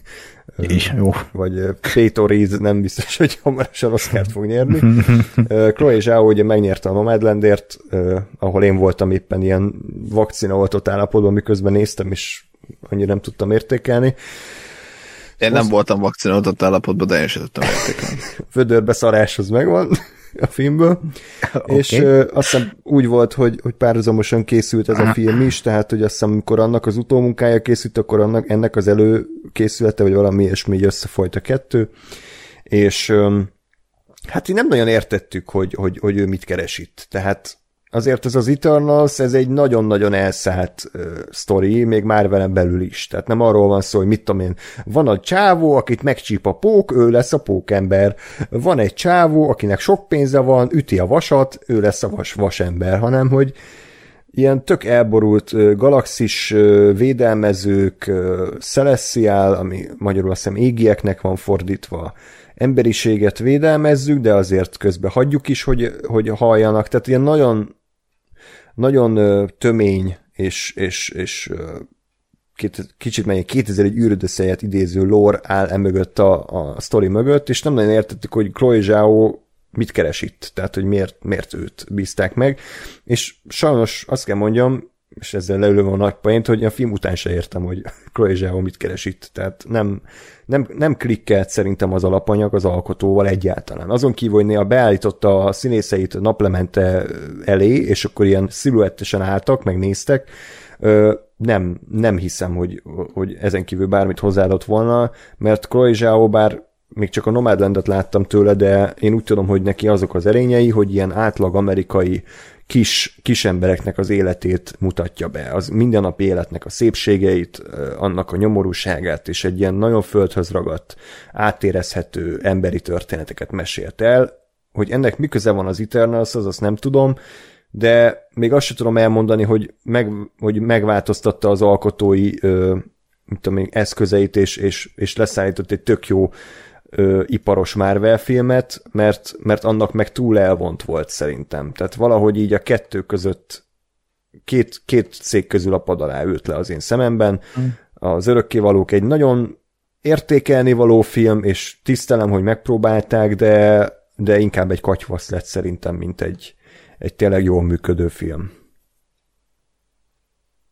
jó. Vagy Peyton Reed nem biztos, hogy hamarosan Oscart fog nyerni. Chloe Zhao ugye megnyerte a Nomadlandért, ahol én voltam éppen ilyen vakcinaoltott állapotban, miközben néztem, és annyira nem tudtam értékelni. Én nem voltam vakcinaoltott állapotban, de én sem tudtam értékelni. Vödörbe szaráshoz megvan a filmből. Okay. És azt hiszem úgy volt, hogy párhuzamosan készült ez a film is, tehát hogy azt hiszem, amikor annak az utómunkája készült, akkor ennek az előkészülete, vagy valami ilyesmi, így összefolyt a kettő, és hát így nem nagyon értettük, hogy ő mit keres itt. Tehát azért ez az Eternals, ez egy nagyon-nagyon elszállt sztori, még már velem belül is. Tehát nem arról van szó, hogy mit tudom én, van a csávó, akit megcsíp a pók, ő lesz a pókember. Van egy csávó, akinek sok pénze van, üti a vasat, ő lesz a vasember, hanem hogy ilyen tök elborult galaxis védelmezők, Celestial, ami magyarul azt hiszem égieknek van fordítva, emberiséget védelmezzük, de azért közben hagyjuk is, hogy halljanak. Tehát ilyen nagyon, nagyon tömény és kicsit mennyi 2001 űrödösszejet idéző lore áll emögött a sztori mögött, és nem nagyon értettük, hogy Chloe Zhao mit keres itt, tehát hogy miért őt bízták meg, és sajnos azt kell mondjam, és ezzel leülöm a nagy poént, hogy a film után se értem, hogy Chloe Zhao mit keres itt, tehát nem klikkelt szerintem az alapanyag az alkotóval egyáltalán. Azon kívül, hogy néha beállította a színészeit naplemente elé, és akkor ilyen sziluettesen álltak, megnéztek, nem hiszem, hogy ezen kívül bármit hozzáadott volna, mert Chloe Zhao bár még csak a Nomadlandet láttam tőle, de én úgy tudom, hogy neki azok az erényei, hogy ilyen átlag amerikai kis embereknek az életét mutatja be, az mindennapi életnek a szépségeit, annak a nyomorúságát, és egy ilyen nagyon földhöz ragadt, átérezhető emberi történeteket mesélt el. Hogy ennek mi köze van az Eternalshoz, azt nem tudom, de még azt sem tudom elmondani, hogy megváltoztatta az alkotói eszközeit, és leszállított egy tök jó iparos Marvel filmet, mert annak meg túl elvont volt szerintem. Tehát valahogy így a kettő között két szék közül a pad alá ült le az én szememben. Az Örökkévalók egy nagyon értékelni való film, és tisztelem, hogy megpróbálták, de inkább egy katyvasz lett szerintem, mint egy tényleg jól működő film.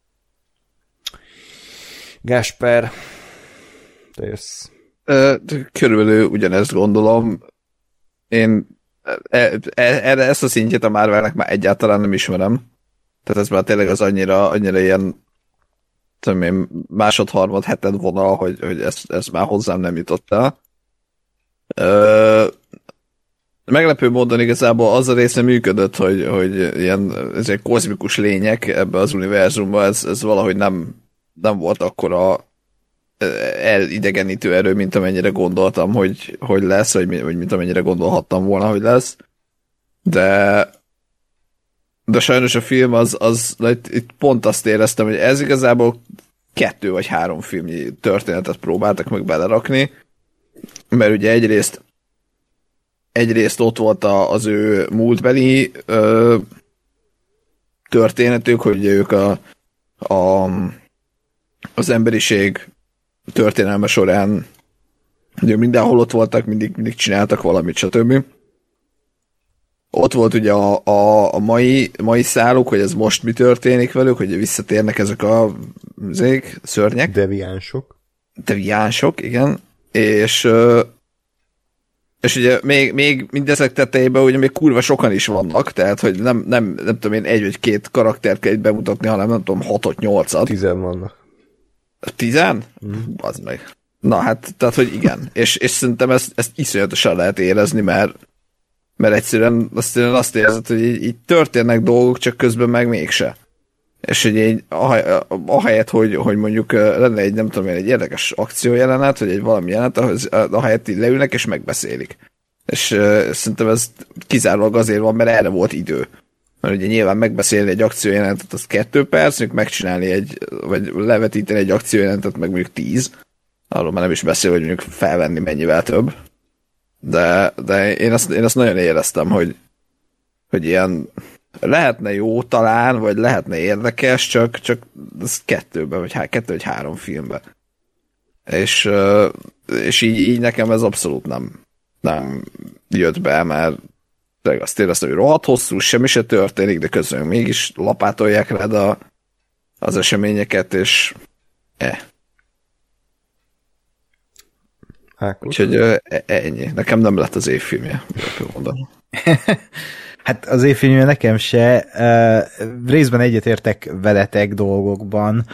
Gásper, te jössz. Körülbelül ugyanezt gondolom. Én ezt a szintjét a Marvelnek már egyáltalán nem ismerem. Tehát ez már tényleg az annyira ilyen tudom én, másod-harmad heted vonal, hogy ez már hozzám nem jutott el. Meglepő módon igazából az a része működött, hogy ezek kozmikus lények ebbe az univerzumban, ez valahogy nem volt akkora elidegenítő erő, mint amennyire gondoltam, hogy lesz, vagy mint amennyire gondolhattam volna, hogy lesz. De sajnos a film itt pont azt éreztem, hogy ez igazából 2 vagy 3 filmnyi történetet próbáltak meg belerakni, mert ugye egyrészt ott volt az ő múltbeli történetük, hogy ők az emberiség történelme során ugye mindenhol ott voltak, mindig csináltak valamit, stb. Ott volt ugye a mai száluk, hogy ez most mi történik velük, hogy visszatérnek ezek a szörnyek. Deviánsok, igen. És ugye még mindezek tetejében ugye még kurva sokan is vannak, tehát hogy nem tudom én 1 vagy 2 karaktert kell itt bemutatni, hanem nem tudom 6-8-at. 10 vannak. 10? Az meg. Na hát, tehát hogy igen. És szerintem ezt iszonyatosan lehet érezni, mert egyszerűen azt érzed, hogy így történnek dolgok, csak közben meg mégse. És hogy ahelyett, hogy mondjuk lenne egy, nem tudom én, egy érdekes akciójelenet, vagy egy valami jelenet, ahelyett így leülnek és megbeszélik. És szerintem ez kizárólag azért van, mert erre volt idő. Mert ugye nyilván megbeszélni egy akciójelenetet az 2 perc, mondjuk megcsinálni vagy levetíteni egy akciójelentet meg mondjuk 10. Arról már nem is beszél, hogy mondjuk felvenni mennyivel több. De én azt nagyon éreztem, hogy ilyen lehetne jó talán, vagy lehetne érdekes, csak ez 2 vagy 3 filmben. És így nekem ez abszolút nem jött be, mert azt éreztem, hogy rohadt hosszú, semmi se történik, de közben mégis lapátolják rád az eseményeket, és Úgyhogy ennyi. Nekem nem lett az évfilmje. Hát az évfilmje nekem se. Részben egyetértek veletek dolgokban.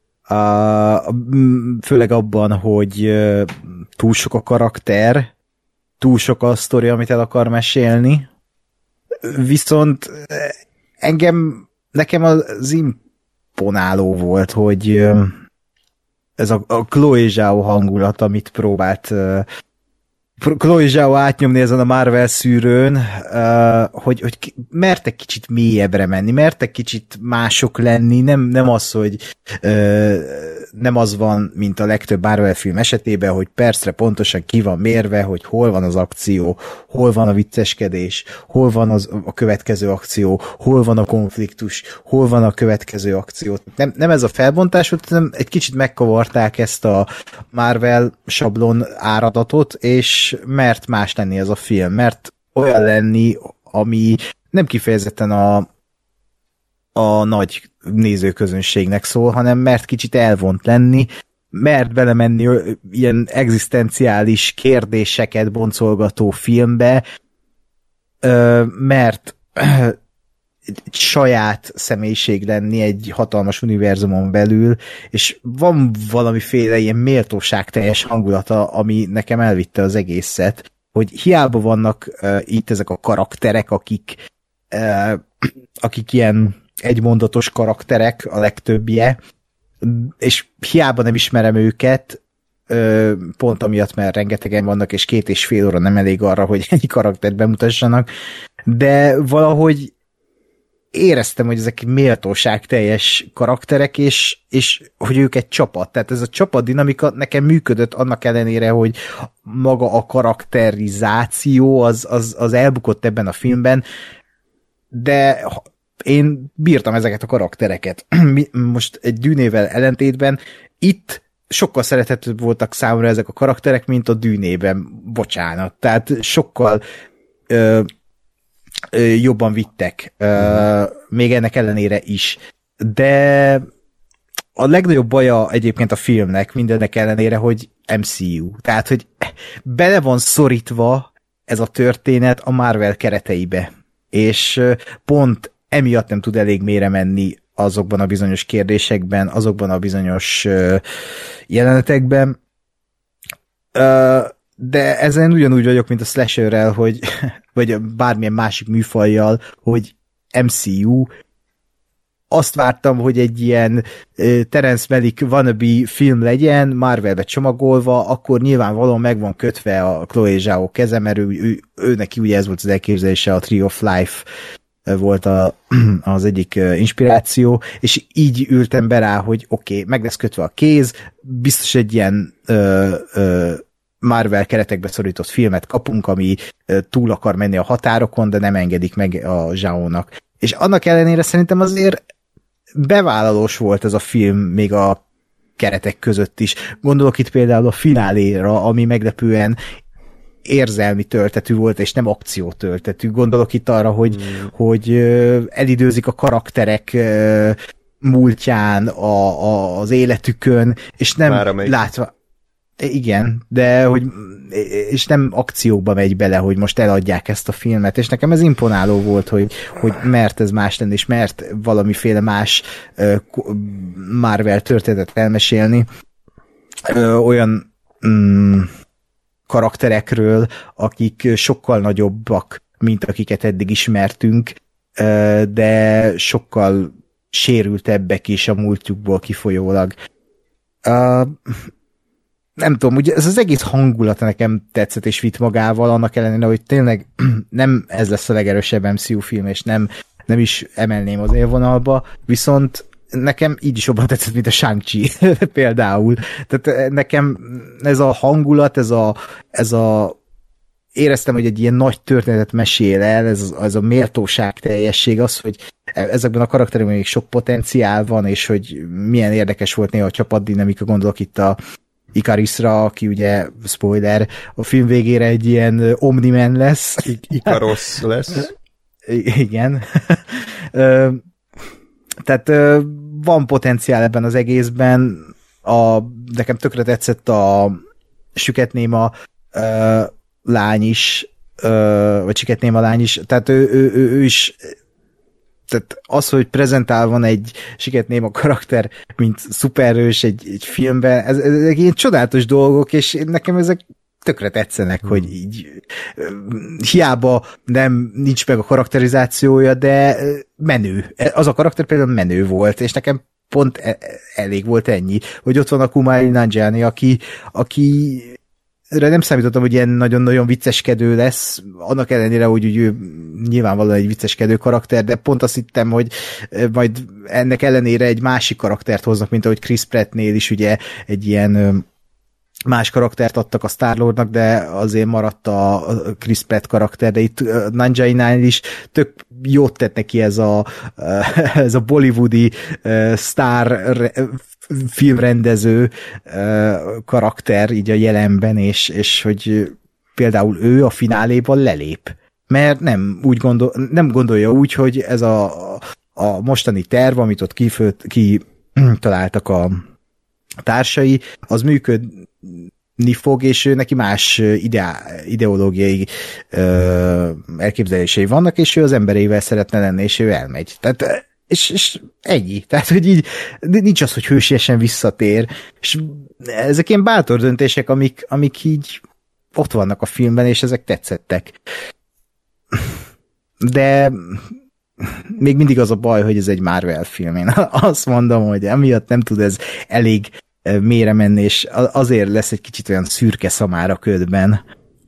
Főleg abban, hogy túl sok a karakter, túl sok a sztori, amit el akar mesélni. Viszont nekem az imponáló volt, hogy ez a Chloe Zhao hangulat, amit próbált Chloe Zhao átnyomni ezen a Marvel szűrőn, hogy mertek kicsit mélyebbre menni, mertek kicsit mások lenni, nem az, hogy nem az van, mint a legtöbb Marvel film esetében, hogy percre pontosan ki van mérve, hogy hol van az akció, hol van a vicceskedés, hol van a következő akció, hol van a konfliktus, hol van a következő akció. Nem ez a felbontás, hanem egy kicsit megkavarták ezt a Marvel sablon áradatot, és mert más lenni ez a film, mert olyan lenni, ami nem kifejezetten a nagy nézőközönségnek szól, hanem mert kicsit elvont lenni, mert belemenni ilyen egzisztenciális kérdéseket boncolgató filmbe, mert saját személyiség lenni egy hatalmas univerzumon belül, és van valamiféle ilyen méltóságteljes hangulata, ami nekem elvitte az egészet, hogy hiába vannak itt ezek a karakterek, akik ilyen egymondatos karakterek, a legtöbbje, és hiába nem ismerem őket, pont amiatt, mert rengetegen vannak, és 2,5 óra nem elég arra, hogy egy karaktert bemutassanak, de valahogy éreztem, hogy ezek méltóságteljes karakterek, és hogy ők egy csapat. Tehát ez a csapatdinamika nekem működött annak ellenére, hogy maga a karakterizáció az elbukott ebben a filmben, de én bírtam ezeket a karaktereket. Most egy Dűnével ellentétben itt sokkal szerethetőbb voltak számomra ezek a karakterek, mint a Dűnében. Bocsánat. Tehát sokkal jobban vittek, még ennek ellenére is. De a legnagyobb baja egyébként a filmnek mindennek ellenére, hogy MCU. Tehát, hogy bele van szorítva ez a történet a Marvel kereteibe. És pont emiatt nem tud elég mélyre menni azokban a bizonyos kérdésekben, azokban a bizonyos jelenetekben. De ezen ugyanúgy vagyok, mint a slasherrel, hogy, vagy bármilyen másik műfajjal, hogy MCU. Azt vártam, hogy egy ilyen Terence Malick wannabe film legyen, Marvelbe csomagolva, akkor nyilvánvalóan meg van kötve a Chloe Zhao keze, mert ő neki ugye ez volt az elképzelése, a Tree of Life volt az egyik inspiráció, és így ültem be rá, hogy oké, meg lesz kötve a kéz, biztos egy ilyen Marvel keretekbe szorított filmet kapunk, ami túl akar menni a határokon, de nem engedik meg a Zhao-nak. És annak ellenére szerintem azért bevállalós volt ez a film még a keretek között is. Gondolok itt például a fináléra, ami meglepően érzelmi töltetű volt, és nem akciótöltetű. Gondolok itt arra, hogy elidőzik a karakterek múltján, az életükön, és nem látva... Igen, de hogy és nem akciókba megy bele, hogy most eladják ezt a filmet, és nekem ez imponáló volt, hogy mert ez más lenni, és mert valamiféle más Marvel történetet elmesélni olyan karakterekről, akik sokkal nagyobbak, mint akiket eddig ismertünk, de sokkal sérültebbek is a múltjukból kifolyólag. Nem tudom, ugye ez az egész hangulata nekem tetszett és vitt magával, annak ellenére, hogy tényleg nem ez lesz a legerősebb MCU film, és nem is emelném az élvonalba, viszont nekem így is jobban tetszett, mint a Shang-Chi például. Tehát nekem ez a hangulat, ez a éreztem, hogy egy ilyen nagy történetet mesél el, ez a méltóság teljesség, az, hogy ezekben a karakterekben még sok potenciál van, és hogy milyen érdekes volt néha a csapatdinamika, gondolok itt a Ikarisra, aki ugye, spoiler, a film végére egy ilyen Omni-Man lesz. Ikaros lesz. Igen. Tehát van potenciál ebben az egészben. Nekem tökre tetszett a Süketnéma lány is, vagy Süketnéma lány is, tehát ő is, tehát az, hogy prezentál van egy Süketnéma karakter, mint szuperhős egy filmben, ezek ilyen csodálatos dolgok, és nekem ezek tökre tetszenek, hogy így hiába nincs meg a karakterizációja, de menő. Az a karakter például menő volt, és nekem pont elég volt ennyi, hogy ott van a Kumail Nanjiani, aki nem számítottam, hogy ilyen nagyon-nagyon vicceskedő lesz, annak ellenére, hogy ő nyilvánvalóan egy vicceskedő karakter, de pont azt hittem, hogy majd ennek ellenére egy másik karaktert hoznak, mint ahogy Chris Prattnél is ugye egy ilyen más karaktert adtak a Star-Lordnak, de azért maradt a Chris Pratt karakter, de itt Nanjiani is tök jót tett neki ez a bollywoodi sztár filmrendező karakter így a jelenben, és hogy például ő a fináléban lelép. Mert nem gondolja úgy, hogy ez a mostani terv, amit ott kitaláltak a társai, az működni fog, és neki más ideológiai elképzelései vannak, és ő az embereivel szeretne lenni, és ő elmegy. Tehát és ennyi. Tehát, hogy így nincs az, hogy hősiesen visszatér, és ezek ilyen bátor döntések, amik így ott vannak a filmben, és ezek tetszettek. De még mindig az a baj, hogy ez egy Marvel film. Én azt mondom, hogy emiatt nem tud ez elég mélyre menni, és azért lesz egy kicsit olyan szürke szamár a ködben.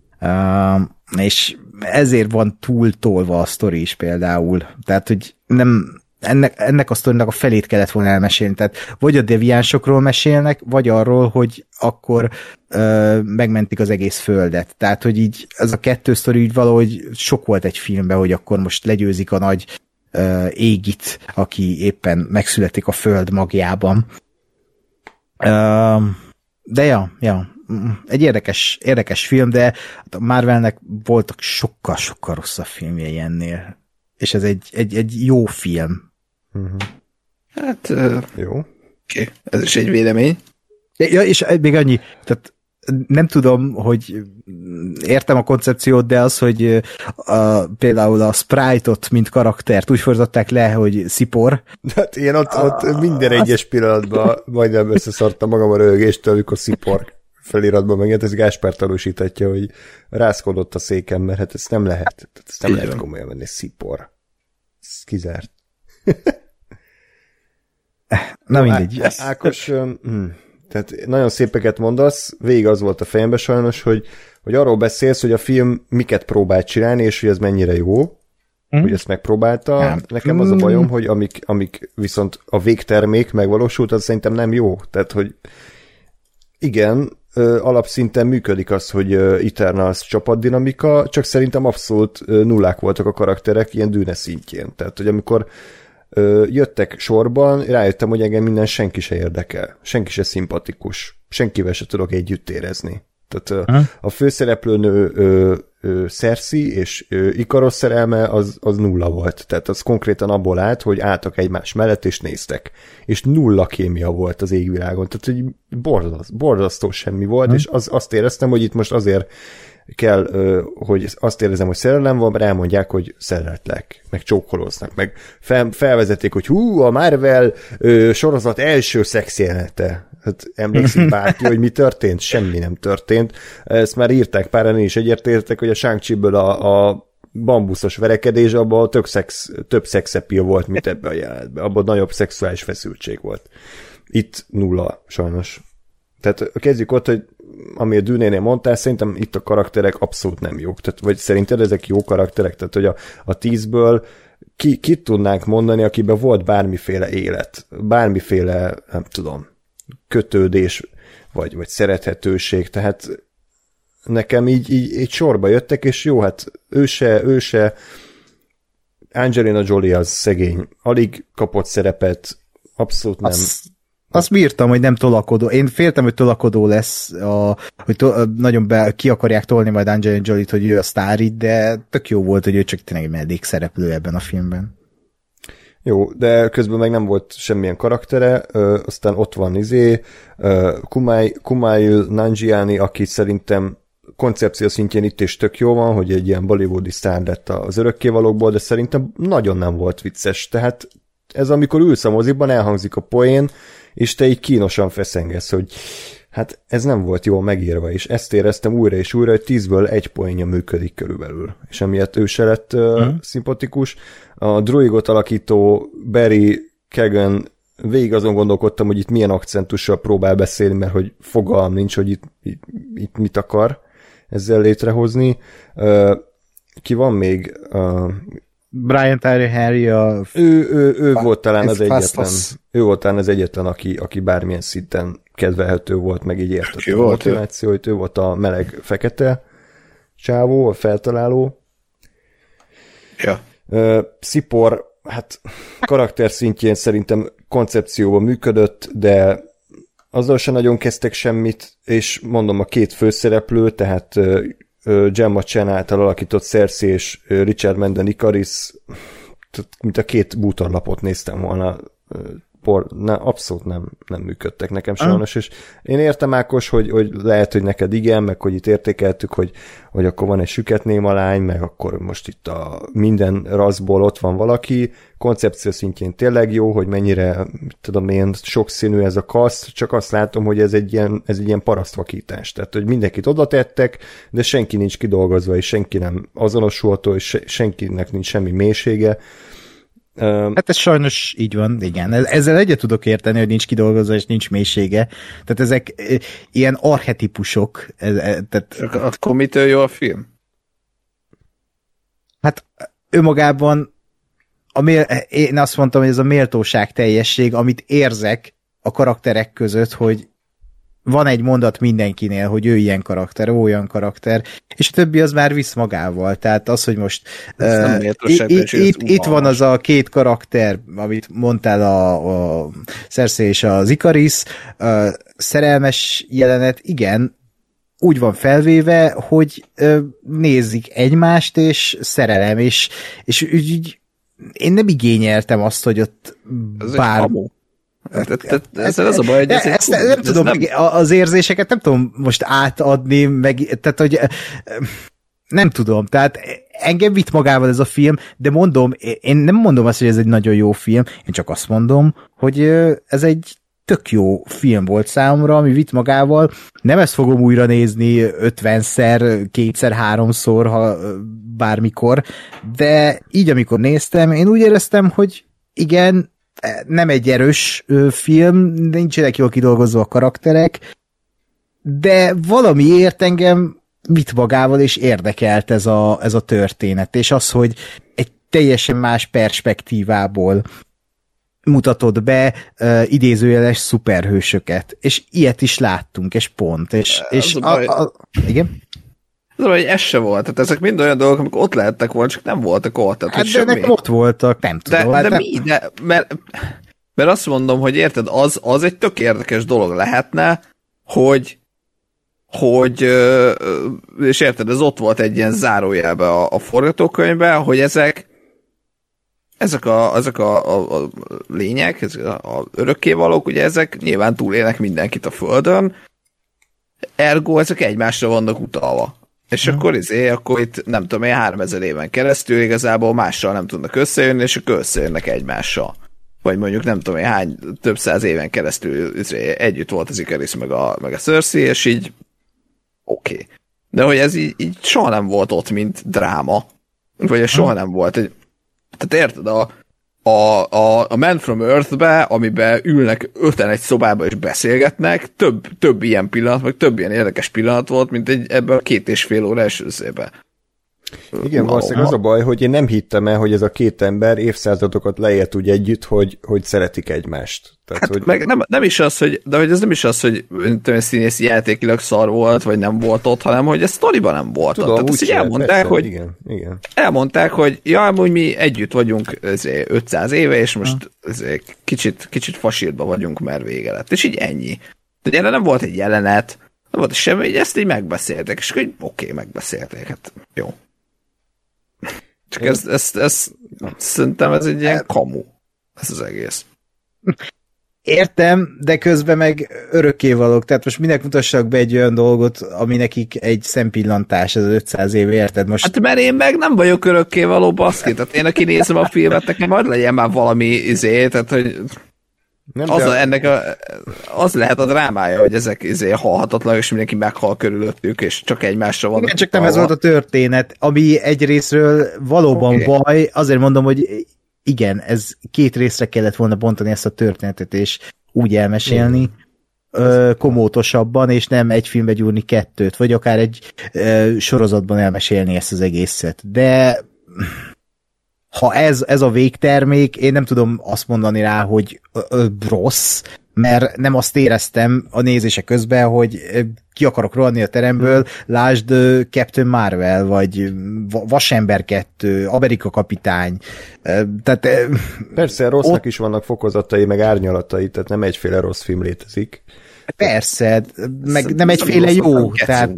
És ezért van túl tolva a sztori is például. Tehát, hogy nem ennek a sztorinak a felét kellett volna elmesélni. Tehát vagy a deviánsokról mesélnek, vagy arról, hogy akkor megmentik az egész földet. Tehát, hogy így ez a kettő sztori úgy valahogy sok volt egy filmben, hogy akkor most legyőzik a nagy égit, aki éppen megszületik a föld magjában. De ja, egy érdekes film, de a Marvelnek voltak sokkal rosszabb filmjei ennél. És ez egy jó film. Hát, jó. Oké, ez is egy vélemény. Ja, és még annyi, tehát nem tudom, hogy értem a koncepciót, de az, hogy például a Sprite-ot, mint karaktert úgy fordították le, hogy szipor. Hát én ott minden egyes pillanatban majdnem összeszartam magam a röhögéstől, amikor szipor feliratban megjelent, ez Gáspár tanúsítatja, hogy rázkodott a széken, mert hát ezt nem lehet. Ezt nem lehet komolyan venni, szipor. Ez kizárt. Na mindegy. Ákos, tehát nagyon szépeket mondasz, végig az volt a fejemben sajnos, hogy arról beszélsz, hogy a film miket próbált csinálni, és hogy ez mennyire jó, hogy ezt megpróbálta. Nem. Nekem az a bajom, hogy amik viszont a végtermék megvalósult, az szerintem nem jó. Tehát, hogy igen, alapszinten működik az, hogy Eternals csapatdinamika, csak szerintem abszolút nullák voltak a karakterek ilyen Dűne szintjén. Tehát, hogy amikor jöttek sorban, rájöttem, hogy engem minden senki se érdekel. Senki se szimpatikus. Senkivel se tudok együtt érezni. Tehát a főszereplőnő Cersei és Ikaros szerelme az nulla volt. Tehát az konkrétan abból állt, hogy álltak egymás mellett és néztek. És nulla kémia volt az égvilágon. Tehát hogy borzasztó semmi volt, és azt éreztem, hogy itt most azért kell, hogy azt érezem, hogy szerelem van, rámondják, hogy szereltlek, meg csókolóznak, meg felvezették, hogy a Marvel sorozat első szexjelenete. Hát emlékszik bárki, hogy mi történt? Semmi nem történt. Ezt már írták páran, én is egyetértek, hogy a Shang-Chi-ből a bambuszos verekedés, abban több szexepil volt, mint ebben a jelenetben. Abban nagyobb szexuális feszültség volt. Itt nulla, sajnos. Tehát kezdjük ott, hogy ami a Dűnénél mondtál, szerintem itt a karakterek abszolút nem jók. Tehát, vagy szerinted ezek jó karakterek? Tehát, hogy a 10-ből kit tudnánk mondani, akiben volt bármiféle élet, bármiféle, nem tudom, kötődés, vagy szerethetőség, tehát nekem így sorba jöttek, és jó, hát ő se Angelina Jolie az szegény, alig kapott szerepet, abszolút nem. Azt bírtam, hogy nem tolakodó. Én féltem, hogy tolakodó lesz, hogy nagyon ki akarják tolni majd Angelina Jolie-t, hogy ő a sztár itt, de tök jó volt, hogy ő csak tényleg mellékszereplő ebben a filmben. Jó, de közben meg nem volt semmilyen karaktere, aztán ott van Kumail Nanjiani, aki szerintem koncepció szintjén itt is tök jó van, hogy egy ilyen bollywoodi sztár lett az örökkévalókból, de szerintem nagyon nem volt vicces. Tehát ez amikor ülsz a moziban, elhangzik a poén, és te így kínosan feszengesz, hogy hát ez nem volt jól megírva, és ezt éreztem újra és újra, hogy 10-ből egy poénja működik körülbelül. És emiatt ő se lett szimpatikus. A druigot alakító Barry Keoghan, végig azon gondolkodtam, hogy itt milyen akcentussal próbál beszélni, mert hogy fogalm nincs, hogy itt mit akar ezzel létrehozni. Ki van még? Brian Tyree Henry ő volt talán az egyetlen. Ő volt talán az egyetlen, aki bármilyen szinten kedvelhető volt, meg így értette a motivációt. Ő volt a meleg fekete csávó, a feltaláló. Ja. Szipor, hát karakter szintjén szerintem koncepcióban működött, de azzal sem nagyon kezdtek semmit, és mondom a két főszereplő, tehát Gemma Chan által alakított Cersei és Richard Menden Ikaris, mint a két bútorlapot néztem volna, abszolút nem működtek nekem sajnos, és én értem, Ákos, hogy lehet, hogy neked igen, meg hogy itt értékeltük, hogy akkor van egy süket néma lány, meg akkor most itt a minden raszból ott van valaki, koncepció szintjén tényleg jó, hogy mennyire, tudom én, sokszínű ez a kaszt, csak azt látom, hogy ez egy ilyen parasztvakítás, tehát, hogy mindenkit oda tettek, de senki nincs kidolgozva, és senki nem azonosulható, és senkinek nincs semmi mélysége. Hát ez sajnos így van, igen. Ezzel egyet tudok érteni, hogy nincs kidolgozva és nincs mélysége. Tehát ezek ilyen archetipusok. Tehát... Akkor mitől jó a film? Hát önmagában én azt mondtam, hogy ez a méltóság teljesség, amit érzek a karakterek között, hogy van egy mondat mindenkinél, hogy ő ilyen karakter, olyan karakter, és a többi az már visz magával. Tehát az, hogy most itt van az a két karakter, amit mondtál, a Cersei és az Ikaris, szerelmes jelenet, igen, úgy van felvéve, hogy nézik egymást, és szerelem, és így én nem igényeltem azt, hogy ott Ezzel az a baj, hogy ezt nem tudom, az érzéseket nem tudom most átadni, meg, tehát, hogy nem tudom, tehát engem vitt magával ez a film, de mondom, én nem mondom azt, hogy ez egy nagyon jó film, én csak azt mondom, hogy ez egy tök jó film volt számomra, ami vitt magával. Nem ezt fogom újra nézni 50-szer, 2-szer, 3-szor, ha bármikor, de így, amikor néztem, én úgy éreztem, hogy igen, nem egy erős film, nincsenek jól kidolgozva a karakterek, de valamiért engem vitt magával, és érdekelt ez a történet, és az, hogy egy teljesen más perspektívából mutatod be idézőjeles szuperhősöket, és ilyet is láttunk, és pont, és igen? hogy ez se volt, tehát ezek mind olyan dolgok, amik ott lehettek volna, csak nem voltak ott. Tehát, hát de nekem ott voltak, nem tudom. De mi? Mert azt mondom, hogy érted, az egy tök érdekes dolog lehetne, hogy és érted, ez ott volt egy ilyen zárójelbe a forgatókönyvben, hogy ezek a lények, ezek a örökkévalók, ugye ezek nyilván túlélnek mindenkit a Földön, ergo ezek egymásra vannak utalva. És akkor akkor itt nem tudom én 3000 éven keresztül igazából mással nem tudnak összejönni, és akkor összejönnek egymással. Vagy mondjuk nem tudom én hány, több száz éven keresztül együtt volt az Ikaris meg a Cersei, és így oké. De hogy ez így soha nem volt ott, mint dráma. Vagy ez soha nem volt egy... Tehát érted, a Man from Earth-be, amiben ülnek 5-en egy szobába és beszélgetnek, több ilyen pillanat, meg több ilyen érdekes pillanat volt, mint ebben a 2,5 óra esőzében. Igen, valószínűleg az a baj, hogy én nem hittem el, hogy ez a két ember évszázadokat leélt úgy együtt, hogy szeretik egymást. Tehát, hát hogy... meg nem is az, hogy, de hogy ez nem is az, hogy színészi játékilag szar volt, vagy nem volt ott, hanem hogy ez sztoriban nem volt. Tudom, tehát ezt így elmondták, persze, hogy igen. Elmondták, hogy ja, amúgy mi együtt vagyunk 500 éve, és most kicsit fasírba vagyunk, mert vége lett. És így ennyi. De erre nem volt egy jelenet, nem volt semmi, így ezt így megbeszéltek, és akkor oké, megbeszélték, hát jó. Csak ez szerintem ez egy ilyen kamu, ez az egész. Értem, de közben meg örökkévalók. Tehát most minek mutassak be egy olyan dolgot, ami nekik egy szempillantás, az 500 év, érted? Most... Hát mert én meg nem vagyok örökkévaló, baszki. Tehát én, aki nézem a filmet, nekem majd legyen már valami tehát hogy nem, az lehet a drámája, hogy ezek halhatatlanak, és mindenki meghal körülöttük, és csak egymásra vannak. Igen, csak nem ez volt a történet, ami egy részről valóban baj, azért mondom, hogy igen, ez 2 részre kellett volna bontani ezt a történetet, és úgy elmesélni komótosabban, és nem egy filmbe gyúrni 2, vagy akár egy sorozatban elmesélni ezt az egészet. De ha ez a végtermék, én nem tudom azt mondani rá, hogy rossz, mert nem azt éreztem a nézése közben, hogy ki akarok rohanni a teremből, lásd Captain Marvel, vagy Vasember 2, Amerika kapitány. Tehát, persze, rossznak is vannak fokozatai, meg árnyalatai, tehát nem egyféle rossz film létezik. Persze, meg nem egyféle jó. Tehát...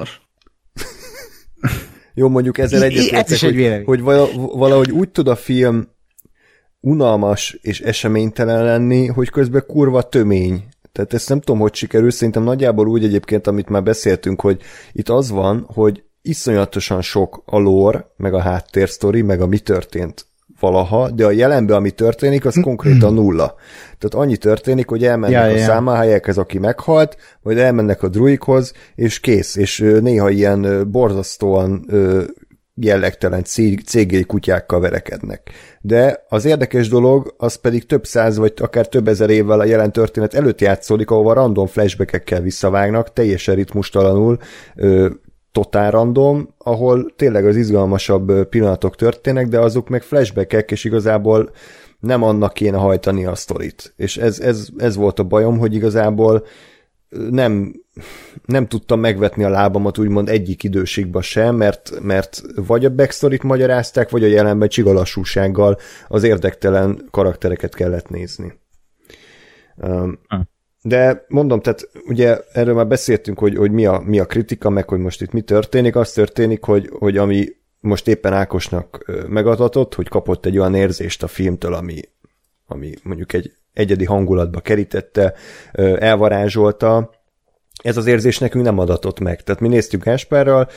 Jó, mondjuk ezzel egyetértek, hogy valahogy úgy tud a film unalmas és eseménytelen lenni, hogy közben kurva tömény. Tehát ezt nem tudom, hogy sikerül, szerintem nagyjából úgy egyébként, amit már beszéltünk, hogy itt az van, hogy iszonyatosan sok a lore, meg a háttérsztori, meg a mi történt valaha, de a jelenben, ami történik, az konkrétan nulla. Tehát annyi történik, hogy elmennek a számáhelyekhez, aki meghalt, vagy elmennek a druidhoz, és kész. És néha ilyen borzasztóan jellegtelen cégély kutyákkal verekednek. De az érdekes dolog, az pedig több száz, vagy akár több ezer évvel a jelen történet előtt játszódik, ahova random flashbackekkel visszavágnak, teljesen ritmustalanul, totál random, ahol tényleg az izgalmasabb pillanatok történnek, de azok meg flashbackek, és igazából nem annak kéne hajtani a sztorit. És ez volt a bajom, hogy igazából nem tudtam megvetni a lábamat úgymond egyik időségben sem, mert vagy a backstoryt magyarázták, vagy a jelenben csigalassúsággal az érdektelen karaktereket kellett nézni. De mondom, tehát ugye erről már beszéltünk, hogy mi a kritika, meg hogy most itt mi történik. Az történik, hogy ami most éppen Ákosnak megadatott, hogy kapott egy olyan érzést a filmtől, ami mondjuk egy egyedi hangulatba kerítette, elvarázsolta. Ez az érzés nekünk nem adatott meg. Tehát mi néztük Gáspárral,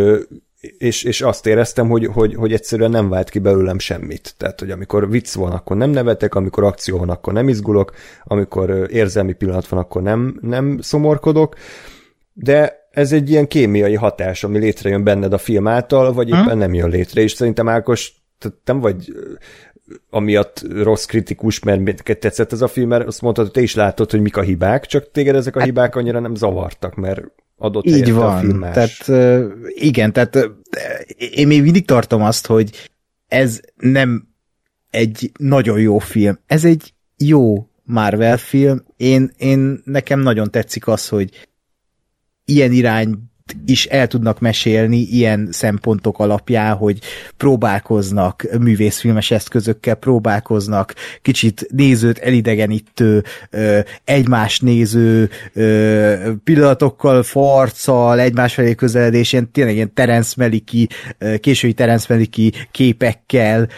és azt éreztem, hogy egyszerűen nem vált ki belőlem semmit. Tehát, hogy amikor vicc van, akkor nem nevetek, amikor akció van, akkor nem izgulok, amikor érzelmi pillanat van, akkor nem szomorkodok, de ez egy ilyen kémiai hatás, ami létrejön benned a film által, vagy éppen nem jön létre, és szerintem Ákos, nem vagy amiatt rossz kritikus, mert tetszett ez a film, mert azt mondtad, hogy te is látod, hogy mik a hibák, csak téged ezek a hibák annyira nem zavartak, mert adott így van. A film más. Tehát igen, tehát én még mindig tartom azt, hogy ez nem egy nagyon jó film. Ez egy jó Marvel film. Nekem nagyon tetszik az, hogy ilyen irányt is el tudnak mesélni ilyen szempontok alapján, hogy próbálkoznak művészfilmes eszközökkel, próbálkoznak kicsit nézőt elidegenítő, egymást néző pillanatokkal, farccal, egymás felé közeledés, tényleg ilyen Terence Malick-i, késői Terence Malick-i képekkel,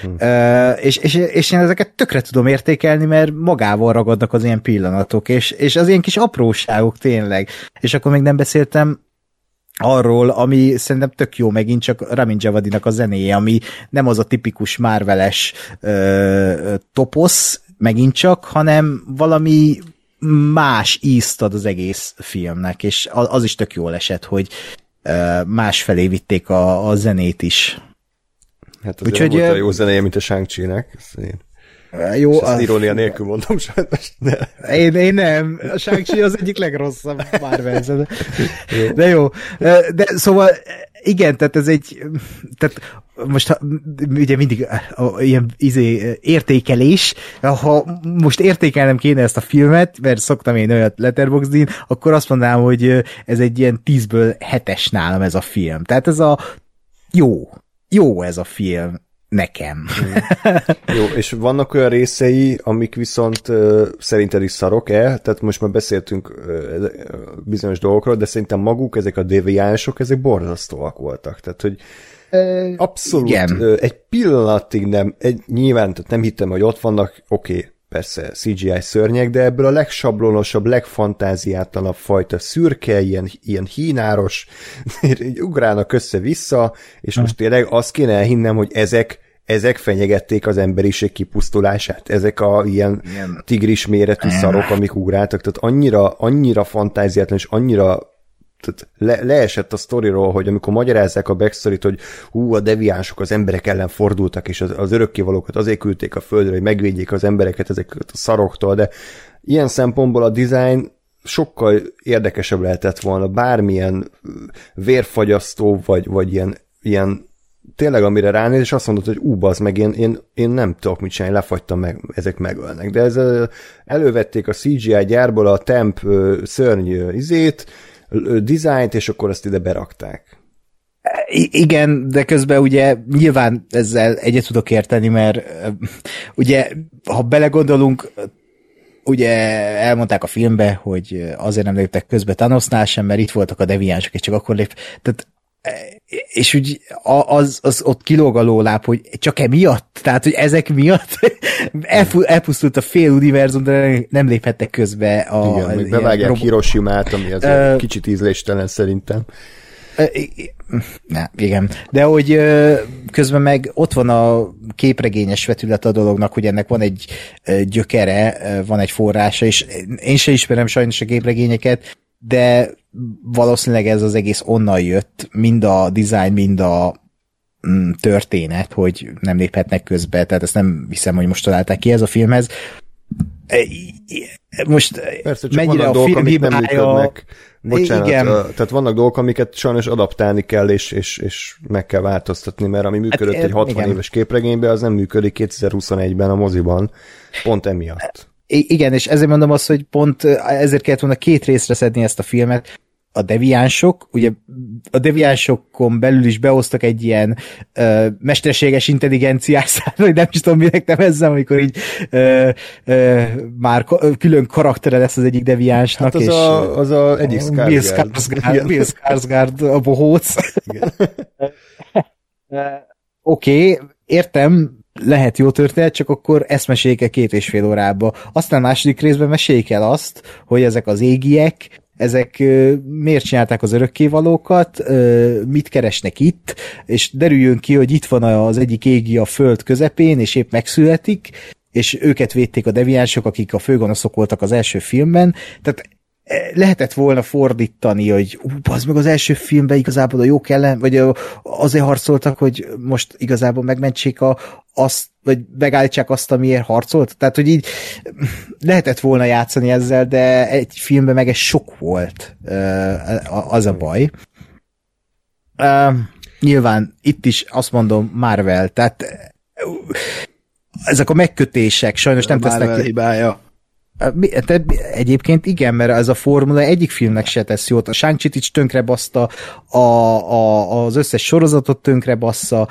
és én ezeket tökre tudom értékelni, mert magával ragadnak az ilyen pillanatok, és az ilyen kis apróságok tényleg. És akkor még nem beszéltem arról, ami szerintem tök jó megint, csak Ramin Djawadinak a zenéje, ami nem az a tipikus Marvel-es toposz megint csak, hanem valami más ízt ad az egész filmnek, és az is tök jól esett, hogy másfelé vitték a zenét is. Hát azért úgyhogy, volt a jó zenéje, mint a Shang-Chi-nek. Jó, és ezt irónia nélkül mondom sajnos. Én nem. A Shang-Chi az egyik legrosszabb Marvel zene. De jó. De szóval igen, tehát ez egy tehát most ugye mindig ilyen értékelés, ha most értékelnem kéne ezt a filmet, mert szoktam én olyat Letterboxdin, akkor azt mondanám, hogy ez egy ilyen 10-ből 7-es nálam ez a film. Tehát ez a jó ez a film. Nekem. Jó, és vannak olyan részei, amik viszont szerinted is szarok-e? Tehát most már beszéltünk bizonyos dolgokról, de szerintem maguk, ezek a deviánsok, ezek borzasztóak voltak. Tehát, hogy abszolút egy pillanatig nyilván nem hittem, hogy ott vannak, oké, persze CGI szörnyek, de ebből a legsablonosabb, legfantáziátlanabb fajta szürke, ilyen hínáros, így ugrálnak össze-vissza, és most tényleg azt kéne elhinnem, hogy ezek fenyegették az emberiség kipusztulását. Ezek a ilyen tigris méretű szarok, amik ugráltak, tehát annyira fantáziátlan, és annyira leesett a sztoriról, hogy amikor magyarázzák a backstoryt, hogy a deviánsok az emberek ellen fordultak, és az örökkévalókat azért küldték a földre, hogy megvédjék az embereket ezeket a szaroktól, de ilyen szempontból a design sokkal érdekesebb lehetett volna, bármilyen vérfagyasztó, vagy ilyen tényleg amire ránéz, és azt mondod, hogy bazd meg, én nem tudok mit csinálni, lefagytam meg, ezek megölnek. De elővették a CGI gyárból a temp szörny dizájnt, és akkor azt ide berakták. Igen, de közben ugye nyilván ezzel egyet tudok érteni, mert ugye, ha belegondolunk, ugye elmondták a filmbe, hogy azért nem léptek közbe Thanosnál sem, mert itt voltak a deviánsok, és csak akkor tehát és úgy az ott kilóg a lóláb, hogy csak emiatt, tehát, hogy ezek miatt elpusztult a fél univerzum, de nem léphettek közbe igen, még bevágják Hiroshimát, ami az kicsit ízléstelen szerintem. Igen, de hogy közben meg ott van a képregényes vetület a dolognak, hogy ennek van egy gyökere, van egy forrása, és én se ismerem sajnos a képregényeket, de valószínűleg ez az egész onnan jött, mind a design, mind a történet, hogy nem léphetnek közbe, tehát ezt nem hiszem, hogy most találták ki ez a filmhez. Most persze, csak mennyire vannak dolgok, amik nem működnek. Bocsánat, igen. Tehát vannak dolgok, amiket sajnos adaptálni kell, és meg kell változtatni, mert ami működött egy 60 éves képregényben, az nem működik 2021-ben a moziban, pont emiatt. Igen, és ezért mondom azt, hogy pont ezért kellett volna 2 részre szedni ezt a filmet. A deviánsok, ugye a deviánsokon belül is behoztak egy ilyen mesterséges intelligenciás szállat, hogy nem is tudom, minek nevezzem, amikor így már külön karaktere lesz az egyik deviánsnak. Hát az a egyik Skarsgård. Bill Skarsgård, a bohóc. Oké, értem, lehet jó történet, csak akkor ezt meséljék el 2,5 órába. Aztán a második részben meséljék el azt, hogy ezek az égiek, ezek miért csinálták az örökkévalókat, mit keresnek itt, és derüljön ki, hogy itt van az egyik égi a föld közepén, és épp megszületik, és őket védték a deviánsok, akik a főgonoszok voltak az első filmben. Tehát lehetett volna fordítani, hogy az meg az első filmben igazából a jók ellen, vagy azért harcoltak, hogy most igazából megmentsék azt, vagy megállítsák azt, amiért harcolt. Tehát, hogy így lehetett volna játszani ezzel, de egy filmben meg ez sok volt. Az a baj. Nyilván itt is azt mondom Marvel, tehát ezek a megkötések sajnos nem tesznek... Marvel hibája. Egyébként igen, mert ez a formula egyik filmnek se tesz jót. A Shang-Chi-t is tönkrebaszta, az összes sorozatot tönkrebassza,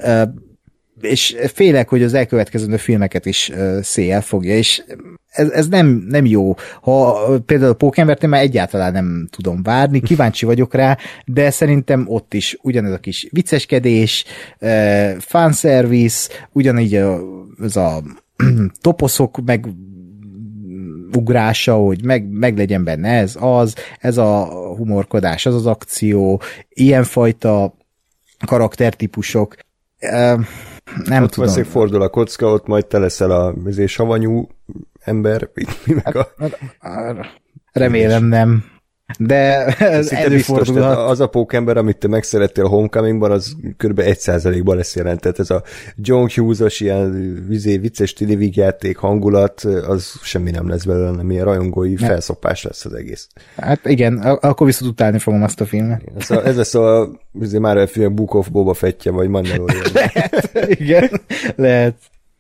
és félek, hogy az elkövetkező filmeket is széjjel fogja, és ez nem jó. Ha például a Pókembert én már egyáltalán nem tudom várni, kíváncsi vagyok rá, de szerintem ott is ugyanez a kis vicceskedés, fanservice, ugyanígy ez a toposzok meg ugrása, hogy meg legyen benne ez a humorkodás, az akció, ilyenfajta karaktertípusok. Nem ott tudom. Ott fordul a kocka, ott majd te leszel a savanyú ember, meg a... Remélem nem. De ez előfordulhat. Az a pókember, amit te megszerettél a Homecomingban, az kb. 1%-ban lesz jelent. Tehát ez a John Hughes-os ilyen vicces tilivígjáték hangulat, az semmi nem lesz belőle, nem ilyen rajongói felszopás lesz az egész. Hát igen, akkor viszont utálni fogom azt a filmet. Ez lesz a Marvel film Book of Boba Fettje, vagy Mandalorian. Lehet, igen, lehet.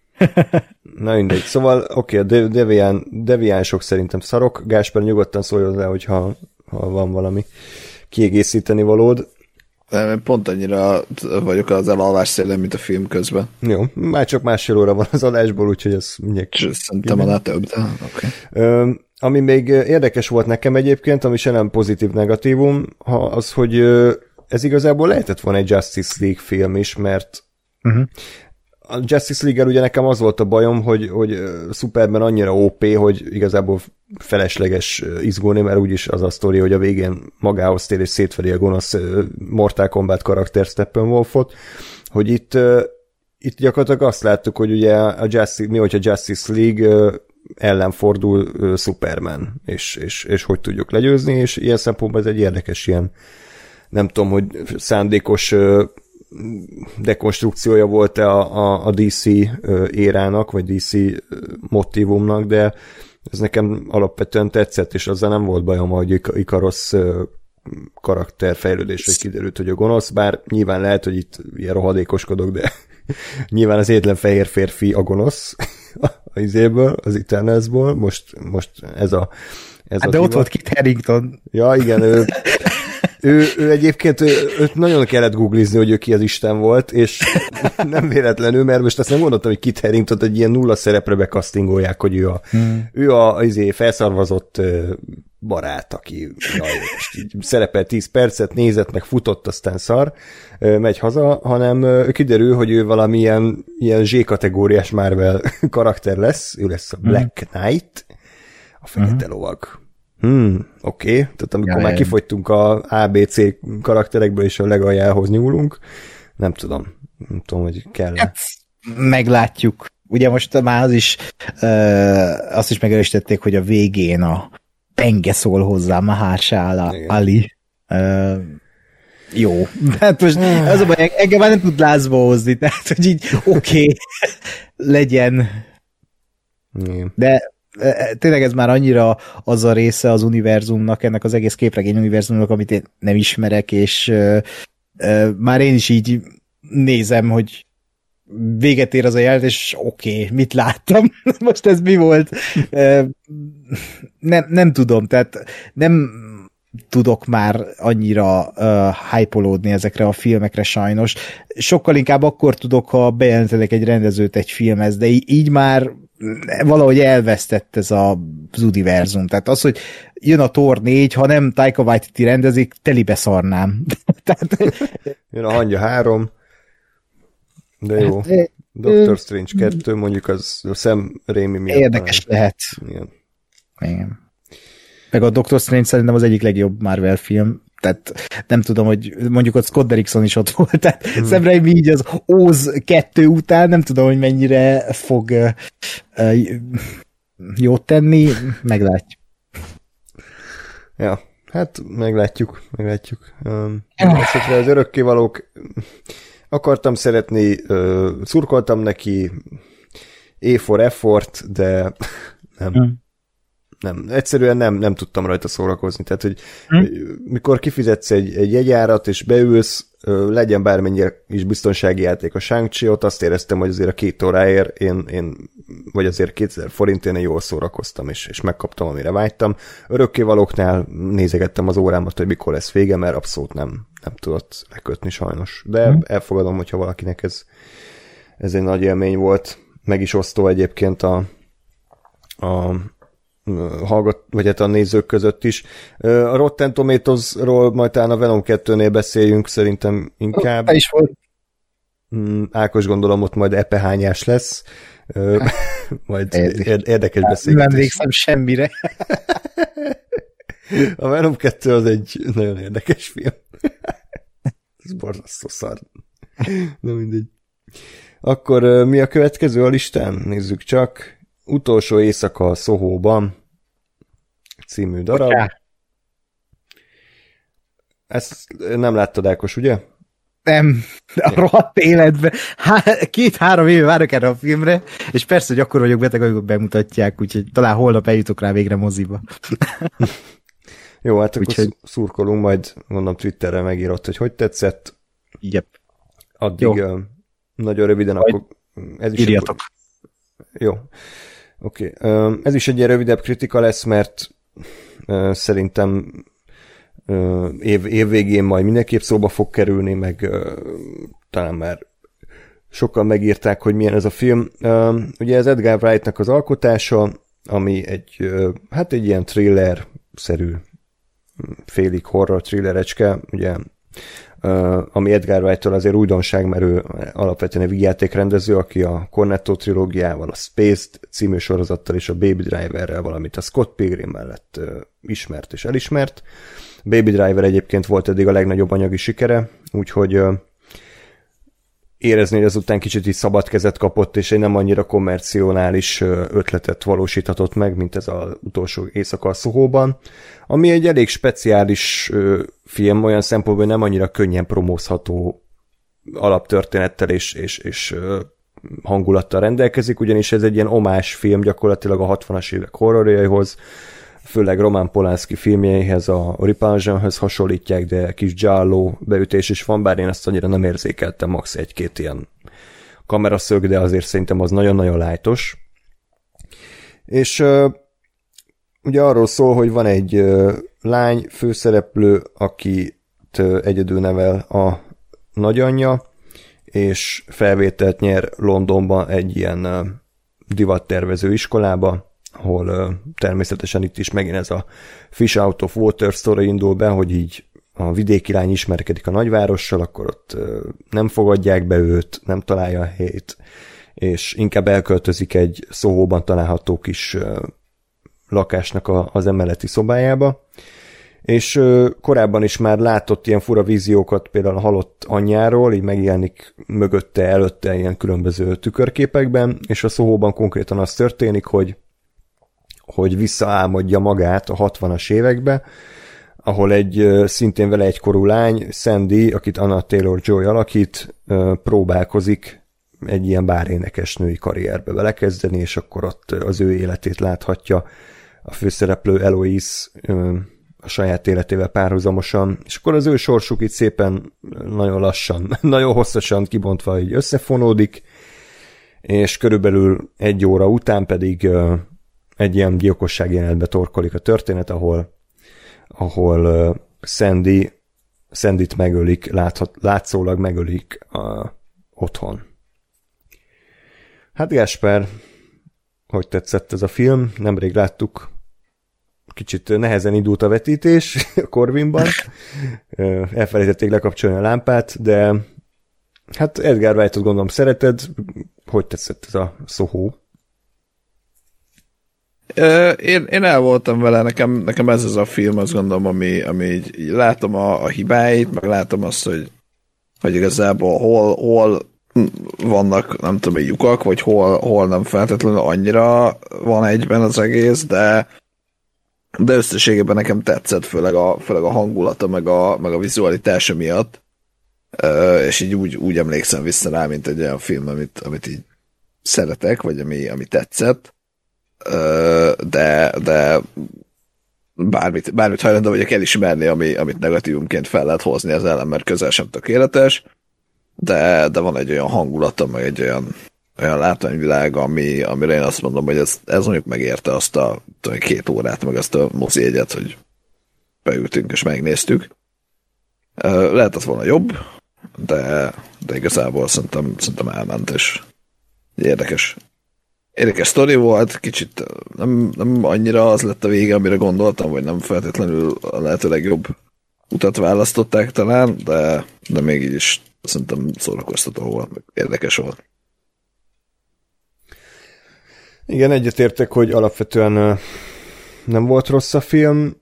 Na mindegy. Szóval oké, a deviánsok szerintem szarok. Gáspár, nyugodtan szóljon rá, hogyha van valami kiegészíteni valód. Pont annyira vagyok az elalvás szélén, mint a film közben. Jó, már csak másfél óra van az adásból, úgyhogy ez mindjárt... Szerintem annál több, de oké. Ami még érdekes volt nekem egyébként, ami se nem pozitív-negatívum, az, hogy ez igazából lehetett volna egy Justice League film is, mert a Justice League-el ugye nekem az volt a bajom, hogy Superman annyira OP, hogy igazából felesleges izgulni, mert úgyis az a sztori, hogy a végén magához tér és szétveri a gonosz Mortal Kombat karakter Steppenwolfot, hogy itt gyakorlatilag azt láttuk, hogy ugye hogyha Justice League ellen fordul Superman, és hogy tudjuk legyőzni, és ilyen szempontból ez egy érdekes ilyen, nem tudom, hogy szándékos dekonstrukciója volt-e a DC érának, vagy DC motívumnak, de ez nekem alapvetően tetszett, és azzal nem volt bajom, hogy Ikarosz karakterfejlődés, hogy kiderült, hogy a gonosz, bár nyilván lehet, hogy itt ilyen rohadékoskodok, de nyilván az étlen fehér férfi a gonosz az Eternalsból, most ez a de ott volt Kit Harington. Ja, igen, ő egyébként őt nagyon kellett googlizni, hogy ő ki az Isten volt, és nem véletlenül, mert most azt nem gondoltam, hogy Kit Harington egy ilyen nulla szerepre bekasztingolják, hogy ő a felszarvazott barát, aki szerepel 10 percet, nézett, meg futott, aztán szar, megy haza, hanem kiderül, hogy ő valamilyen ilyen Z-kategóriás Marvel karakter lesz, ő lesz a Black Knight, a fekete lovag. Oké. Tehát amikor már kifogytunk a ABC karakterekből, és a legaljához nyúlunk, nem tudom, hogy kell. Hát, meglátjuk. Ugye most már azt is megerősítették, hogy a végén a penge szól hozzá, Mahershala Ali. Jó. Hát most az a baj, engem már nem tud lázba hozni, tehát, hogy így oké, legyen. Igen. De tényleg ez már annyira az a része az univerzumnak, ennek az egész képregény univerzumnak, amit én nem ismerek, és már én is így nézem, hogy véget ér az a jelent, és oké, mit láttam? Most ez mi volt? Nem tudom, tehát nem tudok már annyira hype-olódni ezekre a filmekre sajnos. Sokkal inkább akkor tudok, ha bejelentenek egy rendezőt egy filmhez, de így már valahogy elvesztett ez az univerzum. Tehát az, hogy jön a Thor 4, ha nem Taika Waititi rendezik, telibe szarnám. Tehát... Jön a Hangya 3, de jó. Doctor Strange 2 mondjuk az a Sam Raimi miatt. Érdekes lehet. Igen. Meg a Doctor Strange szerintem az egyik legjobb Marvel film. Tehát nem tudom, hogy mondjuk ott Scott Derrickson is ott volt, tehát Sam Raimi így az Oz 2 után nem tudom, hogy mennyire fog jót tenni, meglátjuk. Ja, hát meglátjuk. Esetre az örökkévalók akartam szeretni, szurkoltam neki, A for effort, de nem, egyszerűen nem tudtam rajta szórakozni. Tehát, hogy mikor kifizetsz egy jegyárat, és beülsz, legyen bármennyire is biztonsági játék a Shang-Chi, ott azt éreztem, hogy azért a 2 óráért én vagy azért 2000 forintért én jól szórakoztam, és megkaptam, amire vágytam. Örökkévalóknál nézegettem az órámat, hogy mikor lesz vége, mert abszolút nem tudott lekötni sajnos. De elfogadom, hogyha valakinek ez egy nagy élmény volt. Meg is osztó egyébként a vagy hát a nézők között is. A Rotten Tomatoes-ról majd talán a Venom 2-nél beszéljünk, szerintem inkább. Is volt. Ákos gondolom ott majd epehányás lesz. Majd érdekes beszélgetés. Nem emlékszem semmire. A Venom 2 az egy nagyon érdekes film. Ez borzasztó szar. Na mindegy. Akkor mi a következő a listán? Nézzük csak. Utolsó éjszaka a Sohóban című darab. Bocsá. Ezt nem láttad, Ákos, ugye? Nem, a rohadt életben. 2-3 éve várok erre a filmre, és persze, hogy akkor vagyok beteg, amikor bemutatják, úgyhogy talán holnap eljutok rá végre moziba. Jó, hát akkor szurkolunk, majd mondom Twitterre megírott, hogy tetszett. Yep. Addig nagyon röviden akkor... Írjatok. Jó. Oké. Ez is egy ilyen rövidebb kritika lesz, mert szerintem év végén majd mindenképp szóba fog kerülni, meg talán már sokan megírták, hogy milyen ez a film. Ugye ez Edgar Wright-nak az alkotása, ami egy ilyen thriller-szerű, félig horror thrillerecske, ugye, ami Edgar Wright-tól azért újdonság, mert ő alapvetően egy vígjátékrendező, aki a Cornetto trilógiával, a Space című sorozattal és a Baby Driverrel, valamint a Scott Pilgrim mellett ismert és elismert. Baby Driver egyébként volt eddig a legnagyobb anyagi sikere, úgyhogy érezni, hogy ezután kicsit így szabad kezet kapott, és egy nem annyira kommercionális ötletet valósíthatott meg, mint ez az utolsó éjszaka a Sohóban, ami egy elég speciális film, olyan szempontból nem annyira könnyen promózható alaptörténettel és hangulattal rendelkezik, ugyanis ez egy ilyen omás film gyakorlatilag a 60-as évek horrorjaihoz, főleg Roman Polanski filmjeihez, a Repulsionhöz hasonlítják, de kis giallo beütés is van, bár én ezt annyira nem érzékeltem, max. 1-2 ilyen kameraszög, de azért szerintem az nagyon-nagyon lájtos. És ugye arról szól, hogy van egy lány főszereplő, akit egyedül nevel a nagyanyja, és felvételt nyer Londonban egy ilyen divattervező iskolába, ahol természetesen itt is megint ez a Fish Out of Water story indul be, hogy így a vidéki lány ismerkedik a nagyvárossal, akkor ott nem fogadják be őt, nem találja a helyét, és inkább elköltözik egy Sohóban található kis lakásnak az emeleti szobájába, és korábban is már látott ilyen fura víziókat például a halott anyjáról, így megjelenik mögötte, előtte ilyen különböző tükörképekben, és a Sohóban konkrétan az történik, hogy visszaálmodja magát a 60-as évekbe, ahol egy szintén vele egykorú lány, Sandy, akit Anna Taylor-Joy alakít, próbálkozik egy ilyen bárénekesnői karrierbe belekezdeni, és akkor ott az ő életét láthatja a főszereplő Eloise a saját életével párhuzamosan, és akkor az ő sorsuk itt szépen nagyon lassan, nagyon hosszasan kibontva így összefonódik, és körülbelül 1 óra után pedig egy ilyen gyilkosság jelenetbe torkolik a történet, ahol Sandyt megölik, látszólag megölik otthon. Hát Gáspár, hogy tetszett ez a film? Nemrég láttuk, kicsit nehezen indult a vetítés a Corvinban, elfelejtették lekapcsolni a lámpát, de Hát Edgar Wright-ot gondolom szereted. Hogy tetszett ez a Soho? Én el voltam vele, nekem ez az a film, azt gondolom, ami így látom a hibáit, meg látom azt, hogy igazából hol vannak, nem tudom, lyukak, vagy hol nem feltétlenül annyira van egyben az egész, de összességében nekem tetszett, főleg a hangulata, meg a vizualitása miatt, és így úgy emlékszem vissza rá, mint egy olyan film, amit így szeretek, vagy ami tetszett, de bármit hajlandó vagyok elismerni, amit negatívumként fel lehet hozni az ellen, mert közel sem tökéletes, de van egy olyan hangulata, meg egy olyan látványvilág, amire én azt mondom, hogy ez mondjuk megérte azt a 2 órát, meg azt a mozijegyet, hogy beültünk és megnéztük. Lehetett volna jobb, de igazából szerintem elment, és érdekes sztori volt, kicsit nem annyira az lett a vége, amire gondoltam, vagy nem feltétlenül a lehető legjobb utat választották talán, de még így is szerintem szórakoztató volt, érdekes volt. Igen, egyetértek, hogy alapvetően nem volt rossz a film,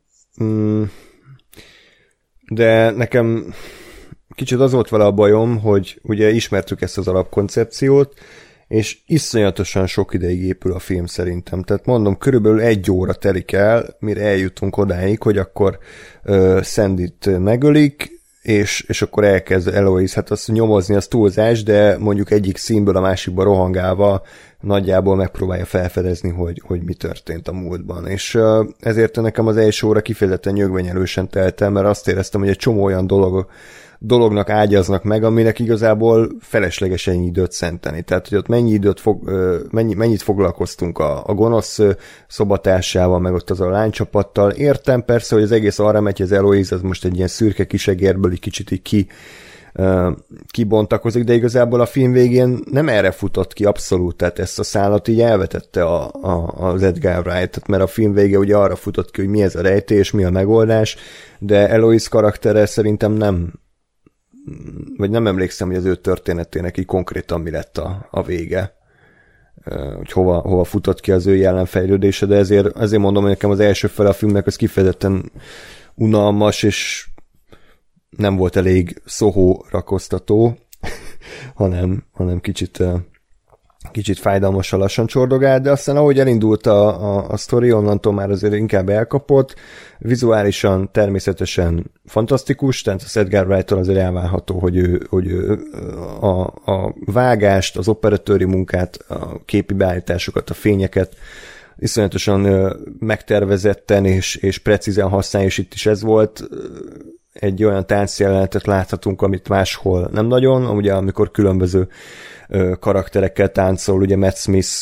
de nekem kicsit az volt vele a bajom, hogy ugye ismertük ezt az alapkoncepciót, és iszonyatosan sok ideig épül a film szerintem. Tehát mondom, körülbelül 1 óra telik el, mire eljutunk odáig, hogy akkor Sandyt megölik, és akkor elkezd Eloise, hát azt nyomozni, az túlzás, de mondjuk egyik színből a másikba rohangálva nagyjából megpróbálja felfedezni, hogy mi történt a múltban. És ezért nekem az első óra kifejezetten nyögvenyelősen telt el, mert azt éreztem, hogy egy csomó olyan dolognak ágyaznak meg, aminek igazából felesleges ennyi időt szenteni. Tehát, hogy ott mennyit foglalkoztunk a gonosz szobatársával, meg ott az a lánycsapattal. Értem persze, hogy az egész arra megy, hogy az Eloise az most egy ilyen szürke kisegérből egy kicsit így kibontakozik, de igazából a film végén nem erre futott ki abszolút, tehát ezt a szállat így elvetette az Edgar Wright, mert a film vége ugye arra futott ki, hogy mi ez a rejtély, és mi a megoldás, de Eloise karaktere szerintem nem emlékszem, hogy az ő történetének így konkrétan mi lett a vége, hogy hova futott ki az ő jelenfejlődése, de ezért mondom, hogy nekem az első fele a filmnek az kifejezetten unalmas, és nem volt elég Soho rakoztató, hanem kicsit fájdalmasan lassan csordogál, de aztán ahogy elindult a sztori, onnantól már azért inkább elkapott, vizuálisan természetesen fantasztikus, tehát az Edgar Wright-tól azért elvárható, hogy ő a vágást, az operatőri munkát, a képi beállításokat, a fényeket iszonyatosan megtervezetten és precízen használja, és itt is ez volt. Egy olyan táncjelenetet láthatunk, amit máshol nem nagyon, ugye amikor különböző karakterekkel táncol, ugye Matt Smith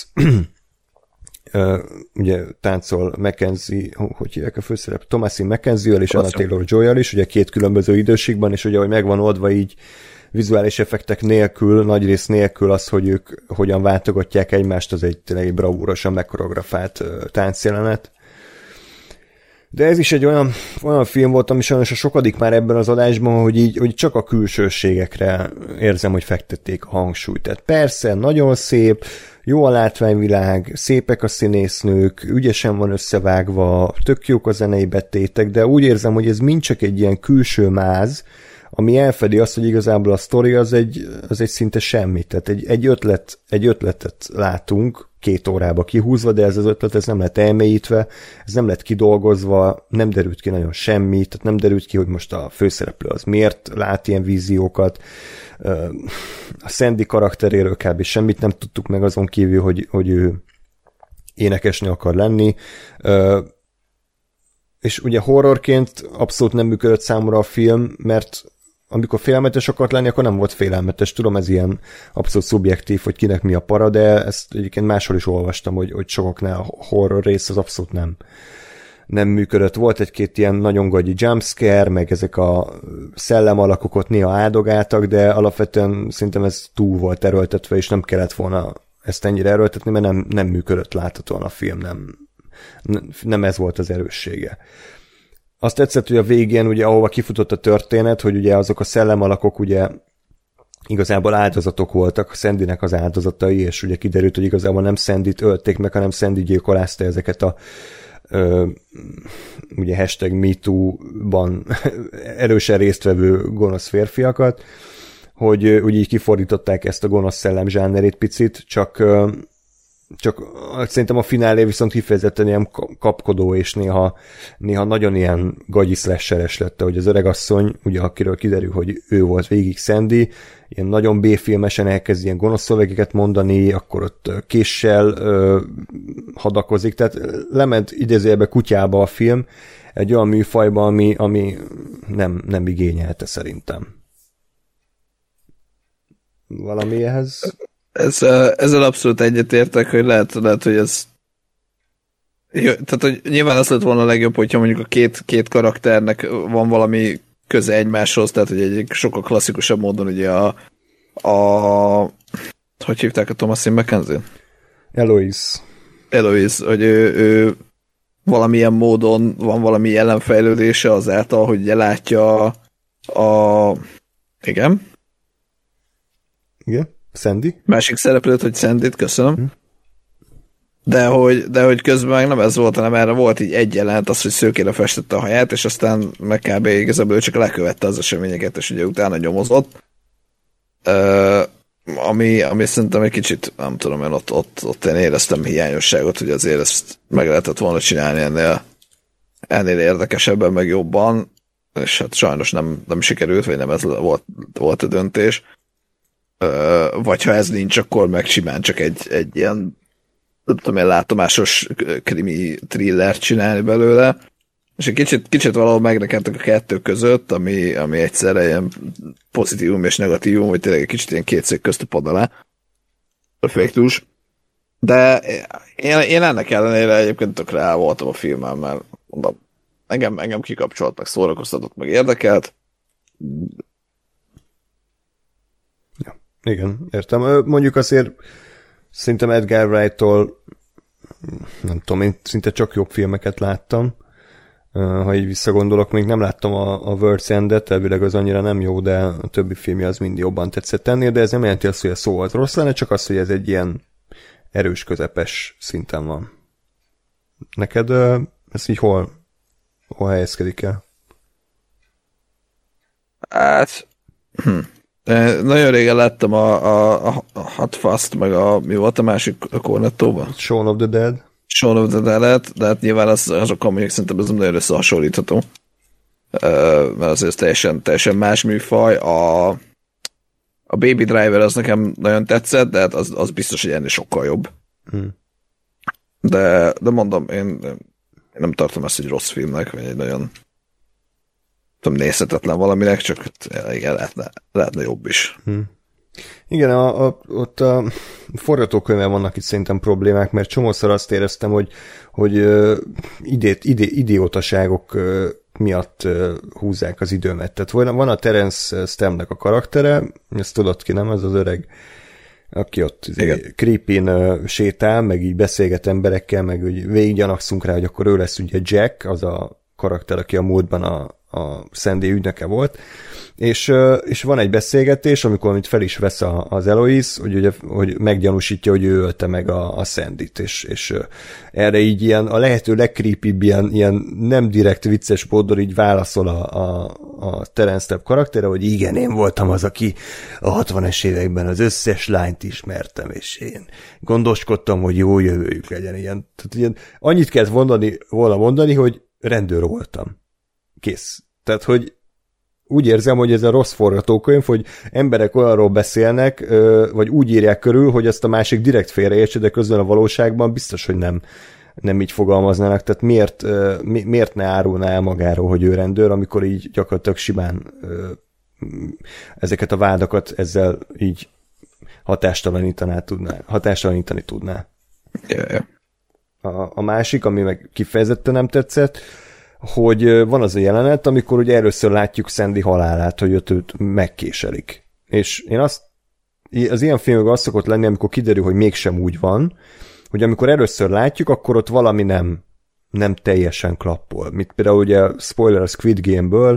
ugye táncol Mackenzie, hogy hívják a főszerep? Thomasin McKenzie-vel és Anna Taylor-Joy-jal is, ugye 2 különböző időségben, és ugye, hogy megvan oldva így vizuális effektek nélkül, nagy rész nélkül az, hogy ők hogyan váltogatják egymást, az egy tényleg egy bravúrosan megkoreografált táncjelenet. De ez is egy olyan film volt, ami sajnos a sokadik már ebben az adásban, hogy csak a külsőségekre érzem, hogy fektették a hangsúlyt. Tehát persze, nagyon szép, jó a látványvilág, szépek a színésznők, ügyesen van összevágva, tök jók a zenei betétek, de úgy érzem, hogy ez mind csak egy ilyen külső máz, ami elfedi azt, hogy igazából a sztori az egy szinte semmi. Tehát egy ötletet látunk 2 órába kihúzva, de ez az ötlet ez nem lett elmélyítve, ez nem lett kidolgozva, nem derült ki nagyon semmi, tehát nem derült ki, hogy most a főszereplő az miért lát ilyen víziókat. A Sandy karakteréről kb. Semmit nem tudtuk meg azon kívül, hogy ő énekesnő akar lenni. És ugye horrorként abszolút nem működött számomra a film, mert amikor félelmetes akart lenni, akkor nem volt félelmetes. Tudom, ez ilyen abszolút szubjektív, hogy kinek mi a para, de ezt egyébként máshol is olvastam, hogy sokaknál a horror rész az abszolút nem működött. Volt egy-két ilyen nagyon gagyi jumpscare, meg ezek a szellemalakok ott néha áldogáltak, de alapvetően szerintem ez túl volt erőltetve, és nem kellett volna ezt ennyire erőltetni, mert nem működött láthatóan a film, nem ez volt az erőssége. Azt tetszett, hogy a végén, ugye, ahova kifutott a történet, hogy ugye azok a szellemalakok ugye igazából áldozatok voltak, Sandynek az áldozatai, és ugye kiderült, hogy igazából nem Sandyt ölték meg, hanem Sandy gyilkolázta ezeket a ugye hashtag MeToo-ban erősen résztvevő gonosz férfiakat, hogy így kifordították ezt a gonosz szellem zsánerét picit, csak szerintem a finálé viszont kifejezetten ilyen kapkodó, és néha nagyon ilyen gagyi slasheres lett, hogy az öregasszony, ugye akiről kiderül, hogy ő volt végig Sandy, ilyen nagyon B-filmesen elkezd ilyen gonosz szövegeket mondani, akkor ott késsel hadakozik, tehát lement idézőjelbe kutyába a film, egy olyan műfajba, ami nem igényelte szerintem. Valami ehhez? Ezzel abszolút egyetértek, hogy lehet, hogy ez tehát, hogy nyilván az lett volna a legjobb, hogyha mondjuk a két karakternek van valami köze egymáshoz, tehát, hogy egy sokkal klasszikusabb módon ugye hogy hívták a Thomasin McKenzie? Eloise, hogy ő valamilyen módon van valami jelenfejlődése azáltal, hogy látja igen? Igen? Sandy? Másik szereplőt, hogy Sandyt, köszönöm. De hogy közben meg nem ez volt, hanem erre volt így egy jelent, az, hogy szőkére festette a haját, és aztán meg kb. Igazából ő csak lekövette az eseményeket, és ugye utána nyomozott. Ami szerintem egy kicsit, nem tudom, én ott én éreztem hiányosságot, hogy azért ezt meg lehetett volna csinálni ennél érdekesebben, meg jobban, és hát sajnos nem sikerült, vagy nem ez volt a döntés. Vagy ha ez nincs, akkor meg simán csak egy ilyen, nem tudom, ilyen látomásos krimi thriller csinálni belőle, és egy kicsit valahol megrekedtek a kettő között, ami egyszerre ilyen pozitívum és negatívum, vagy tényleg egy kicsit ilyen két szék közt a pad alá effektus. De én ennek ellenére egyébként tökre el voltam a filmen, mert mondom, engem kikapcsolt, meg szórakoztatott, meg érdekelt. Igen, értem. Mondjuk azért szerintem Edgar Wright-tól nem tudom, én szinte csak jobb filmeket láttam. Ha így visszagondolok, még nem láttam a World's End-et, elvileg az annyira nem jó, de a többi filmje az mindig jobban tetszett ennél, de ez nem jelenti azt, hogy a szó az rossz lenne, csak az, hogy ez egy ilyen erős, közepes szinten van. Neked ez így hol helyezkedik el? Hát nagyon régen láttam a Hot Fast, meg mi volt a másik a Cornettóban? Shaun of the Dead. Shaun of the Dead, de hát nyilván azokkal mondjuk szerintem ez nem nagyon összehasonlítható. Mert azért teljesen más műfaj. A Baby Driver az nekem nagyon tetszett, de hát az biztos, hogy ennél sokkal jobb. De mondom, én nem tartom ezt egy rossz filmnek, vagy egy nagyon nézhetetlen valaminek, csak igen, lehetne jobb is. Igen, ott a forgatókönyvvel vannak itt szerintem problémák, mert csomószor azt éreztem, hogy idiótaságok miatt húzzák az időmet. Tehát van a Terence Stampnek a karaktere, ezt tudod ki, nem? Az az öreg, aki ott creepy-n sétál, meg így beszélget emberekkel, meg úgy végig gyanakszunk rá, hogy akkor ő lesz ugye Jack, az a karakter, aki a múltban a Sandy ügynöke volt, és van egy beszélgetés, amikor amit fel is vesz az Eloise, hogy meggyanúsítja, hogy ő ölte meg a Sandyt, és erre így ilyen a lehető legcreepybb, ilyen nem direkt vicces módon így válaszol a Terence Stamp karaktere, hogy igen, én voltam az, aki a 60-es években az összes lányt ismertem, és én gondoskodtam, hogy jó jövőjük legyen. Tehát ilyen, annyit kellett volna mondani, hogy rendőr voltam. Kész. Tehát, hogy úgy érzem, hogy ez a rossz forgatókönyv, hogy emberek olyanról beszélnek, vagy úgy írják körül, hogy ezt a másik direkt félreértse, de közben a valóságban biztos, hogy nem így fogalmaznának. Tehát miért ne árulná el magáról, hogy ő rendőr, amikor így gyakorlatilag simán ezeket a vádakat ezzel így hatástalanítani tudná. Yeah. A másik, ami meg kifejezetten nem tetszett, hogy van az a jelenet, amikor ugye először látjuk Sandy halálát, hogy őt megkéselik. És én az ilyen filmekben az szokott lenni, amikor kiderül, hogy mégsem úgy van, hogy amikor először látjuk, akkor ott valami nem teljesen klappol. Mint például ugye spoiler a Squid Game-ből,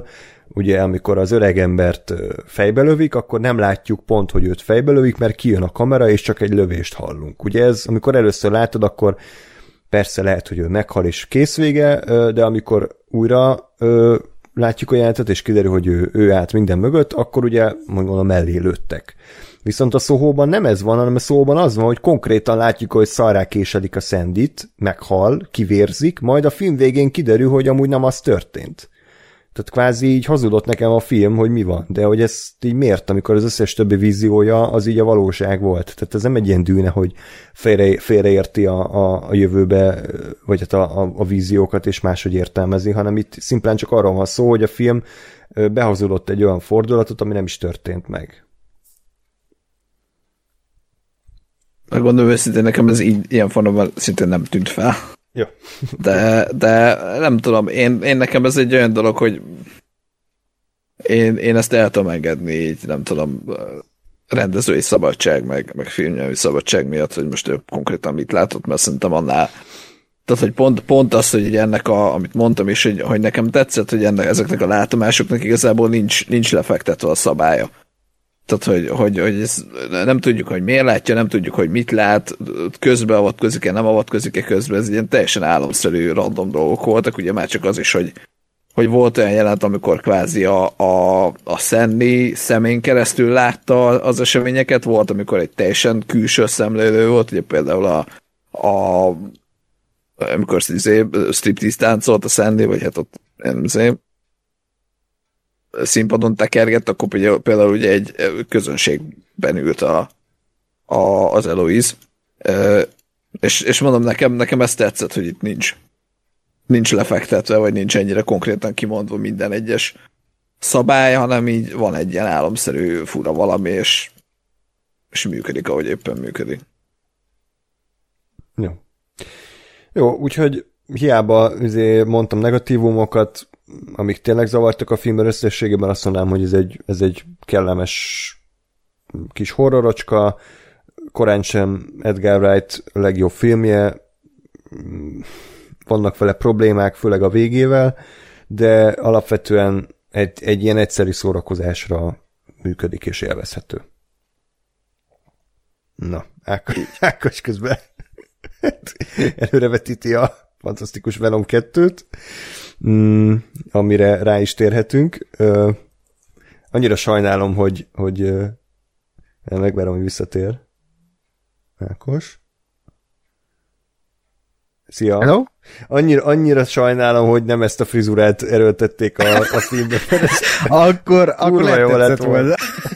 ugye amikor az öreg embert fejbe lövik, akkor nem látjuk pont, hogy őt fejbe lövik, mert kijön a kamera, és csak egy lövést hallunk. Ugye ez, amikor először látod, akkor persze lehet, hogy ő meghal és kész vége, de amikor újra látjuk a jelenetet, és kiderül, hogy ő állt minden mögött, akkor ugye mondom, mellé lőttek. Viszont a Soho-ban nem ez van, hanem a Soho-ban az van, hogy konkrétan látjuk, hogy szarrá késedik a Sandyt, meghal, kivérzik, majd a film végén kiderül, hogy amúgy nem az történt. Tehát kvázi így hazudott nekem a film, hogy mi van, de hogy ezt így miért, amikor az összes többi víziója az így a valóság volt. Tehát ez nem egy ilyen dűne, hogy félreérti a jövőbe, vagy hát a víziókat és máshogy értelmezi, hanem itt szimplán csak arról van szó, hogy a film behazudott egy olyan fordulatot, ami nem is történt meg. Megmondom őszintén, nekem ez ilyen formában szintén nem tűnt fel. Ja. De nem tudom, én nekem ez egy olyan dolog, hogy én ezt el tudom engedni, így nem tudom, rendezői szabadság, meg filmnyelvű szabadság miatt, hogy most ő konkrétan mit látott, mert szerintem annál, tehát hogy pont az, hogy ennek amit mondtam is, hogy nekem tetszett, hogy ezeknek a látomásoknak igazából nincs lefektetve a szabálya. Tehát, hogy ez, nem tudjuk, hogy miért látja, nem tudjuk, hogy mit lát, közbe avatkozik-e, nem avatkozik-e közbe, ez ilyen teljesen álomszerű random dolgok voltak, ugye már csak az is, hogy volt olyan jelenet, amikor kvázi a Sandy szemén keresztül látta az eseményeket, volt, amikor egy teljesen külső szemlélő volt, ugye például amikor striptease táncolt a Sandy, vagy hát ott színpadon tekergett, akkor például ugye egy közönségben ült az Eloise. És mondom, nekem ezt tetszett, hogy itt nincs lefektetve, vagy nincs ennyire konkrétan kimondva minden egyes szabály, hanem így van egy ilyen álomszerű fura valami, és működik, ahogy éppen működik. Jó, úgyhogy hiába mondtam negatívumokat, amik tényleg zavartak a filmben összességében, azt mondanám, hogy ez egy kellemes kis horrorocska, korán sem Edgar Wright legjobb filmje, vannak vele problémák, főleg a végével, de alapvetően egy ilyen egyszerű szórakozásra működik és élvezhető. Na, Ákos közben előrevetíti a fantasztikus Venom 2-t, amire rá is térhetünk. Annyira sajnálom, hogy megvárom, hogy visszatér. Ákos. Szia! Hello? Annyira sajnálom, hogy nem ezt a frizurát erőltették a filmben. Akkor lett volna.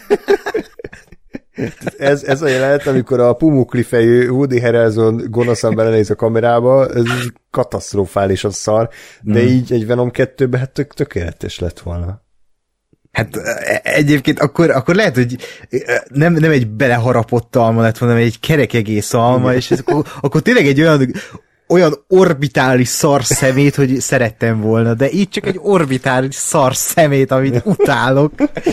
Ez a jelenet, amikor a pumukli fejű Woody Harrelson gonoszan belenéz a kamerába, ez katasztrofálisan szar, de így egy Venom 2-ben hát tökéletes lett volna. Hát egyébként akkor lehet, hogy nem egy beleharapott alma lett volna, hanem egy kerek egész alma, és ez akkor tényleg egy olyan orbitális szar szemét, hogy szerettem volna, de így csak egy orbitális szar szemét, amit utálok.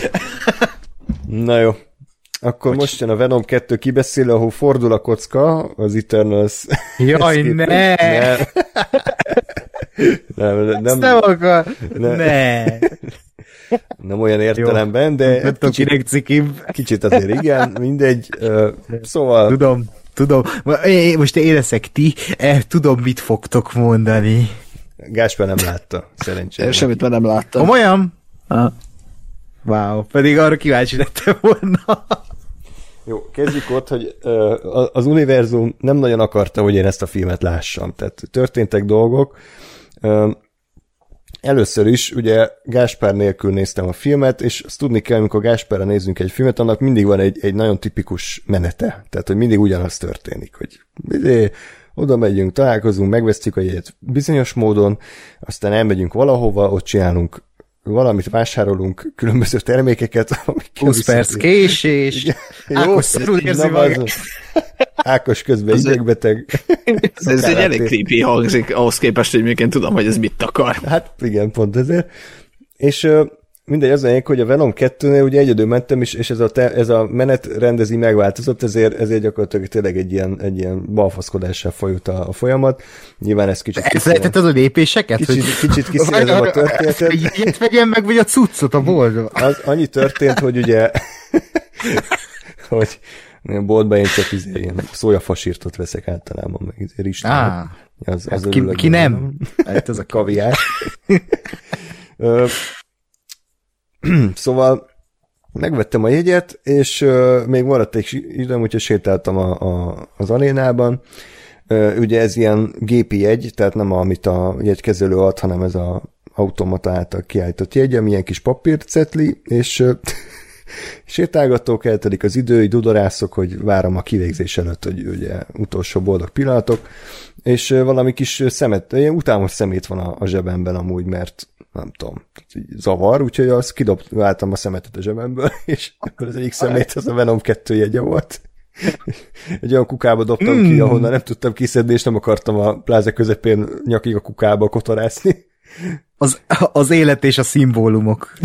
Na jó. Akkor most jön a Venom 2 kibeszélő, ahol fordul a kocka, az Eternals. Jaj, ne! Nem akar! Ne! Nem olyan értelemben, de kicsit azért igen, mindegy. Szóval... Tudom. Most én leszek ti, tudom, mit fogtok mondani. Gáspár nem látta, szerencsére. Semmit már nem láttam. Komolyan? Wow, pedig arra kíváncsi lettem volna. Jó, kezdjük ott, hogy az univerzum nem nagyon akarta, hogy én ezt a filmet lássam. Tehát történtek dolgok. Először is, ugye Gáspár nélkül néztem a filmet, és azt tudni kell, amikor Gáspárra nézzünk egy filmet, annak mindig van egy nagyon tipikus menete. Tehát, hogy mindig ugyanaz történik, hogy oda megyünk, találkozunk, megvesztjük a jegyet bizonyos módon, aztán elmegyünk valahova, ott csinálunk valamit, vásárolunk különböző termékeket. 20 perc késés. Ákos szorul érzi magát. Ákos közben idegbeteg. Ez egy elég creepy hangzik ahhoz képest, hogy én tudom, hogy ez mit akar. Hát igen, pont ezért. És mindegy, az lényeg, hogy a Venom 2-nél ugye egyedül mentem, és ez a menetrendezi megváltozott, ezért gyakorlatilag tényleg egy ilyen balfaszkodással folyult a folyamat. Nyilván ez kicsit... Szeretett az a lépéseket? Kicsit kiszélezem a történetet. Ilyet vegyem meg, vagy a cuccot a boltba? Az annyi történt, hogy ugye... hogy boltban én csak ilyen szójafasírtot veszek általában, meg ristát. Az ki nem? Hát ez a kaviár. Szóval megvettem a jegyet, és még maradt egy időm, úgyhogy sétáltam az arénában. Ugye ez ilyen gépi jegy, tehát nem amit a jegykezelő ad, hanem ez az automata által kiállított jegy, ami ilyen kis papírcetli, és sétálgatok, eltelik az idő, így dudorászok, hogy várom a kivégzés előtt, hogy ugye utolsó boldog pillanatok, és valami kis ilyen utános szemét van a zsebemben amúgy, mert nem tudom, zavar, úgyhogy azt kidobáltam a szemetet a zsebemből, és akkor az egyik szemét az a Venom 2 jegye volt. Egy olyan kukába dobtam ki, ahonnan nem tudtam kiszedni, és nem akartam a pláza közepén nyakig a kukába kotorászni. Az élet és a szimbólumok.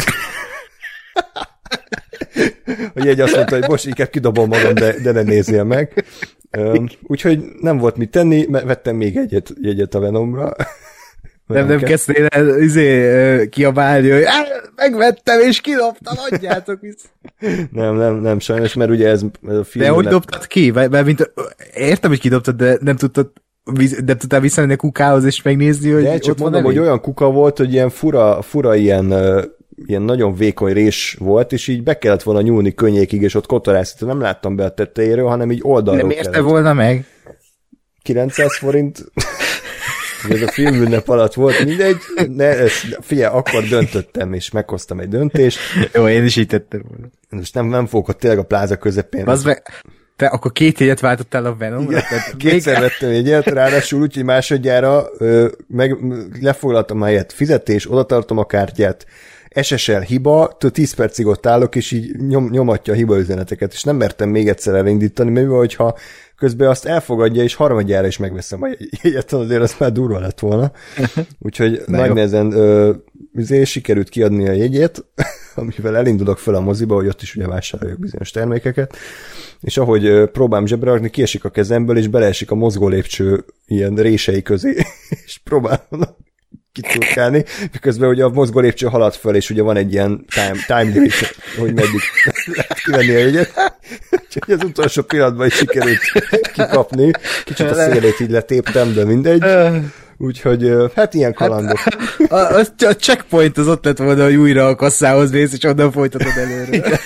A jegy azt mondta, hogy most inkább kidobom magam, de ne nézzél meg. Úgyhogy nem volt mit tenni, vettem még jegyet a Venomra. Nem kezdtél el kiabálni, hogy megvettem és kidobtam, adjátok vissza. Nem, sajnos, mert ugye ez a film... De hogy dobtad ki? Mert értem, hogy kidobtad, de nem tudtál visszamenni a kukához és megnézni, hogy de csak ott mondom, hogy olyan kuka volt, hogy ilyen fura ilyen nagyon vékony rés volt, és így be kellett volna nyúlni könnyékig, és ott kotorászni. Nem láttam be a tetejéről, hanem így oldalról kellett. Nem érte volna meg? 900 forint... Ez a filmünnep alatt volt, mindegy. Figyelj, akkor döntöttem, és meghoztam egy döntést. Jó, én is így tettem volna. Most nem fogok ott tényleg a pláza közepén. Te akkor 2 jegyet váltottál a Venomra? Kétszer vettem egyet, ráadásul úgy, hogy másodjára lefoglaltam a helyet fizetés, odatartom a kártyát, SSL hiba, 10 percig ott állok, és így nyomatja a hibaüzeneteket, és nem mertem még egyszer elindítani, mert hogyha közben azt elfogadja, és harmadjára is megveszem a jegyet, azért az már durva lett volna. Úgyhogy nagy nehezen sikerült kiadni a jegyet, amivel elindulok fel a moziba, hogy ott is ugye vásároljak bizonyos termékeket, és ahogy próbálom zsebre rakni, kiesik a kezemből, és beleesik a mozgó lépcső ilyen rései közé, és próbálom kicurkálni, miközben ugye a mozgó lépcső halad föl, és ugye van egy ilyen time limit, hogy meddig lehet kivenni a jegyet. Úgyhogy az utolsó pillanatban is sikerült kikapni. Kicsit a szélét így letéptem, de mindegy. Úgyhogy hát ilyen kalandok. A checkpoint az ott lett volna, hogy újra a kasszához mész, és onnan folytatod előre.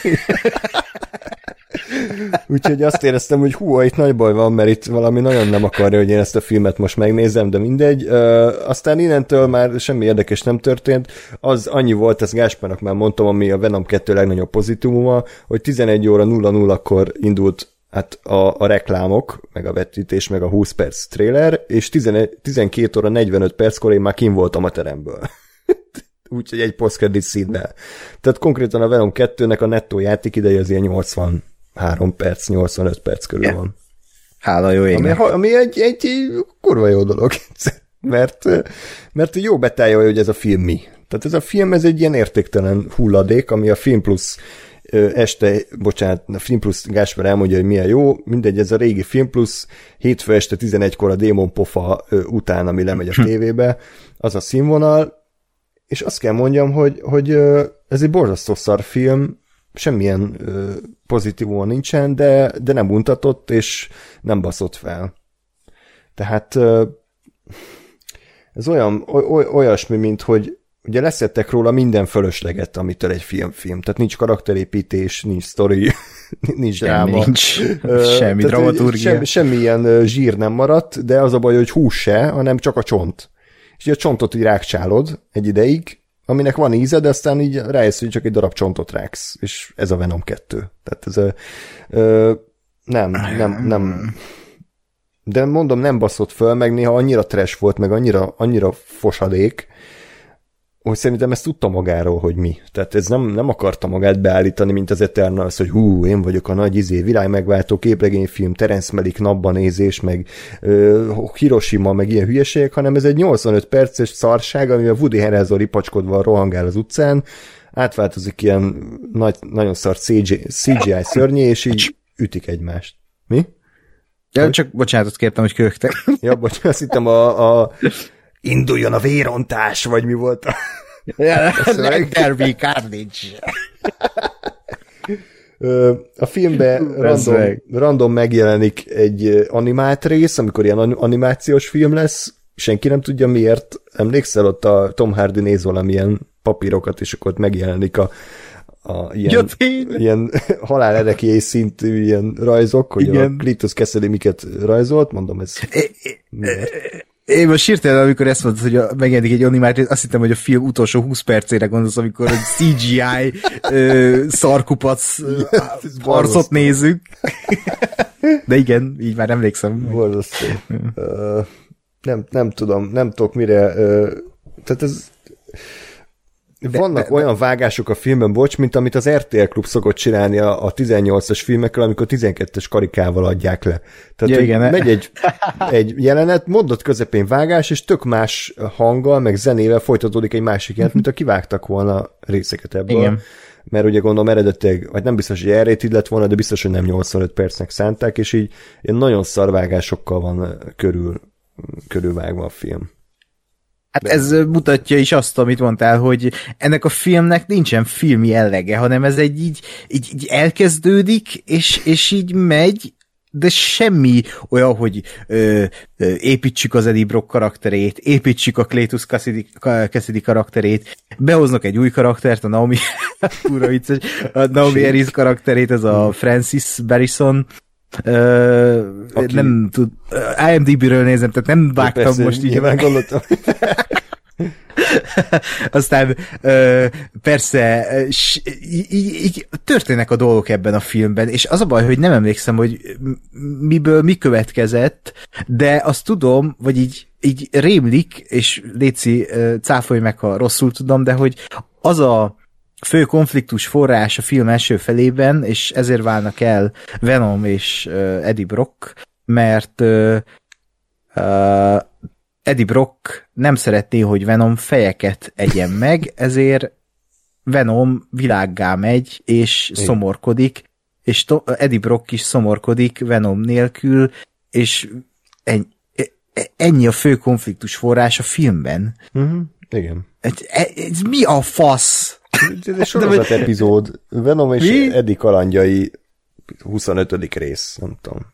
Úgyhogy azt éreztem, hogy itt nagy baj van, mert itt valami nagyon nem akarja, hogy én ezt a filmet most megnézem, de mindegy. Aztán innentől már semmi érdekes nem történt. Az annyi volt, ezt Gáspárnak már mondtam, ami a Venom 2 legnagyobb pozitívuma, hogy 11 óra 00-kor indult hát a reklámok, meg a vetítés, meg a 20 perc trailer, és 12 óra 45 perckor én már kint voltam a teremből. Úgyhogy egy post-credit színnel. Tehát konkrétan a Venom 2-nek a nettó játékideje az ilyen 83 perc, 85 perc körül van. Hála jó égnek. Ami egy kurva jó dolog. Mert jó betájolja, hogy ez a film mi. Tehát ez a film, ez egy ilyen értéktelen hulladék, ami a Film Plus a Film Plus Gáspár elmondja, hogy milyen jó, mindegy, ez a régi Film Plus, hétfő este 11-kor a Démon pofa után, ami lemegy a tévébe, az a színvonal, és azt kell mondjam, hogy ez egy borzasztó szar film, semmilyen pozitívuma nincsen, de nem untatott, és nem baszott fel. Tehát ez olyasmi, mint hogy ugye leszettek róla minden fölösleget, amitől egy film. Tehát nincs karakterépítés, nincs sztori, nincs dráma. Nincs semmi dramaturgia. Semmilyen zsír nem maradt, de az a baj, hogy hús se, hanem csak a csont. És a csontot így rákcsálod egy ideig, aminek van íze, de aztán így rájössz, hogy csak egy darab csontot ráksz, és ez a Venom 2. Tehát ez nem. De mondom, nem baszott föl, meg néha annyira trash volt, meg annyira fosadék, hogy szerintem ezt tudta magáról, hogy mi. Tehát ez nem akarta magát beállítani, mint az Eternals, hogy én vagyok a nagy világmegváltó képregényfilm, Terence Malick napbanézés, meg Hiroshima, meg ilyen hülyeségek, hanem ez egy 85 perces szarság, amivel Woody Harrelson ripacskodva rohangál az utcán, átváltozik ilyen nagyon szar CGI szörnyé, és így ütik egymást. Mi? Ja, csak bocsánatot kértem, hogy köhögtek. Ja, bocsánat, azt hittem induljon a vérontás, vagy mi volt a... There be carnage. A filmben random megjelenik egy animált rész, amikor ilyen animációs film lesz, senki nem tudja miért. Emlékszel, ott a Tom Hardy néz valamilyen papírokat, és akkor ott megjelenik ilyen halálerekély szintű ilyen rajzok, hogy igen. A Cletus Cassidy miket rajzolt, mondom, ez én most hirtelen, amikor ezt mondtad, hogy megjelenik egy animált rész, azt hittem, hogy a film utolsó 20 percére gondolsz, amikor egy CGI szarkupac harcot nézzük. De igen, így már emlékszem. Borzasztó. Nem tudom, nem tudok mire... Tehát ez... Vannak olyan vágások a filmben, bocs, mint amit az RTL Klub szokott csinálni a 18-as filmekkel, amikor 12-es karikával adják le. Tehát ja, igen, megy egy jelenet, mondat közepén vágás, és tök más hanggal, meg zenével folytatódik egy másik jelenet, mint a kivágtak volna részeket ebből. Igen. Mert ugye gondolom eredetileg, vagy nem biztos, hogy R-rated lett volna, de biztos, hogy nem 85 percnek szánták, és így ilyen nagyon szarvágásokkal van körülvágva a film. Hát ez mutatja is azt, amit mondtál, hogy ennek a filmnek nincsen film jellege, hanem ez így elkezdődik, és így megy, de semmi olyan, hogy építsük az Eddie Brock karakterét, építsük a Cletus Cassidy karakterét, behoznak egy új karaktert, a Naomi Harris karakterét, ez a Francis Barrison, nem tud, IMDb-ről nézem, tehát nem vágtam persze, most így. Gondoltam. Aztán persze így történnek a dolgok ebben a filmben, és az a baj, hogy nem emlékszem, hogy miből mi következett, de azt tudom, vagy így rémlik, és Léci, cáfolj meg, ha rosszul tudom, de hogy az a fő konfliktus forrás a film első felében, és ezért válnak el Venom és Eddie Brock, mert Eddie Brock nem szeretné, hogy Venom fejeket egyen meg, ezért Venom világgá megy, és szomorkodik, és Eddie Brock is szomorkodik Venom nélkül, és ennyi a fő konfliktus forrás a filmben. Igen. Ez mi a fasz? Ez egy sorozat epizód. Venom és Eddie kalandjai 25. rész, nem tudom.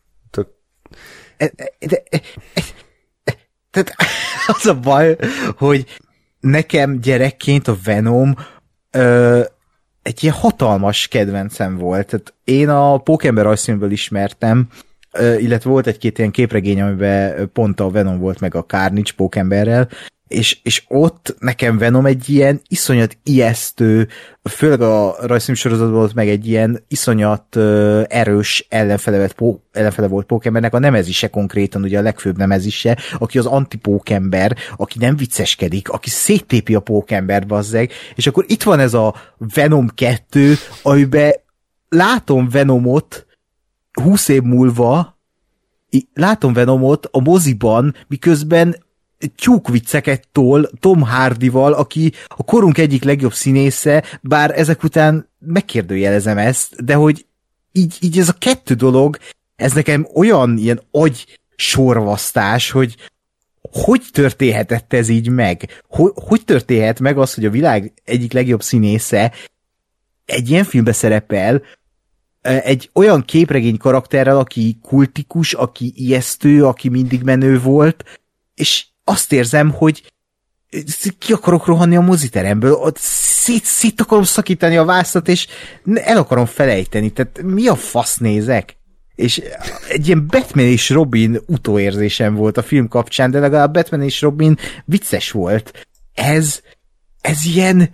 Tehát az a baj, hogy nekem gyerekként a Venom egy ilyen hatalmas kedvencem volt. Tehát én a Pókember rajzfilmből ismertem, illetve volt egy-két ilyen képregény, amiben pont a Venom volt meg a Carnage Pókemberrel, és ott nekem Venom egy ilyen iszonyat ijesztő, főleg a rajzfilmsorozatban volt meg egy ilyen iszonyat erős ellenfele volt Pókembernek, a nemezise konkrétan, ugye a legfőbb nemezise, aki az antipókember, aki nem vicceskedik, aki széttépi a Pókembert, bazzeg, és akkor itt van ez a Venom 2, amiben látom Venomot 20 év múlva, látom Venomot a moziban, miközben tyúkvicceket tol Tom Hardyval, aki a korunk egyik legjobb színésze, bár ezek után megkérdőjelezem ezt, de hogy így ez a kettő dolog, ez nekem olyan ilyen agysorvasztás, hogy történhetett ez így meg? Hogy történhet meg az, hogy a világ egyik legjobb színésze egy ilyen filmbe szerepel, egy olyan képregény karakterrel, aki kultikus, aki ijesztő, aki mindig menő volt, és azt érzem, hogy ki akarok rohanni a moziteremből, szét akarom szakítani a vászat, és el akarom felejteni, tehát mi a fasz nézek? És egy ilyen Batman és Robin utóérzésem volt a film kapcsán, de legalább Batman és Robin vicces volt. Ez ilyen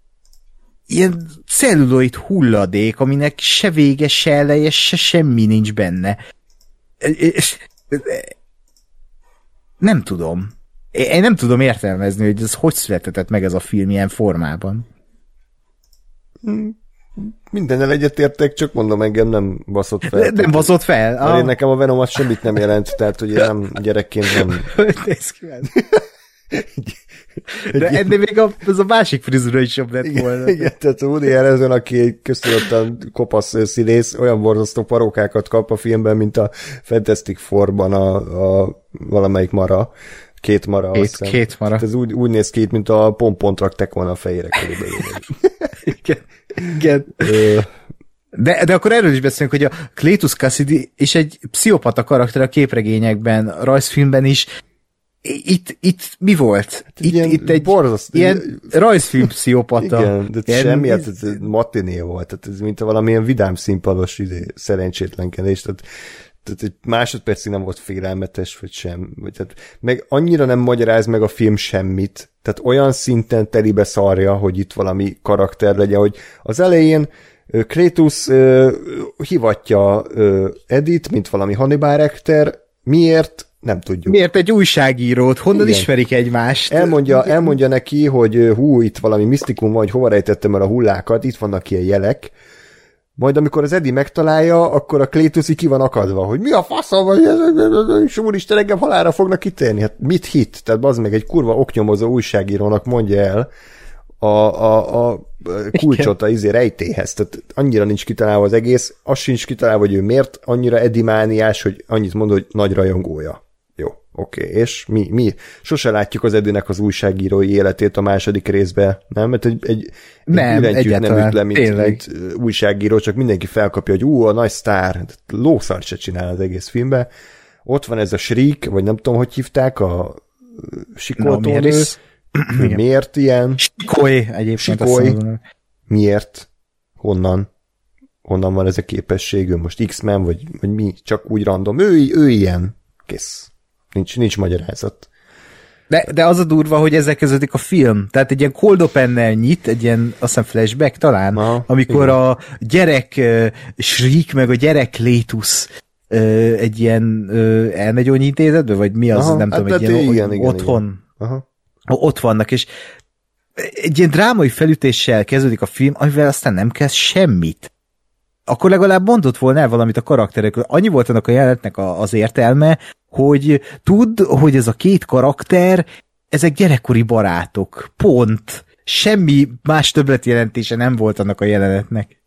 celluloid hulladék, aminek se vége, se eleje, se semmi nincs benne. Nem tudom. Én nem tudom értelmezni, hogy ez hogy született meg ez a film ilyen formában. Mindennel egyetértek, csak mondom, engem nem baszott fel. Nem baszott fel? Mert én nekem a Venom az semmit nem jelent, tehát hogy én nem gyerekként nem... De ennél még az a másik frizura is jobb lett volna. Igen, tehát Woody Harrelson, aki egy köztudottan kopasz színész, olyan borzasztó parókákat kap a filmben, mint a Fantastic Four-ban a valamelyik mara. Két mara. Két mara. Ez úgy néz ki, mint a pompont rakták volna a fejére körülbelül. Igen. De akkor erről is beszélünk, hogy a Cletus Cassidy is egy pszichopata karakter a képregényekben, a rajzfilmben is. Itt mi volt? Itt egy ilyen rajzfilm pszichopata. Igen, de semmi, ez matiné volt, tehát ez mint valamilyen vidám színpados szerencsétlenkedés, tehát egy másodpercig nem volt félelmetes, vagy sem. Tehát meg annyira nem magyaráz meg a film semmit, tehát olyan szinten telibe szarja, hogy itt valami karakter legyen, hogy az elején Kratos hivatja Edit, mint valami Hannibal Lecter, miért? Nem tudjuk. Miért egy újságírót? Honnan ismerik egymást? Elmondja neki, hogy itt valami misztikum van, hogy hova rejtettem el a hullákat, itt vannak ilyen jelek, majd amikor az Eddie megtalálja, akkor a Kratos ki van akadva, hogy mi a faszom, vagy és úristen, engem halálra fognak kitérni. Hát mit hit? Tehát bazd meg egy kurva oknyomozó újságírónak mondja el a kulcsot a rejtéhez. Tehát annyira nincs kitalálva az egész, az sincs kitalálva, hogy ő miért annyira Eddie mániás, hogy annyit mond, hogy nagy rajongója. Jó, oké. És mi? Sose látjuk az Eddie-nek az újságírói életét a második részben, nem? Mert egy billentyűt nem üt le, mint újságíró, csak mindenki felkapja, hogy a nagy sztár, lószart se csinál az egész filmben. Ott van ez a Shriek, vagy nem tudom, hogy hívták, a sikoltónő. Miért ilyen? Sikoly, egyébként. Miért? Honnan van ez a képességű? Most X-Men, vagy mi? Csak úgy random. Ő ilyen. Kész. Nincs magyarázat. De az a durva, hogy ezzel kezdődik a film. Tehát egy ilyen cold open-nel nyit, egy ilyen, azt hiszem flashback talán, amikor igen. A gyerek Shriek, meg a gyerek Cletus egy ilyen elmegyónyi intézetbe, vagy mi az, nem tudom, egy ilyen igen, otthon. Aha. Ott vannak, és egy ilyen drámai felütéssel kezdődik a film, amivel aztán nem kezd semmit. Akkor legalább mondott volna el valamit a karakterekről. Annyi volt annak a jelenetnek az értelme, hogy tudd, hogy ez a két karakter, ezek gyerekkori barátok. Pont. Semmi más többletjelentése nem volt annak a jelenetnek.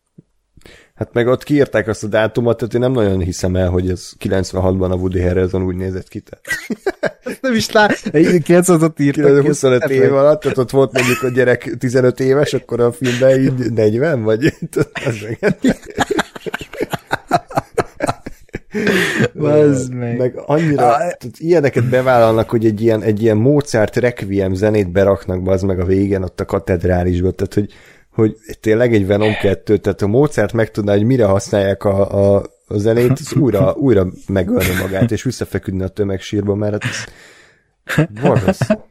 Hát meg ott kiírták azt a dátumot, tehát én nem nagyon hiszem el, hogy ez 96-ban a Woody Harrelson úgy nézett ki. Nem is 96-ot írtak. 25 év alatt, tehát ott volt mondjuk a gyerek 15 éves, akkor a filmben így 40, vagy? meg annyira, ilyeneket bevállalnak, hogy egy ilyen Mozart Requiem zenét beraknak be az meg a végén ott a katedrálisba, tehát hogy tényleg egy Venom 2, tehát a Mozart megtudná, hogy mire használják a zenét, az újra megölni magát, és visszafeküdni a tömegsírba, mert borzasztó.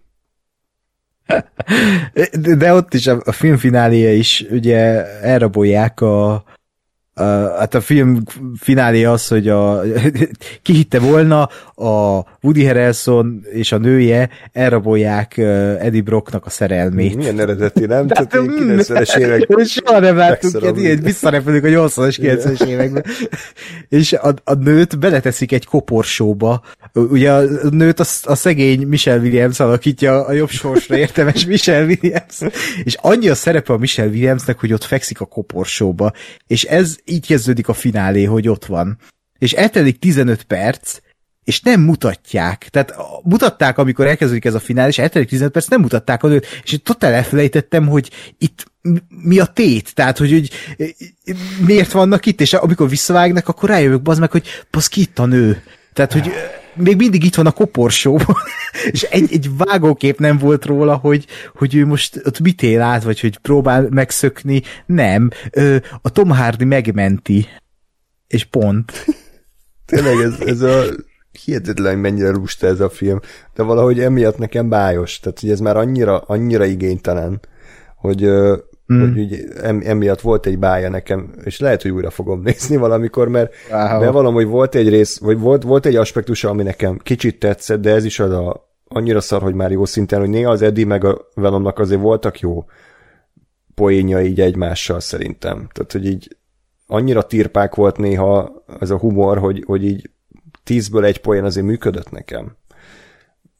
De ott is a film fináléja is ugye elrabolják hát a film finálé az, hogy ki hitte volna, a Woody Harrelson és a nője elrabolják Eddie Brocknak a szerelmét. Milyen eredeti, nem? Tehát 90-es években. Soha nem láttuk ilyet, visszarepülünk a 80-as, 90-es években. És a nőt beleteszik egy koporsóba. Ugye a nőt a szegény Michelle Williams alakítja, a jobb sorsra értemes Michelle Williams. És annyi a szerepe a Michelle Williamsnek, hogy ott fekszik a koporsóba. És ez így kezdődik a finálé, hogy ott van. És eltelik 15 perc, és nem mutatják. Tehát mutatták, amikor elkezdődik ez a finálé, és eltelik 15 perc, nem mutatták a nőt, és én totál elfelejtettem, hogy itt mi a tét, tehát, hogy miért vannak itt, és amikor visszavágnak, akkor rájövök, bazd meg, hogy ki itt a nő. Tehát, hogy még mindig itt van a koporsóban, és egy vágókép nem volt róla, hogy ő most ott mit él át, vagy hogy próbál megszökni. Nem. A Tom Hardy megmenti. És pont. Tényleg ez a hihetetlen, mennyire lusta ez a film, de valahogy emiatt nekem bájos, tehát hogy ez már annyira igénytelen, hogy emiatt volt egy bája nekem, és lehet, hogy újra fogom nézni valamikor, mert valahogy volt egy rész, vagy volt egy aspektusa, ami nekem kicsit tetszett, de ez is az annyira szar, hogy már jó szinten, hogy néha az Eddie meg a Venomnak azért voltak jó poénja így egymással szerintem. Tehát, hogy így annyira tirpák volt néha ez a humor, hogy így 10-ből egy poén azért működött nekem.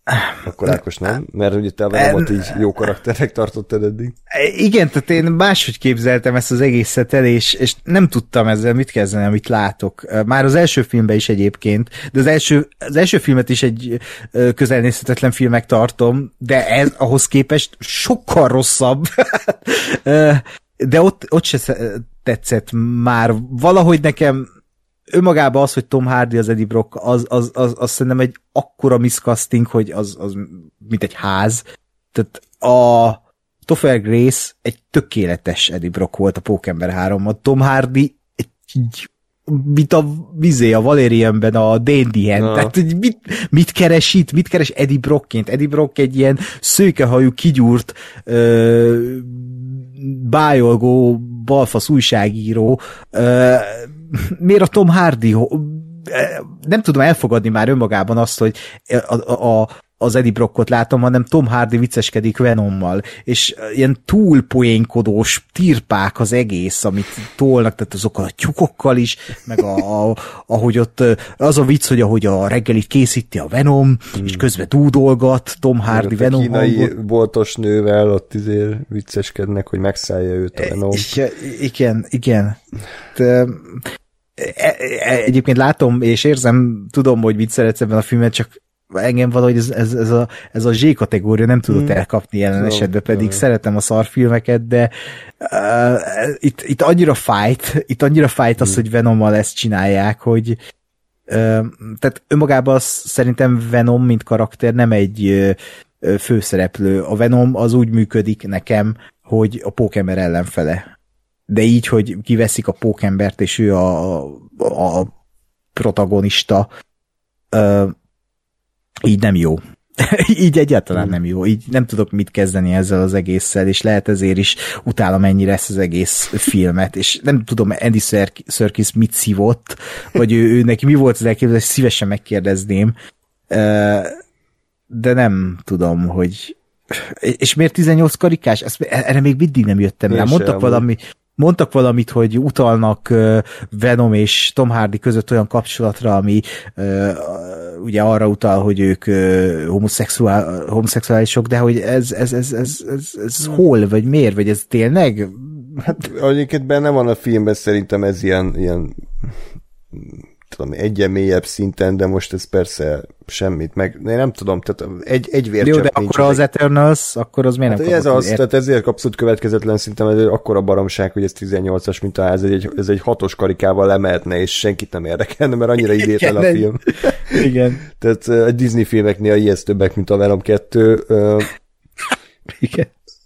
Akkor Ákos nem? Mert ugye te a Venomot így jó karakternek tartottad eddig. Igen, tehát én máshogy képzeltem ezt az egészet el, és nem tudtam ezzel mit kezdeni, amit látok. Már az első filmben is egyébként, de az első filmet is egy közelnézhetetlen filmnek tartom, de ez ahhoz képest sokkal rosszabb. De ott se tetszett már. Valahogy nekem önmagában az, hogy Tom Hardy az Eddie Brock, az szerintem egy akkora miscasting, hogy az mint egy ház. Tehát a Topher Grace egy tökéletes Eddie Brock volt a Pókember 3-ban. Tom Hardy mint a Valerianben a Dandy Hand. Tehát, hogy mit keres itt? Mit keres Eddie Brockként? Eddie Brock egy ilyen szőkehajú, kigyúrt bájolgó balfasz újságíró. Miért a Tom Hardy? Nem tudom elfogadni már önmagában azt, hogy az Eddie Brockot látom, hanem Tom Hardy vicceskedik Venommal, és ilyen túlpoénkodós tirpák az egész, amit tolnak, tehát azokkal a tyúkokkal is, meg ahogy ott az a vicc, hogy ahogy a reggelit készíti a Venom, és közben dúdolgat Tom Hardy Venom kínai hangot. boltos nővel ott vicceskednek, hogy megszállja őt a Venom. Igen. Egyébként látom, és érzem, tudom, hogy mit szeretsz ebben a filmet, csak engem valahogy ez a Z-kategória nem tudott elkapni jelen esetben, pedig szeretem a szarfilmeket, de itt annyira fájt az, hogy Venommal ezt csinálják, hogy tehát önmagában szerintem Venom, mint karakter nem egy főszereplő. A Venom az úgy működik nekem, hogy a Pókember ellenfele. De így, hogy kiveszik a Pókembert, és ő a protagonista, így nem jó. Így egyáltalán nem jó. Így nem tudok mit kezdeni ezzel az egésszel, és lehet ezért is utálom ennyire ezt az egész filmet, és nem tudom, Andy Serkis mit szívott, vagy ő neki mi volt az elképzelés, szívesen megkérdezném, de nem tudom, hogy... És miért 18 karikás? Erre még mindig nem jöttem rá. Mondtak valamit, hogy utalnak Venom és Tom Hardy között olyan kapcsolatra, ami ugye arra utal, hogy ők homoszexuálisok, de hogy ez hol, vagy miért, vagy ez tényleg? Hát egyébként benne van a filmben, szerintem ez ilyen tudom, egyen mélyebb szinten, de most ez persze semmit, meg én nem tudom, tehát egy vércsepp jó, de nincs. akkor az Eternals, akkor az miért hát nem kapott? Tehát ezért abszolút következetlen szintem, ez akkora baromság, hogy ez 18-as mintaház, ez egy 6-os karikával lemehetne, és senkit nem érdekelne, mert annyira idétlen a film. Igen. Tehát a Disney filmeknél ijesztőbbek, mint a Venom 2. Igen.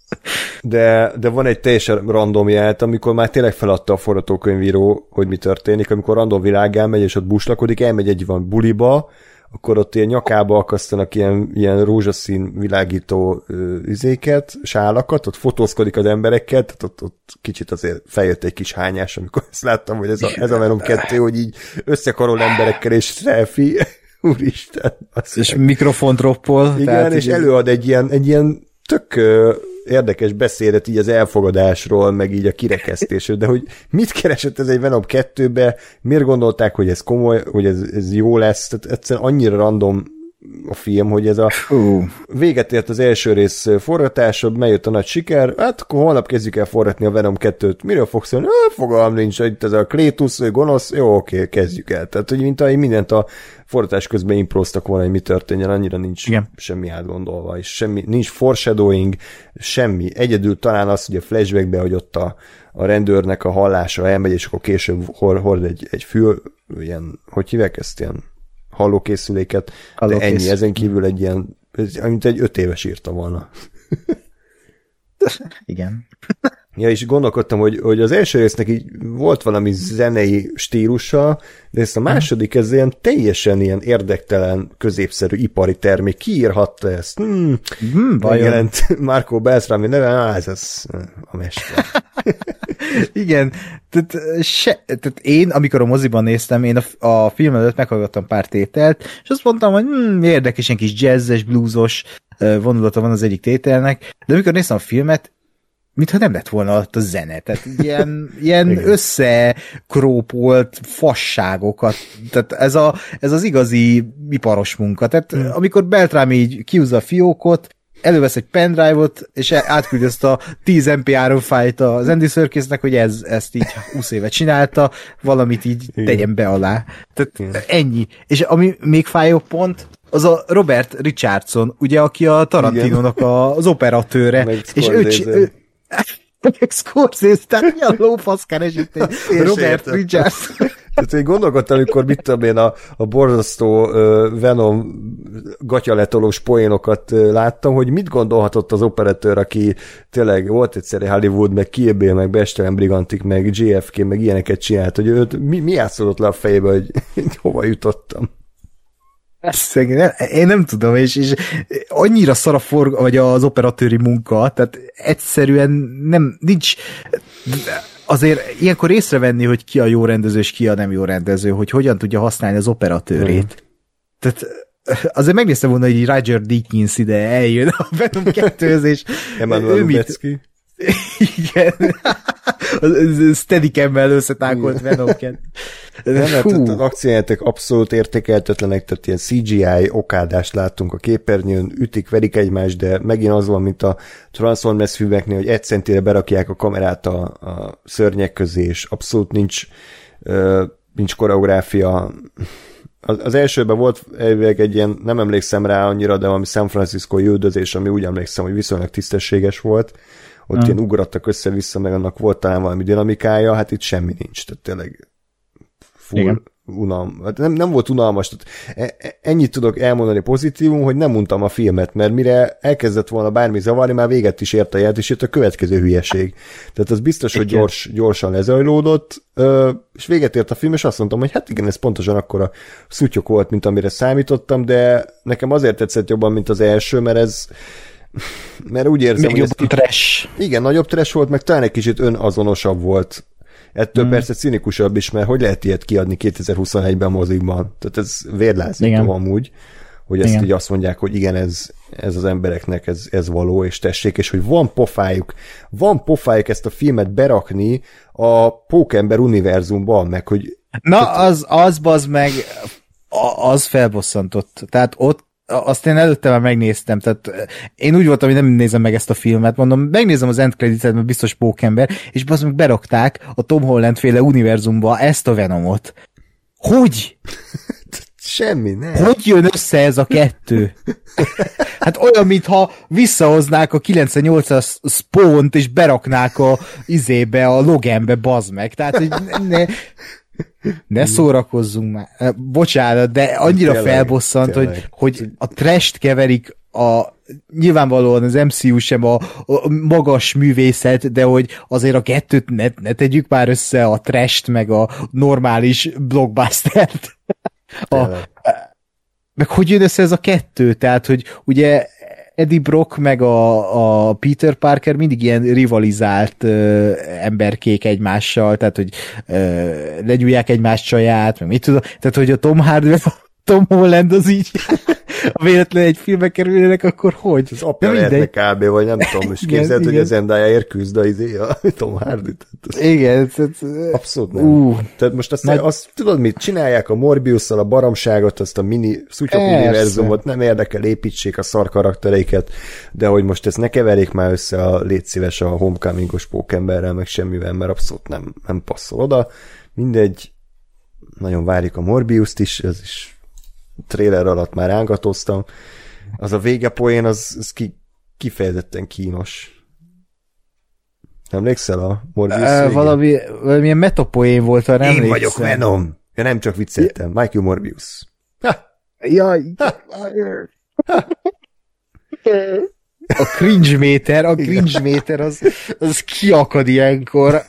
De van egy teljesen random jelt, amikor már tényleg feladta a forgatókönyvíró, hogy mi történik, amikor random világ elmegy, és ott buslakodik, elmegy egy van buliba, akkor ott ilyen nyakába akasztanak ilyen rózsaszín világító üzéket, sálakat, ott fotózkodik az emberekkel, tehát ott kicsit azért feljött egy kis hányás, amikor ezt láttam, hogy ez a Venom 2, hogy így összekarol emberekkel, és selfie, úristen. És mikrofont roppol. Igen, tehát, és előad egy ilyen tök érdekes beszédet így az elfogadásról, meg így a kirekesztésről, de hogy mit keresett ez egy Venom 2-be, miért gondolták, hogy ez komoly, hogy ez jó lesz, tehát egyszerűen annyira random a film, hogy ez a véget ért az első rész forgatása, megjött a nagy siker, hát akkor holnap kezdjük el forgatni a Venom 2-t, miről fogsz szólni? Fogalmam nincs, hogy ez a Cletus, ő gonosz, jó, oké, kezdjük el. Tehát, hogy mint ahogy mindent a forgatás közben improztak volna, hogy mi történjen, annyira nincs semmi átgondolva, és nincs foreshadowing, semmi. Egyedül talán az, hogy a flashbackben, hogy ott a rendőrnek a hallása elmegy, és akkor később hord egy fül, ilyen, hogy hívják ezt, ilyen hallókészüléket, de ennyi, ezen kívül egy ilyen, mint egy 5 éves írta volna. Igen. Ja, és gondolkodtam, hogy az első résznek így volt valami zenei stílusa, de ezt a második, ez ilyen teljesen ilyen érdektelen, középszerű ipari termék. Ki írhatta ezt? Megjelent Marco Beltrami neve, ez a mester. Igen, tehát én, amikor a moziban néztem, én a film előtt meghallgattam pár tételt, és azt mondtam, hogy érdekes, ilyen kis jazzes, bluesos vonulata van az egyik tételnek, de amikor néztem a filmet, mintha nem lett volna ott a zene, tehát ilyen összekrópolt fasságokat, tehát ez az igazi iparos munka, tehát amikor Beltrám így kiúzza a fiókot, elővesz egy pendrive-ot, és átküldi ezt a 10 MP3 fájlt az Andy Serkisnek, hogy ezt így 20 éve csinálta, valamit így tegyen be alá. Tehát ennyi. És ami még fájó pont, az a Robert Richardson, ugye, aki a Tarantinónak az operatőre. És ő meg Scorsese, tehát milyen lófaszkán esítén Robert Richardson. Tehát én gondolkodtam, amikor mit tudom én a borzasztó Venom gatyaletolós poénokat láttam, hogy mit gondolhatott az operatőr, aki tényleg volt egyszerű Hollywood, meg Kill Bill, meg Bestelen Brigantik, meg JFK, meg ilyeneket csinált, hogy őt mi játszódott le a fejébe, hogy hova jutottam. Én nem tudom, és annyira szar vagy az operatőri munka, tehát egyszerűen nincs azért ilyenkor észrevenni, hogy ki a jó rendező, és ki a nem jó rendező, hogy hogyan tudja használni az operatőrét. Tehát azért megnéztem volna, hogy Roger Deakins ide eljön a Venom 2-höz, és Emmanuel Lubezki. Igen. Steadicam-mel összetánkolt Venom 2. Az akciójátok abszolút értékeltetlenek, tehát ilyen CGI okádást láttunk a képernyőn, ütik, verik egymást, de megint az van, mint a Transformers filmeknél, hogy 1 centire berakják a kamerát a szörnyek közé, és abszolút nincs koreográfia. Az elsőben volt elvileg egy ilyen, nem emlékszem rá annyira, de valami San Francisco-i üldözés, ami úgy emlékszem, hogy viszonylag tisztességes volt. Ott ilyen ugrattak össze-vissza, meg annak volt talán valami dinamikája, hát itt semmi nincs, tehát tényleg unalmas. Nem volt unalmas, tehát ennyit tudok elmondani pozitívum, hogy nem untam a filmet, mert mire elkezdett volna bármi zavarni, már véget is ért a játék, és jött a következő hülyeség. Tehát az biztos, hogy gyorsan lezajlódott, és véget ért a film, és azt mondtam, hogy hát igen, ez pontosan akkora szutyok volt, mint amire számítottam, de nekem azért tetszett jobban, mint az első, mert úgy érzem, még hogy trash. Igen, nagyobb trash volt, meg talán egy kicsit önazonosabb volt. Ettől persze cinikusabb is, mert hogy lehet ilyet kiadni 2021-ben mozikban? Tehát ez vérlázító amúgy, hogy ezt így azt mondják, hogy igen, ez az embereknek ez való, és tessék, és hogy van pofájuk ezt a filmet berakni a Pókember univerzumban, meg hogy... Na, az bazd meg, az felbosszantott. Tehát ott azt én előtte már megnéztem, tehát én úgy voltam, hogy nem nézem meg ezt a filmet, mondom, megnézem az end creditet, mert biztos Pókember, és bazd meg berakták a Tom Holland féle univerzumba ezt a Venomot. Hogy? Semmi, nem. Hogy jön össze ez a kettő? Hát olyan, mintha visszahoznák a 98-as Spawn-t, és beraknák a Loganbe, bazd meg. Tehát, hogy ne szórakozzunk már. Bocsánat, de annyira tényleg, felbosszant, hogy a trash-t keverik nyilvánvalóan az MCU sem a magas művészet, de hogy azért a kettőt ne tegyük már össze, a trash-t meg a normális blockbustert. Meg hogy jön össze ez a kettő? Tehát, hogy ugye Eddie Brock meg a Peter Parker mindig ilyen rivalizált emberkék egymással, tehát, hogy legyújják egymás csaját, meg mit tudom, tehát, hogy a Tom Hardy, Tom Holland az így ha véletlenül egy filmbe kerülnek, akkor hogy? Az apja lehetne kb. Vagy nem tudom, és képzeld, hogy az Zendaya-ért küzd a Tom Hardy. Igen. Abszolút nem. Tehát most azt tudod mit? Csinálják a Morbiusszal a baromságot, azt a mini szutyok univerzumot, nem érdekel, építsék a szar karaktereiket, de hogy most ezt ne keverjék már össze légy szíves a Homecoming-os Pókemberrel, meg semmivel, mert abszolút nem passzol oda. Mindegy, nagyon várjuk a Morbiust is, ez is trailer alatt már rángatoztam. Az a vége poén, az kifejezetten kínos. Emlékszel a Morbius valamilyen metapoén volt, ha nem emlékszem. Én vagyok Venom. Ja, nem csak vicceltem. Michael Morbius. Jaj. A cringe méter, az kiakad ilyenkor.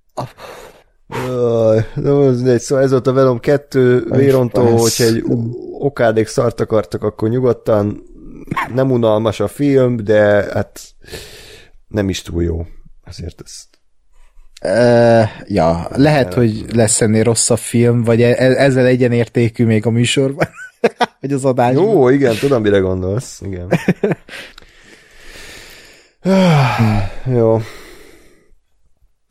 Szóval ez volt a Venom 2 vérontó, hogyha egy okádék szart akartak, akkor nyugodtan, nem unalmas a film, de hát nem is túl jó. Azért ezt lehet, hogy lesz ennél rosszabb film, vagy ezzel egyenértékű még a műsorban, vagy az adásban. Jó, igen, tudom, mire gondolsz. Igen. Jó.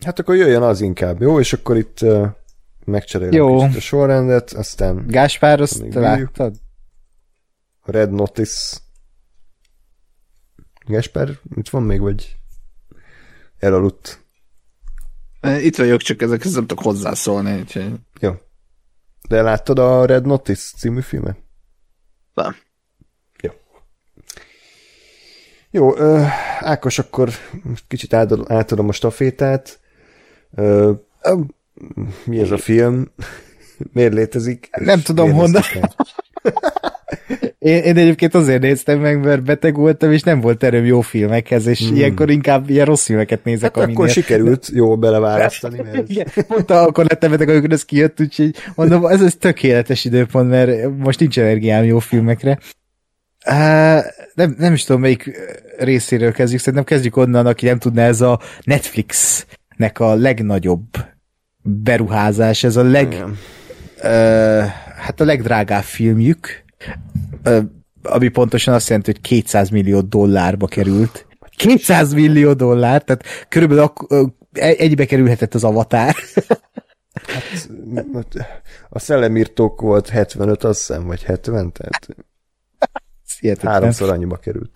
Hát akkor jöjjön az inkább, jó? És akkor itt megcserélem kicsit a sorrendet, aztán... Gáspár, azt láttad? A Red Notice. Gáspár, itt van még, vagy elaludt? Itt vagyok, csak ezekhez nem tudok hozzászólni. Úgyhogy... Jó. De láttad a Red Notice című filmet? Nem. Jó. Jó, Ákos, akkor kicsit átadom a stafétát. Mi ez a film? Miért létezik? Nem tudom honnan. Én egyébként azért néztem meg, mert beteg voltam, és nem volt erőm jó filmekhez, és ilyenkor inkább ilyen rossz filmeket nézek. Hát akkor sikerült jól beleválasztani. Mert... Igen, mondta, akkor lettem beteg, amikor ez kijött, úgyhogy mondom, ez tökéletes időpont, mert most nincs energiám jó filmekre. Nem is tudom, melyik részéről kezdjük, szerintem kezdjük onnan, aki nem tudná, ez a Netflixnek a legnagyobb beruházás, ez a hát a legdrágább filmjük, ami pontosan azt jelenti, hogy $200 millió került. $200 millió, tehát körülbelül egybe kerülhetett az Avatar. Hát, a Szellemírtók volt 75, azt hiszem, vagy 70, tehát 3-szor annyiba került.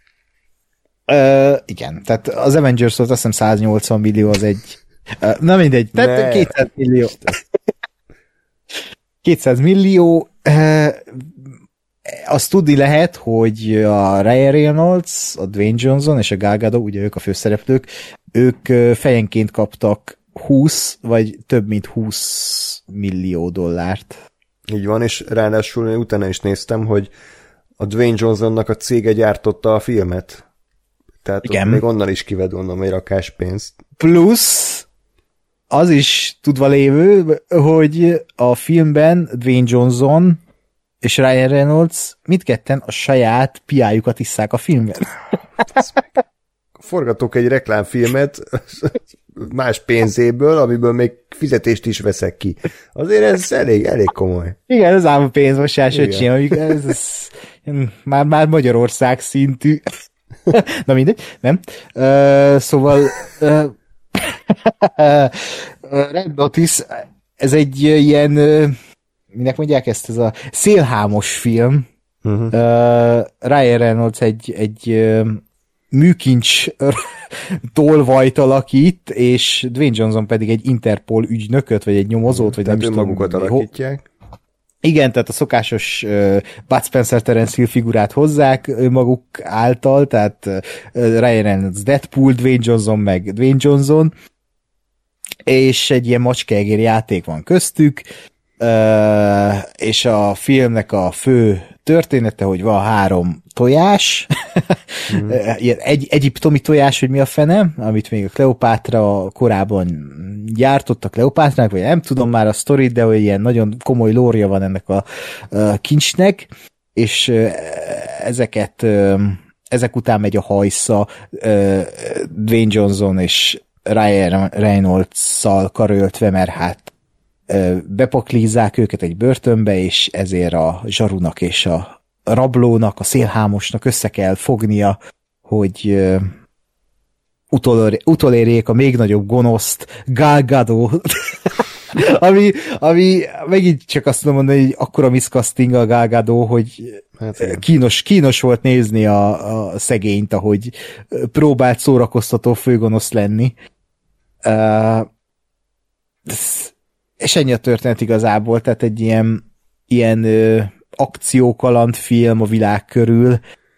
Igen, tehát az Avengers volt azt hiszem 180 millió, az egy na mindegy, tehát 200 millió. 200 millió, azt tudni lehet, hogy a Ryan Reynolds, a Dwayne Johnson és a Gal Gadot, ugye ők a főszereplők, ők fejenként kaptak 20 vagy több mint $20 millió. Így van, és ráadásul én utána is néztem, hogy a Dwayne Johnsonnak a cége gyártotta a filmet. Tehát még onnan is kived onnan egy rakás pénzt. Plusz az is tudva lévő, hogy a filmben Dwayne Johnson és Ryan Reynolds mindketten a saját piájukat isszák a filmben. Forgatok egy reklámfilmet más pénzéből, amiből még fizetést is veszek ki. Azért ez elég komoly. Igen, ez ám a pénzmosás, öcsém, ez már Magyarország szintű. Na mindegy, nem? Szóval Red Notice, ez egy ilyen, minek mondják ezt, ez a szélhámos film. Ryan Reynolds egy műkincs tolvajt alakít, és Dwayne Johnson pedig egy Interpol ügynököt, vagy egy nyomozót, vagy tehát nem is tudom. magukat alakítják. Igen, tehát a szokásos Bud Spencer Terence Hill figurát hozzák maguk által, tehát Ryan Reynolds Deadpool, Dwayne Johnson meg Dwayne Johnson, és egy ilyen macskaegér játék van köztük, és a filmnek a fő története, hogy van 3 tojás, ilyen egyiptomi tojás, hogy mi a fene, amit még a Kleopátra korában gyártott a Kleopátrának, vagy nem tudom már a sztorit, de hogy ilyen nagyon komoly lórja van ennek a kincsnek, és ezek után megy a hajsza Dwayne Johnson és Ryan Reynolds-szal karöltve, mert hát bepaklízzák őket egy börtönbe, és ezért a zsarunak és a rablónak, a szélhámosnak össze kell fognia, hogy utolérjék a még nagyobb gonoszt, Gal Gadot, ami megint csak azt tudom mondani, hogy akkora miscasting a Gal Gadot, hogy hát kínos volt nézni a szegényt, ahogy próbált szórakoztató főgonosz lenni. És ennyi a történet igazából, tehát egy ilyen akciókalandfilm a világ körül,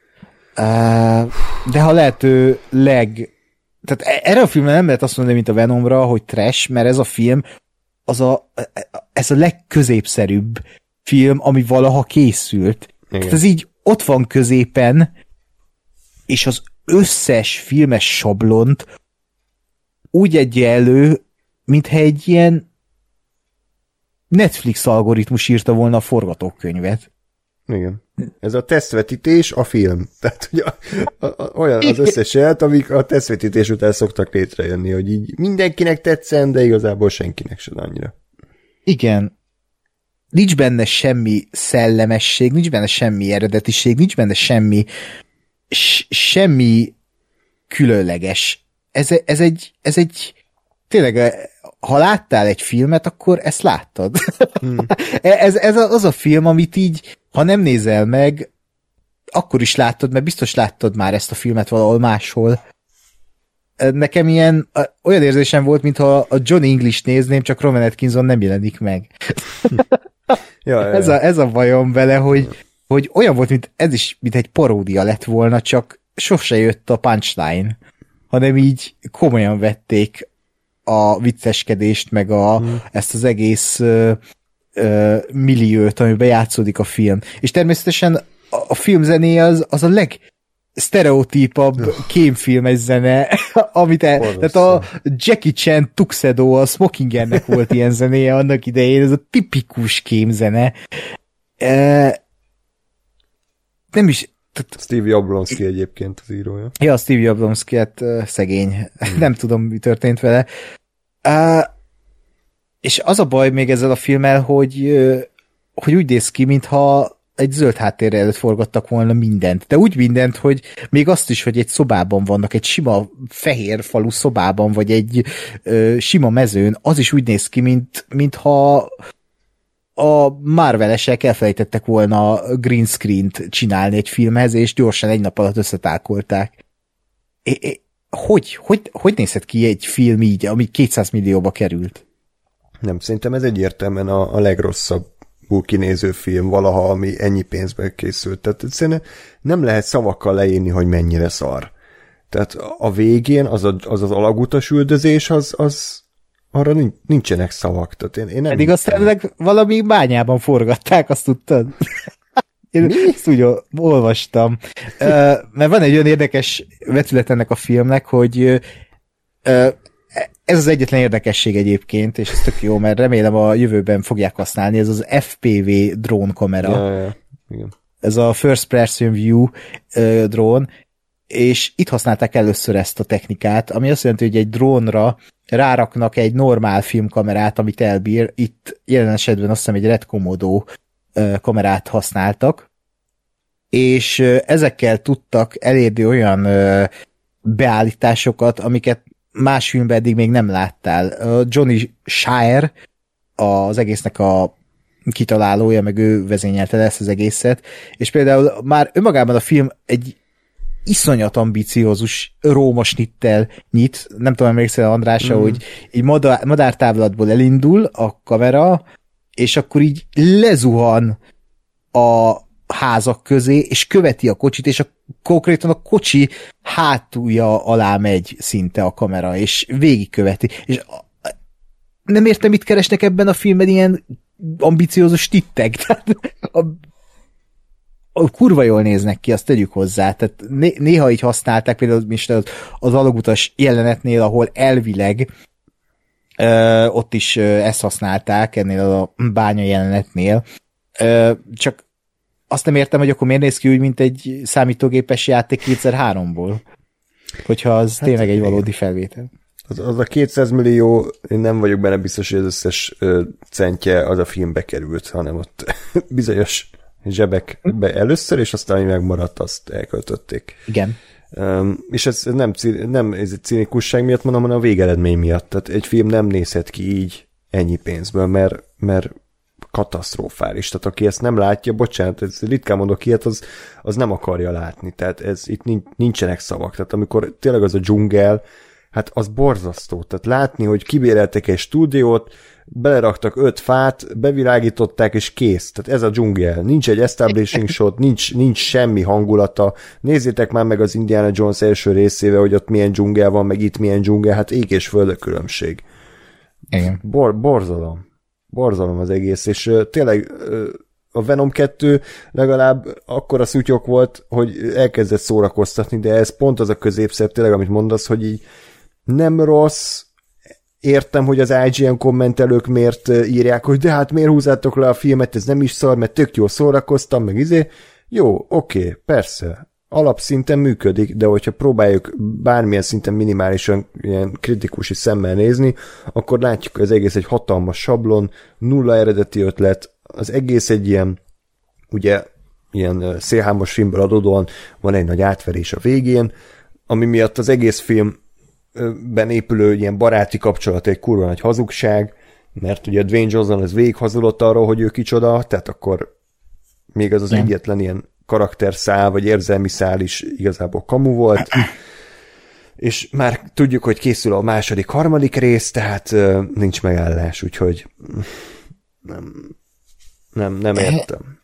de ha lehető tehát erre a filmre nem lehet azt mondani, mint a Venomra, hogy trash, mert ez a film ez a legközépszerűbb film, ami valaha készült. Tehát ez így ott van középen, és az összes filmes sablont úgy adja elő, mintha egy ilyen Netflix algoritmus írta volna a forgatókönyvet. Igen. Ez a tesztvetítés a film. Tehát ugye olyan az összes jelet, amik a tesztvetítés után szoktak létrejönni, hogy így mindenkinek tetszen, de igazából senkinek sem annyira. Igen. Nincs benne semmi szellemesség, nincs benne semmi eredetiség, nincs benne semmi különleges. Ez egy tényleg, ha láttál egy filmet, akkor ezt láttad. Ez az a film, amit így, ha nem nézel meg, akkor is láttad, mert biztos láttad már ezt a filmet valahol máshol. Nekem olyan érzésem volt, mintha a John English nézném, csak Rowan Atkinson nem jelenik meg. Ja. Ez a bajom vele, hogy olyan volt, mint ez is, mint egy paródia lett volna, csak sose jött a punchline, hanem így komolyan vették a vicceskedést, meg ezt az egész milliót, amiben játszódik a film. És természetesen a filmzené az a legsztereotípabb kémfilmes zene, tehát a Jackie Chan Tuxedo, a Smokingernek volt ilyen zenéje annak idején, ez a tipikus kémzene. Nem is... Steve Jablonski egyébként az írója. Ja, Steve Jablonski, hát szegény. Nem tudom, mi történt vele. És az a baj még ezzel a filmmel, hogy úgy néz ki, mintha egy zöld háttérre előtt forgattak volna mindent. De úgy mindent, hogy még azt is, hogy egy szobában vannak, egy sima fehér falu szobában, vagy egy sima mezőn, az is úgy néz ki, mintha a Marvelesek elfelejtettek volna green screen-t csinálni egy filmhez, és gyorsan egy nap alatt összetákolták. Hogy nézhet ki egy film így, ami 200 millióba került? Nem, szerintem ez egyértelműen a legrosszabbul kinéző film valaha, ami ennyi pénzben készült. Tehát egyszerűen nem lehet szavakkal leírni, hogy mennyire szar. Tehát a végén az alagutas üldözés, az arra nincsenek szavak. Tehát én nem Eddig aztán valami bányában forgatták, azt tudtad? Én ezt úgy olvastam. Mert van egy olyan érdekes vetület ennek a filmnek, hogy ez az egyetlen érdekesség egyébként, és ez tök jó, mert remélem a jövőben fogják használni, ez az FPV drónkamera. Ja, igen. Ez a First Person View drón, és itt használták először ezt a technikát, ami azt jelenti, hogy egy drónra ráraknak egy normál filmkamerát, amit elbír. Itt jelen esetben azt hiszem egy Red Komodo kamerát használtak, és ezekkel tudtak elérni olyan beállításokat, amiket más filmben eddig még nem láttál. Johnny Shire, az egésznek a kitalálója, meg ő vezényelte ezt az egészet, és például már önmagában a film egy iszonyat ambiciózus rómasnittel nyit, nem tudom, emlékszel Andrásra, hogy egy madártávlatból elindul a kamera, és akkor így lezuhan a házak közé, és követi a kocsit, és konkrétan a kocsi hátulja alá megy szinte a kamera, és végigköveti. És nem értem, mit keresnek ebben a filmben ilyen ambiciózus tittek. Kurva jól néznek ki, azt tegyük hozzá. Tehát néha így használták, például az alagutas jelenetnél, ahol elvileg ott is ezt használták, ennél a bánya jelenetnél. Csak azt nem értem, hogy akkor miért néz ki úgy, mint egy számítógépes játék 2003-ból. Hogyha az tényleg egy valódi felvétel. Az a 200 millió, én nem vagyok benne biztos, hogy az összes centje az a filmbe került, hanem ott bizonyos zsebekbe először, és aztán, ami megmaradt, azt elköltötték. Igen. És ez nem ez egy cinikusság miatt mondom, hanem a végeredmény miatt. Tehát egy film nem nézhet ki így ennyi pénzből, mert katasztrofális. Tehát aki ezt nem látja, bocsánat, ez ritkán mondok ilyet, az nem akarja látni. Tehát itt nincsenek szavak. Tehát amikor tényleg az a dzsungel, hát az borzasztó. Tehát látni, hogy kibéreltek egy stúdiót, beleraktak 5 fát, bevilágították, és kész. Tehát ez a dzsungel. Nincs egy establishing shot, nincs semmi hangulata. Nézzétek már meg az Indiana Jones első részével, hogy ott milyen dzsungel van, meg itt milyen dzsungel, hát ég és föld a különbség. Igen. Borzalom az egész, és tényleg a Venom 2 legalább akkora szutyok volt, hogy elkezdett szórakoztatni, de ez pont az a középszer, tényleg, amit mondasz, hogy így nem rossz, értem, hogy az IGN kommentelők miért írják, hogy de hát miért húzátok le a filmet, ez nem is szar, mert tök jól szórakoztam, meg Jó, oké, persze, alapszinten működik, de hogyha próbáljuk bármilyen szinten minimálisan ilyen kritikusi szemmel nézni, akkor látjuk, hogy az egész egy hatalmas sablon, nulla eredeti ötlet, az egész egy ilyen, ugye, ilyen szélhámos filmből adódóan van egy nagy átverés a végén, ami miatt az egész film ben épülő ilyen baráti kapcsolat egy kurva nagy hazugság, mert ugye Dwayne Johnson az végig hazudott arról, hogy ő kicsoda, tehát akkor még az egyetlen ilyen karakterszál, vagy érzelmi szál is igazából kamu volt, és már tudjuk, hogy készül a második, harmadik rész, tehát nincs megállás, úgyhogy nem értem.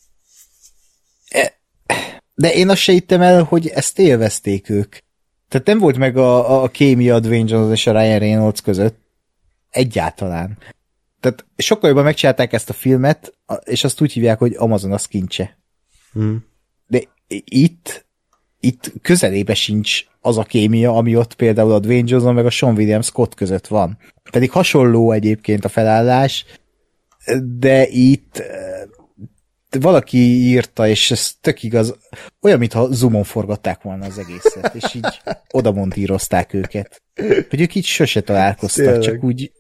De én azt se hittem el, hogy ezt élvezték ők. Tehát nem volt meg a kémia a Dwayne Johnson és a Ryan Reynolds között. Egyáltalán. Tehát sokkal jobban megcsinálták ezt a filmet, és azt úgy hívják, hogy Amazonas kincse. De itt közelébe sincs az a kémia, ami ott például a Dwayne Johnson meg a Sean William Scott között van. Pedig hasonló egyébként a felállás, de itt valaki írta, és ez tök igaz, olyan, mintha zoomon forgatták volna az egészet, és így oda montírozták őket. Hogy ők így sose találkoztak, tényleg. Csak úgy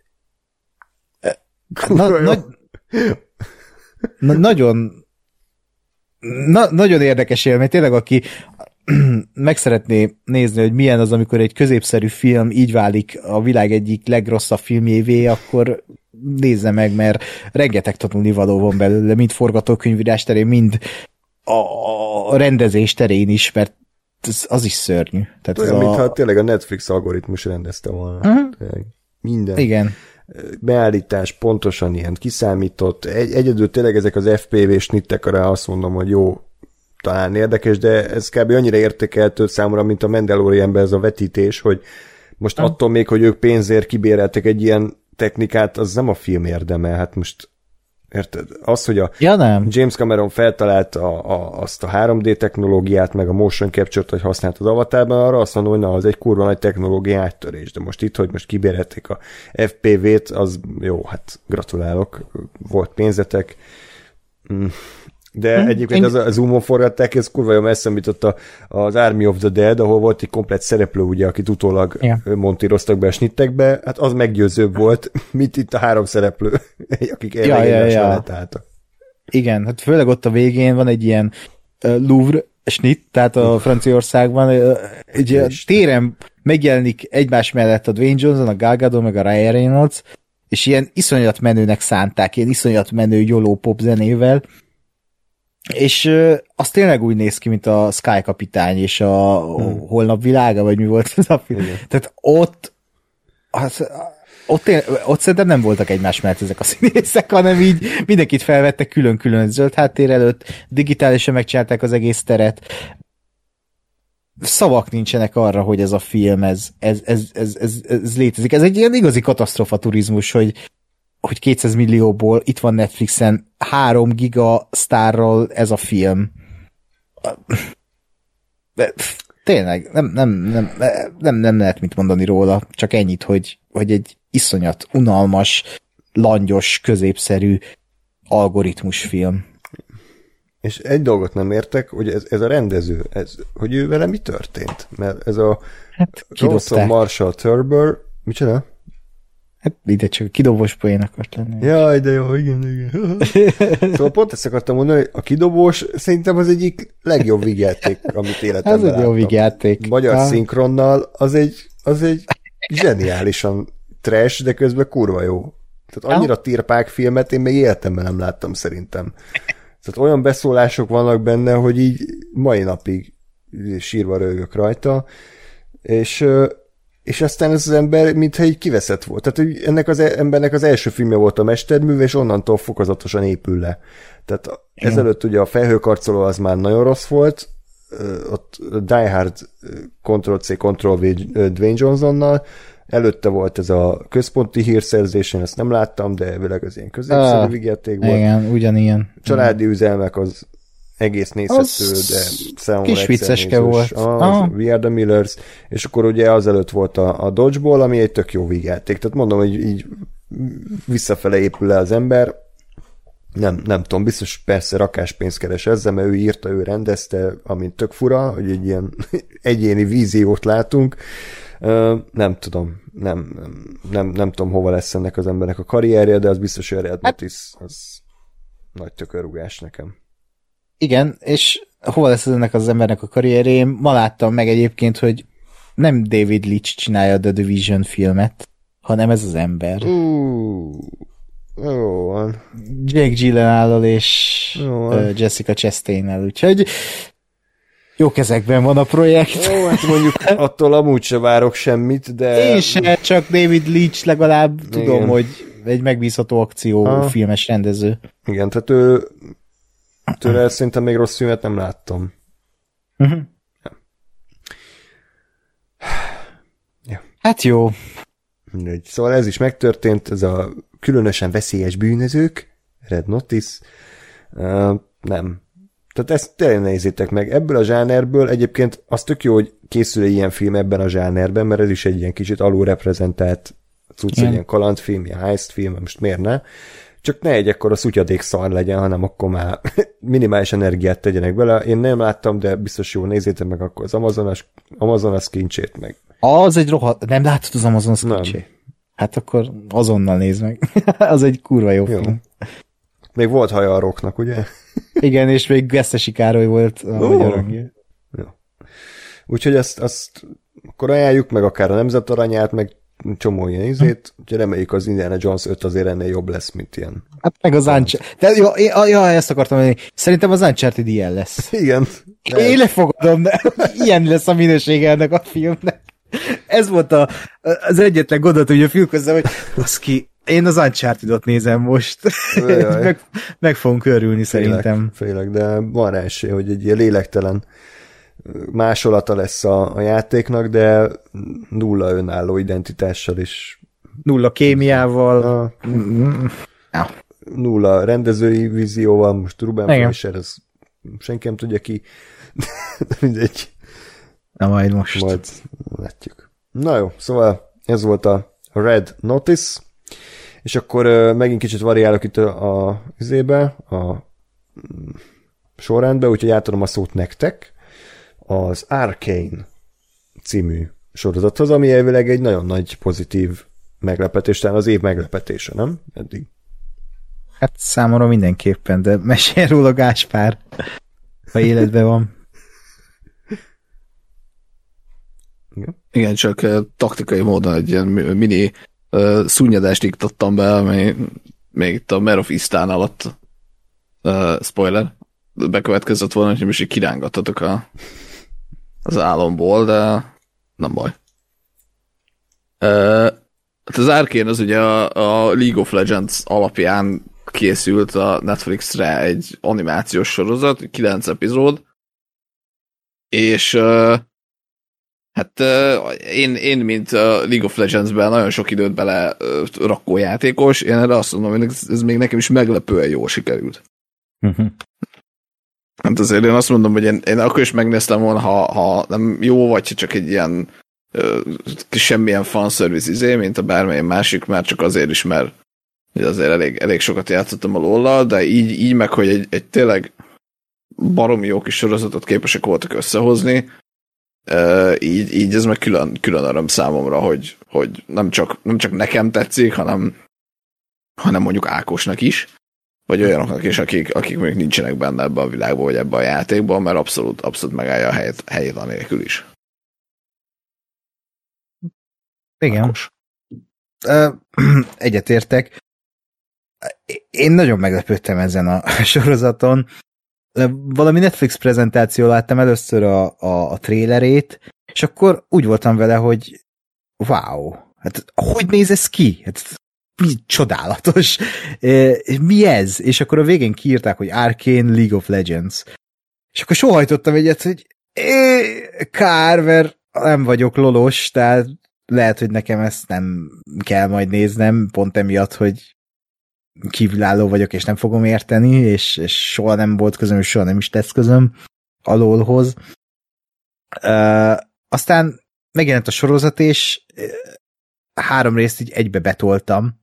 nagyon érdekes élmény, tényleg aki meg szeretné nézni, hogy milyen az, amikor egy középszerű film így válik a világ egyik legrosszabb filmjévé, akkor nézze meg, mert rengeteg tanulnivaló van belőle, mind forgatókönyvírás terén, mind a rendezés terén is, mert az is szörnyű. Tehát olyan, mintha tényleg a Netflix algoritmus rendezte volna. Minden. Igen. Beállítás pontosan ilyen kiszámított. Egyedül tényleg ezek az FPV snittekre azt mondom, hogy jó, talán érdekes, de ez kb. Annyira értékeltő számomra, mint a Mandalorianben ez a vetítés, hogy most attól még, hogy ők pénzért kibéreltek egy ilyen technikát, az nem a film érdeme. Hát most érted? Az, hogy a James Cameron feltalálta azt a 3D technológiát, meg a motion capture-t, hogy használt az Avatarban, arra azt mondom, hogy na, az egy kurva nagy technológiai áttörés. De most itt, hogy most kibérelték a FPV-t, az jó, hát gratulálok, volt pénzetek. De egyébként az zoomon forgatták, ez kurva jól eszembe jutott az Army of the Dead, ahol volt egy komplett szereplő, ugye, akit utólag montíroztak be a snittekbe, hát az meggyőzőbb volt, mint itt a 3 szereplő, akik egymás mellett álltak. Igen, hát főleg ott a végén van egy ilyen Louvre snit, tehát a Franciaországban egy téren megjelenik egymás mellett a Dwayne Johnson, a Gal Gadot, meg a Ryan Reynolds, és ilyen iszonyat menőnek szánták, ilyen iszonyat menő joló pop zenével, és az tényleg úgy néz ki, mint a Sky kapitány és a Holnap világa, vagy mi volt ez a film. Tehát ott szerintem nem voltak egymás mellett ezek a színészek, hanem így mindenkit felvettek külön-külön zöld háttér előtt, digitálisan megcsinálták az egész teret. Szavak nincsenek arra, hogy ez a film, ez létezik. Ez egy ilyen igazi katasztrofa turizmus, hogy 200 millióból itt van Netflixen 3 giga sztárral ez a film. De, tényleg, nem lehet mit mondani róla, csak ennyit, hogy egy iszonyat unalmas, langyos, középszerű algoritmusfilm. És egy dolgot nem értek, hogy ez a rendező, hogy ő vele mi történt? Mert ez a Ronson Marshall Thurber, micsoda? Hát ide csak kidobós poén akart lenni. Jaj, de jó, igen. Szóval pont ezt akartam mondani, hogy a kidobós szerintem az egyik legjobb vígjáték, amit életemben láttam. Ez egy jó vígjáték. Magyar szinkronnal az egy zseniálisan trash, de közben kurva jó. Tehát annyira tirpák filmet én még életemben nem láttam szerintem. Tehát olyan beszólások vannak benne, hogy így mai napig sírva rögök rajta, és aztán ez az ember, mintha így kiveszett volt. Tehát ennek az embernek az első filmje volt a mesterműve, és onnantól fokozatosan épül le. Tehát ezelőtt ugye a Felhőkarcoló az már nagyon rossz volt, ott Die Hard Ctrl-C, Ctrl-V Dwayne Johnsonnal, előtte volt ez a központi hírszerzésen, ezt nem láttam, de elvileg az ilyen középszerű vigyáték volt. Igen, ugyanilyen. Családi üzelmek az egész nézhető, de számomra kis vicceske volt. We Are The Millers, és akkor ugye azelőtt volt a Dodgeball, ami egy tök jó vígjáték. Tehát mondom, hogy így visszafele épül le az ember. Nem tudom, biztos persze rakáspénzt keres ezzel, mert ő írta, ő rendezte, amint tök fura, hogy egy ilyen egyéni víziót látunk. Nem tudom, nem tudom, hova lesz ennek az embernek a karrierje, de az biztos, hogy a Red Notice az nagy tökörrugás nekem. Igen, és hova lesz ennek az embernek a karrierje? Én ma láttam meg egyébként, hogy nem David Leitch csinálja a The Division filmet, hanem ez az ember. Jó van. Jake Gyllenhaal és Jessica Chastain-nel, úgyhogy jó kezekben van a projekt. Jó, hát mondjuk attól amúgy se várok semmit, de... Én se, csak David Leitch legalább igen. Tudom, hogy egy megbízható akciófilmes rendező. Igen, tehát tőle szerintem még rossz filmet nem láttam. Uh-huh. Ja. Hát jó. Mindegy. Szóval ez is megtörtént, ez a különösen veszélyes bűnözők, Red Notice. Nem. Tehát ezt tényleg nézzétek meg. Ebből a zsánerből egyébként az tök jó, hogy készül egy ilyen film ebben a zsánerben, mert ez is egy ilyen kicsit alulreprezentált cucc, egy ilyen kalandfilm, ilyen heist film, most miért ne? Csak ne egy ekkora szutyadék szar legyen, hanem akkor már minimális energiát tegyenek bele. Én nem láttam, de biztos jó, nézzétek meg akkor az Amazonas kincsét meg. Az egy rohadt... Nem látod az Amazonas kincsét? Hát akkor azonnal nézd meg. Az egy kurva jó film. Még volt haja a Rocknak, ugye? Igen, és még Gesztesi Károly volt a magyar hangja. Úgyhogy ezt akkor ajánljuk, meg akár a Nemzet Aranyát, meg csomó ilyen izét, úgyhogy reméljük az Indiana Jones 5 azért ennél jobb lesz, mint ilyen. Hát meg az Uncharted. De jó, ezt akartam mondani. Szerintem az Uncharted ilyen lesz. Igen. Én lefogadom, de ilyen lesz a minősége ennek a filmnek. Ez volt az egyetlen gondot, hogy a film közben, hogy baszki, én az Uncharted-ot nézem most. meg fogunk örülni szerintem. Félek, de van rá esély, hogy egy ilyen lélektelen másolata lesz a játéknak, de nulla önálló identitással is. Nulla kémiával. Nulla rendezői vízióval, most Ruben Fleischer, ez senki nem tudja ki. Mindegy. Na majd most. Majd látjuk. Na jó, szóval ez volt a Red Notice, és akkor megint kicsit variálok itt a sorrendbe, úgyhogy átadom a szót nektek az Arcane című sorozathoz, ami elvileg egy nagyon nagy pozitív meglepetés, talán az év meglepetése, nem? Eddig. Hát számomra mindenképpen, de mesélj róla Gáspár, ha életben van. Igen, csak taktikai módon egy ilyen mini szúnyadást iktattam be, ami még itt a Mare of Easttown alatt spoiler, bekövetkezett volna, hogy most így kirángattatok az álomból, de nem baj. Az Arcane az ugye a League of Legends alapján készült a Netflixre egy animációs sorozat, 9 epizód, és hát én mint a League of Legends-ben nagyon sok időt bele rakó játékos, én erre azt mondom, hogy ez még nekem is meglepően jól sikerült. Hát azért én azt mondom, hogy én akkor is megnéztem volna, ha nem jó, vagy csak egy ilyen semmilyen fanservice mint a bármilyen másik, már csak azért is, mert azért elég sokat játszottam a LoL-lal, de így meg, hogy egy tényleg baromi jó kis sorozatot képesek voltak összehozni, így ez meg külön öröm számomra, hogy nem csak nekem tetszik, hanem mondjuk Ákosnak is, vagy olyanoknak is, akik még nincsenek benne ebben a világban, vagy ebben a játékban, mert abszolút megállja a helyét anélkül is. Igen. Ákos. Egyetértek. Én nagyon meglepődtem ezen a sorozaton. Valami Netflix prezentáció láttam először a trailerét, és akkor úgy voltam vele, hogy wow, hát hogy néz ez ki? Hát csodálatos. Mi ez? És akkor a végén kiírták, hogy Arcane League of Legends. És akkor sóhajtottam egyet, hogy kár, mert nem vagyok lolos, tehát lehet, hogy nekem ezt nem kell majd néznem, pont emiatt, hogy kívülálló vagyok, és nem fogom érteni, és soha nem volt közöm, és soha nem is tesz közöm a LoL-hoz. Aztán megjelent a sorozat, és 3 részt így egybe betoltam.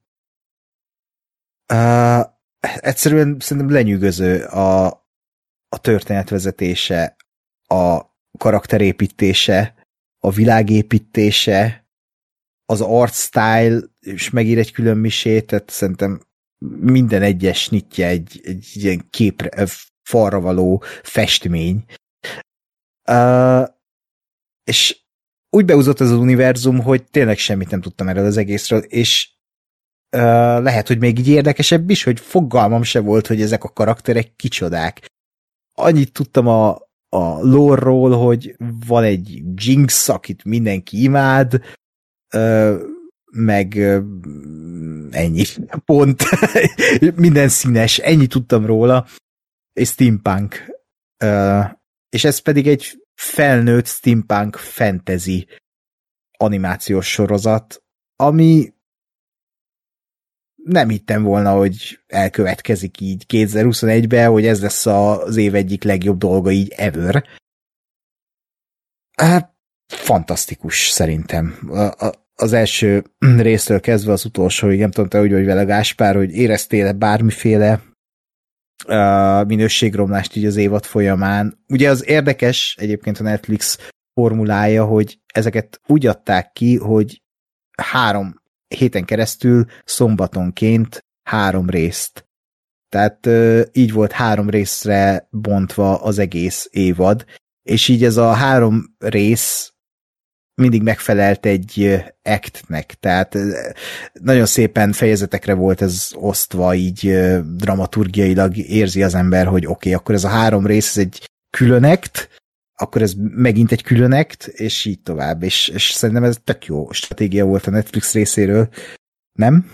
Egyszerűen szerintem lenyűgöző a történetvezetése, a karakterépítése, a világépítése, az art style, és megír egy külön misét, tehát szerintem minden egyes nyitja egy ilyen képre, falra való festmény. És úgy beúzott ez az univerzum, hogy tényleg semmit nem tudtam erről az egészről, és lehet, hogy még így érdekesebb is, hogy fogalmam se volt, hogy ezek a karakterek kicsodák. Annyit tudtam a lore-ról, hogy van egy Jinx, akit mindenki imád, meg ennyi. Pont. Minden színes. Ennyi tudtam róla. És steampunk. És ez pedig egy felnőtt steampunk fantasy animációs sorozat, ami nem hittem volna, hogy elkövetkezik így 2021-ben, hogy ez lesz az év egyik legjobb dolga így ever. Hát, fantasztikus szerintem. Az első résztől kezdve az utolsóig, nem tudom, te úgy vagy vele, Gáspár, hogy éreztél bármiféle minőségromlást így az évad folyamán. Ugye az érdekes egyébként a Netflix formulája, hogy ezeket úgy adták ki, hogy 3 héten keresztül szombatonként 3 részt. Tehát így volt 3 részre bontva az egész évad, és így ez a 3 rész mindig megfelelt egy actnek, tehát nagyon szépen fejezetekre volt ez osztva, így dramaturgiailag érzi az ember, hogy oké, akkor ez a 3 rész, ez egy külön act, akkor ez megint egy külön act, és így tovább, és szerintem ez tök jó stratégia volt a Netflix részéről, nem?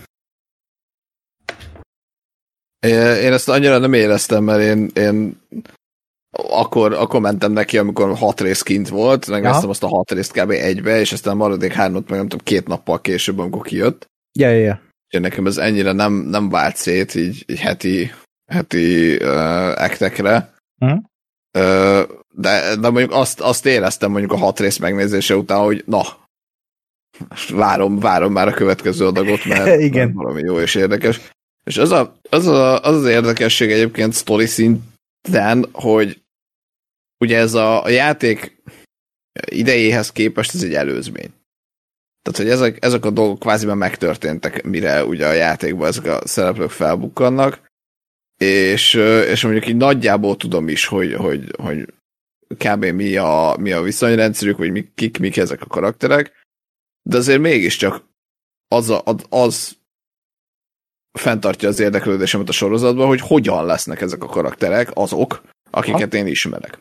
Én ezt annyira nem éreztem, mert én akkor mentem neki, amikor 6 rész kint volt, megnéztem azt a 6 részt kb. Egybe, és aztán maradék 3-at meg nem tudom 2 nappal később, amikor kijött. Ja. És nekem ez ennyire nem vált szét, így heti actekre. De mondjuk azt éreztem mondjuk a 6 rész megnézése után, hogy na, várom már a következő adagot, mert, igen. mert valami jó és érdekes. És az érdekesség egyébként sztori szinten, hogy ugye ez a játék idejéhez képest ez egy előzmény. Tehát, hogy ezek a dolgok kvázi már megtörténtek, mire ugye a játékban ezek a szereplők felbukkannak, és mondjuk így nagyjából tudom is, hogy kb. mi a viszonyrendszerük, vagy mik ezek a karakterek, de azért mégiscsak az fenntartja az érdeklődésemet a sorozatban, hogy hogyan lesznek ezek a karakterek azok, akiket én ismerek.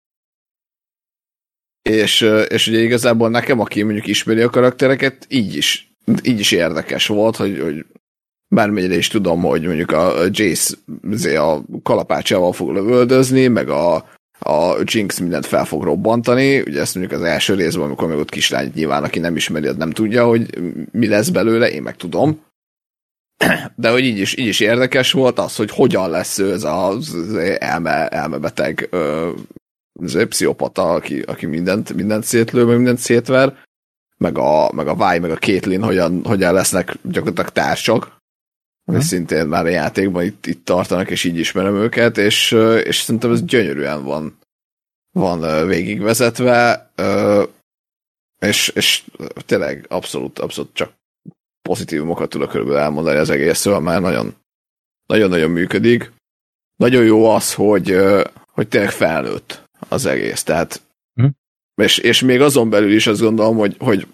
És ugye igazából nekem, aki mondjuk ismeri a karaktereket, így is érdekes volt, hogy bármennyire is tudom, hogy mondjuk a Jace a kalapácsával fog lövöldözni, meg a Jinx mindent fel fog robbantani, ugye ezt mondjuk az első részben, amikor még ott kislány nyilván, aki nem ismeri, az nem tudja, hogy mi lesz belőle, én meg tudom. De hogy így is érdekes volt az, hogy hogyan lesz ő ez az elmebeteg pszichopata, aki mindent szétlő, meg mindent szétver, meg a Vi, meg a Caitlyn hogyan lesznek gyakorlatilag társak, ami szintén már a játékban itt tartanak, és így ismerem őket, és szerintem ez gyönyörűen van végigvezetve, és tényleg abszolút csak pozitívumokat tudok körülbelül elmondani az egészről, mert nagyon-nagyon működik. Nagyon jó az, hogy tényleg felnőtt az egész, tehát és még azon belül is azt gondolom, hogy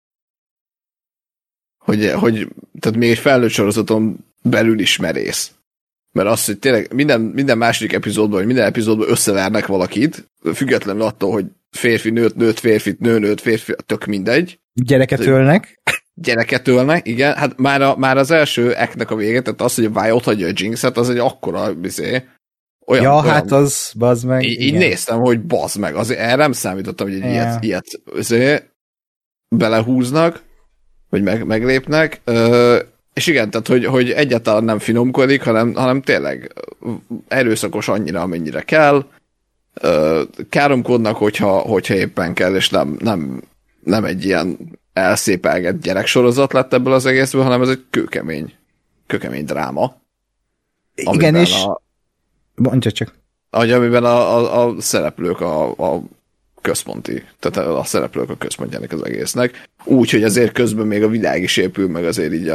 tehát még egy felnőtt sorozaton belül is merész. Mert az, hogy tényleg minden második epizódban, vagy minden epizódban összevernek valakit, függetlenül attól, hogy férfi nőtt férfit, nőtt férfi, tök mindegy. Gyereket ölnek, igen. Hát már az első act-nek a vége, tehát az, hogy a Vi otthagyja a Jinx-et, az egy akkora olyan, hát az, bazd meg. Így néztem, hogy bazd meg. Azért erre nem számítottam, hogy egy ilyet belehúznak, vagy meglépnek. És igen, tehát, hogy egyáltalán nem finomkodik, hanem tényleg erőszakos annyira, amennyire kell. Káromkodnak, hogyha éppen kell, és nem egy ilyen elszépelgett gyereksorozat lett ebből az egészből, hanem ez egy kőkemény dráma. Igen, és mondja csak. Amiben a szereplők a központi, tehát a szereplők a központjának az egésznek. Úgy, hogy azért közben még a világ is épül, meg azért így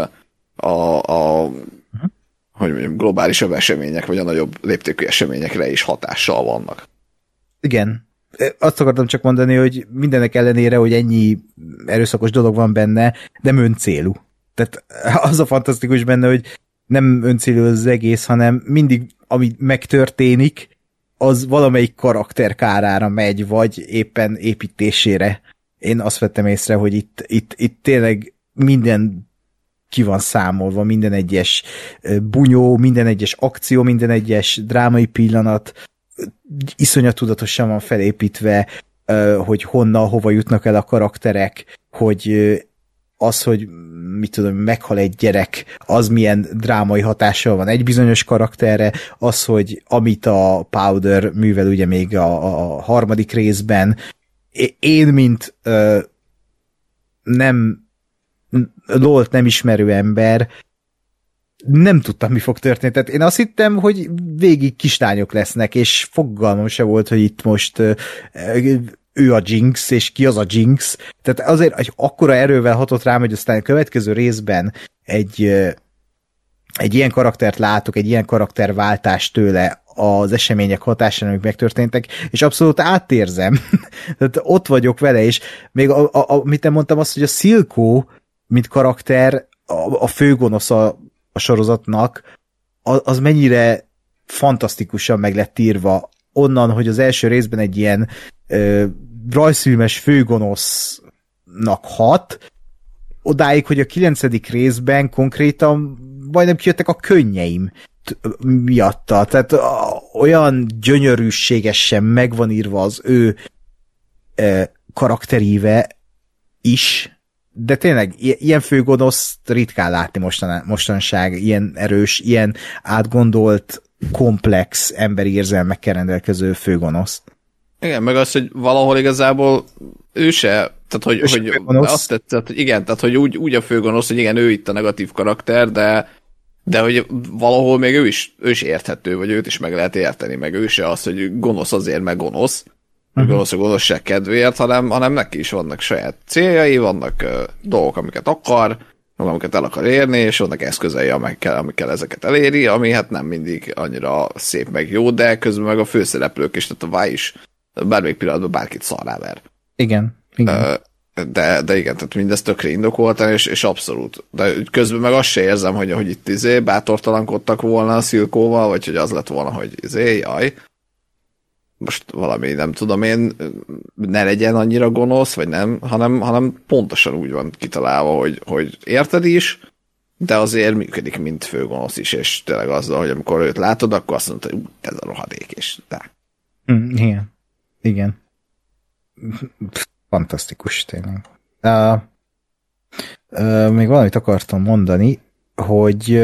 hogy mondjam, globálisabb események, vagy a nagyobb léptékű eseményekre is hatással vannak. Igen. azt akartam csak mondani, hogy mindenek ellenére, hogy ennyi erőszakos dolog van benne, nem öncélú. Tehát az a fantasztikus benne, hogy nem öncélú az egész, hanem mindig, ami megtörténik, az valamelyik karakter kárára megy, vagy éppen építésére. Én azt vettem észre, hogy itt tényleg minden ki van számolva, minden egyes bunyó, minden egyes akció, minden egyes drámai pillanat iszonyat tudatosan van felépítve, hogy honnan, hova jutnak el a karakterek, hogy az, hogy mit tudom, meghal egy gyerek, az milyen drámai hatással van egy bizonyos karakterre, az, hogy amit a Powder művel ugye még a harmadik részben, én, mint LOL-t nem ismerő ember, nem tudtam, mi fog történni. Tehát én azt hittem, hogy végig kislányok lesznek, és fogalmam se volt, hogy itt most ő a Jinx, és ki az a Jinx. Tehát azért egy akkora erővel hatott rám, hogy aztán a következő részben egy ilyen karaktert látok, egy ilyen karakterváltást tőle az események hatásán, amik megtörténtek, és abszolút átérzem. Tehát ott vagyok vele, és még amit én mondtam azt, hogy a Silco, mint karakter, a főgonosz a sorozatnak, az mennyire fantasztikusan meg lett írva onnan, hogy az első részben egy ilyen rajzfilmes főgonosznak hat, odáig, hogy a 9. részben konkrétan majdnem kijöttek a könnyeim miatta. Tehát olyan gyönyörűségesen meg van írva az ő karakteríve is, de tényleg ilyen főgonoszt ritkán látni mostanság, ilyen erős, ilyen átgondolt, komplex emberi érzelmekkel rendelkező főgonosz. Igen, meg az, hogy valahol igazából ő se, tehát hogy azt tetszett, hogy igen, tehát hogy úgy a főgonosz, hogy igen, ő itt a negatív karakter, de hogy valahol még ő is érthető, vagy őt is meg lehet érteni, meg ő se az, hogy gonosz azért, meg gonosz, gonosz a gonoszság kedvéért, hanem neki is vannak saját céljai, vannak dolgok, amiket akar, amiket el akar érni, és vannak eszközei, amikkel ezeket eléri, ami hát nem mindig annyira szép meg jó, de közben meg a főszereplők is, tehát a Vi is bármelyik pillanatban bárkit szarrá ver. Igen. De igen, tehát mindezt tökre indokoltan, és abszolút. De közben meg azt se érzem, hogy itt bátortalankodtak volna a Silkóval, vagy hogy az lett volna, hogy jaj, most valami, nem tudom én, ne legyen annyira gonosz, vagy nem, hanem pontosan úgy van kitalálva, hogy érted is, de azért működik, mint főgonosz is, és tényleg azzal, hogy amikor őt látod, akkor azt mondod, hogy ez a rohadék, és de. Igen. Fantasztikus, tényleg. Még valamit akartam mondani, hogy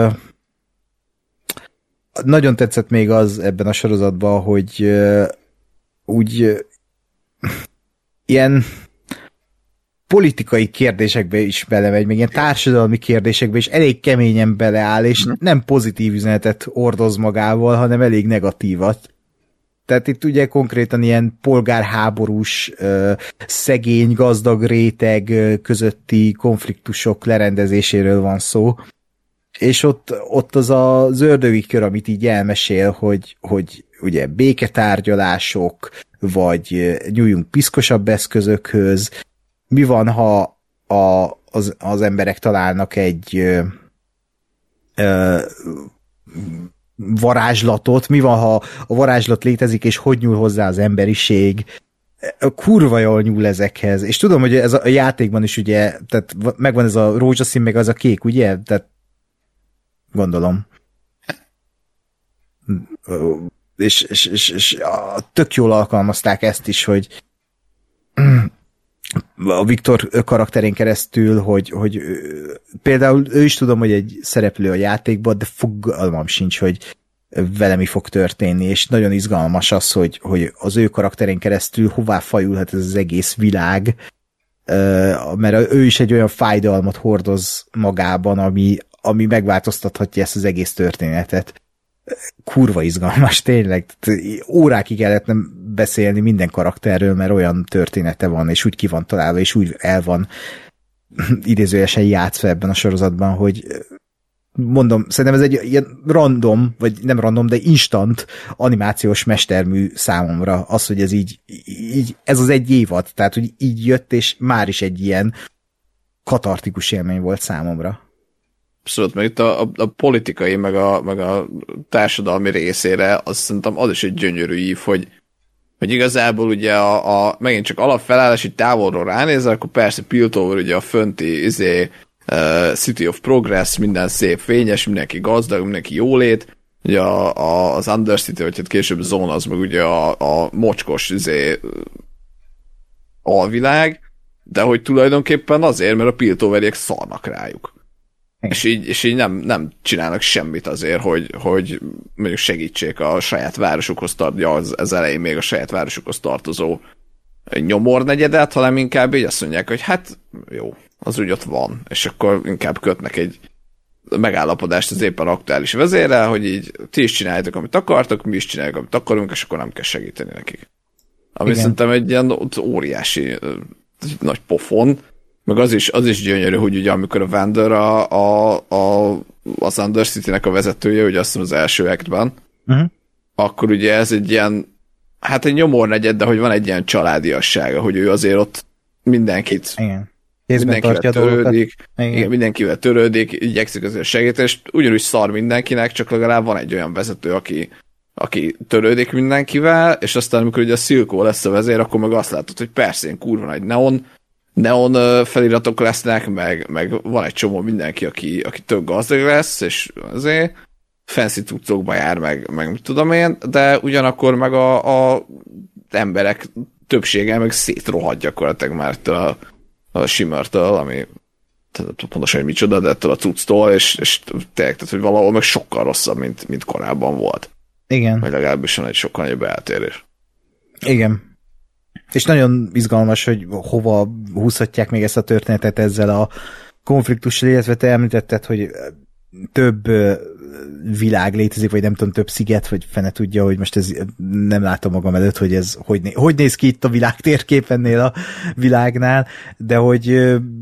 nagyon tetszett még az ebben a sorozatban, hogy úgy ilyen politikai kérdésekbe is belemegy, még ilyen társadalmi kérdésekbe is elég keményen beleáll, és nem pozitív üzenetet ordoz magával, hanem elég negatívat. Tehát itt ugye konkrétan ilyen polgárháborús, szegény, gazdag réteg közötti konfliktusok lerendezéséről van szó. És ott az az ördögi kör, amit így elmesél, hogy ugye béketárgyalások, vagy nyúljunk piszkosabb eszközökhöz. Mi van, ha az emberek találnak egy varázslatot, mi van, ha a varázslat létezik, és hogy nyúl hozzá az emberiség. Kurva jól nyúl ezekhez. És tudom, hogy ez a játékban is ugye, tehát megvan ez a rózsaszín, meg az a kék, ugye? Tehát gondolom. És tök jól alkalmazták ezt is, hogy a Viktor karakterén keresztül, hogy például ő is tudom, hogy egy szereplő a játékban, de fogalmam sincs, hogy vele mi fog történni, és nagyon izgalmas az, hogy az ő karakterén keresztül hová fajulhat ez az egész világ, mert ő is egy olyan fájdalmat hordoz magában, ami megváltoztathatja ezt az egész történetet. Kurva izgalmas, tényleg. Órákig el lehetne beszélni minden karakterről, mert olyan története van, és úgy ki van találva, és úgy el van idézőjesen játszva ebben a sorozatban, hogy mondom, szerintem ez egy ilyen random, vagy nem random, de instant animációs mestermű számomra, az, hogy ez így ez az egy évad, tehát, hogy így jött, és már is egy ilyen katartikus élmény volt számomra. Abszolút, meg itt a politikai, meg a társadalmi részére, azt szerintem az is egy gyönyörű ív, hogy igazából ugye megint csak alapfelállás, így távolról ránézel, akkor persze Piltover ugye a fönti City of Progress, minden szép fényes, mindenki gazdag, mindenki jólét, ugye az Undercity, vagy hát később Zone, az meg ugye a mocskos alvilág, de hogy tulajdonképpen azért, mert a Piltoveriek szarnak rájuk. És így nem csinálnak semmit azért, hogy mondjuk segítsék a saját városukhoz az elején még a saját városukhoz tartozó nyomornegyedet, hanem inkább így azt mondják, hogy hát jó, az úgy ott van, és akkor inkább kötnek egy megállapodást az éppen aktuális vezérrel, hogy így ti is csináljátok, amit akartok, mi is csináljuk, amit akarunk, és akkor nem kell segíteni nekik. Ami szerintem egy ilyen óriási nagy pofon, meg az is gyönyörű, hogy ugye amikor a Vander az Undercity-nek a vezetője, ugye azt mondom az első actben, akkor ugye ez egy ilyen, hát egy nyomornegyed, de hogy van egy ilyen családiassága, hogy ő azért ott mindenkit mindenkivel törődik, igen, mindenkivel törődik, igyekszik azért segíteni, és ugyanúgy szar mindenkinek, csak legalább van egy olyan vezető, aki törődik mindenkivel, és aztán amikor ugye a Silco lesz a vezér, akkor meg azt látod, hogy persze ilyen kurva nagy neon feliratok lesznek, meg van egy csomó mindenki, aki tök gazdag lesz, és azért fancy cuccokba jár, meg mit tudom én, de ugyanakkor meg a emberek többsége meg szétrohadt gyakorlatilag már a Shimmertől, ami pontosan, hogy micsoda, de ettől a cucctól, és tényleg, tehát, hogy valahol meg sokkal rosszabb, mint korábban volt. Igen. Vagy legalábbis van egy sokkal nagyobb eltérés. Igen. És nagyon izgalmas, hogy hova húzhatják még ezt a történetet ezzel a konfliktussal, illetve te említetted, hogy több világ létezik, vagy nem tudom, több sziget, vagy fene tudja, hogy most ez nem látom magam előtt, hogy ez hogy néz ki itt a világ térképennél a világnál, de hogy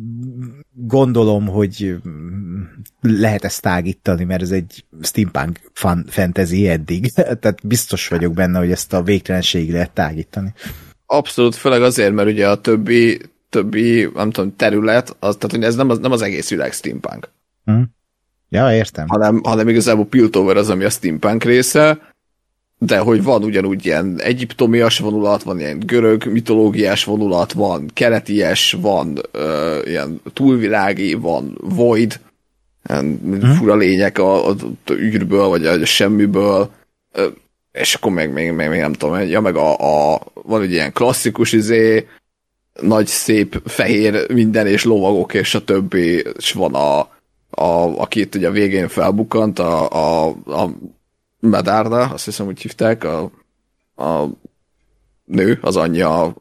gondolom, hogy lehet ezt tágítani, mert ez egy steampunk fantasy eddig, tehát biztos vagyok benne, hogy ezt a végtelenségig lehet tágítani. Abszolút, főleg azért, mert ugye a többi nem tudom, terület, tehát hogy ez nem az egész világ steampunk. Ja, értem. Hanem igazából Piltover az, ami a steampunk része, de hogy van ugyanúgy ilyen egyiptomias vonulat, van ilyen görög mitológiás vonulat, van keleties, van ilyen túlvilági, van void, fura lények a űrből, vagy a semmiből, és akkor még nem tudom, ja, meg van egy ilyen klasszikus nagy szép fehér minden, és lovagok, és a többi, és van aki itt ugye a végén felbukkant, a Medarda, azt hiszem, úgy hívták, a nő, az anyja.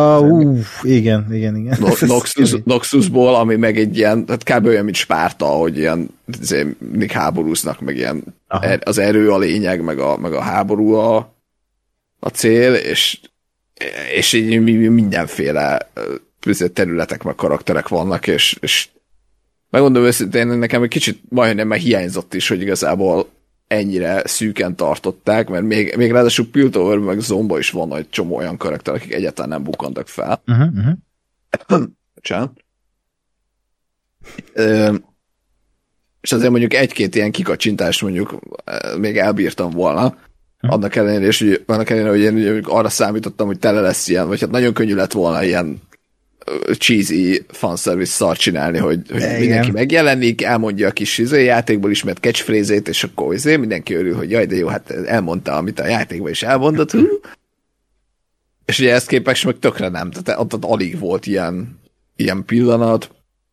Igen. Noxusból, ami meg egy ilyen, hát kb. Olyan, mint Spárta, hogy ilyen mindig háborúznak, meg ilyen az erő a lényeg, meg a háború a cél, és így mindenféle területek, meg karakterek vannak, és megmondom őszintén, nekem egy kicsit majdnem már hiányzott is, hogy igazából ennyire szűken tartották, mert még ráadásul Piltover meg Zomba is van egy csomó olyan karakter, akik egyáltalán nem bukkantak fel. Bocsánat. És azért mondjuk egy-két ilyen kikacsintást mondjuk még elbírtam volna. Annak ellenére, hogy én ugye arra számítottam, hogy tele lesz ilyen, vagy hát nagyon könnyű lett volna ilyen cheesy fanservice szart csinálni, hogy mindenki megjelenik, elmondja a kis játékból ismert catchphrase-ét, és akkor mindenki örül, hogy jaj, de jó, hát elmondta, amit a játékban is elmondott. És ugye ezt képest meg tökre nem, tehát ott alig volt ilyen pillanat.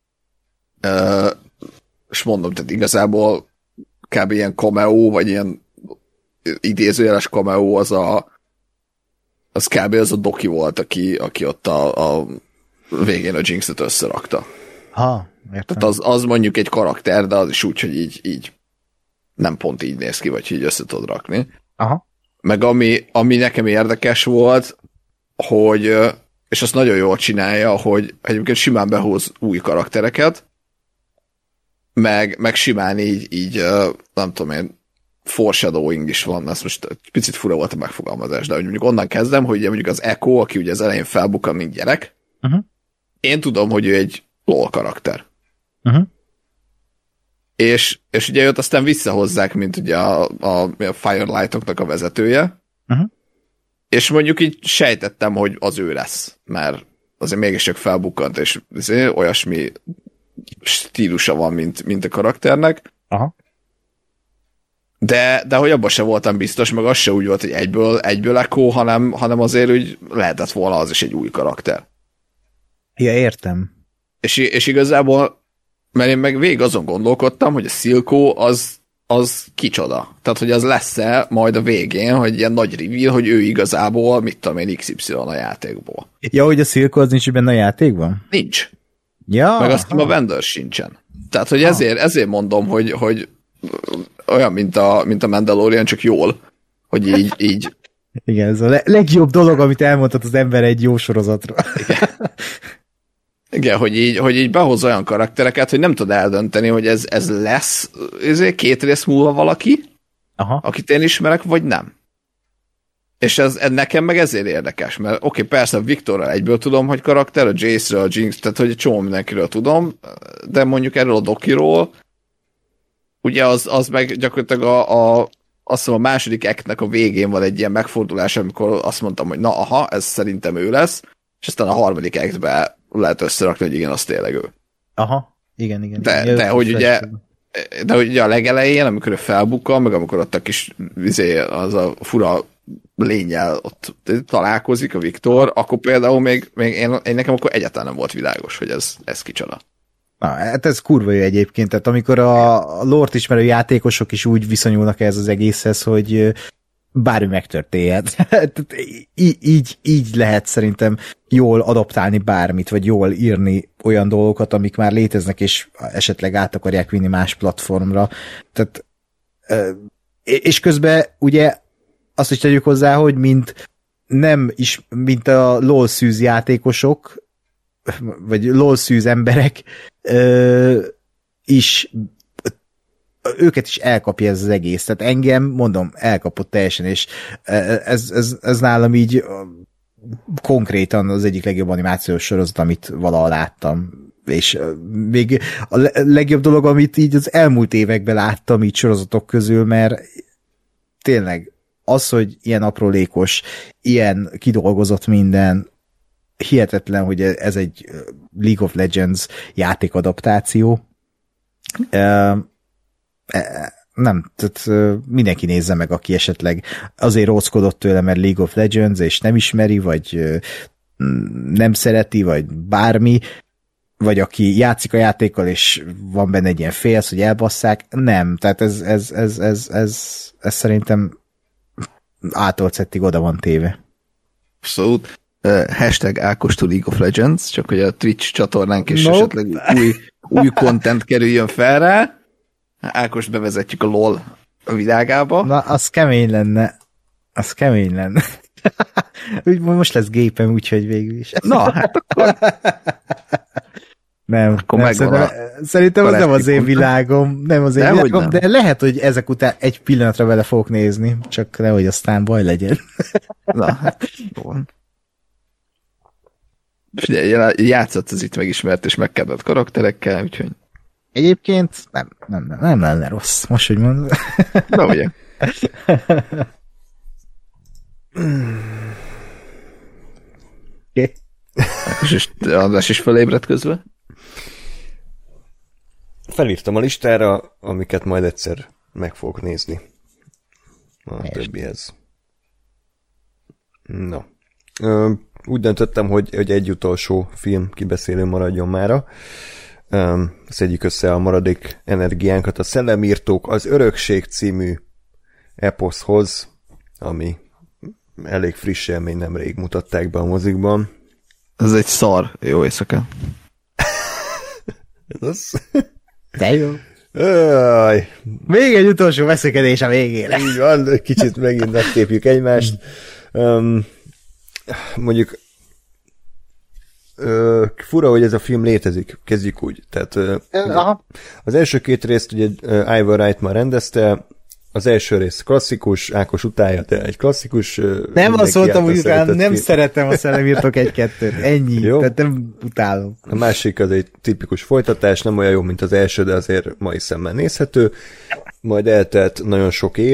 És mondom, tehát igazából kb. Ilyen cameo, vagy ilyen idézőjeles cameo az kb. Az a Doki volt, aki ott a végén a Jinx-et összerakta. Értem. Tehát az mondjuk egy karakter, de az is úgy, hogy így nem pont így néz ki, vagy így össze tudod rakni. Aha. Meg ami nekem érdekes volt, hogy, és azt nagyon jól csinálja, hogy egyébként simán behoz új karaktereket, meg simán így nem tudom én, foreshadowing is van, ez most picit fura volt a megfogalmazás, de hogy mondjuk onnan kezdem, hogy ugye mondjuk az Echo, aki ugye az elején felbukkan, mint gyerek, én tudom, hogy ő egy LOL karakter. És ugye őt aztán visszahozzák, mint ugye a Firelight-oknak a vezetője, és mondjuk így sejtettem, hogy az ő lesz, mert azért mégis csak felbukkant, és olyasmi stílusa van, mint a karakternek. Aha. De hogy abban se voltam biztos, meg az se úgy volt, hogy egyből Echo, hanem azért úgy lehetett volna az is egy új karakter. Ja, értem. És igazából, mert én meg végig azon gondolkodtam, hogy a Silco az kicsoda. Tehát, hogy az lesz-e majd a végén, hogy ilyen nagy reveal, hogy ő igazából, mit tudom én, XY a játékból. Ja, hogy a Silco az nincs benne a játékban? Nincs. Ja. Meg azt a Vendor sincsen. Tehát, hogy ezért mondom, hogy olyan, mint a Mandalorian, csak jól, hogy így. Igen, ez a legjobb dolog, amit elmondhat az ember egy jó sorozatra. Igen, hogy így behoz olyan karaktereket, hogy nem tud eldönteni, hogy ez lesz 2 rész múlva valaki, akit én ismerek, vagy nem. És ez nekem meg ezért érdekes, mert oké, persze a Viktorral egyből tudom, hogy karakter, a Jace-ről, a Jinx, tehát hogy egy csomó mindenkiről tudom, de mondjuk erről a Dokiról, ugye az meg gyakorlatilag azt hiszem a második act-nek a végén van egy ilyen megfordulás, amikor azt mondtam, hogy na aha, ez szerintem ő lesz, és aztán a harmadik act-ben lehet összerakni, hogy igen, az tényleg ő. Aha, igen. De hogy ugye a legelején, amikor ő felbukkal, meg amikor ott a kis az a fura lénnyel ott találkozik a Viktor, akkor például még én nekem akkor egyáltalán nem volt világos, hogy ez kicsoda. Na, hát ez kurva jó egyébként, tehát amikor a lore-t ismerő játékosok is úgy viszonyulnak ehhez az egészhez, hogy bármi megtörténhet. így lehet szerintem jól adaptálni bármit, vagy jól írni olyan dolgokat, amik már léteznek, és esetleg át akarják vinni más platformra. Tehát, és közben ugye azt is tegyük hozzá, hogy mint a LOL szűz játékosok, vagy LOL szűz emberek is őket is elkapja ez az egész. Tehát engem, mondom, elkapott teljesen, és ez nálam így konkrétan az egyik legjobb animációs sorozat, amit valaha láttam. És még a legjobb dolog, amit így az elmúlt években láttam így sorozatok közül, mert tényleg az, hogy ilyen aprólékos, ilyen kidolgozott minden, hihetetlen, hogy ez egy League of Legends játékadaptáció. Nem, tehát mindenki nézze meg, aki esetleg azért róckodott tőle, mert League of Legends, és nem ismeri, vagy nem szereti, vagy bármi, vagy aki játszik a játékkal, és van benne egy ilyen félsz, hogy elbasszák. Nem, tehát ez szerintem átolcettig oda van téve. Abszolút. Hashtag Ákos to League of Legends, csak hogy a Twitch csatornánk és esetleg új content kerüljön fel rá. Ákost bevezetjük a LOL világába. Na, az kemény lenne. Most lesz gépem, úgyhogy végül is. Na, hát akkor... Nem, szerintem az nem az én világom, de lehet, hogy ezek után egy pillanatra vele fogok nézni, csak nehogy aztán baj legyen. Na, hát jó. Játszott az itt megismert és megkedvelt karakterekkel, úgyhogy... Egyébként nem lenne rossz, most, hogy mondod. Na, ugye. Okay. András is felébredt közben? Felírtam a listára, amiket majd egyszer meg fogok nézni. A többihez. No. Úgy döntöttem, hogy egy utolsó film kibeszélő maradjon mára. Szedjük össze a maradék energiánkat a Szellemírtók az Örökség című eposzhoz, ami elég friss élmény, nemrég mutatták be a mozikban. Ez egy szar. Jó éjszaka. Ez az? De jó. Aj. Még egy utolsó veszekedés a végére. Így van, kicsit megint megtépjük egymást. Mondjuk fura, hogy ez a film létezik, kezdjük úgy. Tehát az első két részt ugye Ivan Reitman rendezte, az első rész klasszikus, Ákos utálja, de egy klasszikus. Nem azt mondtam, hogy nem szeretem a Szellemírtók 1-2-t, ennyi, jó? Tehát nem utálom. A másik az egy tipikus folytatás, nem olyan jó, mint az első, de azért mai szemmel nézhető. Majd eltelt nagyon sok év,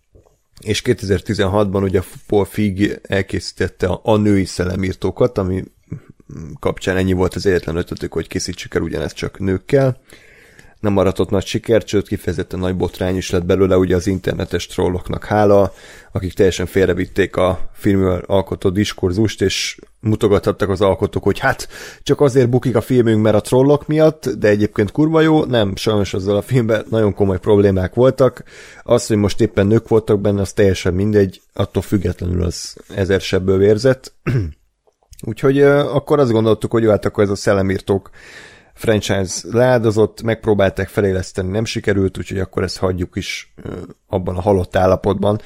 és 2016-ban ugye Paul Feig elkészítette a női szellemírtókat, ami kapcsán ennyi volt az egyetlen ötletük, hogy készítsük el ugyanezt csak nőkkel. Nem maratott nagy sikert, sőt kifejezetten nagy botrány is lett belőle, ugye az internetes trolloknak hála, akik teljesen félrevitték a filmről alkotott diskurzust, és mutogathattak az alkotók, hogy hát csak azért bukik a filmünk, mert a trollok miatt, de egyébként kurva jó, nem, sajnos azzal a filmben nagyon komoly problémák voltak. Az, hogy most éppen nők voltak benne, az teljesen mindegy, attól függetlenül az ezer sebből vérzett. Úgyhogy akkor azt gondoltuk, hogy jó, hát akkor ez a Szellemírtók franchise leáldozott, megpróbálták feléleszteni, nem sikerült, úgyhogy akkor ezt hagyjuk is abban a halott állapotban,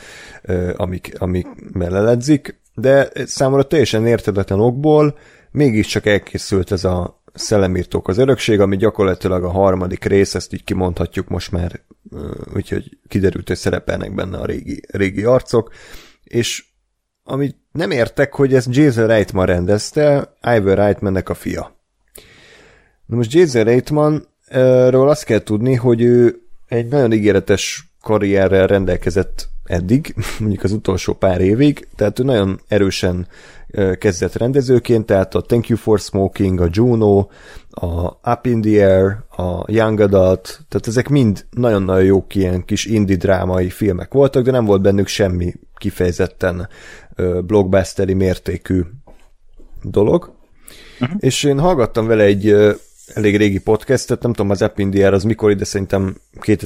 amik leledzik, de számomra teljesen érthetetlen okból mégiscsak elkészült ez a Szellemírtók az örökség, ami gyakorlatilag a harmadik rész, ezt így kimondhatjuk most már, úgyhogy kiderült, hogy szerepelnek benne a régi arcok, és amit nem értek, hogy ezt Jason Reitman rendezte, Ivan Reitmannek a fia. Na most Jason Reitmanról azt kell tudni, hogy ő egy nagyon ígéretes karrierrel rendelkezett eddig, mondjuk az utolsó pár évig, tehát ő nagyon erősen kezdett rendezőként, tehát a Thank You for Smoking, a Juno, a Up in the Air, a Young Adult, tehát ezek mind nagyon-nagyon jók ilyen kis indie drámai filmek voltak, de nem volt bennük semmi kifejezetten blockbusteri mértékű dolog. Uh-huh. És én hallgattam vele egy elég régi podcastet, nem tudom, az Up in the Air az mikor, de szerintem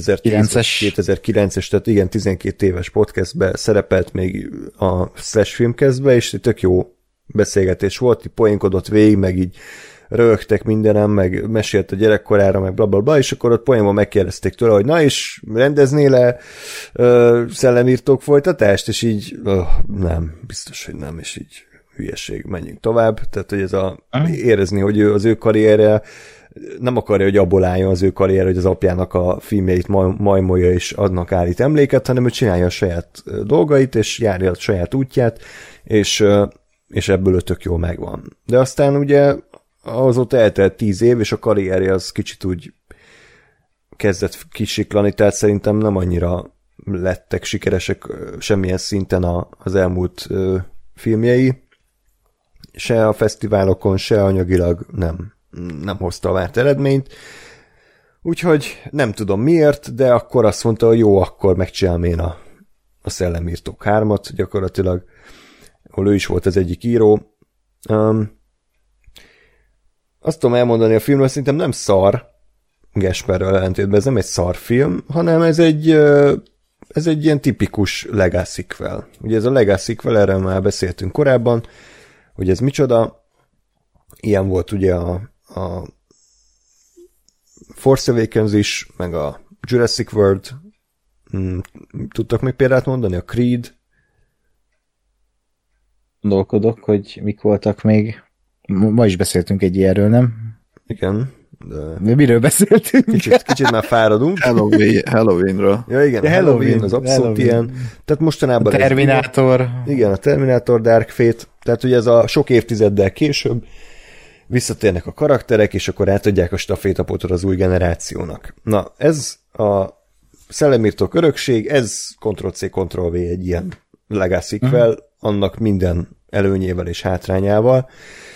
2009-es, tehát igen, 12 éves podcastbe szerepelt még a Slash Filmcastbe, és tök jó beszélgetés volt, így poénkodott végig, meg így röhögtek mindenem, meg mesélt a gyerekkorára, meg blablabla, és akkor ott poénban megkérdezték tőle, hogy na és rendeznél le Szellemírtók folytatást, és így nem, biztos, hogy nem, és így hülyeség, menjünk tovább, tehát hogy ez érezni, hogy az ő karrierje nem akarja, hogy abból álljon az ő karrier, hogy az apjának a filmjeit majmolja és adnak állít emléket, hanem ő csinálja a saját dolgait, és járja a saját útját, és ebből tök jól megvan. De aztán ugye azóta eltelt 10 év, és a karrierje az kicsit úgy kezdett kisiklani, tehát szerintem nem annyira lettek sikeresek semmilyen szinten az elmúlt filmjei, se a fesztiválokon, se anyagilag nem hozta a várt eredményt. Úgyhogy nem tudom miért, de akkor azt mondta, hogy jó, akkor megcsinálom én a Szellemírtók 3-at, gyakorlatilag, ahol ő is volt az egyik író. Azt tudom elmondani a filmről, szerintem nem szar, Gasperrel ellentétben, ez nem egy szar film, hanem ez egy ilyen tipikus legacy sequel. Ugye ez a legacy sequel, erről már beszéltünk korábban, hogy ez micsoda. Ilyen volt ugye a Force Awakens is, meg a Jurassic World. Tudtak még példát mondani? A Creed? Gondolkodok, hogy mik voltak még. Ma is beszéltünk egy ilyenről, nem? Igen. De miről beszéltünk? Kicsit már fáradunk. Halloweenről. Ja igen, a Halloween az abszolút ilyen. Tehát mostanában a Terminátor. Igen, a Terminátor, Dark Fate. Tehát ugye ez a sok évtizeddel később visszatérnek a karakterek, és akkor átadják a stafétapotot az új generációnak. Na, ez a Szellemírtók örökség, ez Ctrl-C, Ctrl-V egy ilyen legacy sequel, annak minden előnyével és hátrányával.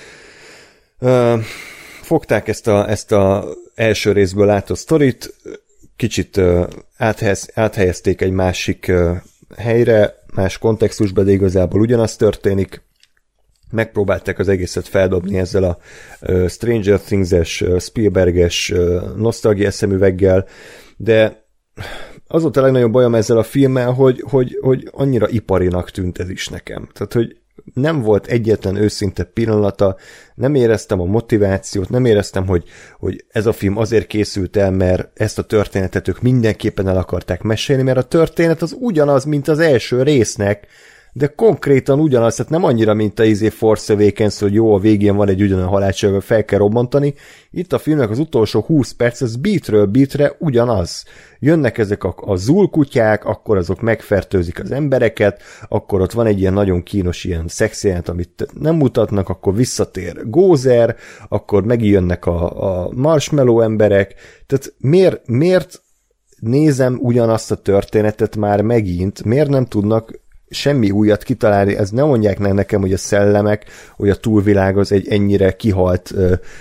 Fogták ezt a első részből látott sztorit, kicsit áthelyezték egy másik helyre, más kontextusban, de igazából ugyanaz történik. Megpróbálták az egészet feldobni ezzel a Stranger Things-es, Spielberg-es nosztalgia szemüveggel, de az volt a legnagyobb bajom ezzel a filmmel, hogy annyira iparinak tűnt ez is nekem. Tehát, hogy nem volt egyetlen őszinte pillanata, nem éreztem a motivációt, nem éreztem, hogy ez a film azért készült el, mert ezt a történetet ők mindenképpen el akarták mesélni, mert a történet az ugyanaz, mint az első résznek de konkrétan ugyanaz, tehát nem annyira, mint a Force Awakens, hogy jó, a végén van egy ugyanolyan halálcsillag, fel kell robbantani. Itt a filmnek az utolsó 20 perc, ez beatről beatre ugyanaz. Jönnek ezek a zulkutyák, akkor azok megfertőzik az embereket, akkor ott van egy ilyen nagyon kínos ilyen szexjelenet, amit nem mutatnak, akkor visszatér Gózer, akkor megjönnek a marshmallow emberek. Tehát miért nézem ugyanazt a történetet már megint, miért nem tudnak semmi újat kitalálni, ez nem mondják nekem, hogy a szellemek, hogy a túlvilág az egy ennyire kihalt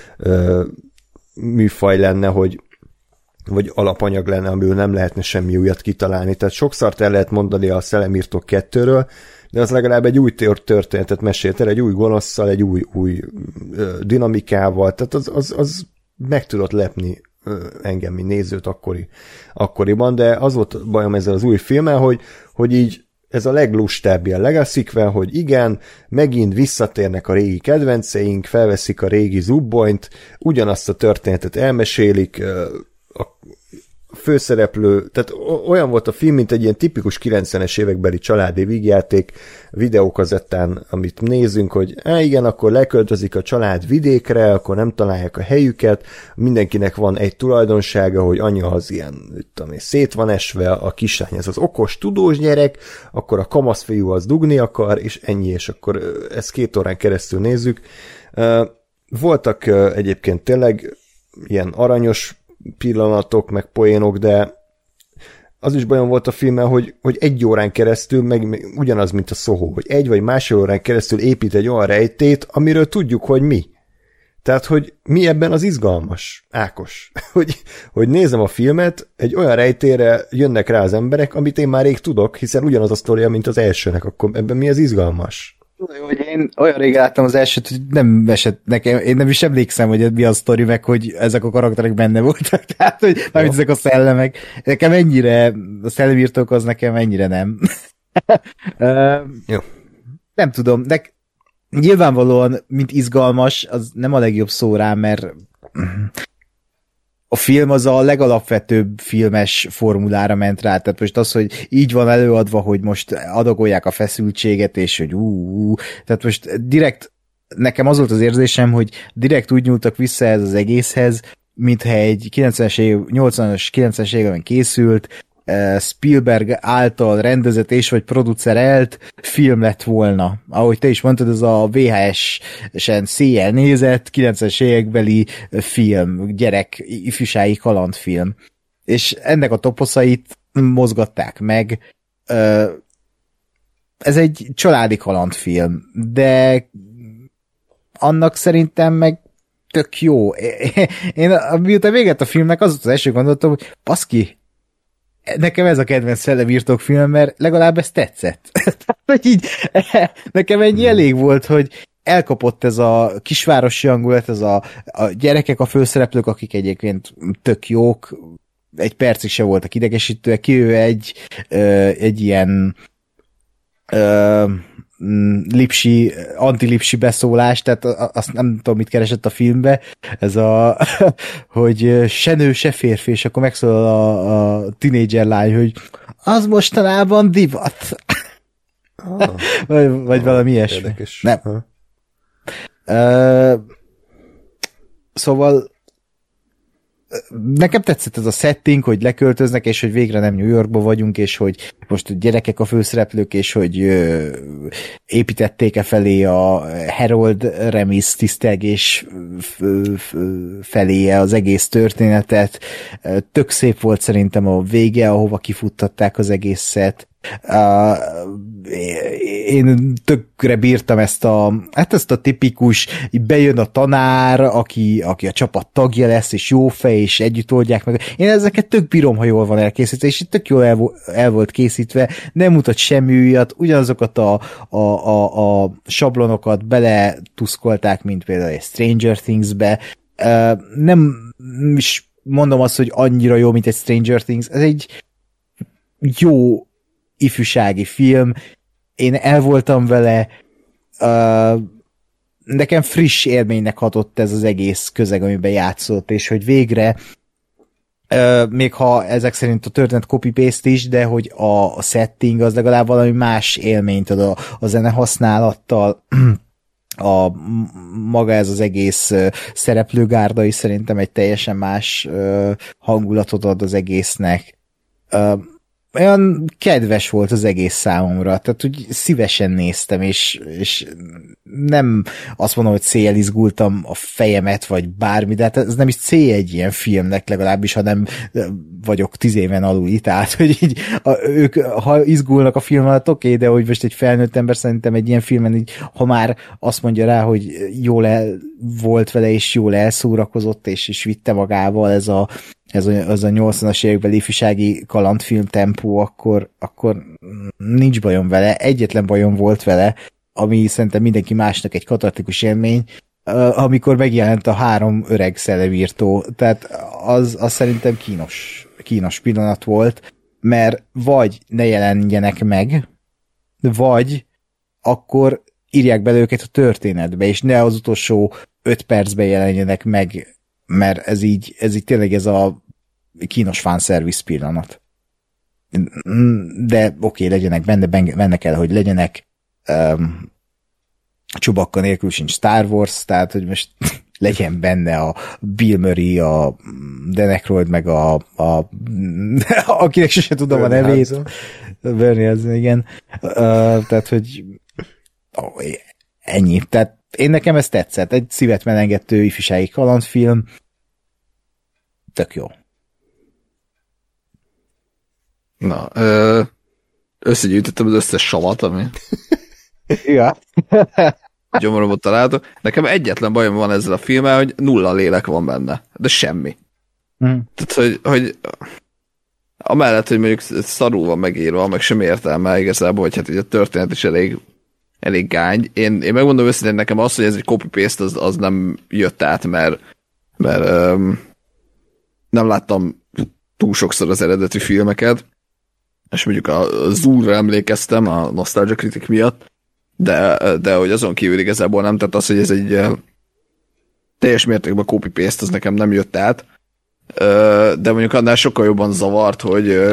műfaj lenne, vagy alapanyag lenne, amiből nem lehetne semmi újat kitalálni. Tehát sokszor el lehet mondani a Szellemírtók 2-ről, de az legalább egy új történetet mesélt el, egy új gonoszszal, egy új dinamikával, tehát az meg tudott lepni engem, mint nézőt akkoriban, de az volt bajom ezzel az új filmmel, hogy így ez a leglustább ilyen legacy-vel, hogy igen, megint visszatérnek a régi kedvenceink, felveszik a régi zubbonyt, ugyanazt a történetet elmesélik, a főszereplő, tehát olyan volt a film, mint egy ilyen tipikus 90-es évekbeli családi vígjáték videókazettán, amit nézünk, hogy igen, akkor leköltözik a család vidékre, akkor nem találják a helyüket, mindenkinek van egy tulajdonsága, hogy anya az ilyen, szét van esve, a kislány ez az okos, tudós gyerek, akkor a kamaszfiú az dugni akar, és ennyi, és akkor ezt 2 órán keresztül nézzük. Voltak egyébként tényleg ilyen aranyos pillanatok, meg poénok, de az is bajom volt a filmmel, hogy 1 órán keresztül, meg ugyanaz, mint a Soho, hogy 1 vagy másfél órán keresztül épít egy olyan rejtét, amiről tudjuk, hogy mi. Tehát, hogy mi ebben az izgalmas, Ákos. hogy nézem a filmet, egy olyan rejtére jönnek rá az emberek, amit én már rég tudok, hiszen ugyanaz a sztoria, mint az elsőnek, akkor ebben mi az izgalmas? Tudom, hogy én olyan rég láttam az elsőt, hogy nem esett nekem, én nem is emlékszem, hogy mi a sztori, meg hogy ezek a karakterek benne voltak, tehát, hogy mármint ezek a szellemek. Nekem ennyire, a szellemírtók az nekem ennyire nem. Jó. Nem tudom, de nyilvánvalóan, mint izgalmas, az nem a legjobb szó rá, mert a film az a legalapvetőbb filmes formulára ment rá, tehát most az, hogy így van előadva, hogy most adagolják a feszültséget, és hogy tehát most direkt, nekem az volt az érzésem, hogy direkt úgy nyúltak vissza ez az egészhez, mintha egy 80-as, 90-es években készült, Spielberg által rendezett és vagy producerelt film lett volna. Ahogy te is mondtad, ez a VHS-en széjjel nézett 90-es évekbeli film, gyerek, ifjúsági kalandfilm. És ennek a toposzait mozgatták meg. Ez egy családi kalandfilm, de annak szerintem meg tök jó. Én miután véget a filmnek, az volt az első gondolatom, hogy baszki, nekem ez a kedvenc Szellemírtók film, mert legalább ez tetszett. Tehát, így, nekem ennyi elég volt, hogy elkapott ez a kisvárosi hangulat, ez a gyerekek, a főszereplők, akik egyébként tök jók, egy percig se voltak idegesítőek, kivéve egy ilyen anti-lipsi beszólás, tehát azt nem tudom, mit keresett a filmbe, ez hogy se nő, se férfi, és akkor megszólal a tinédzser lány, hogy az mostanában divat. Vagy valami ilyesmi. Érdekes. Nem. Szóval nekem tetszett ez a setting, hogy leköltöznek, és hogy végre nem New Yorkba vagyunk, és hogy most gyerekek a főszereplők, és hogy építették-e felé a Harold Ramis tisztelgés felé az egész történetet. Tök szép volt szerintem a vége, ahova kifuttatták az egészet. Én tökre bírtam ezt a tipikus, bejön a tanár, aki a csapat tagja lesz, és jó fej, és együtt oldják meg. Én ezeket tök bírom, ha jól van elkészítve, és tök jól el volt készítve, nem mutat semmi újat, ugyanazokat a sablonokat beletuszkolták, mint például egy Stranger Things-be. Nem is mondom azt, hogy annyira jó, mint egy Stranger Things, ez egy jó ifjúsági film, én el voltam vele, nekem friss élménynek hatott ez az egész közeg, amiben játszott, és hogy végre még ha ezek szerint a történet copy-paste is, de hogy a setting az legalább valami más élményt ad a zene használattal, maga ez az egész szereplőgárda is szerintem egy teljesen más hangulatot ad az egésznek. Olyan kedves volt az egész számomra, tehát úgy szívesen néztem, és nem azt mondom, hogy cél izgultam a fejemet, vagy bármi, de hát ez nem is cél egy ilyen filmnek legalábbis, ha nem vagyok 10 éven aluli, tehát hogy így ők, ha izgulnak a film alatt, oké, de hogy most egy felnőtt ember szerintem egy ilyen filmen így, ha már azt mondja rá, hogy jól volt vele, és jól elszórakozott, és vitte magával ez a 80-as évekbeli ifjúsági kalandfilm tempó, akkor nincs bajom vele. Egyetlen bajom volt vele, ami szerintem mindenki másnak egy katartikus élmény, amikor megjelent a 3 öreg szellemírtó. Tehát az szerintem kínos pillanat volt, mert vagy ne jelenjenek meg, vagy akkor írják bele őket a történetbe, és ne az utolsó 5 percben jelenjenek meg, mert ez így tényleg ez a kínos fanservice pillanat. De oké, legyenek benne kell, hogy legyenek. Chewbacca nélkül sincs Star Wars, tehát hogy most legyen benne a Bill Murray, a Dan Aykroyd, meg akinek sose tudom a nevét. Bernie Hansen, igen. Tehát, hogy ennyi. Tehát nekem ez tetszett. Egy szívet melengető ifjúsági kalandfilm. Tök jó. Na, összegyűjtöttem az összes savat, ami Ja. gyomoromot találtam. Nekem egyetlen bajom van ezzel a filmmel, hogy 0 lélek van benne. De semmi. Tehát, hogy amellett, hogy mondjuk szarul van megírva, meg sem értelme igazából, hogy hát a történet is elég gány. Én megmondom őszintén, nekem az, hogy ez egy copy-paste, az nem jött át, mert nem láttam túl sokszor az eredeti filmeket, és mondjuk a Zoolra emlékeztem a Nostalgia Critic miatt, de hogy azon kívül igazából nem, tehát az, hogy ez egy teljes mértékben copy-paste, az nekem nem jött át, de mondjuk annál sokkal jobban zavart,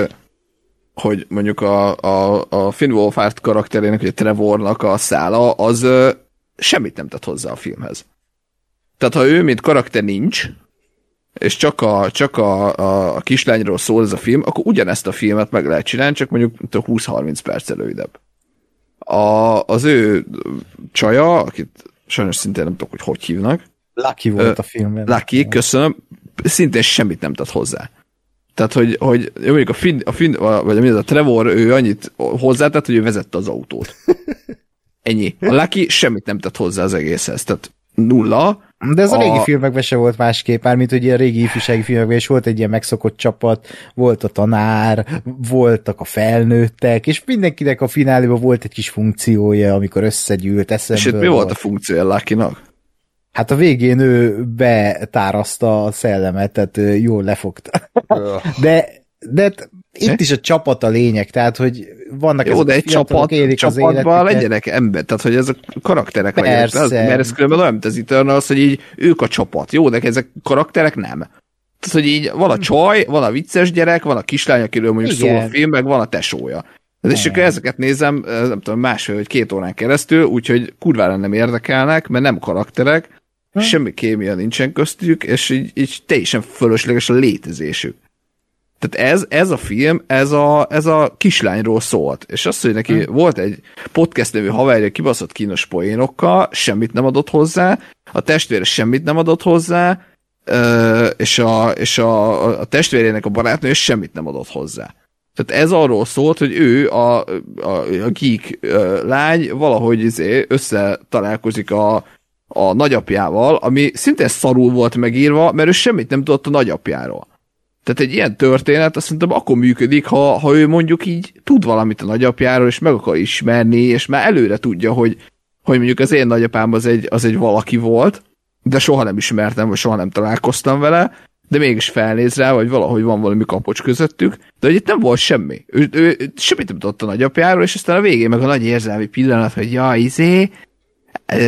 hogy mondjuk a Finn Wolfhard karakterének, vagy a Trevornak a szála, az semmit nem tett hozzá a filmhez. Tehát ha ő, mint karakter nincs, és csak a kislányról szól ez a film, akkor ugyanezt a filmet meg lehet csinálni, csak mondjuk 20-30 perc rövidebb. Az ő csaja, akit sajnos szintén nem tudok, hogy hívnak. Lucky volt a filmben. Lucky, köszönöm. Szintén semmit nem tett hozzá. Tehát, hogy mondjuk a Finn, vagy a Trevor, ő annyit hozzátett, hogy ő vezette az autót. Ennyi. A Lucky semmit nem tett hozzá az egészhez. Tehát 0. De ez a régi filmekben se volt másképp, mint hogy a régi ifjúsági filmekben is volt egy ilyen megszokott csapat, volt a tanár, voltak a felnőttek, és mindenkinek a fináléban volt egy kis funkciója, amikor összegyűlt eszemből. És itt mi volt a funkciója Lucky-nak? Hát a végén ő betárazta a szellemet, tehát jól lefogta. De itt is a csapat a lényeg, tehát, hogy vannak jó, de egy csapatban az legyenek ember, tehát, hogy ezek karakterek legyenek. Mert ez különben olyan, mint az Eternals, hogy így ők a csapat. Jó, de ezek karakterek nem. Tehát, hogy így van a csaj, van a vicces gyerek, van a kislány, akiről mondjuk szól a film, meg van a tesója. És akkor ezeket nézem, nem tudom, másfél vagy 2 órán keresztül, úgyhogy kurvára nem érdekelnek, mert nem karakterek, semmi kémia nincsen köztük, és így teljesen fölösleges a létezésük. Tehát ez a film, ez a kislányról szólt. És azt, hogy neki volt egy podcast nevű haverja kibaszott kínos poénokkal, semmit nem adott hozzá, a testvére semmit nem adott hozzá, és a testvérének a barátnője semmit nem adott hozzá. Tehát ez arról szólt, hogy ő, a geek lány valahogy összetalálkozik a nagyapjával, ami szintén szarul volt megírva, mert ő semmit nem tudott a nagyapjáról. Tehát egy ilyen történet azt szerintem akkor működik, ha ő mondjuk így tud valamit a nagyapjáról, és meg akar ismerni, és már előre tudja, hogy mondjuk az én nagyapám az egy valaki volt, de soha nem ismertem, vagy soha nem találkoztam vele, de mégis felnéz rá, vagy valahogy van valami kapocs közöttük, de hogy itt nem volt semmi. Ő semmit nem tudott a nagyapjáról, és aztán a végén meg a nagy érzelmi pillanat, hogy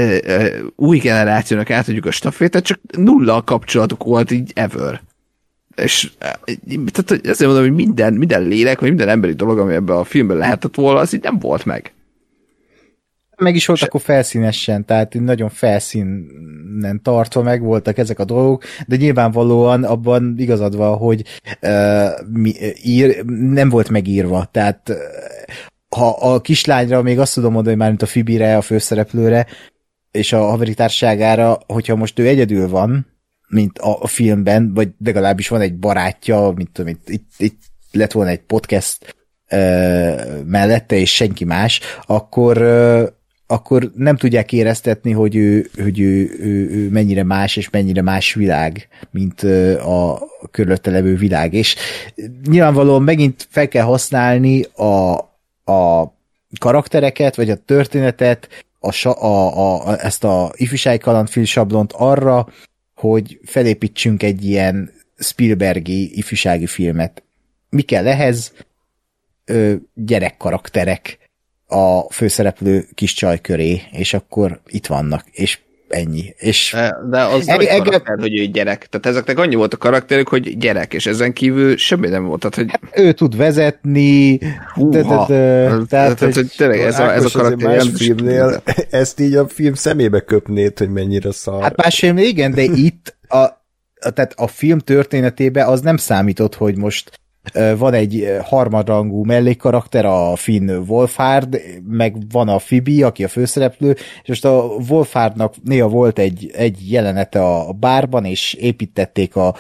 új generációnak átadjuk a stafétát, csak nulla kapcsolatuk volt így ever. És tehát ezért mondom, hogy minden lélek, vagy minden emberi dolog, ami ebben a filmben lehetett volna, az így nem volt meg. Meg is volt akkor felszínesen, tehát nagyon felszínen tartva meg voltak ezek a dolgok, de nyilvánvalóan abban igazad van, hogy nem volt megírva, tehát ha a kislányra még azt tudom mondani, már mint a Phoebe-re, a főszereplőre, és a haveritárságára, hogyha most ő egyedül van, mint a filmben, vagy legalábbis van egy barátja, mint tudom, itt lett volna egy podcast mellette, és senki más, akkor nem tudják éreztetni, hogy ő mennyire más, és mennyire más világ, mint a körülötte levő világ. És nyilvánvalóan megint fel kell használni a karaktereket, vagy a történetet, ezt a ifjúsági kalandfilm sablont arra, hogy felépítsünk egy ilyen Spielbergi ifjúsági filmet. Mi kell ehhez? Gyerekkarakterek a főszereplő kis csaj köré, és akkor itt vannak, és ennyi. És de az nem egy karakter, hogy ő gyerek. Tehát ezeknek annyi volt a karakterük, hogy gyerek, és ezen kívül semmi nem volt. Tehát, hogy... ő tud vezetni, tehát, hogy tényleg ez a karakter más filmnél ezt így a film szemébe köpnéd, hogy mennyire szar. Hát más filmnél igen, de itt tehát a film történetében az nem számított, hogy most van egy harmadrangú mellékkarakter, a Finn Wolfhard, meg van a Phoebe, aki a főszereplő, és most a Wolfhardnak néha volt egy jelenete a bárban, és építették a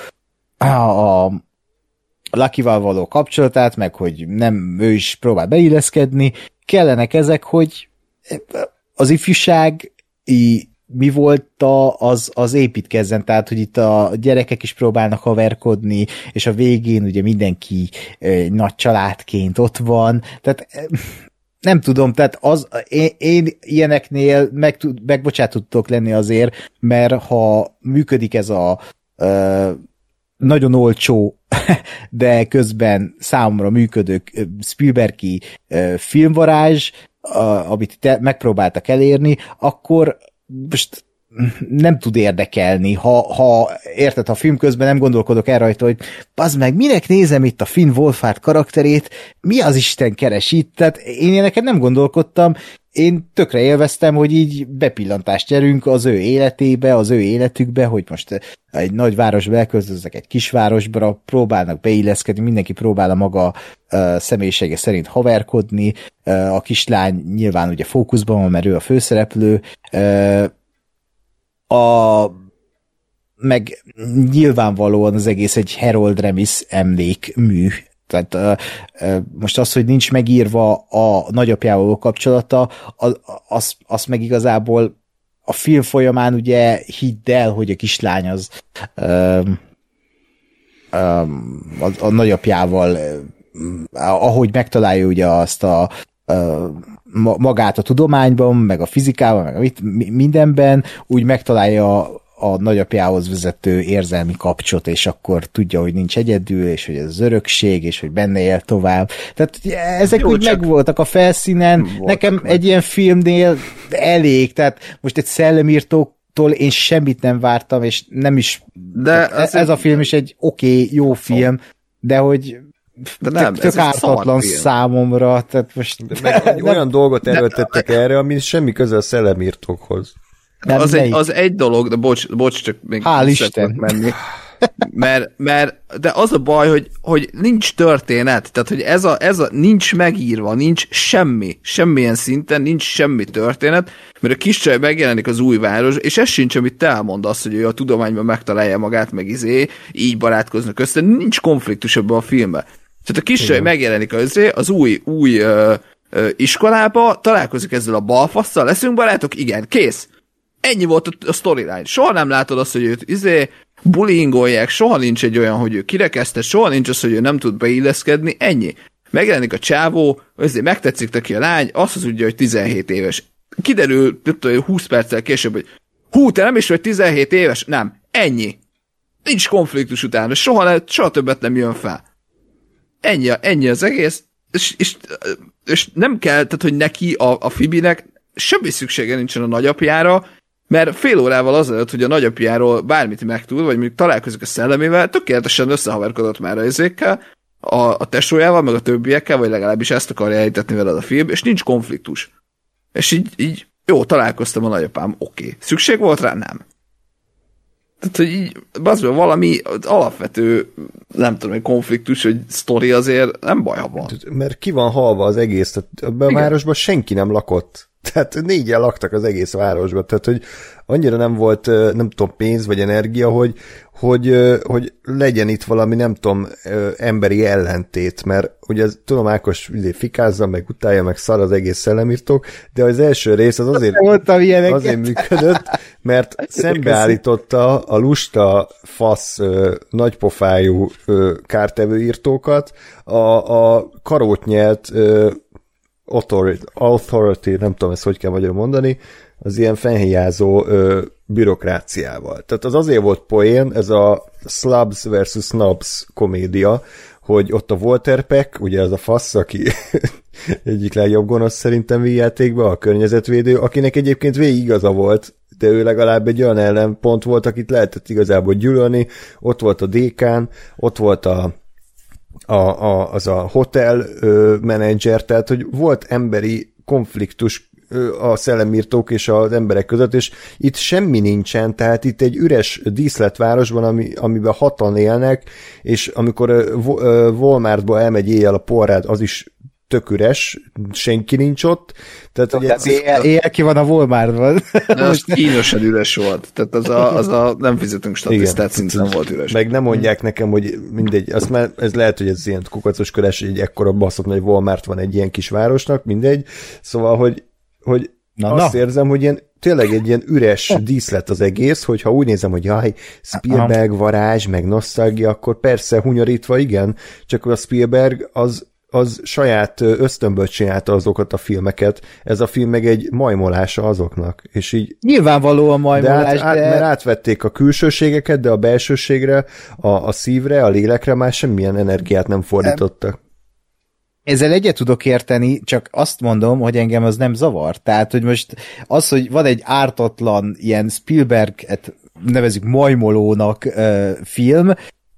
Luckyval való kapcsolatát, meg hogy nem, ő is próbál beilleszkedni. Kellenek ezek, hogy az ifjúság mi volt az építkezzen, tehát, hogy itt a gyerekek is próbálnak haverkodni, és a végén ugye mindenki nagy családként ott van, tehát nem tudom, tehát én ilyeneknél megbocsát tudtok lenni azért, mert ha működik ez a nagyon olcsó, de közben számomra működő Spielbergi filmvarázs, amit megpróbáltak elérni, akkor most nem tud érdekelni, ha érted, ha a film közben nem gondolkodok el rajta, hogy bazd meg, minek nézem itt a Finn Wolfhard karakterét, mi az Isten keres itt, tehát én ilyeneket nem gondolkodtam, én tökre élveztem, hogy így bepillantást nyerünk az ő életébe, az ő életükbe, hogy most egy nagy városba elköltöznek egy kisvárosba, próbálnak beilleszkedni, mindenki próbál a maga személyisége szerint haverkodni, a kislány nyilván ugye fókuszban van, mert ő a főszereplő, meg nyilvánvalóan az egész egy Harold Ramis emlékmű. Tehát most az, hogy nincs megírva a nagyapjával kapcsolata, az meg igazából a film folyamán ugye hidd el, hogy a kislány az a nagyapjával ahogy megtalálja ugye azt magát a tudományban, meg a fizikában, meg a mindenben, úgy megtalálja a nagyapjához vezető érzelmi kapcsot, és akkor tudja, hogy nincs egyedül, és hogy ez az örökség, és hogy benne él tovább. Tehát ezek jó, úgy megvoltak a felszínen. Nekem egy ilyen filmnél elég, tehát most egy szellemírtóktól én semmit nem vártam, és nem is... De ez a film is egy jó film, de hogy tök ártatlan számomra, tehát most... Olyan dolgot erőltettek erre, ami semmi köze a szellemírtókhoz. Az egy dolog, de bocs, csak még Isten menni. De az a baj, hogy nincs történet, tehát hogy ez a nincs megírva, nincs semmilyen szinten nincs semmi történet, mert a kis csaj megjelenik az új város, és ez sincs, amit te elmondasz, hogy ő a tudományban megtalálja magát, meg így barátkoznak össze, nincs konfliktus ebben a filmben. Tehát a kis csaj megjelenik az új iskolába, találkozik ezzel a balfasszal, leszünk barátok? Igen, kész. Ennyi volt a storyline. Soha nem látod azt, hogy őt bullyingolják, soha nincs egy olyan, hogy ő kirekesztett, soha nincs az, hogy ő nem tud beilleszkedni, ennyi. Megjelenik a csávó, megtetszik neki a lány, azt tudja, hogy 17 éves. Kiderül, 20 perccel később, hogy te nem is vagy 17 éves? Nem. Ennyi. Nincs konfliktus utána, soha többet nem jön fel. Ennyi az egész, és nem kell, tehát, hogy neki, a Phoebe-nek semmi szüksége nincsen a nagyapjára, Mert fél órával azelőtt, hogy a nagyapjáról bármit megtud, vagy mondjuk találkozik a szellemével, tökéletesen összehaverkodott már a izékkel, a tesójával, meg a többiekkel, vagy legalábbis ezt akarja elhitetni veled a film, és nincs konfliktus. És így jó, találkoztam a nagyapám, oké. Szükség volt rá? Nem. Tehát, hogy így, bazd, valami alapvető, nem tudom, egy konfliktus, hogy sztori azért nem baj, ha van. Mert ki van halva az egész, tehát ebben a városban senki nem lakott. Tehát 4-en laktak az egész városban, tehát hogy annyira nem volt, nem tudom, pénz vagy energia, hogy legyen itt valami, nem tudom, emberi ellentét, mert ugye tudom, Ákos fikázza, meg utálja, meg szar az egész szellemírtók, de az első rész az azért működött, mert szembeállította a lusta, fasz, nagypofájú kártevő írtókat a karót nyelt authority, nem tudom ezt hogy kell magyarul mondani, az ilyen fennhijázó bürokráciával. Tehát az azért volt poén, ez a Slubs versus Snobs komédia, hogy ott a Walter Peck, ugye az a fasz, aki egyik legjobb gonosz szerintem vígjátékban, a környezetvédő, akinek egyébként végig igaza volt, de ő legalább egy olyan ellenpont volt, akit lehetett igazából gyűlölni, ott volt a dékán, ott volt az a hotel menedzser, tehát hogy volt emberi konfliktus a szellemírtók és az emberek között, és itt semmi nincsen, tehát itt egy üres díszletvárosban, amiben hatan élnek, és amikor Walmartba elmegy éjjel a porrád, az is tök üres, senki nincs ott. Tehát, ugye, éjjel ki van a Walmartban. Most kínosan üres volt. Tehát az a nem fizetünk statisztát, szinten volt üres. Meg nem mondják nekem, hogy mindegy, azt már, ez lehet, hogy ez ilyen kukacos köres, egy ekkora baszott, hogy Walmart van egy ilyen kis városnak, mindegy. Szóval, hogy azt érzem, hogy ilyen, tényleg egy ilyen üres díszlet az egész, hogyha úgy nézem, hogy jaj, Spielberg, varázs, meg nosztalgia, akkor persze hunyorítva igen, csak a Spielberg az saját ösztönből csinálta azokat a filmeket, ez a film meg egy majmolása azoknak, és így... Nyilvánvaló a majmolás, mert átvették a külsőségeket, de a belsőségre, a szívre, a lélekre már semmilyen energiát nem fordítottak. Ezzel egyet tudok érteni, csak azt mondom, hogy engem az nem zavar. Tehát, hogy most az, hogy van egy ártatlan ilyen Spielberg-et nevezzük majmolónak film,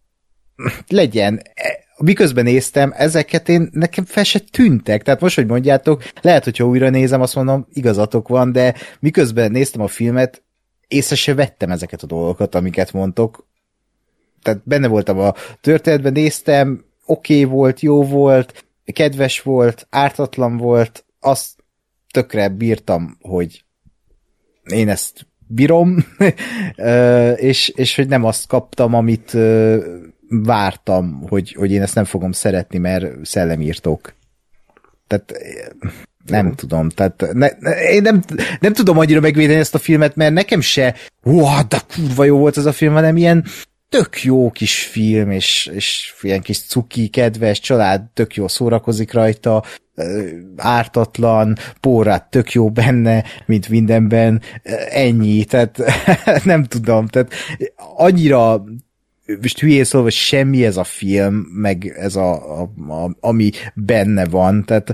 legyen. Miközben néztem, ezeket nekem fel se tűntek. Tehát most, hogy mondjátok, lehet, hogyha újra nézem, azt mondom, igazatok van, de miközben néztem a filmet, észre se vettem ezeket a dolgokat, amiket mondtok. Tehát benne voltam a történetben, néztem, oké volt, jó volt, kedves volt, ártatlan volt, azt tökre bírtam, hogy én ezt bírom, és hogy nem azt kaptam, amit vártam, hogy én ezt nem fogom szeretni, mert szellemírtók. Tehát nem tudom, tehát én nem tudom annyira megvédeni ezt a filmet, mert nekem se de kurva jó volt ez a film, hanem ilyen tök jó kis film, és ilyen kis cuki, kedves, család tök jó szórakozik rajta, ártatlan, Pórát tök jó benne, mint mindenben, ennyi, tehát nem tudom, tehát annyira most hülyén szólva, semmi ez a film, meg ez ami benne van, tehát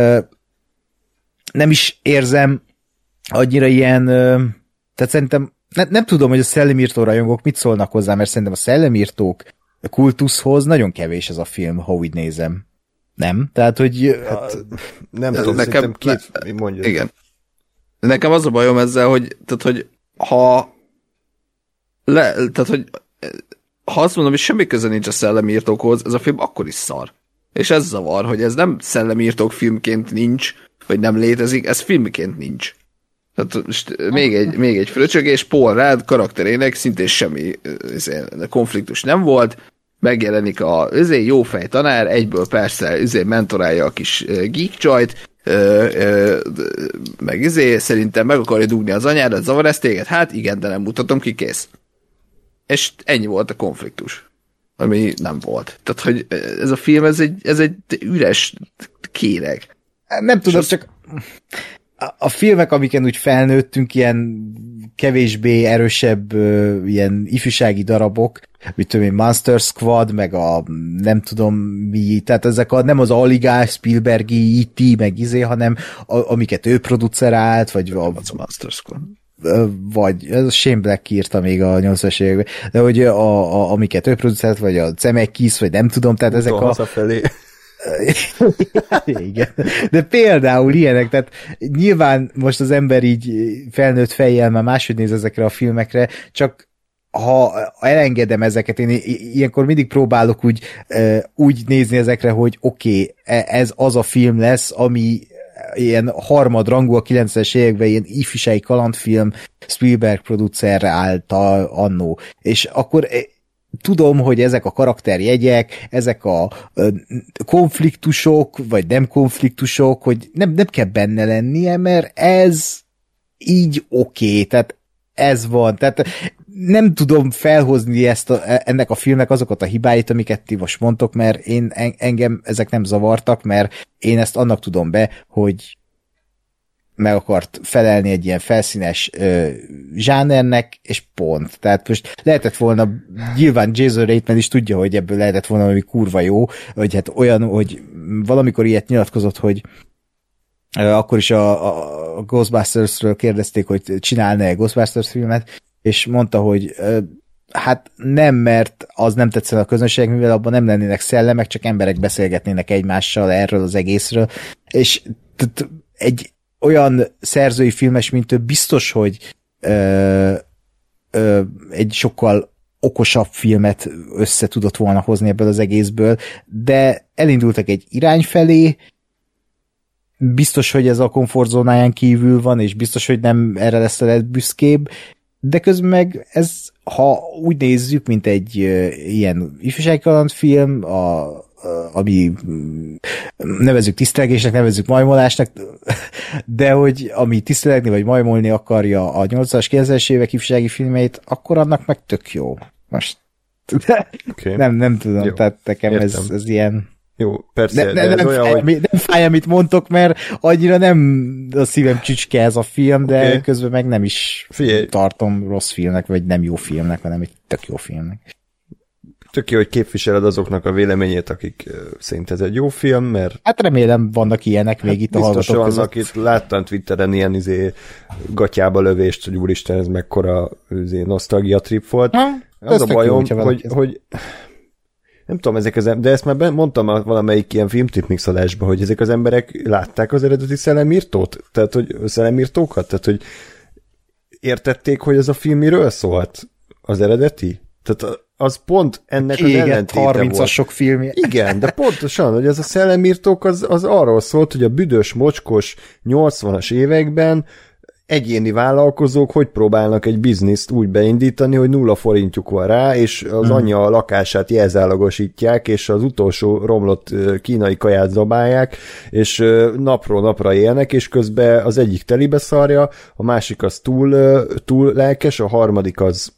nem is érzem annyira ilyen, tehát szerintem nem tudom, hogy a szellemírtó rajongók mit szólnak hozzá, mert szerintem a szellemírtók kultuszhoz nagyon kevés ez a film, ha úgy nézem. Nem? Tehát, hogy... nem tudom, nekem mondja. Igen. Nekem az a bajom ezzel, hogy ha azt mondom, hogy semmi köze nincs a szellemírtókhoz, ez a film akkor is szar. És ez zavar, hogy ez nem szellemírtók filmként nincs, vagy nem létezik, ez filmként nincs. Tehát most még egy fröcsögés, Paul Rudd karakterének szintén semmi konfliktus nem volt, megjelenik a jófej tanár, egyből persze mentorálja a kis geek csajt, meg szerintem meg akarja dugni az anyádat, zavar ezt téged? Hát igen, de nem mutatom ki, kész. És ennyi volt a konfliktus, ami nem volt. Tehát, hogy ez a film, ez egy üres kéreg. Nem tudom, csak a filmek, amiken úgy felnőttünk, ilyen kevésbé erősebb ilyen ifjúsági darabok, mit tudom én, Monster Squad, meg a nem tudom mi, tehát ezek nem az Aligás, Spielbergi, E.T., meg hanem amiket ő producerált, vagy az Monster Squad. vagy ez Shane Black írta még a 80-as években, de hogy amiket ő producerált, vagy a Zemeckis, vagy nem tudom, tehát ezek hazafelé. Igen. De például ilyenek, tehát nyilván most az ember így felnőtt fejjel már máshogy néz ezekre a filmekre, csak ha elengedem ezeket, én ilyenkor mindig próbálok úgy nézni ezekre, hogy oké, ez az a film lesz, ami ilyen harmadrangú a 90-es években, ilyen ifjúsági kalandfilm Spielberg producer által annó. És akkor tudom, hogy ezek a karakterjegyek, ezek a konfliktusok, vagy nem konfliktusok, hogy nem kell benne lennie, mert ez így oké, tehát ez van, tehát nem tudom felhozni ennek a filmnek azokat a hibáit, amiket ti most mondtok, mert engem ezek nem zavartak, mert én ezt annak tudom be, hogy meg akart felelni egy ilyen felszínes zsánernek, és pont. Tehát most lehetett volna, nyilván Jason Reitman is tudja, hogy ebből lehetett volna valami kurva jó, hogy hát olyan, hogy valamikor ilyet nyilatkozott, hogy akkor is a Ghostbusters-ről kérdezték, hogy csinálna egy Ghostbusters filmet, és mondta, hogy hát nem, mert az nem tetszene a közönségnek, mivel abban nem lennének szellemek, csak emberek beszélgetnének egymással erről az egészről, és egy olyan szerzői filmes, mint ő, biztos, hogy egy sokkal okosabb filmet össze tudott volna hozni ebből az egészből, de elindultak egy irány felé, biztos, hogy ez a komfortzónáján kívül van, és biztos, hogy nem erre lesz a legbüszkébb, de közben meg ez, ha úgy nézzük, mint egy ilyen ifjúsági kalandfilm, ami nevezzük tisztelgésnek, nevezzük majmolásnak, de hogy ami tisztelegni vagy majmolni akarja a 80-as, 90-es évek ifjúsági filmeit, akkor annak meg tök jó. Most okay. nem tudom, jó. Tehát nekem ez ilyen... Jó, persze, de ez olyan, hogy... Nem fáj, amit mondtok, mert annyira nem a szívem csücske ez a film, de okay. Közben meg nem is tartom rossz filmnek, vagy nem jó filmnek, hanem egy tök jó filmnek. Tök jó, hogy képviseled azoknak a véleményét, akik szerint ez egy jó film, mert... Hát remélem vannak ilyenek még itt a hallgatók között. Biztos vannak, itt láttam Twitteren ilyen gatyába lövést, hogy úristen, ez mekkora nosztalgia trip volt. Az a bajom, hogy nem tudom, de ezt már mondtam valamelyik ilyen filmtrip mixolásban, hogy ezek az emberek látták az eredeti szellemírtót? Tehát, hogy szellemírtókat? Tehát, hogy értették, hogy ez a film miről szólt? Az eredeti? Tehát az pont ennek az ellentéte 30-as filmje. Igen, de pontosan, hogy ez a szellemírtók az arról szólt, hogy a büdös, mocskos 80-as években egyéni vállalkozók hogy próbálnak egy bizniszt úgy beindítani, hogy 0 forintjuk van rá, és az anyja a lakását jelzálogosítják, és az utolsó romlott kínai kaját zabálják, és napról napra élnek, és közben az egyik telibe szarja, a másik az túl lelkes, a harmadik az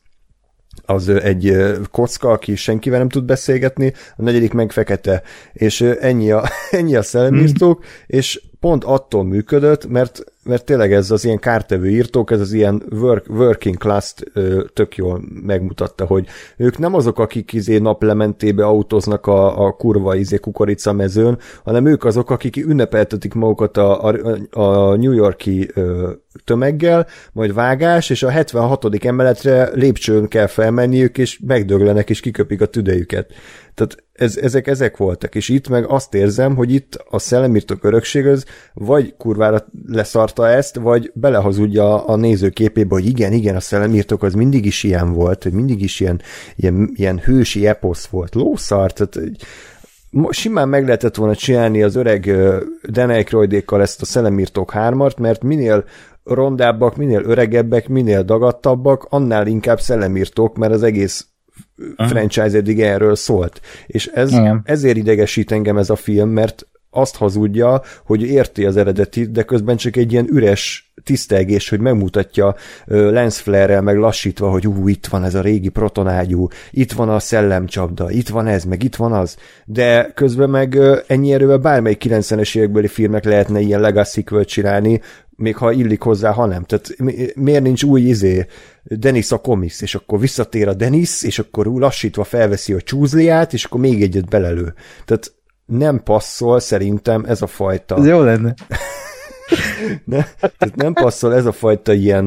egy kocka, aki senkivel nem tud beszélgetni, a negyedik meg fekete, és ennyi a szellemírtók, és pont attól működött, mert tényleg ez az ilyen kártevő írtók, ez az ilyen working class-t tök jól megmutatta, hogy ők nem azok, akik naplementébe autóznak a kurva kukorica mezőn, hanem ők azok, akik ünnepeltetik magukat a New York-i tömeggel, majd vágás, és a 76. emeletre lépcsőn kell felmenniük, és megdöglenek, és kiköpik a tüdejüket. Tehát ezek voltak, és itt meg azt érzem, hogy itt a szellemírtók örökség az vagy kurvára leszarta ezt, vagy belehazudja a néző képébe, hogy igen, a szellemírtók az mindig is ilyen volt, hogy mindig is ilyen hősi eposz volt. Lószar, tehát simán meg lehetett volna csinálni az öreg Dan Aykroydékkal ezt a szellemírtók 3-at, mert minél rondábbak, minél öregebbek, minél dagadtabbak, annál inkább szellemírtók, mert az egész franchise eddig erről szólt. És ezért idegesít engem ez a film, mert azt hazudja, hogy érti az eredetit, de közben csak egy ilyen üres tisztelgés, hogy megmutatja lens flare-rel meg lassítva, hogy itt van ez a régi protonágyú, itt van a szellemcsapda, itt van ez, meg itt van az. De közben meg ennyi erővel bármelyik 90-es évekbeli filmek lehetne ilyen legacy-sequel csinálni, még ha illik hozzá, ha nem. Tehát miért nincs új Dennis a komisz, és akkor visszatér a Dennis, és akkor lassítva felveszi a csúzliát, és akkor még egyet belelő. Tehát nem passzol szerintem ez a fajta. Ez jó lenne. Tehát nem passzol ez a fajta ilyen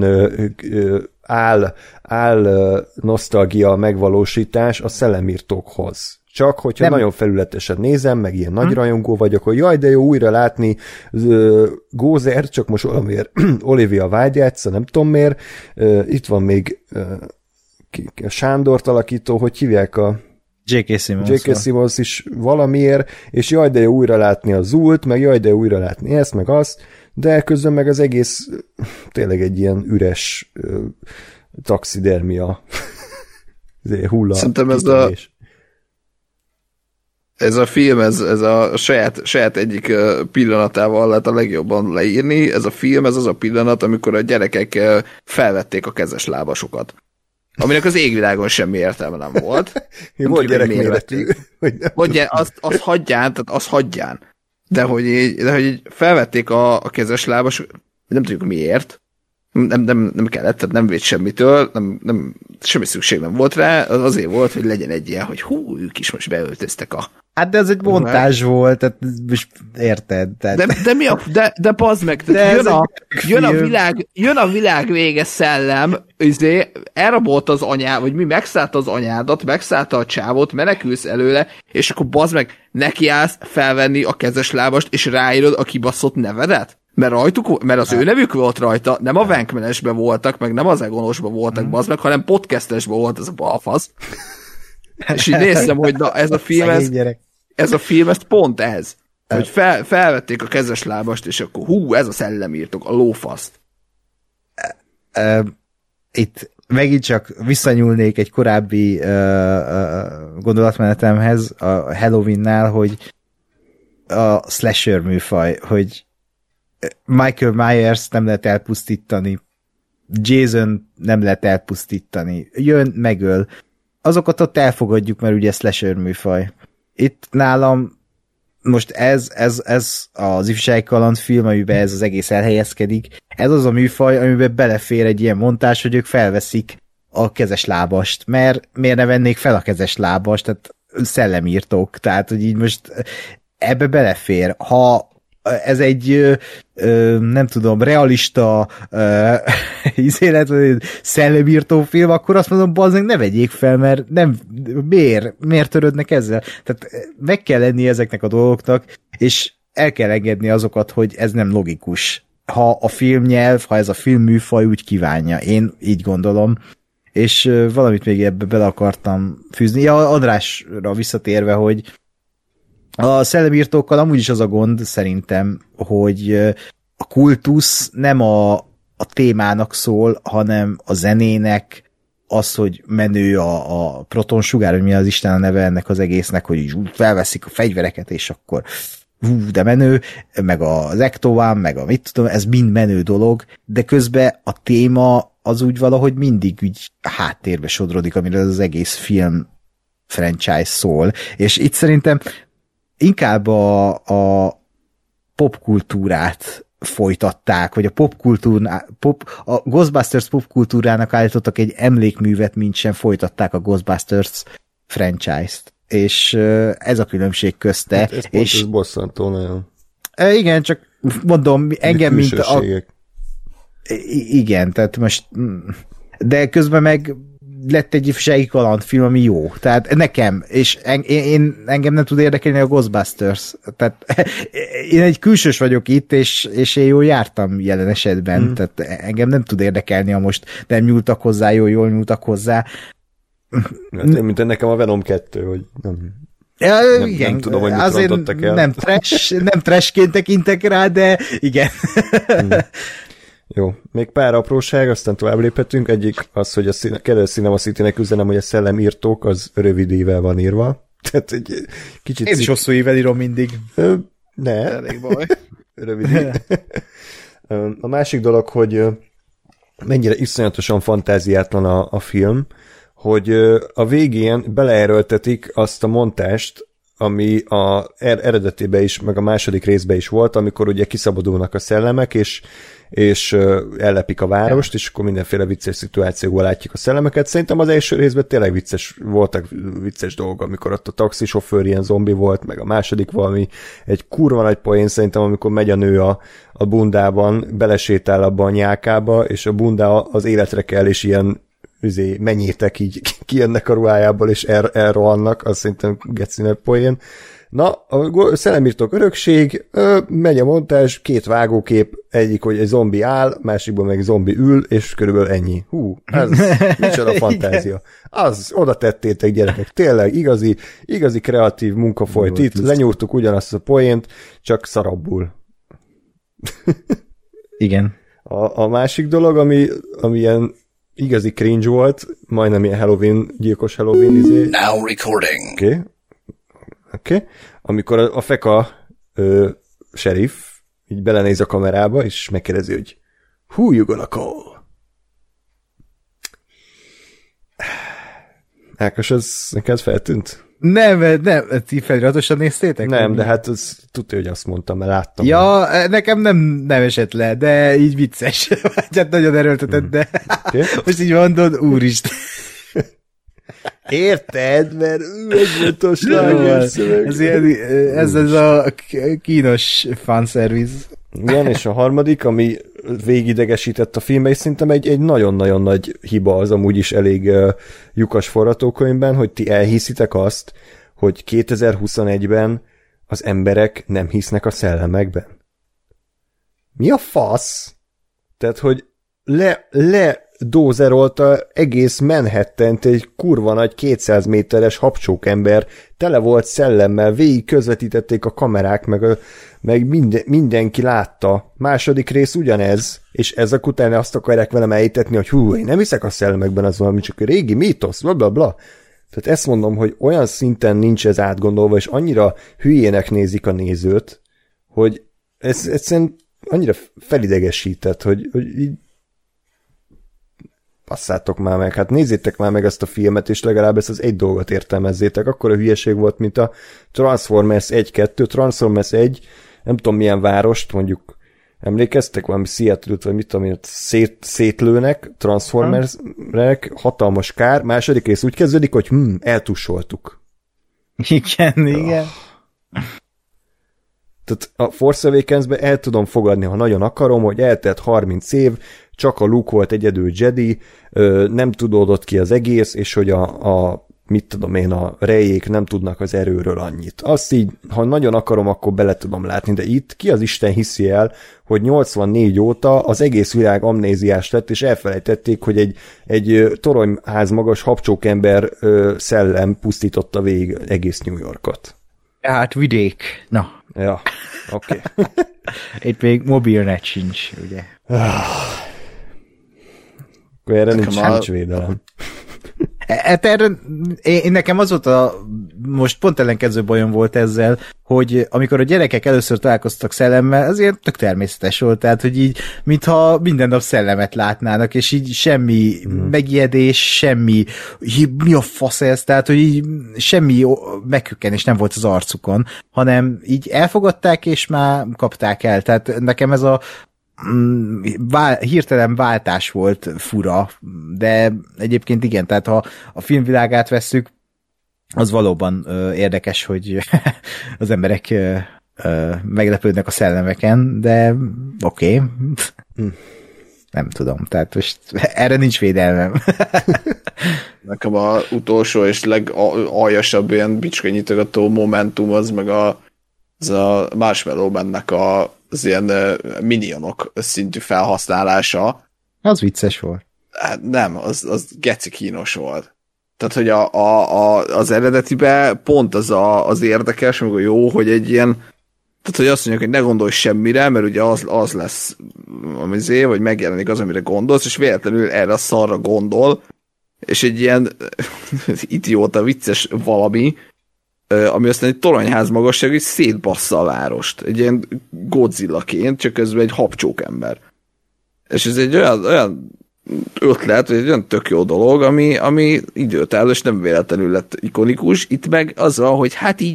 nosztalgia megvalósítás a szellemírtókhoz. Csak hogyha nem. Nagyon felületesen nézem, meg ilyen nagy rajongó vagyok, hogy jaj, de jó újra látni Gózert, csak most valamiért Olivia Wilde játsza, nem tudom miért. Itt van még a Sándort alakító, hogy hívják a J.K. Simmons is valamiért, és jaj, de jó újra látni a Zult, meg jaj, de jó újra látni ezt, meg azt, de közben meg az egész tényleg egy ilyen üres taxidermia hulla. Szerintem ez a film, ez a saját egyik pillanatával lehet a legjobban leírni. Ez a film, ez az a pillanat, amikor a gyerekek felvették a kezes lábasokat. Aminek az égvilágon semmi értelme nem volt. Volt gyerekméretű. Azt hagyján. De hogy így felvették a kezes lábas, nem tudjuk miért, nem kellett, tehát nem véd semmitől, semmi szükség nem volt rá, az azért volt, hogy legyen egy ilyen, hogy ők is most beöltöztek a... Hát de ez egy montázs volt, tehát most érted. Tehát... De bazd meg, jön a világ vége szellem, elrabolta az anyád, vagy mi megszállta az anyádat, megszállta a csávót, menekülsz előle, és akkor bazd meg, nekiállsz felvenni a kezes lábast, és ráírod a kibaszott nevedet? Mert az ő nevük volt rajta, nem a Venkmenesben voltak, meg nem az Egonosban voltak, bazd meg, hanem podcastesben volt ez a balfasz. És így néztem, hogy na, ez a film, ez pont ez. Hogy felvették a kezes lábast, és akkor ez a szellemírtók, a lófaszt. Itt megint csak visszanyúlnék egy korábbi gondolatmenetemhez a Halloweennál, hogy a slasher műfaj, hogy Michael Myers nem lehet elpusztítani, Jason nem lehet elpusztítani, jön, megöl. Azokat ott elfogadjuk, mert ugye slasher műfaj. Itt nálam most ez az ifjúsági kalandfilm, amiben ez az egész elhelyezkedik, ez az a műfaj, amiben belefér egy ilyen montás, hogy ők felveszik a kezes lábast, mert miért ne vennék fel a kezes lábast, tehát szellemírtók, tehát hogy így most ebbe belefér. Ha ez egy nem tudom, realista szellemírtó film, akkor azt mondom, bazdmeg ne vegyék fel, mert nem, miért törődnek ezzel? Tehát meg kell lenni ezeknek a dolgoknak, és el kell engedni azokat, hogy ez nem logikus. Ha a filmnyelv, ha ez a filmműfaj úgy kívánja, én így gondolom, és valamit még ebbe bele akartam fűzni. Ja, Andrásra visszatérve, hogy a szellemírtókkal amúgy is az a gond szerintem, hogy a kultusz nem a témának szól, hanem a zenének, az, hogy menő a protonsugár, hogy mi az Isten a neve ennek az egésznek, hogy felveszik a fegyvereket, és akkor de menő, meg az Ecto-One, meg a mit tudom, ez mind menő dolog, de közben a téma az úgy valahogy mindig úgy háttérbe sodrodik, amire az egész film franchise szól, és itt szerintem inkább a popkultúrát folytatták, vagy a Ghostbusters popkultúrának állítottak egy emlékművet, mint sem folytatták a Ghostbusters franchise-t. És ez a különbség közte. Hát ez és pont bosszantó nagyon. Igen, csak mondom, engem mint a... Igen, tehát most... De közben meg lett egy ifjúsági kalandfilm, ami jó. Tehát nekem, és engem nem tud érdekelni a Ghostbusters. Tehát én egy külsős vagyok itt, és én jól jártam jelen esetben. Tehát engem nem tud érdekelni, ha most nem nyúltak hozzá, jól nyúltak hozzá. Hát, mint nekem a Venom 2, hogy nem tudom, hogy mit rontottak el. Nem trashként tekintek rá, de igen. Jó, még pár apróság, aztán tovább léphetünk. Egyik az, hogy a kedves Cinema City-nek üzenem, hogy a szellemírtók az rövid ível van írva. Tehát egy kicsit... Én is hosszú ível írom mindig. Ne. Elég baj. Rövid ív. A másik dolog, hogy mennyire iszonyatosan fantáziátlan a film, hogy a végén beleerőltetik azt a montást, ami a eredetében is, meg a második részben is volt, amikor ugye kiszabadulnak a szellemek, és ellepik a várost, és akkor mindenféle vicces szituációkból látjuk a szellemeket. Szerintem az első részben tényleg voltak vicces dolgok, amikor ott a taxisofőr ilyen zombi volt, meg a második valami egy kurva nagy poén szerintem, amikor megy a nő a bundában, belesétál abba a nyákába, és a bunda az életre kell, és ilyen mennyétek így kijönnek a ruhájából, és elrohannak, az szerintem geci nagy poén. Na, a Szellemírtók örökség, megy a montázs, 2 vágókép, egyik, hogy egy zombi áll, másikban meg zombi ül, és körülbelül ennyi. Ez micsoda fantázia. Az, oda tettétek, gyerekek, tényleg igazi kreatív munka folyt itt, lenyúrtuk ugyanazt a poént, csak szarabbul. Igen. A másik dolog, ami ilyen igazi cringe volt, majdnem ilyen Halloween, gyilkos Halloween Now recording. Oké. Amikor a feka sheriff így belenéz a kamerába, és megkérdezi, hogy who you gonna call? Ákos, ez neked feltűnt? Nem, ti feliratosan néztétek? Nem, de hát az tudja, hogy azt mondtam, mert láttam. Ja, nekem nem esett le, de így vicces. Hát nagyon erőltetett, de Okay. most így mondod, úristen. Érted? Mert ez volt a sláger szöveg. Ez a kínos fanservice. Igen, és a harmadik, ami végidegesített a filmbe, és szerintem egy nagyon-nagyon nagy hiba az amúgy is elég lyukas forgatókönyvben, hogy ti elhiszitek azt, hogy 2021-ben az emberek nem hisznek a szellemekben. Mi a fasz? Tehát, hogy dózerolta egész Manhattant egy kurva nagy 200 méteres habcsókember, tele volt szellemmel, végig közvetítették a kamerák, meg mindenki látta. Második rész ugyanez, és ezek után azt akarják velem elhitetni, hogy én nem hiszek a szellemekben, az valami csak a régi mítosz, blablabla. Tehát ezt mondom, hogy olyan szinten nincs ez átgondolva, és annyira hülyének nézik a nézőt, hogy ez egyszerűen annyira felidegesített, hogy így passzátok már meg, hát nézzétek már meg ezt a filmet, és legalább ezt az egy dolgot értelmezzétek. Akkor a hülyeség volt, mint a Transformers 1-2, Transformers 1, nem tudom milyen várost, mondjuk emlékeztek, valami Seattle-t, vagy mit tudom én, szétlőnek, Transformersnek, hatalmas kár, második rész úgy kezdődik, hogy eltussoltuk. Igen. Tehát a Force Awakens-ben el tudom fogadni, ha nagyon akarom, hogy eltelt 30 év, csak a Luke volt egyedül Jedi, nem tudódott ki az egész, és hogy mit tudom én, a Reyék nem tudnak az erőről annyit. Azt így, ha nagyon akarom, akkor bele tudom látni, de itt ki az Isten hiszi el, hogy 84 óta az egész világ amnéziás lett, és elfelejtették, hogy egy toronyház magas habcsókember szellem pusztította végig egész New Yorkot. Hát vidék. Na. Ja, oké. Okay. Itt még mobilnet sincs, ugye. Akkor erre nincs védelem. Hát erre, nekem az volt most pont ellenkező bajom volt ezzel, hogy amikor a gyerekek először találkoztak szellemmel, az ilyen tök természetes volt, tehát, hogy így, mintha minden nap szellemet látnának, és így semmi megijedés, semmi, mi a fasz ez, tehát, hogy így semmi meghökkenés nem volt az arcukon, hanem így elfogadták, és már kapták el, tehát nekem ez a hirtelen váltás volt fura, de egyébként igen, tehát ha a filmvilágát vesszük, az valóban érdekes, hogy az emberek meglepődnek a szellemeken, de oké. Nem tudom, tehát most erre nincs védelmem. Nekem a utolsó és legaljasabb ilyen bicskanyitogató momentum az meg az a Marshmallow Man-nek az ilyen minionok szintű felhasználása. Az vicces volt. Hát nem, az geci kínos volt. Tehát, hogy az eredetiben pont az érdekes, meg a jó, hogy egy ilyen, tehát, hogy azt mondják, hogy ne gondolj semmire, mert ugye az lesz vagy megjelenik az, amire gondolsz, és véletlenül erre a szarra gondol, és egy ilyen idióta vicces valami, ami aztán egy toronyház magasságú, és szétbassza a várost. Egy ilyen Godzilla-ként, csak közben egy habcsókember. És ez egy olyan ötlet, vagy egy olyan tök jó dolog, ami időt áll, és nem véletlenül lett ikonikus. Itt meg az van, hogy hát így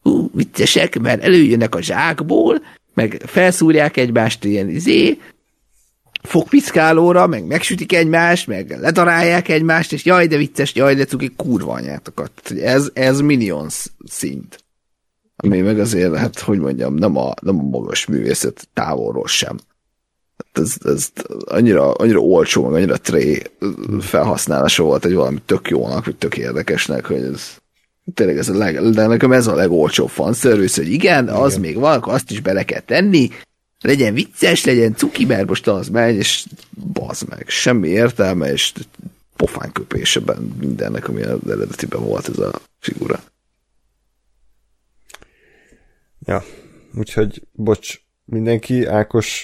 viccesek, mert előjönnek a zsákból, meg felszúrják egymást ilyen fogpiszkálóra, meg megsütik egymást, meg ledarálják egymást, és jaj, de vicces, jaj, de cuki, kurva anyátokat. Ez Minions szint. Ami meg azért, hát, hogy mondjam, nem a magas művészet távolról sem. Ez annyira olcsó, meg annyira tré felhasználása volt egy valami tök jónak, vagy tök érdekesnek, hogy ez tényleg de nekem ez a legolcsóbb fanszervice, hogy igen, az még van, akkor azt is bele kell tenni, legyen vicces, legyen cuki, mert most az megy, és bazd meg, semmi értelme, és pofánköpéseben mindennek, ami az eredetiben volt ez a figura. Ja, úgyhogy bocs, mindenki, Ákos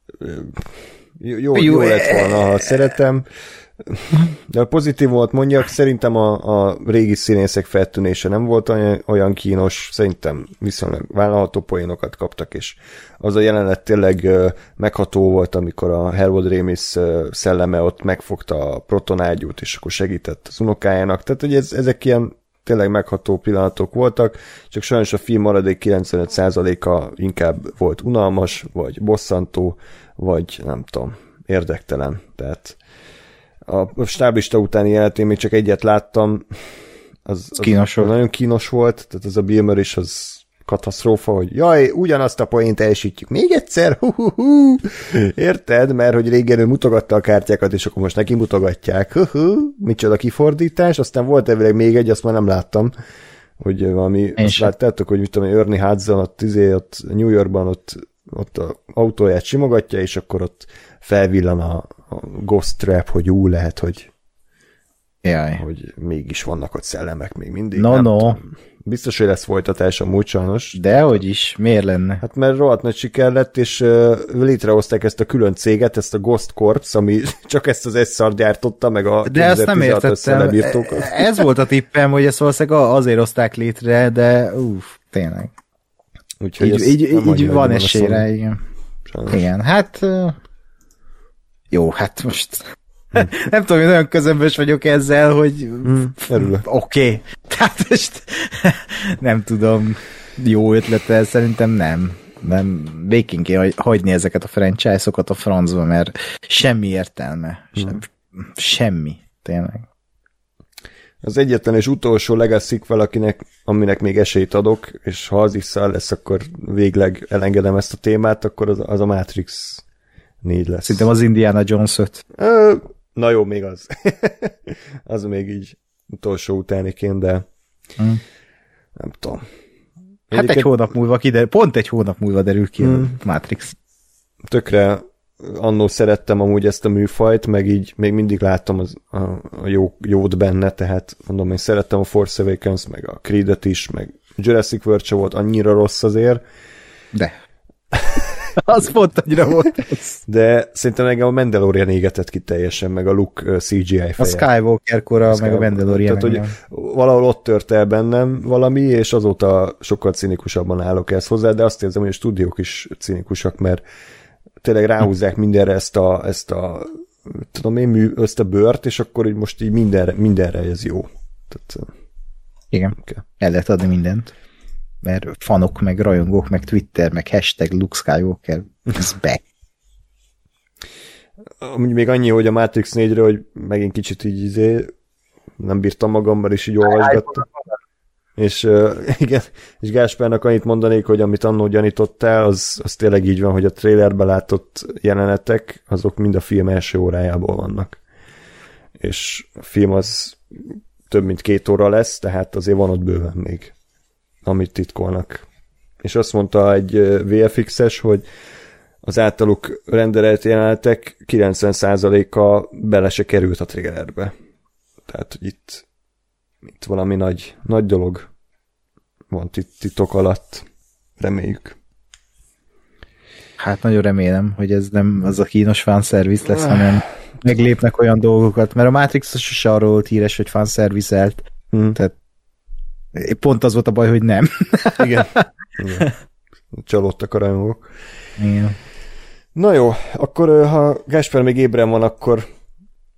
jó lett volna, ha szeretem, de a pozitív volt mondjak, szerintem a régi színészek feltűnése nem volt olyan kínos, szerintem viszonylag vállalható poénokat kaptak, és az a jelenet tényleg megható volt, amikor a Harold Ramis szelleme ott megfogta a protonágyút, és akkor segített az unokájának, tehát hogy ezek ilyen tényleg megható pillanatok voltak, csak sajnos a film maradék 95%-a inkább volt unalmas, vagy bosszantó, vagy nem tudom, érdektelen. Tehát a stáblista utáni jelenetén még csak egyet láttam, az kínos volt. Nagyon kínos volt, tehát az a Bill Murray is az katasztrófa, hogy jaj, ugyanazt a poént elsítjük még egyszer, érted? Mert hogy régen ő mutogatta a kártyákat, és akkor most neki mutogatják, micsoda kifordítás, aztán volt elvileg még egy, azt már nem láttam, hogy valami, azt láttátok, hogy mit tudom, Ernie Hudson ott New Yorkban ott a autóját simogatja, és akkor ott felvillan a Ghost Trap, hogy lehet, hogy mégis vannak ott szellemek még mindig. No. Biztos, hogy lesz folytatás amúgy sajnos. Dehogy is, miért lenne? Hát mert rohadt nagy siker lett, és létrehozták ezt a külön céget, ezt a Ghost Corps, ami csak ezt az egy szart gyártotta, meg a de ezt nem értettem. Ez volt a tippem, hogy ezt valószínűleg azért hozták létre, de tényleg. Úgyhogy így van esélyre, igen. Sajnos. Igen, hát jó, hát most nem tudom, én olyan közömbös vagyok ezzel, hogy oké. Tehát most nem tudom, jó ötlete, szerintem nem. Végén kell hagyni ezeket a franchise-okat a francba, mert semmi értelme. Semmi, tényleg. Az egyetlen és utolsó legacy sequel, aminek még esélyt adok, és ha az is száll lesz, akkor végleg elengedem ezt a témát, akkor az a Matrix 4 lesz. Szerintem az Indiana Jones 5. Na jó, még az. Az még így utolsó utániként, de nem tudom. Hát egy hónap múlva pont egy hónap múlva derül ki a Matrix. Tökre annó szerettem amúgy ezt a műfajt, meg így még mindig láttam a jót benne, tehát mondom, én szerettem a Force Awakens, meg a Creed-et is, meg Jurassic World se volt annyira rossz azért. De. Az pont annyira volt. De szerintem engem a Mandalorian égetett ki teljesen, meg a Luke CGI feje. A Skywalker kora, meg a Mandalorian. Tehát, hogy valahol ott tört el bennem valami, és azóta sokkal cinikusabban állok ezt hozzá, de azt érzem, hogy a stúdiók is cinikusak, mert tényleg ráhúzzák mindenre ezt a tudom én, ezt a bőrt, és akkor így most így mindenre ez jó. Tehát, igen, el lehet adni mindent. Mert fanok, meg rajongók, meg Twitter, meg hashtag Luke Skywalker, ez back. Még annyi, hogy a Matrix 4-ről, hogy megint kicsit így nem bírtam magammal, és így olvasgattam. És igen, és Gáspárnak annyit mondanék, hogy amit annó gyanítottál, az tényleg így van, hogy a trailerben látott jelenetek, azok mind a film első órájából vannak. És a film az több mint 2 óra lesz, tehát azért van ott bőven még, amit titkolnak. És azt mondta egy VFX-es, hogy az általuk rendelett jelenetek 90%-a bele se került a trailerbe. Tehát, hogy itt valami nagy dolog van titok alatt. Reméljük. Hát nagyon remélem, hogy ez nem az a kínos fanservice lesz, hanem meglépnek olyan dolgokat, mert a Matrix sose arról volt híres, hogy fanservice-elt. Tehát pont az volt a baj, hogy nem. Igen. Csalódtak a rajongók. Igen. Na jó, akkor ha Gáspár még ébren van, akkor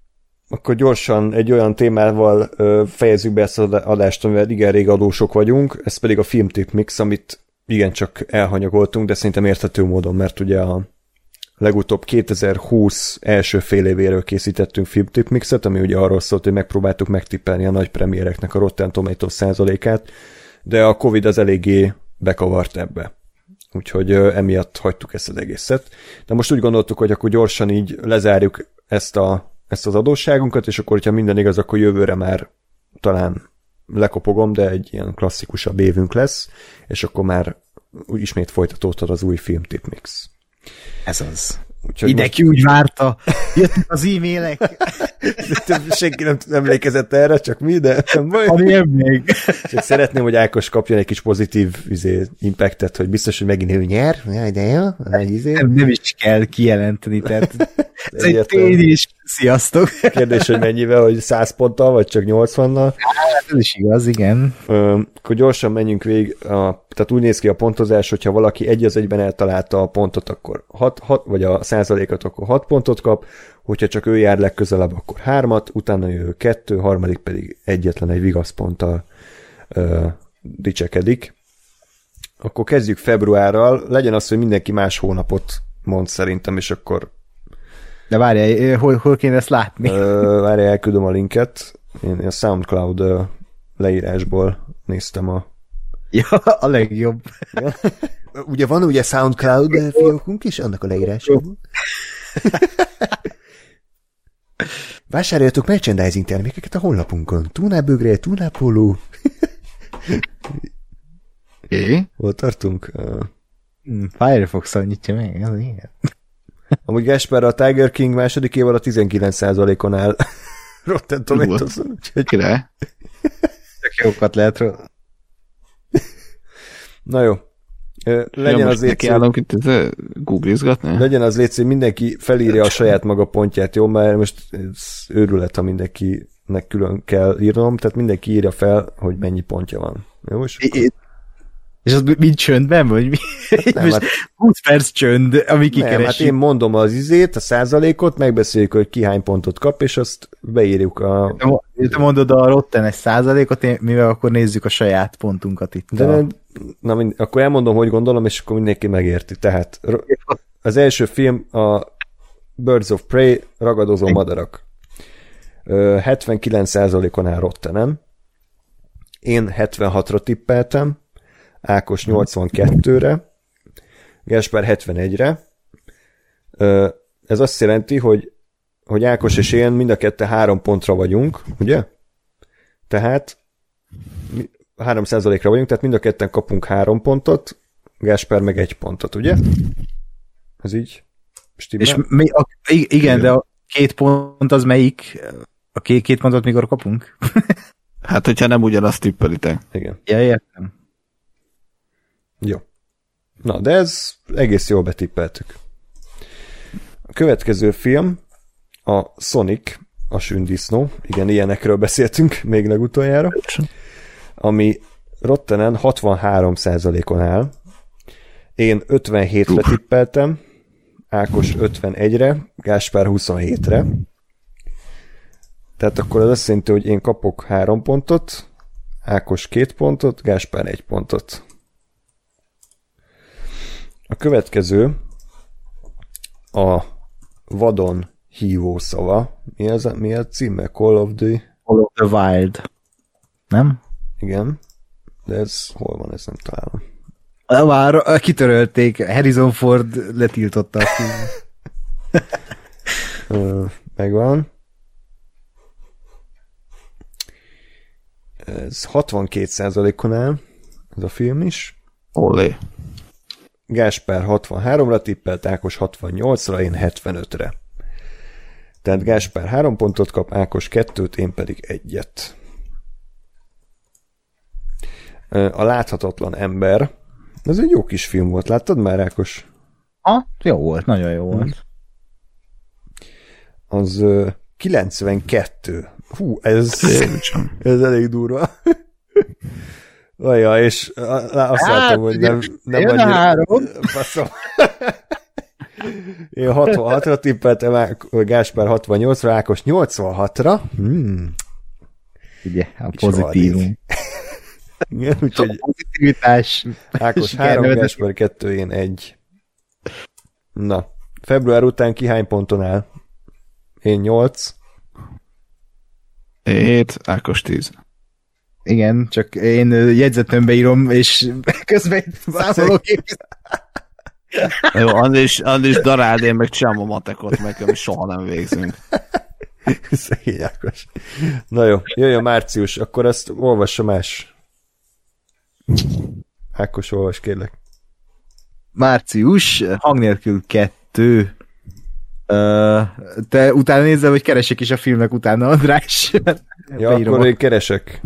akkor gyorsan egy olyan témával fejezzük be ezt az adást, amivel igen rég adósok vagyunk, ez pedig a filmtip mix, amit igencsak elhanyagoltunk, de szerintem érthető módon, mert ugye a legutóbb 2020 első fél évéről készítettünk filmtip mixet, ami ugye arról szólt, hogy megpróbáltuk megtippelni a nagy premiereknek a Rotten Tomatoes százalékát, de a Covid az eléggé bekavart ebbe. Úgyhogy emiatt hagytuk ezt az egészet. De most úgy gondoltuk, hogy akkor gyorsan így lezárjuk ezt az adósságunkat, és akkor, hogyha minden igaz, akkor jövőre már talán lekopogom, de egy ilyen klasszikusabb évünk lesz, és akkor már ismét folytatódhat az új filmtip mix. Ez az. Úgyhogy mindenki úgy várta. Jöttek az e-mailek. Senki nem emlékezett erre, csak mi, de nem baj. Amilyen még. Csak szeretném, hogy Ákos kapjon egy kis pozitív impactet, hogy biztos, hogy megint ő nyer. Jaj, de jó. Nem is kell kijelenteni, tehát ez egy tény is. Sziasztok. Kérdés, hogy mennyivel, hogy 100 ponttal, vagy csak 80-nal. Hát ez is igaz, igen. Akkor gyorsan menjünk végig. Tehát úgy néz ki a pontozás, hogyha valaki egy az egyben eltalálta a pontot, akkor 6, vagy a százalékot, akkor 6 pontot kap, hogyha csak ő jár legközelebb, akkor 3-at, utána jövő 2, harmadik pedig egyetlen egy vigaszponttal dicsekedik. Akkor kezdjük februárral. Legyen az, hogy mindenki más hónapot mond szerintem, és akkor de várjál, hol kéne ezt látni? Várjál, elküldöm a linket. Én a SoundCloud leírásból néztem Ja, a legjobb. Ja. Ugye van ugye SoundCloud fiókunk is, annak a leírásból. Vásároljatok merchandising termékeket a honlapunkon. Túnábögre, túnápoló. Hol tartunk? Firefox-on nyitja meg, az ilyen. Amúgy Gáspár, a Tiger King második évad a 19%-on áll Rotten Tomatoes-on. Király. Tök jókat lehet róla. Na jó. Legyen az légy, legyen az légy, hogy mindenki felírja a saját maga pontját, jó? Mert most őrület, ha mindenkinek külön kell írnom, tehát mindenki írja fel, hogy mennyi pontja van. Jó, most? És az mind csöndben, vagy mi? Nem, most 20 perc csönd, ami kikeresi. Nem, hát én mondom az a százalékot, megbeszéljük, hogy ki hány pontot kap, és azt beírjuk a... Te mondod a Rotten-es százalékot, mivel akkor nézzük a saját pontunkat itt. De akkor elmondom, hogy gondolom, és akkor mindenki megérti. Tehát az első film a Birds of Prey, ragadozó madarak. 79%-on áll Rottenen. Én 76-ra tippeltem, Ákos 82-re, Gáspár 71-re. Ez azt jelenti, hogy Ákos és én mind a ketten 3 pontra vagyunk, ugye? Tehát 3%-ra vagyunk, tehát mind a ketten kapunk 3 pontot, Gáspár meg 1 pontot, ugye? Ez így stimmel? És igen, de a 2 pont az melyik? A 2 pontot mikor kapunk? Hát, hogyha nem ugyanazt tippelitek. Igen. Ja, értem. Jó. Na, de ez egész jól betippeltük. A következő film a Sonic, a sündisznó. Igen, ilyenekről beszéltünk még legutoljára. Ami Rottenen 63%-on áll. Én 57-re tippeltem, Ákos 51-re, Gáspár 27-re. Tehát akkor az azt jelenti, hogy én kapok 3 pontot, Ákos 2 pontot, Gáspár 1 pontot. A következő a vadon hívó szava. Mi a címe? Call of the Wild. Nem? Igen. De ez hol van? Ezt nem találom. Már kitörölték. Harrison Ford letiltotta a filmet. Megvan. Ez 62%-on áll ez a film is. Olé. Gáspár 63-ra tippelt, Ákos 68-ra, én 75-re. Tehát Gáspár 3 pontot kap, Ákos 2-t, én pedig 1-et. A láthatatlan ember. Ez egy jó kis film volt, láttad már, Ákos? Jó volt, nagyon jó volt. Az 92. Hú, ez elég durva. Vaja, és azt látom, hogy nem annyira... Faszom. Én 66-ra tippeltem, Gáspár 68-ra, Ákos 86-ra. Ugye, a pozitívum. Igen, úgyhogy A pozitivitás. Ákos 3, Gáspár 2, én 1. Na, február után ki hány ponton áll? Én 8. 7, Ákos 10. Igen, csak én jegyzetembe írom, és közben számolok. Jó, Andris daráld, én meg csinálom a matekot, meg soha nem végzünk. Szegény Ákos. Na jó, jöjjön március, akkor azt olvassa más. Ákos, olvas, kérlek. Március, hang nélkül 2. Te utána nézzel, hogy keresek is a filmnek utána, András. Ja, akkor én keresek.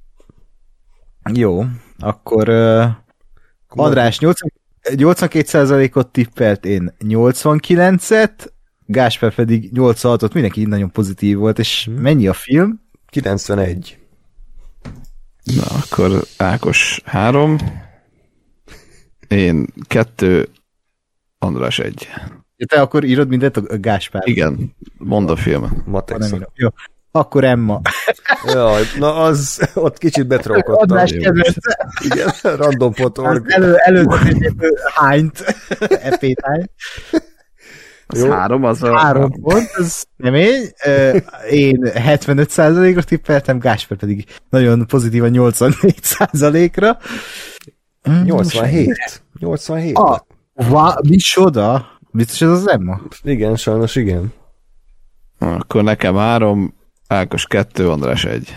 Jó, akkor András 82%-ot tippelt, én 89-et, Gáspár pedig 86-ot, mindenki nagyon pozitív volt, és mennyi a film? 91. Na, akkor Ákos 3, én 2, András 1. Te akkor írod mindent a Gáspár. Igen, mondd a filmet. Matek szak. Jó. Akkor Emma. Jaj, na az ott kicsit betrolkodtam. András kedvence. Igen, random.org. Előző hányt. EP-t hányt. Az 3, az a... 3 pont, ez kemény. Én 75%-ra tippeltem, Gáspár pedig nagyon pozitívan 84%-ra. 87. 87. Micsoda? Biztos ez az Emma? Igen, sajnos igen. Akkor nekem 3, Ákos 2, András 1.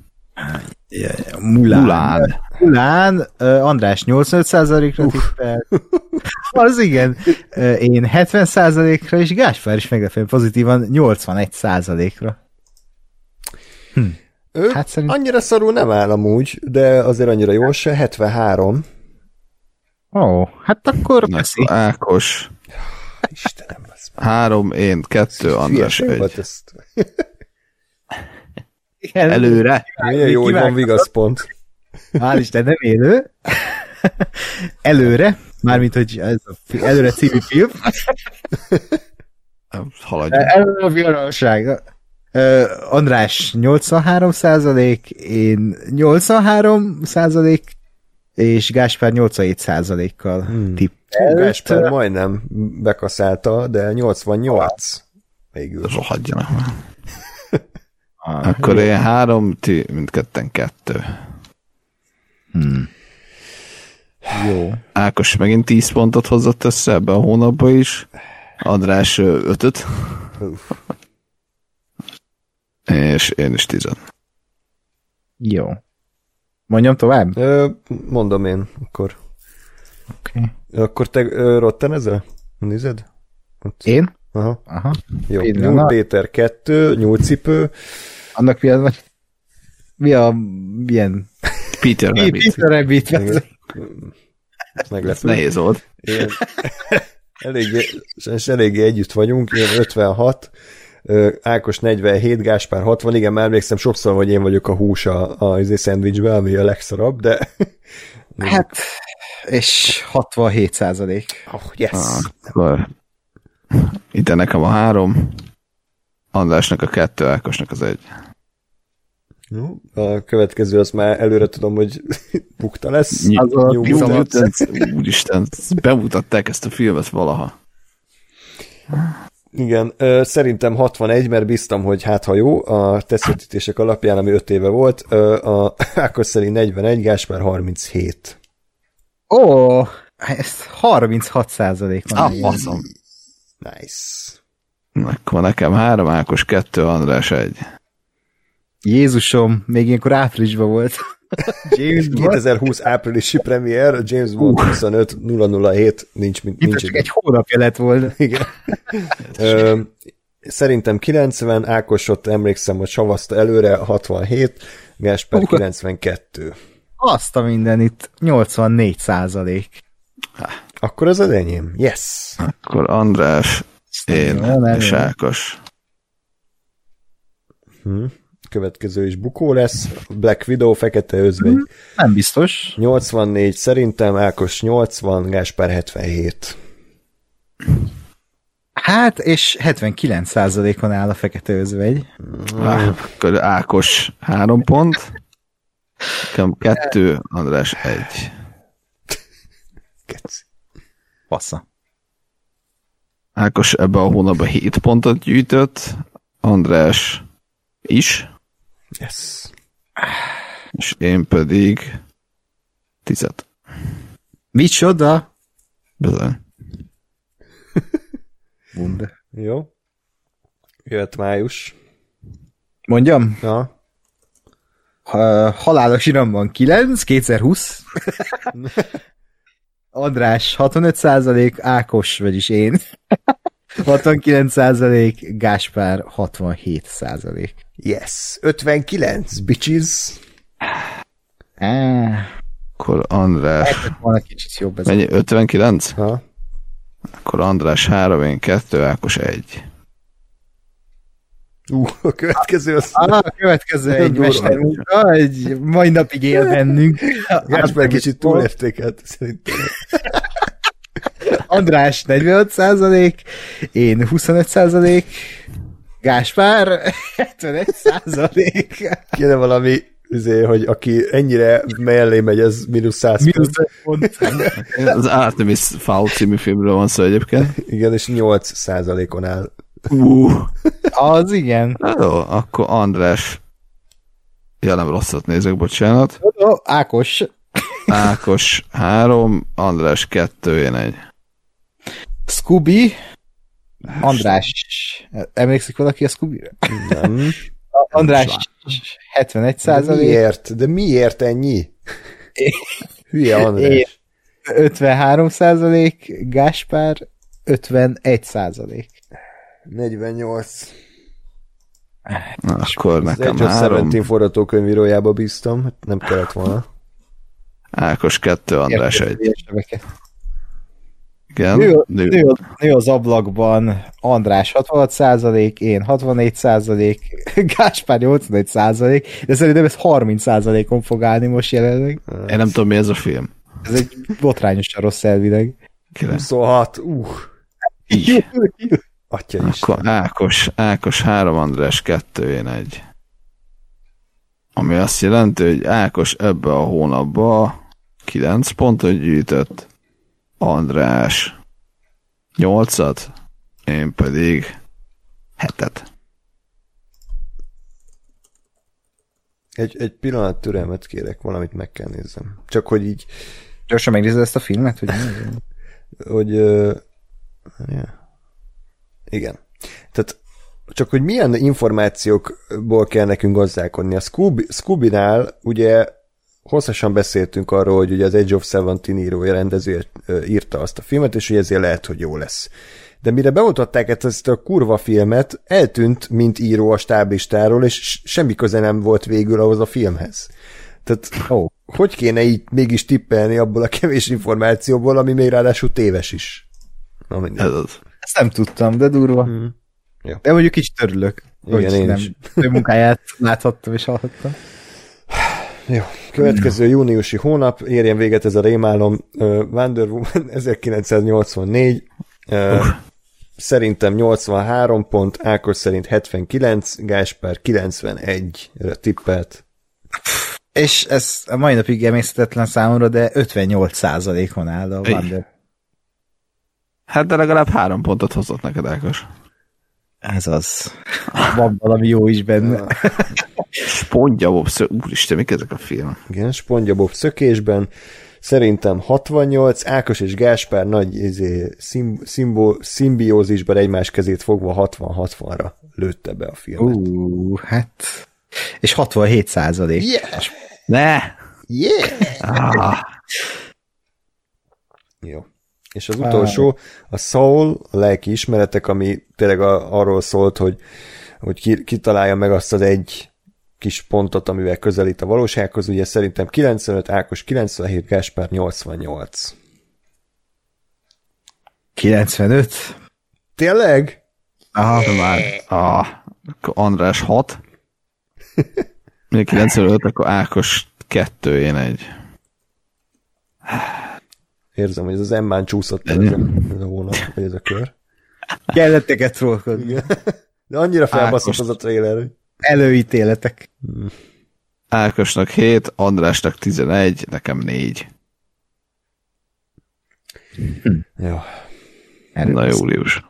Mulán, András 85%-ra tippel. Az igen. Én 70%-ra, és Gáspár is meglepően pozitívan 81%-ra. Hát annyira szarul nem áll amúgy, de azért annyira jól se, 73. Ó, hát akkor Akkor Ákos Istenem, az 3, én 2, András 1. előre. Milyen jó, hogy van vigaszpont. Hál' Isten, nem élő. Előre, mármint, hogy ez előre című film. Haladjunk. Előre a valóság. András 83%, én 83%, és Gáspár 87%-kal tippelt. Gáspár majdnem bekaszálta, de 88 végül. Rohadjanak már. Akkor én 3, ti mindketten 2. Jó. Ákos megint 10 pontot hozott össze ebbe a hónapba is. András 5-öt. És én is 10. Jó. Mondjam tovább? Mondom én, akkor. Okay. Akkor te rotten ezzel? Nézed? Ott. Én? Aha. Jó. Én Nyúl Péter 2, nyúlcipő. Annak mi a milyen? Peter Rabbit. Peter Rabbit. Meglepő. Nehéz volt. Én eléggé együtt vagyunk, én 56, Ákos 47, Gáspár 60, igen, már emlékszem sokszor, hogy én vagyok a hús a szendvicsben, ami a legszarabb, de... Hát, és 67%. Oh, yes! Akkor ide nekem a 3, Andrásnak a 2, Ákosnak az 1. A következő, az már előre tudom, hogy bukta lesz. Úristen, bemutatták ezt a filmet valaha. Igen, szerintem 61, mert bíztam, hogy hát ha jó, a tesztvetítések alapján, ami 5 éve volt, a Ákos szerint 41, Gáspár 37. Ó, ez 36% van. Faszom. Nice. Akkor nekem 3, Ákos 2, András 1. Jézusom, még ilyenkor áprilisban volt. James 2020 áprilisi premier, James Bond 25.007, nincs csak egy hónapja lett volna. Igen. Szerintem 90, Ákos ott emlékszem, hogy savazta előre, 67, Gáspár 92. Azt a mindenit, 84%. Akkor az az enyém. Yes! Akkor András, én és Ákos. Következő is bukó lesz. Black Widow, Fekete Özvegy. Nem biztos. 84, szerintem Ákos 80, Gáspár 77. Hát, és 79%-on áll a fekete özvegy. Akkor Ákos 3 pont. Nekem 2, András 1. Passza. Ákos ebben a hónapban 7 pontot gyűjtött, András is, Yes. és én pedig 10. Micsoda? Bizony. Bunda. Jó. Jöhet május. Mondjam? Ja. Halálos iramban 9, 2020. András 65%, Ákos, vagyis én 69%, Gáspár 67%. Yes. 59, bitches. Akkor András... Van egy kicsit jobb ez. Mennyi? 59? Ha. Akkor András 3, én 2, Ákos 1. A következő az... A következő egy Durva. mestermunka, egy mai napig él bennünk. Gáspár kicsit túlértékelt, szerintem. András 45%, én 25%, Gáspár 71%. Kéne valami, hogy aki ennyire mellé megy, ez mínusz 100 pont. Az Artemis Fowl című filmről van szó egyébként. Igen, és 8%-on áll. Az igen. Jó, akkor András... Ja, nem rosszat nézek, bocsánat. Ákos. Ákos 3, András 2, én 1. Scooby. András. Emlékszik valaki a Scooby-re? Nem. András 71%. Miért? De miért ennyi? Hülye András. 53%, Gáspár 51%. 48. Na, akkor Az nekem Age of 3, 17 forgatókönyvírójába bíztam, hát nem kellett volna. Ákos 2, András 1. Igen, Nő az ablakban András 66%, én 64%, Gáspár 81%, de szerintem ez 30%-on fog állni most jelenleg. Én nem tudom, mi ez a film. Ez egy botrányosan rossz elvileg. 26. Így. Atya is. Akkor Ákos 3, András 2, én 1. Ami azt jelenti, hogy Ákos ebbe a hónapba 9 pontot gyűjtött, András 8-at, én pedig 7-et. Egy pillanat türelmet kérek, valamit meg kell nézzem. Csak hogy így, Gyorsan megnézed ezt a filmet? hogy yeah. Igen. Tehát csak hogy milyen információkból kell nekünk gazdálkodni. A Scooby-nál ugye hosszasan beszéltünk arról, hogy ugye az Age of 17 írója, rendező írta azt a filmet, és hogy ezért lehet, hogy jó lesz. De mire bemutatták ezt a kurva filmet, eltűnt, mint író a stáblistáról, és semmi köze nem volt végül ahhoz a filmhez. Tehát hogy kéne így mégis tippelni abból a kevés információból, ami még ráadásul téves is? Ez az. Ezt nem tudtam, de durva. Jó. De mondjuk kicsit örülök, Igen, hogy én nem is. ő munkáját láthattam és hallhattam. Jó, következő júniusi hónap, érjen véget ez a rémálom, Wonder Woman 1984, szerintem 83 pont, Ákos szerint 79, Gáspár 91-re tippelt. És ez a mai napig emészhetetlen számomra, de 58%-on áll a Wonder. Hát de legalább 3 pontot hozott neked, Ákos. Ez az. Van valami jó is benne. SpongeBob, úristen, mik ezek a filmek? Igen, SpongeBob szökésben, szerintem 68, Ákos és Gáspár nagy szimbiózisban egymás kezét fogva 60-60-ra lőtte be a filmet. Hát. És 67%. Yeah! Ne! Yeah! Jó. És az utolsó, a Soul, a lelki ismeretek, ami tényleg arról szólt, hogy kitalálja meg azt az egy kis pontot, amivel közelít a valósághoz. Ugye szerintem 95, Ákos 97, Gáspár 88. 95? Tényleg? Már. Akkor András 6. Még 95, akkor Ákos 2, én 1. Érzem, hogy ez az Emmán csúszott el ez a hónap, vagy ez a kör. Kelletteket trollkodni. De annyira felbaszott az a trailer, hogy... Előítéletek. Ákosnak 7, Andrásnak 11, nekem 4. Jó. Na Július.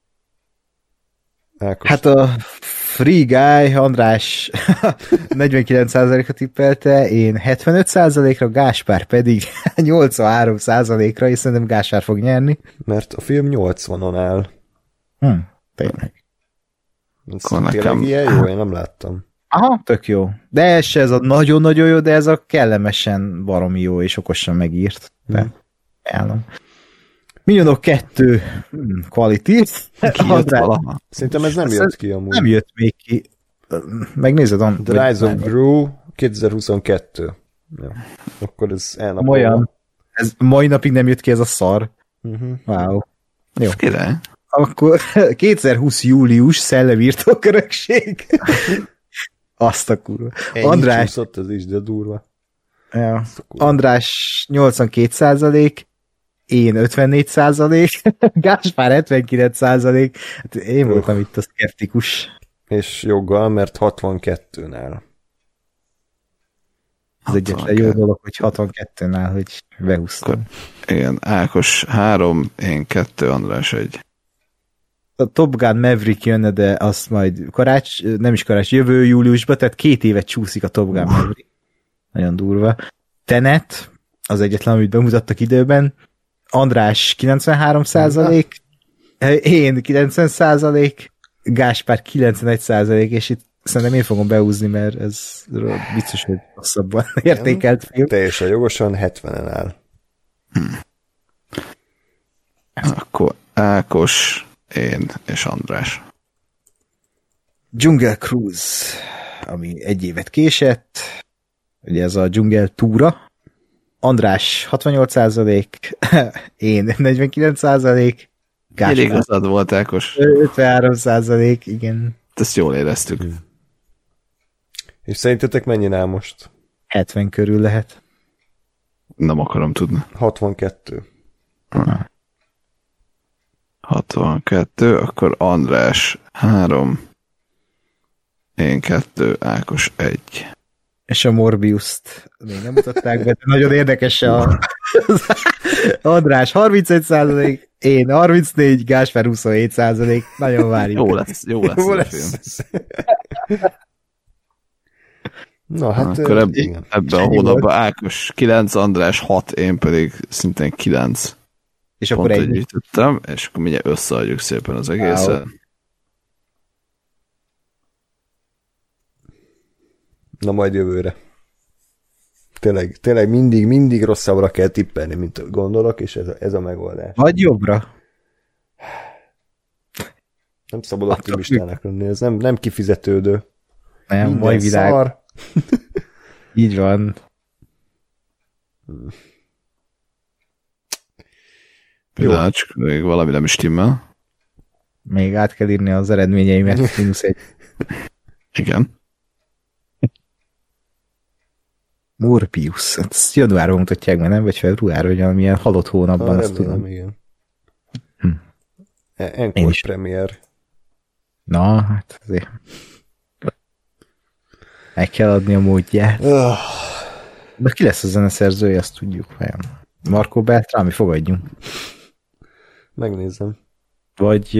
Ákos. Hát a Free Guy, András 49%-ra tippelte, én 75%-ra, Gáspár pedig 83%-ra, és szerintem Gáspár fog nyerni. Mert a film 80-on áll. Tényleg. Ez Akkor tényleg nekem- ilyen jó? Én nem láttam. Aha, tök jó. De ez se ez a nagyon-nagyon jó, de ez a kellemesen baromi jó és okosan megírt. De ajánlom. Millionok 2 quality. Kijött András, valaha? Szerintem ez nem jött ki amúgy. nem jött még ki. Megnézed? The Rise of Gru 2022. Ja. Akkor ez elnapolva. Olyan. Ez mai napig nem jött ki ez a szar. Wow. Jó. Király. Akkor 2020 július szellemírtók örökség. Azt a kurva. Ennyi András, csúszott ez is, de durva. ja. Azt a kurva. András 82%, én 54%, Gáspár 79%, hát én voltam itt a szkeptikus. És joggal, mert 62-nál. Az egyetlen jó dolog, hogy 62-nál, hogy behúztam. Igen, Ákos 3, én 2, András 1. A Top Gun Maverick jönne, de azt majd nem is jövő júliusban, tehát 2 évet csúszik a Top Gun Maverick. Nagyon durva. Tenet, az egyetlen, amit bemutattak időben. András 93%, én 90%, Gáspár 91%, és itt szerintem én fogom beúzni, mert ez biztos, hogy rosszabban értékelt film. Teljesen jogosan 70-en áll. Akkor Ákos, én és András. Jungle Cruise, ami 1 évet késett, ugye ez a Jungle túra. András 68%, én 49%, Elég Gáspár igazad volt, Ákos. 53%, igen, Ezt jól éreztük. És szerintetek mennyi áll most? 70 körül lehet. Nem akarom tudni. 62. 62, akkor András 3, én 2, Ákos 1. És a Morbius-t még nem mutatták be, de nagyon érdekes a András 31%, én 34, Gáspár 27%, nagyon várjuk. Jó lesz Jó ez a film. lesz. Na, hát Akkor igen. ebben a hónapban Ákos 9, András 6, én pedig szintén 9. És akkor Pont egy együttettem, és akkor mindjárt összeadjuk szépen az egészet. Wow. Na majd jövőre. Tényleg mindig rosszabbra kell tippelni, mint gondolok, és ez a megoldás. vagy jobbra. Nem szabad optimistának lenni, ez nem kifizetődő. Nem, Minden mai világ. szar. Így van. Pillanat, csak még valami nem is stimmel. Még át kell írni az eredményeimet, -1. Igen. Morbius, ezt januárban mutatják meg, nem? Vagy február, vagy valamilyen halott hónapban, azt Remélem, tudom. igen. Én Encore is. premier. Na, hát azért meg kell adni a módját. De ki lesz a zeneszerzője, azt tudjuk. Vajon Marco Beltrami, fogadjunk. Megnézem. Vagy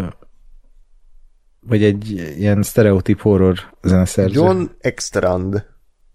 egy ilyen sztereotíp horror zeneszerző. John Ekstrand.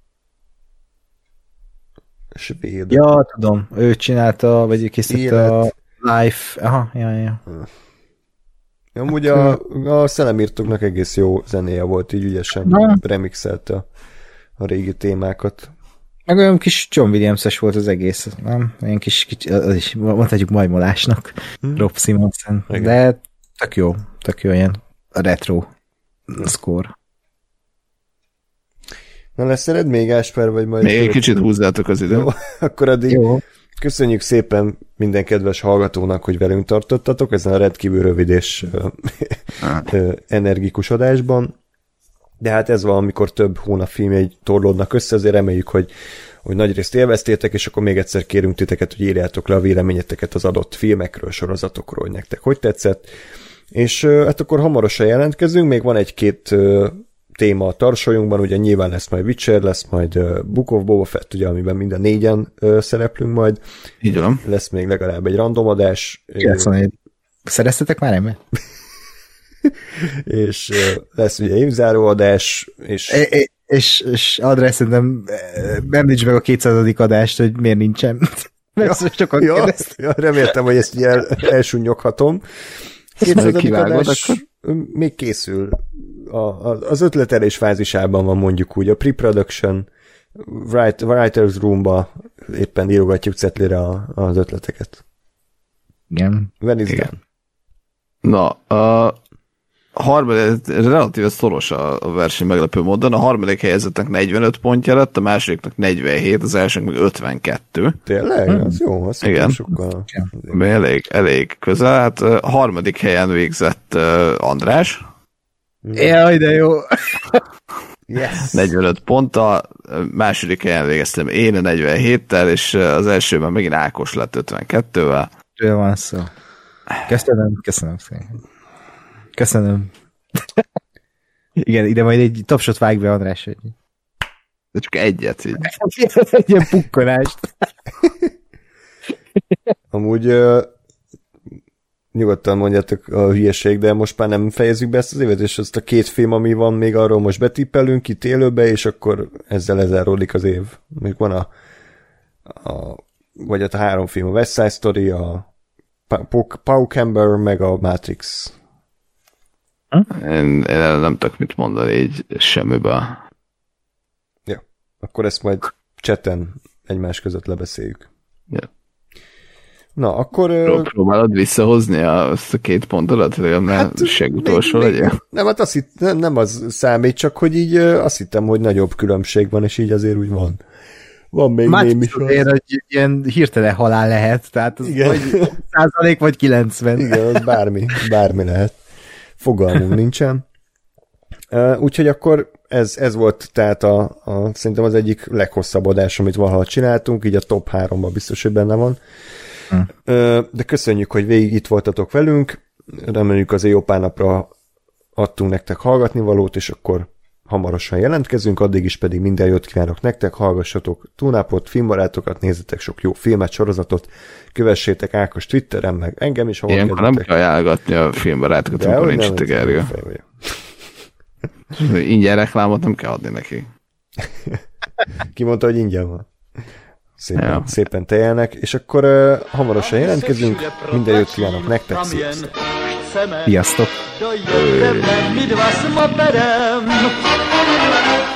Svéd. Ja, tudom. Ő csinálta, vagy készítette a Élet. Life. Aha, ja. Amúgy a szellemírtóknak egész jó zenéje volt, így ügyesen remixelte a régi témákat. Meg olyan kis John Williams-es volt az egész, nem? Olyan kis az is mondhatjuk majmolásnak, Rob Simonsen. Igen. De tök jó ilyen retro score. Na lesz eredmény, Gáspár, vagy majd... Még egy kicsit húzzátok az időt. Jó, akkor addig Jó. köszönjük szépen minden kedves hallgatónak, hogy velünk tartottatok ezen a rendkívül rövid és energikus adásban. De hát ez van, amikor több hónap filmjegy torlódnak össze, azért reméljük, hogy nagyrészt élveztétek, és akkor még egyszer kérünk titeket, hogy írjátok le a véleményeteket az adott filmekről, sorozatokról, hogy nektek hogy tetszett. És hát akkor hamarosan jelentkezünk, még van egy-két téma a tarsolyunkban, ugye nyilván lesz majd Witcher, lesz majd Book of Boba Fett, ugye, amiben minden 4-en szereplünk majd. Így van. Lesz még legalább egy random adás. Szereztetek már ember? És lesz ugye évzáró adás, és András, szerintem említs meg a 200. adást, hogy miért nincsen. Mert sokan ja, reméltem, hogy ezt ilyen elsunnyoghatom. 200. adás még készül. Az ötletelés fázisában van, mondjuk úgy, a pre-production writer's roomba éppen írogatjuk cetlére az ötleteket. Igen. Igen. Na, relatíve szoros a verseny meglepő módon. A harmadik helyezettnek 45 pontja lett, a másodiknak 47, az elsőnek meg 52. Tényleg? Az jó, az igen. Sokkal. Elég közel. Hát a harmadik helyen végzett András. Jaj, de jó. Yes. 45 ponttal, második helyen végeztem én 47-tel, és az elsőben megint Ákos lett 52-vel. Ő van szó. Köszönöm. Igen, ide majd egy tapsot vág be, András. De csak egyet így. Egy ilyen pukkolást. Amúgy nyugodtan mondjátok a hülyeség, de most már nem fejezzük be ezt az évet, és azt a 2 film, ami van még, arról most betippelünk itt élőbe, és akkor ezzel lezáródik az év. Még van vagy a 3 film, a West Side Story, a Paukenber, meg a Matrix. Én nem tudok mit mondani így semmiben. Ja, akkor ezt majd chaten egymás között lebeszéljük. Ja. Na, akkor... Próbálod visszahozni azt a 2 pontodat, hogy ne utolsó legyen? Nem, hát nem az számít, csak hogy így azt hittem, hogy nagyobb különbség van, és így azért úgy van. Van még némi sor. Hogy ilyen hirtelen halál lehet, tehát az vagy 100% vagy 90. Igen, az bármi lehet. Fogalmunk nincsen. Úgyhogy akkor ez volt tehát szerintem az egyik leghosszabb adás, amit valaha csináltunk, így a top 3-ban biztos, hogy benne van. De köszönjük, hogy végig itt voltatok velünk, reméljük azért jó pár napra adtunk nektek hallgatni valót, és akkor hamarosan jelentkezünk, addig is pedig minden jót kívánok nektek, hallgassatok túlnápot, filmbarátokat, nézzetek sok jó filmet, sorozatot, kövessétek Ákos Twitteren, meg engem is, ilyenkor nem kell ajánlgatni a filmbarátokat, amikor nincs itt a Gergő. Ingyen reklámot nem kell adni neki. Ki mondta, hogy ingyen van? Szépen tejelnek, és akkor hamarosan jelentkezünk, minden jót kívánok nektek, sziasztok! Sziasztok! Dojdete, my dva s moperem.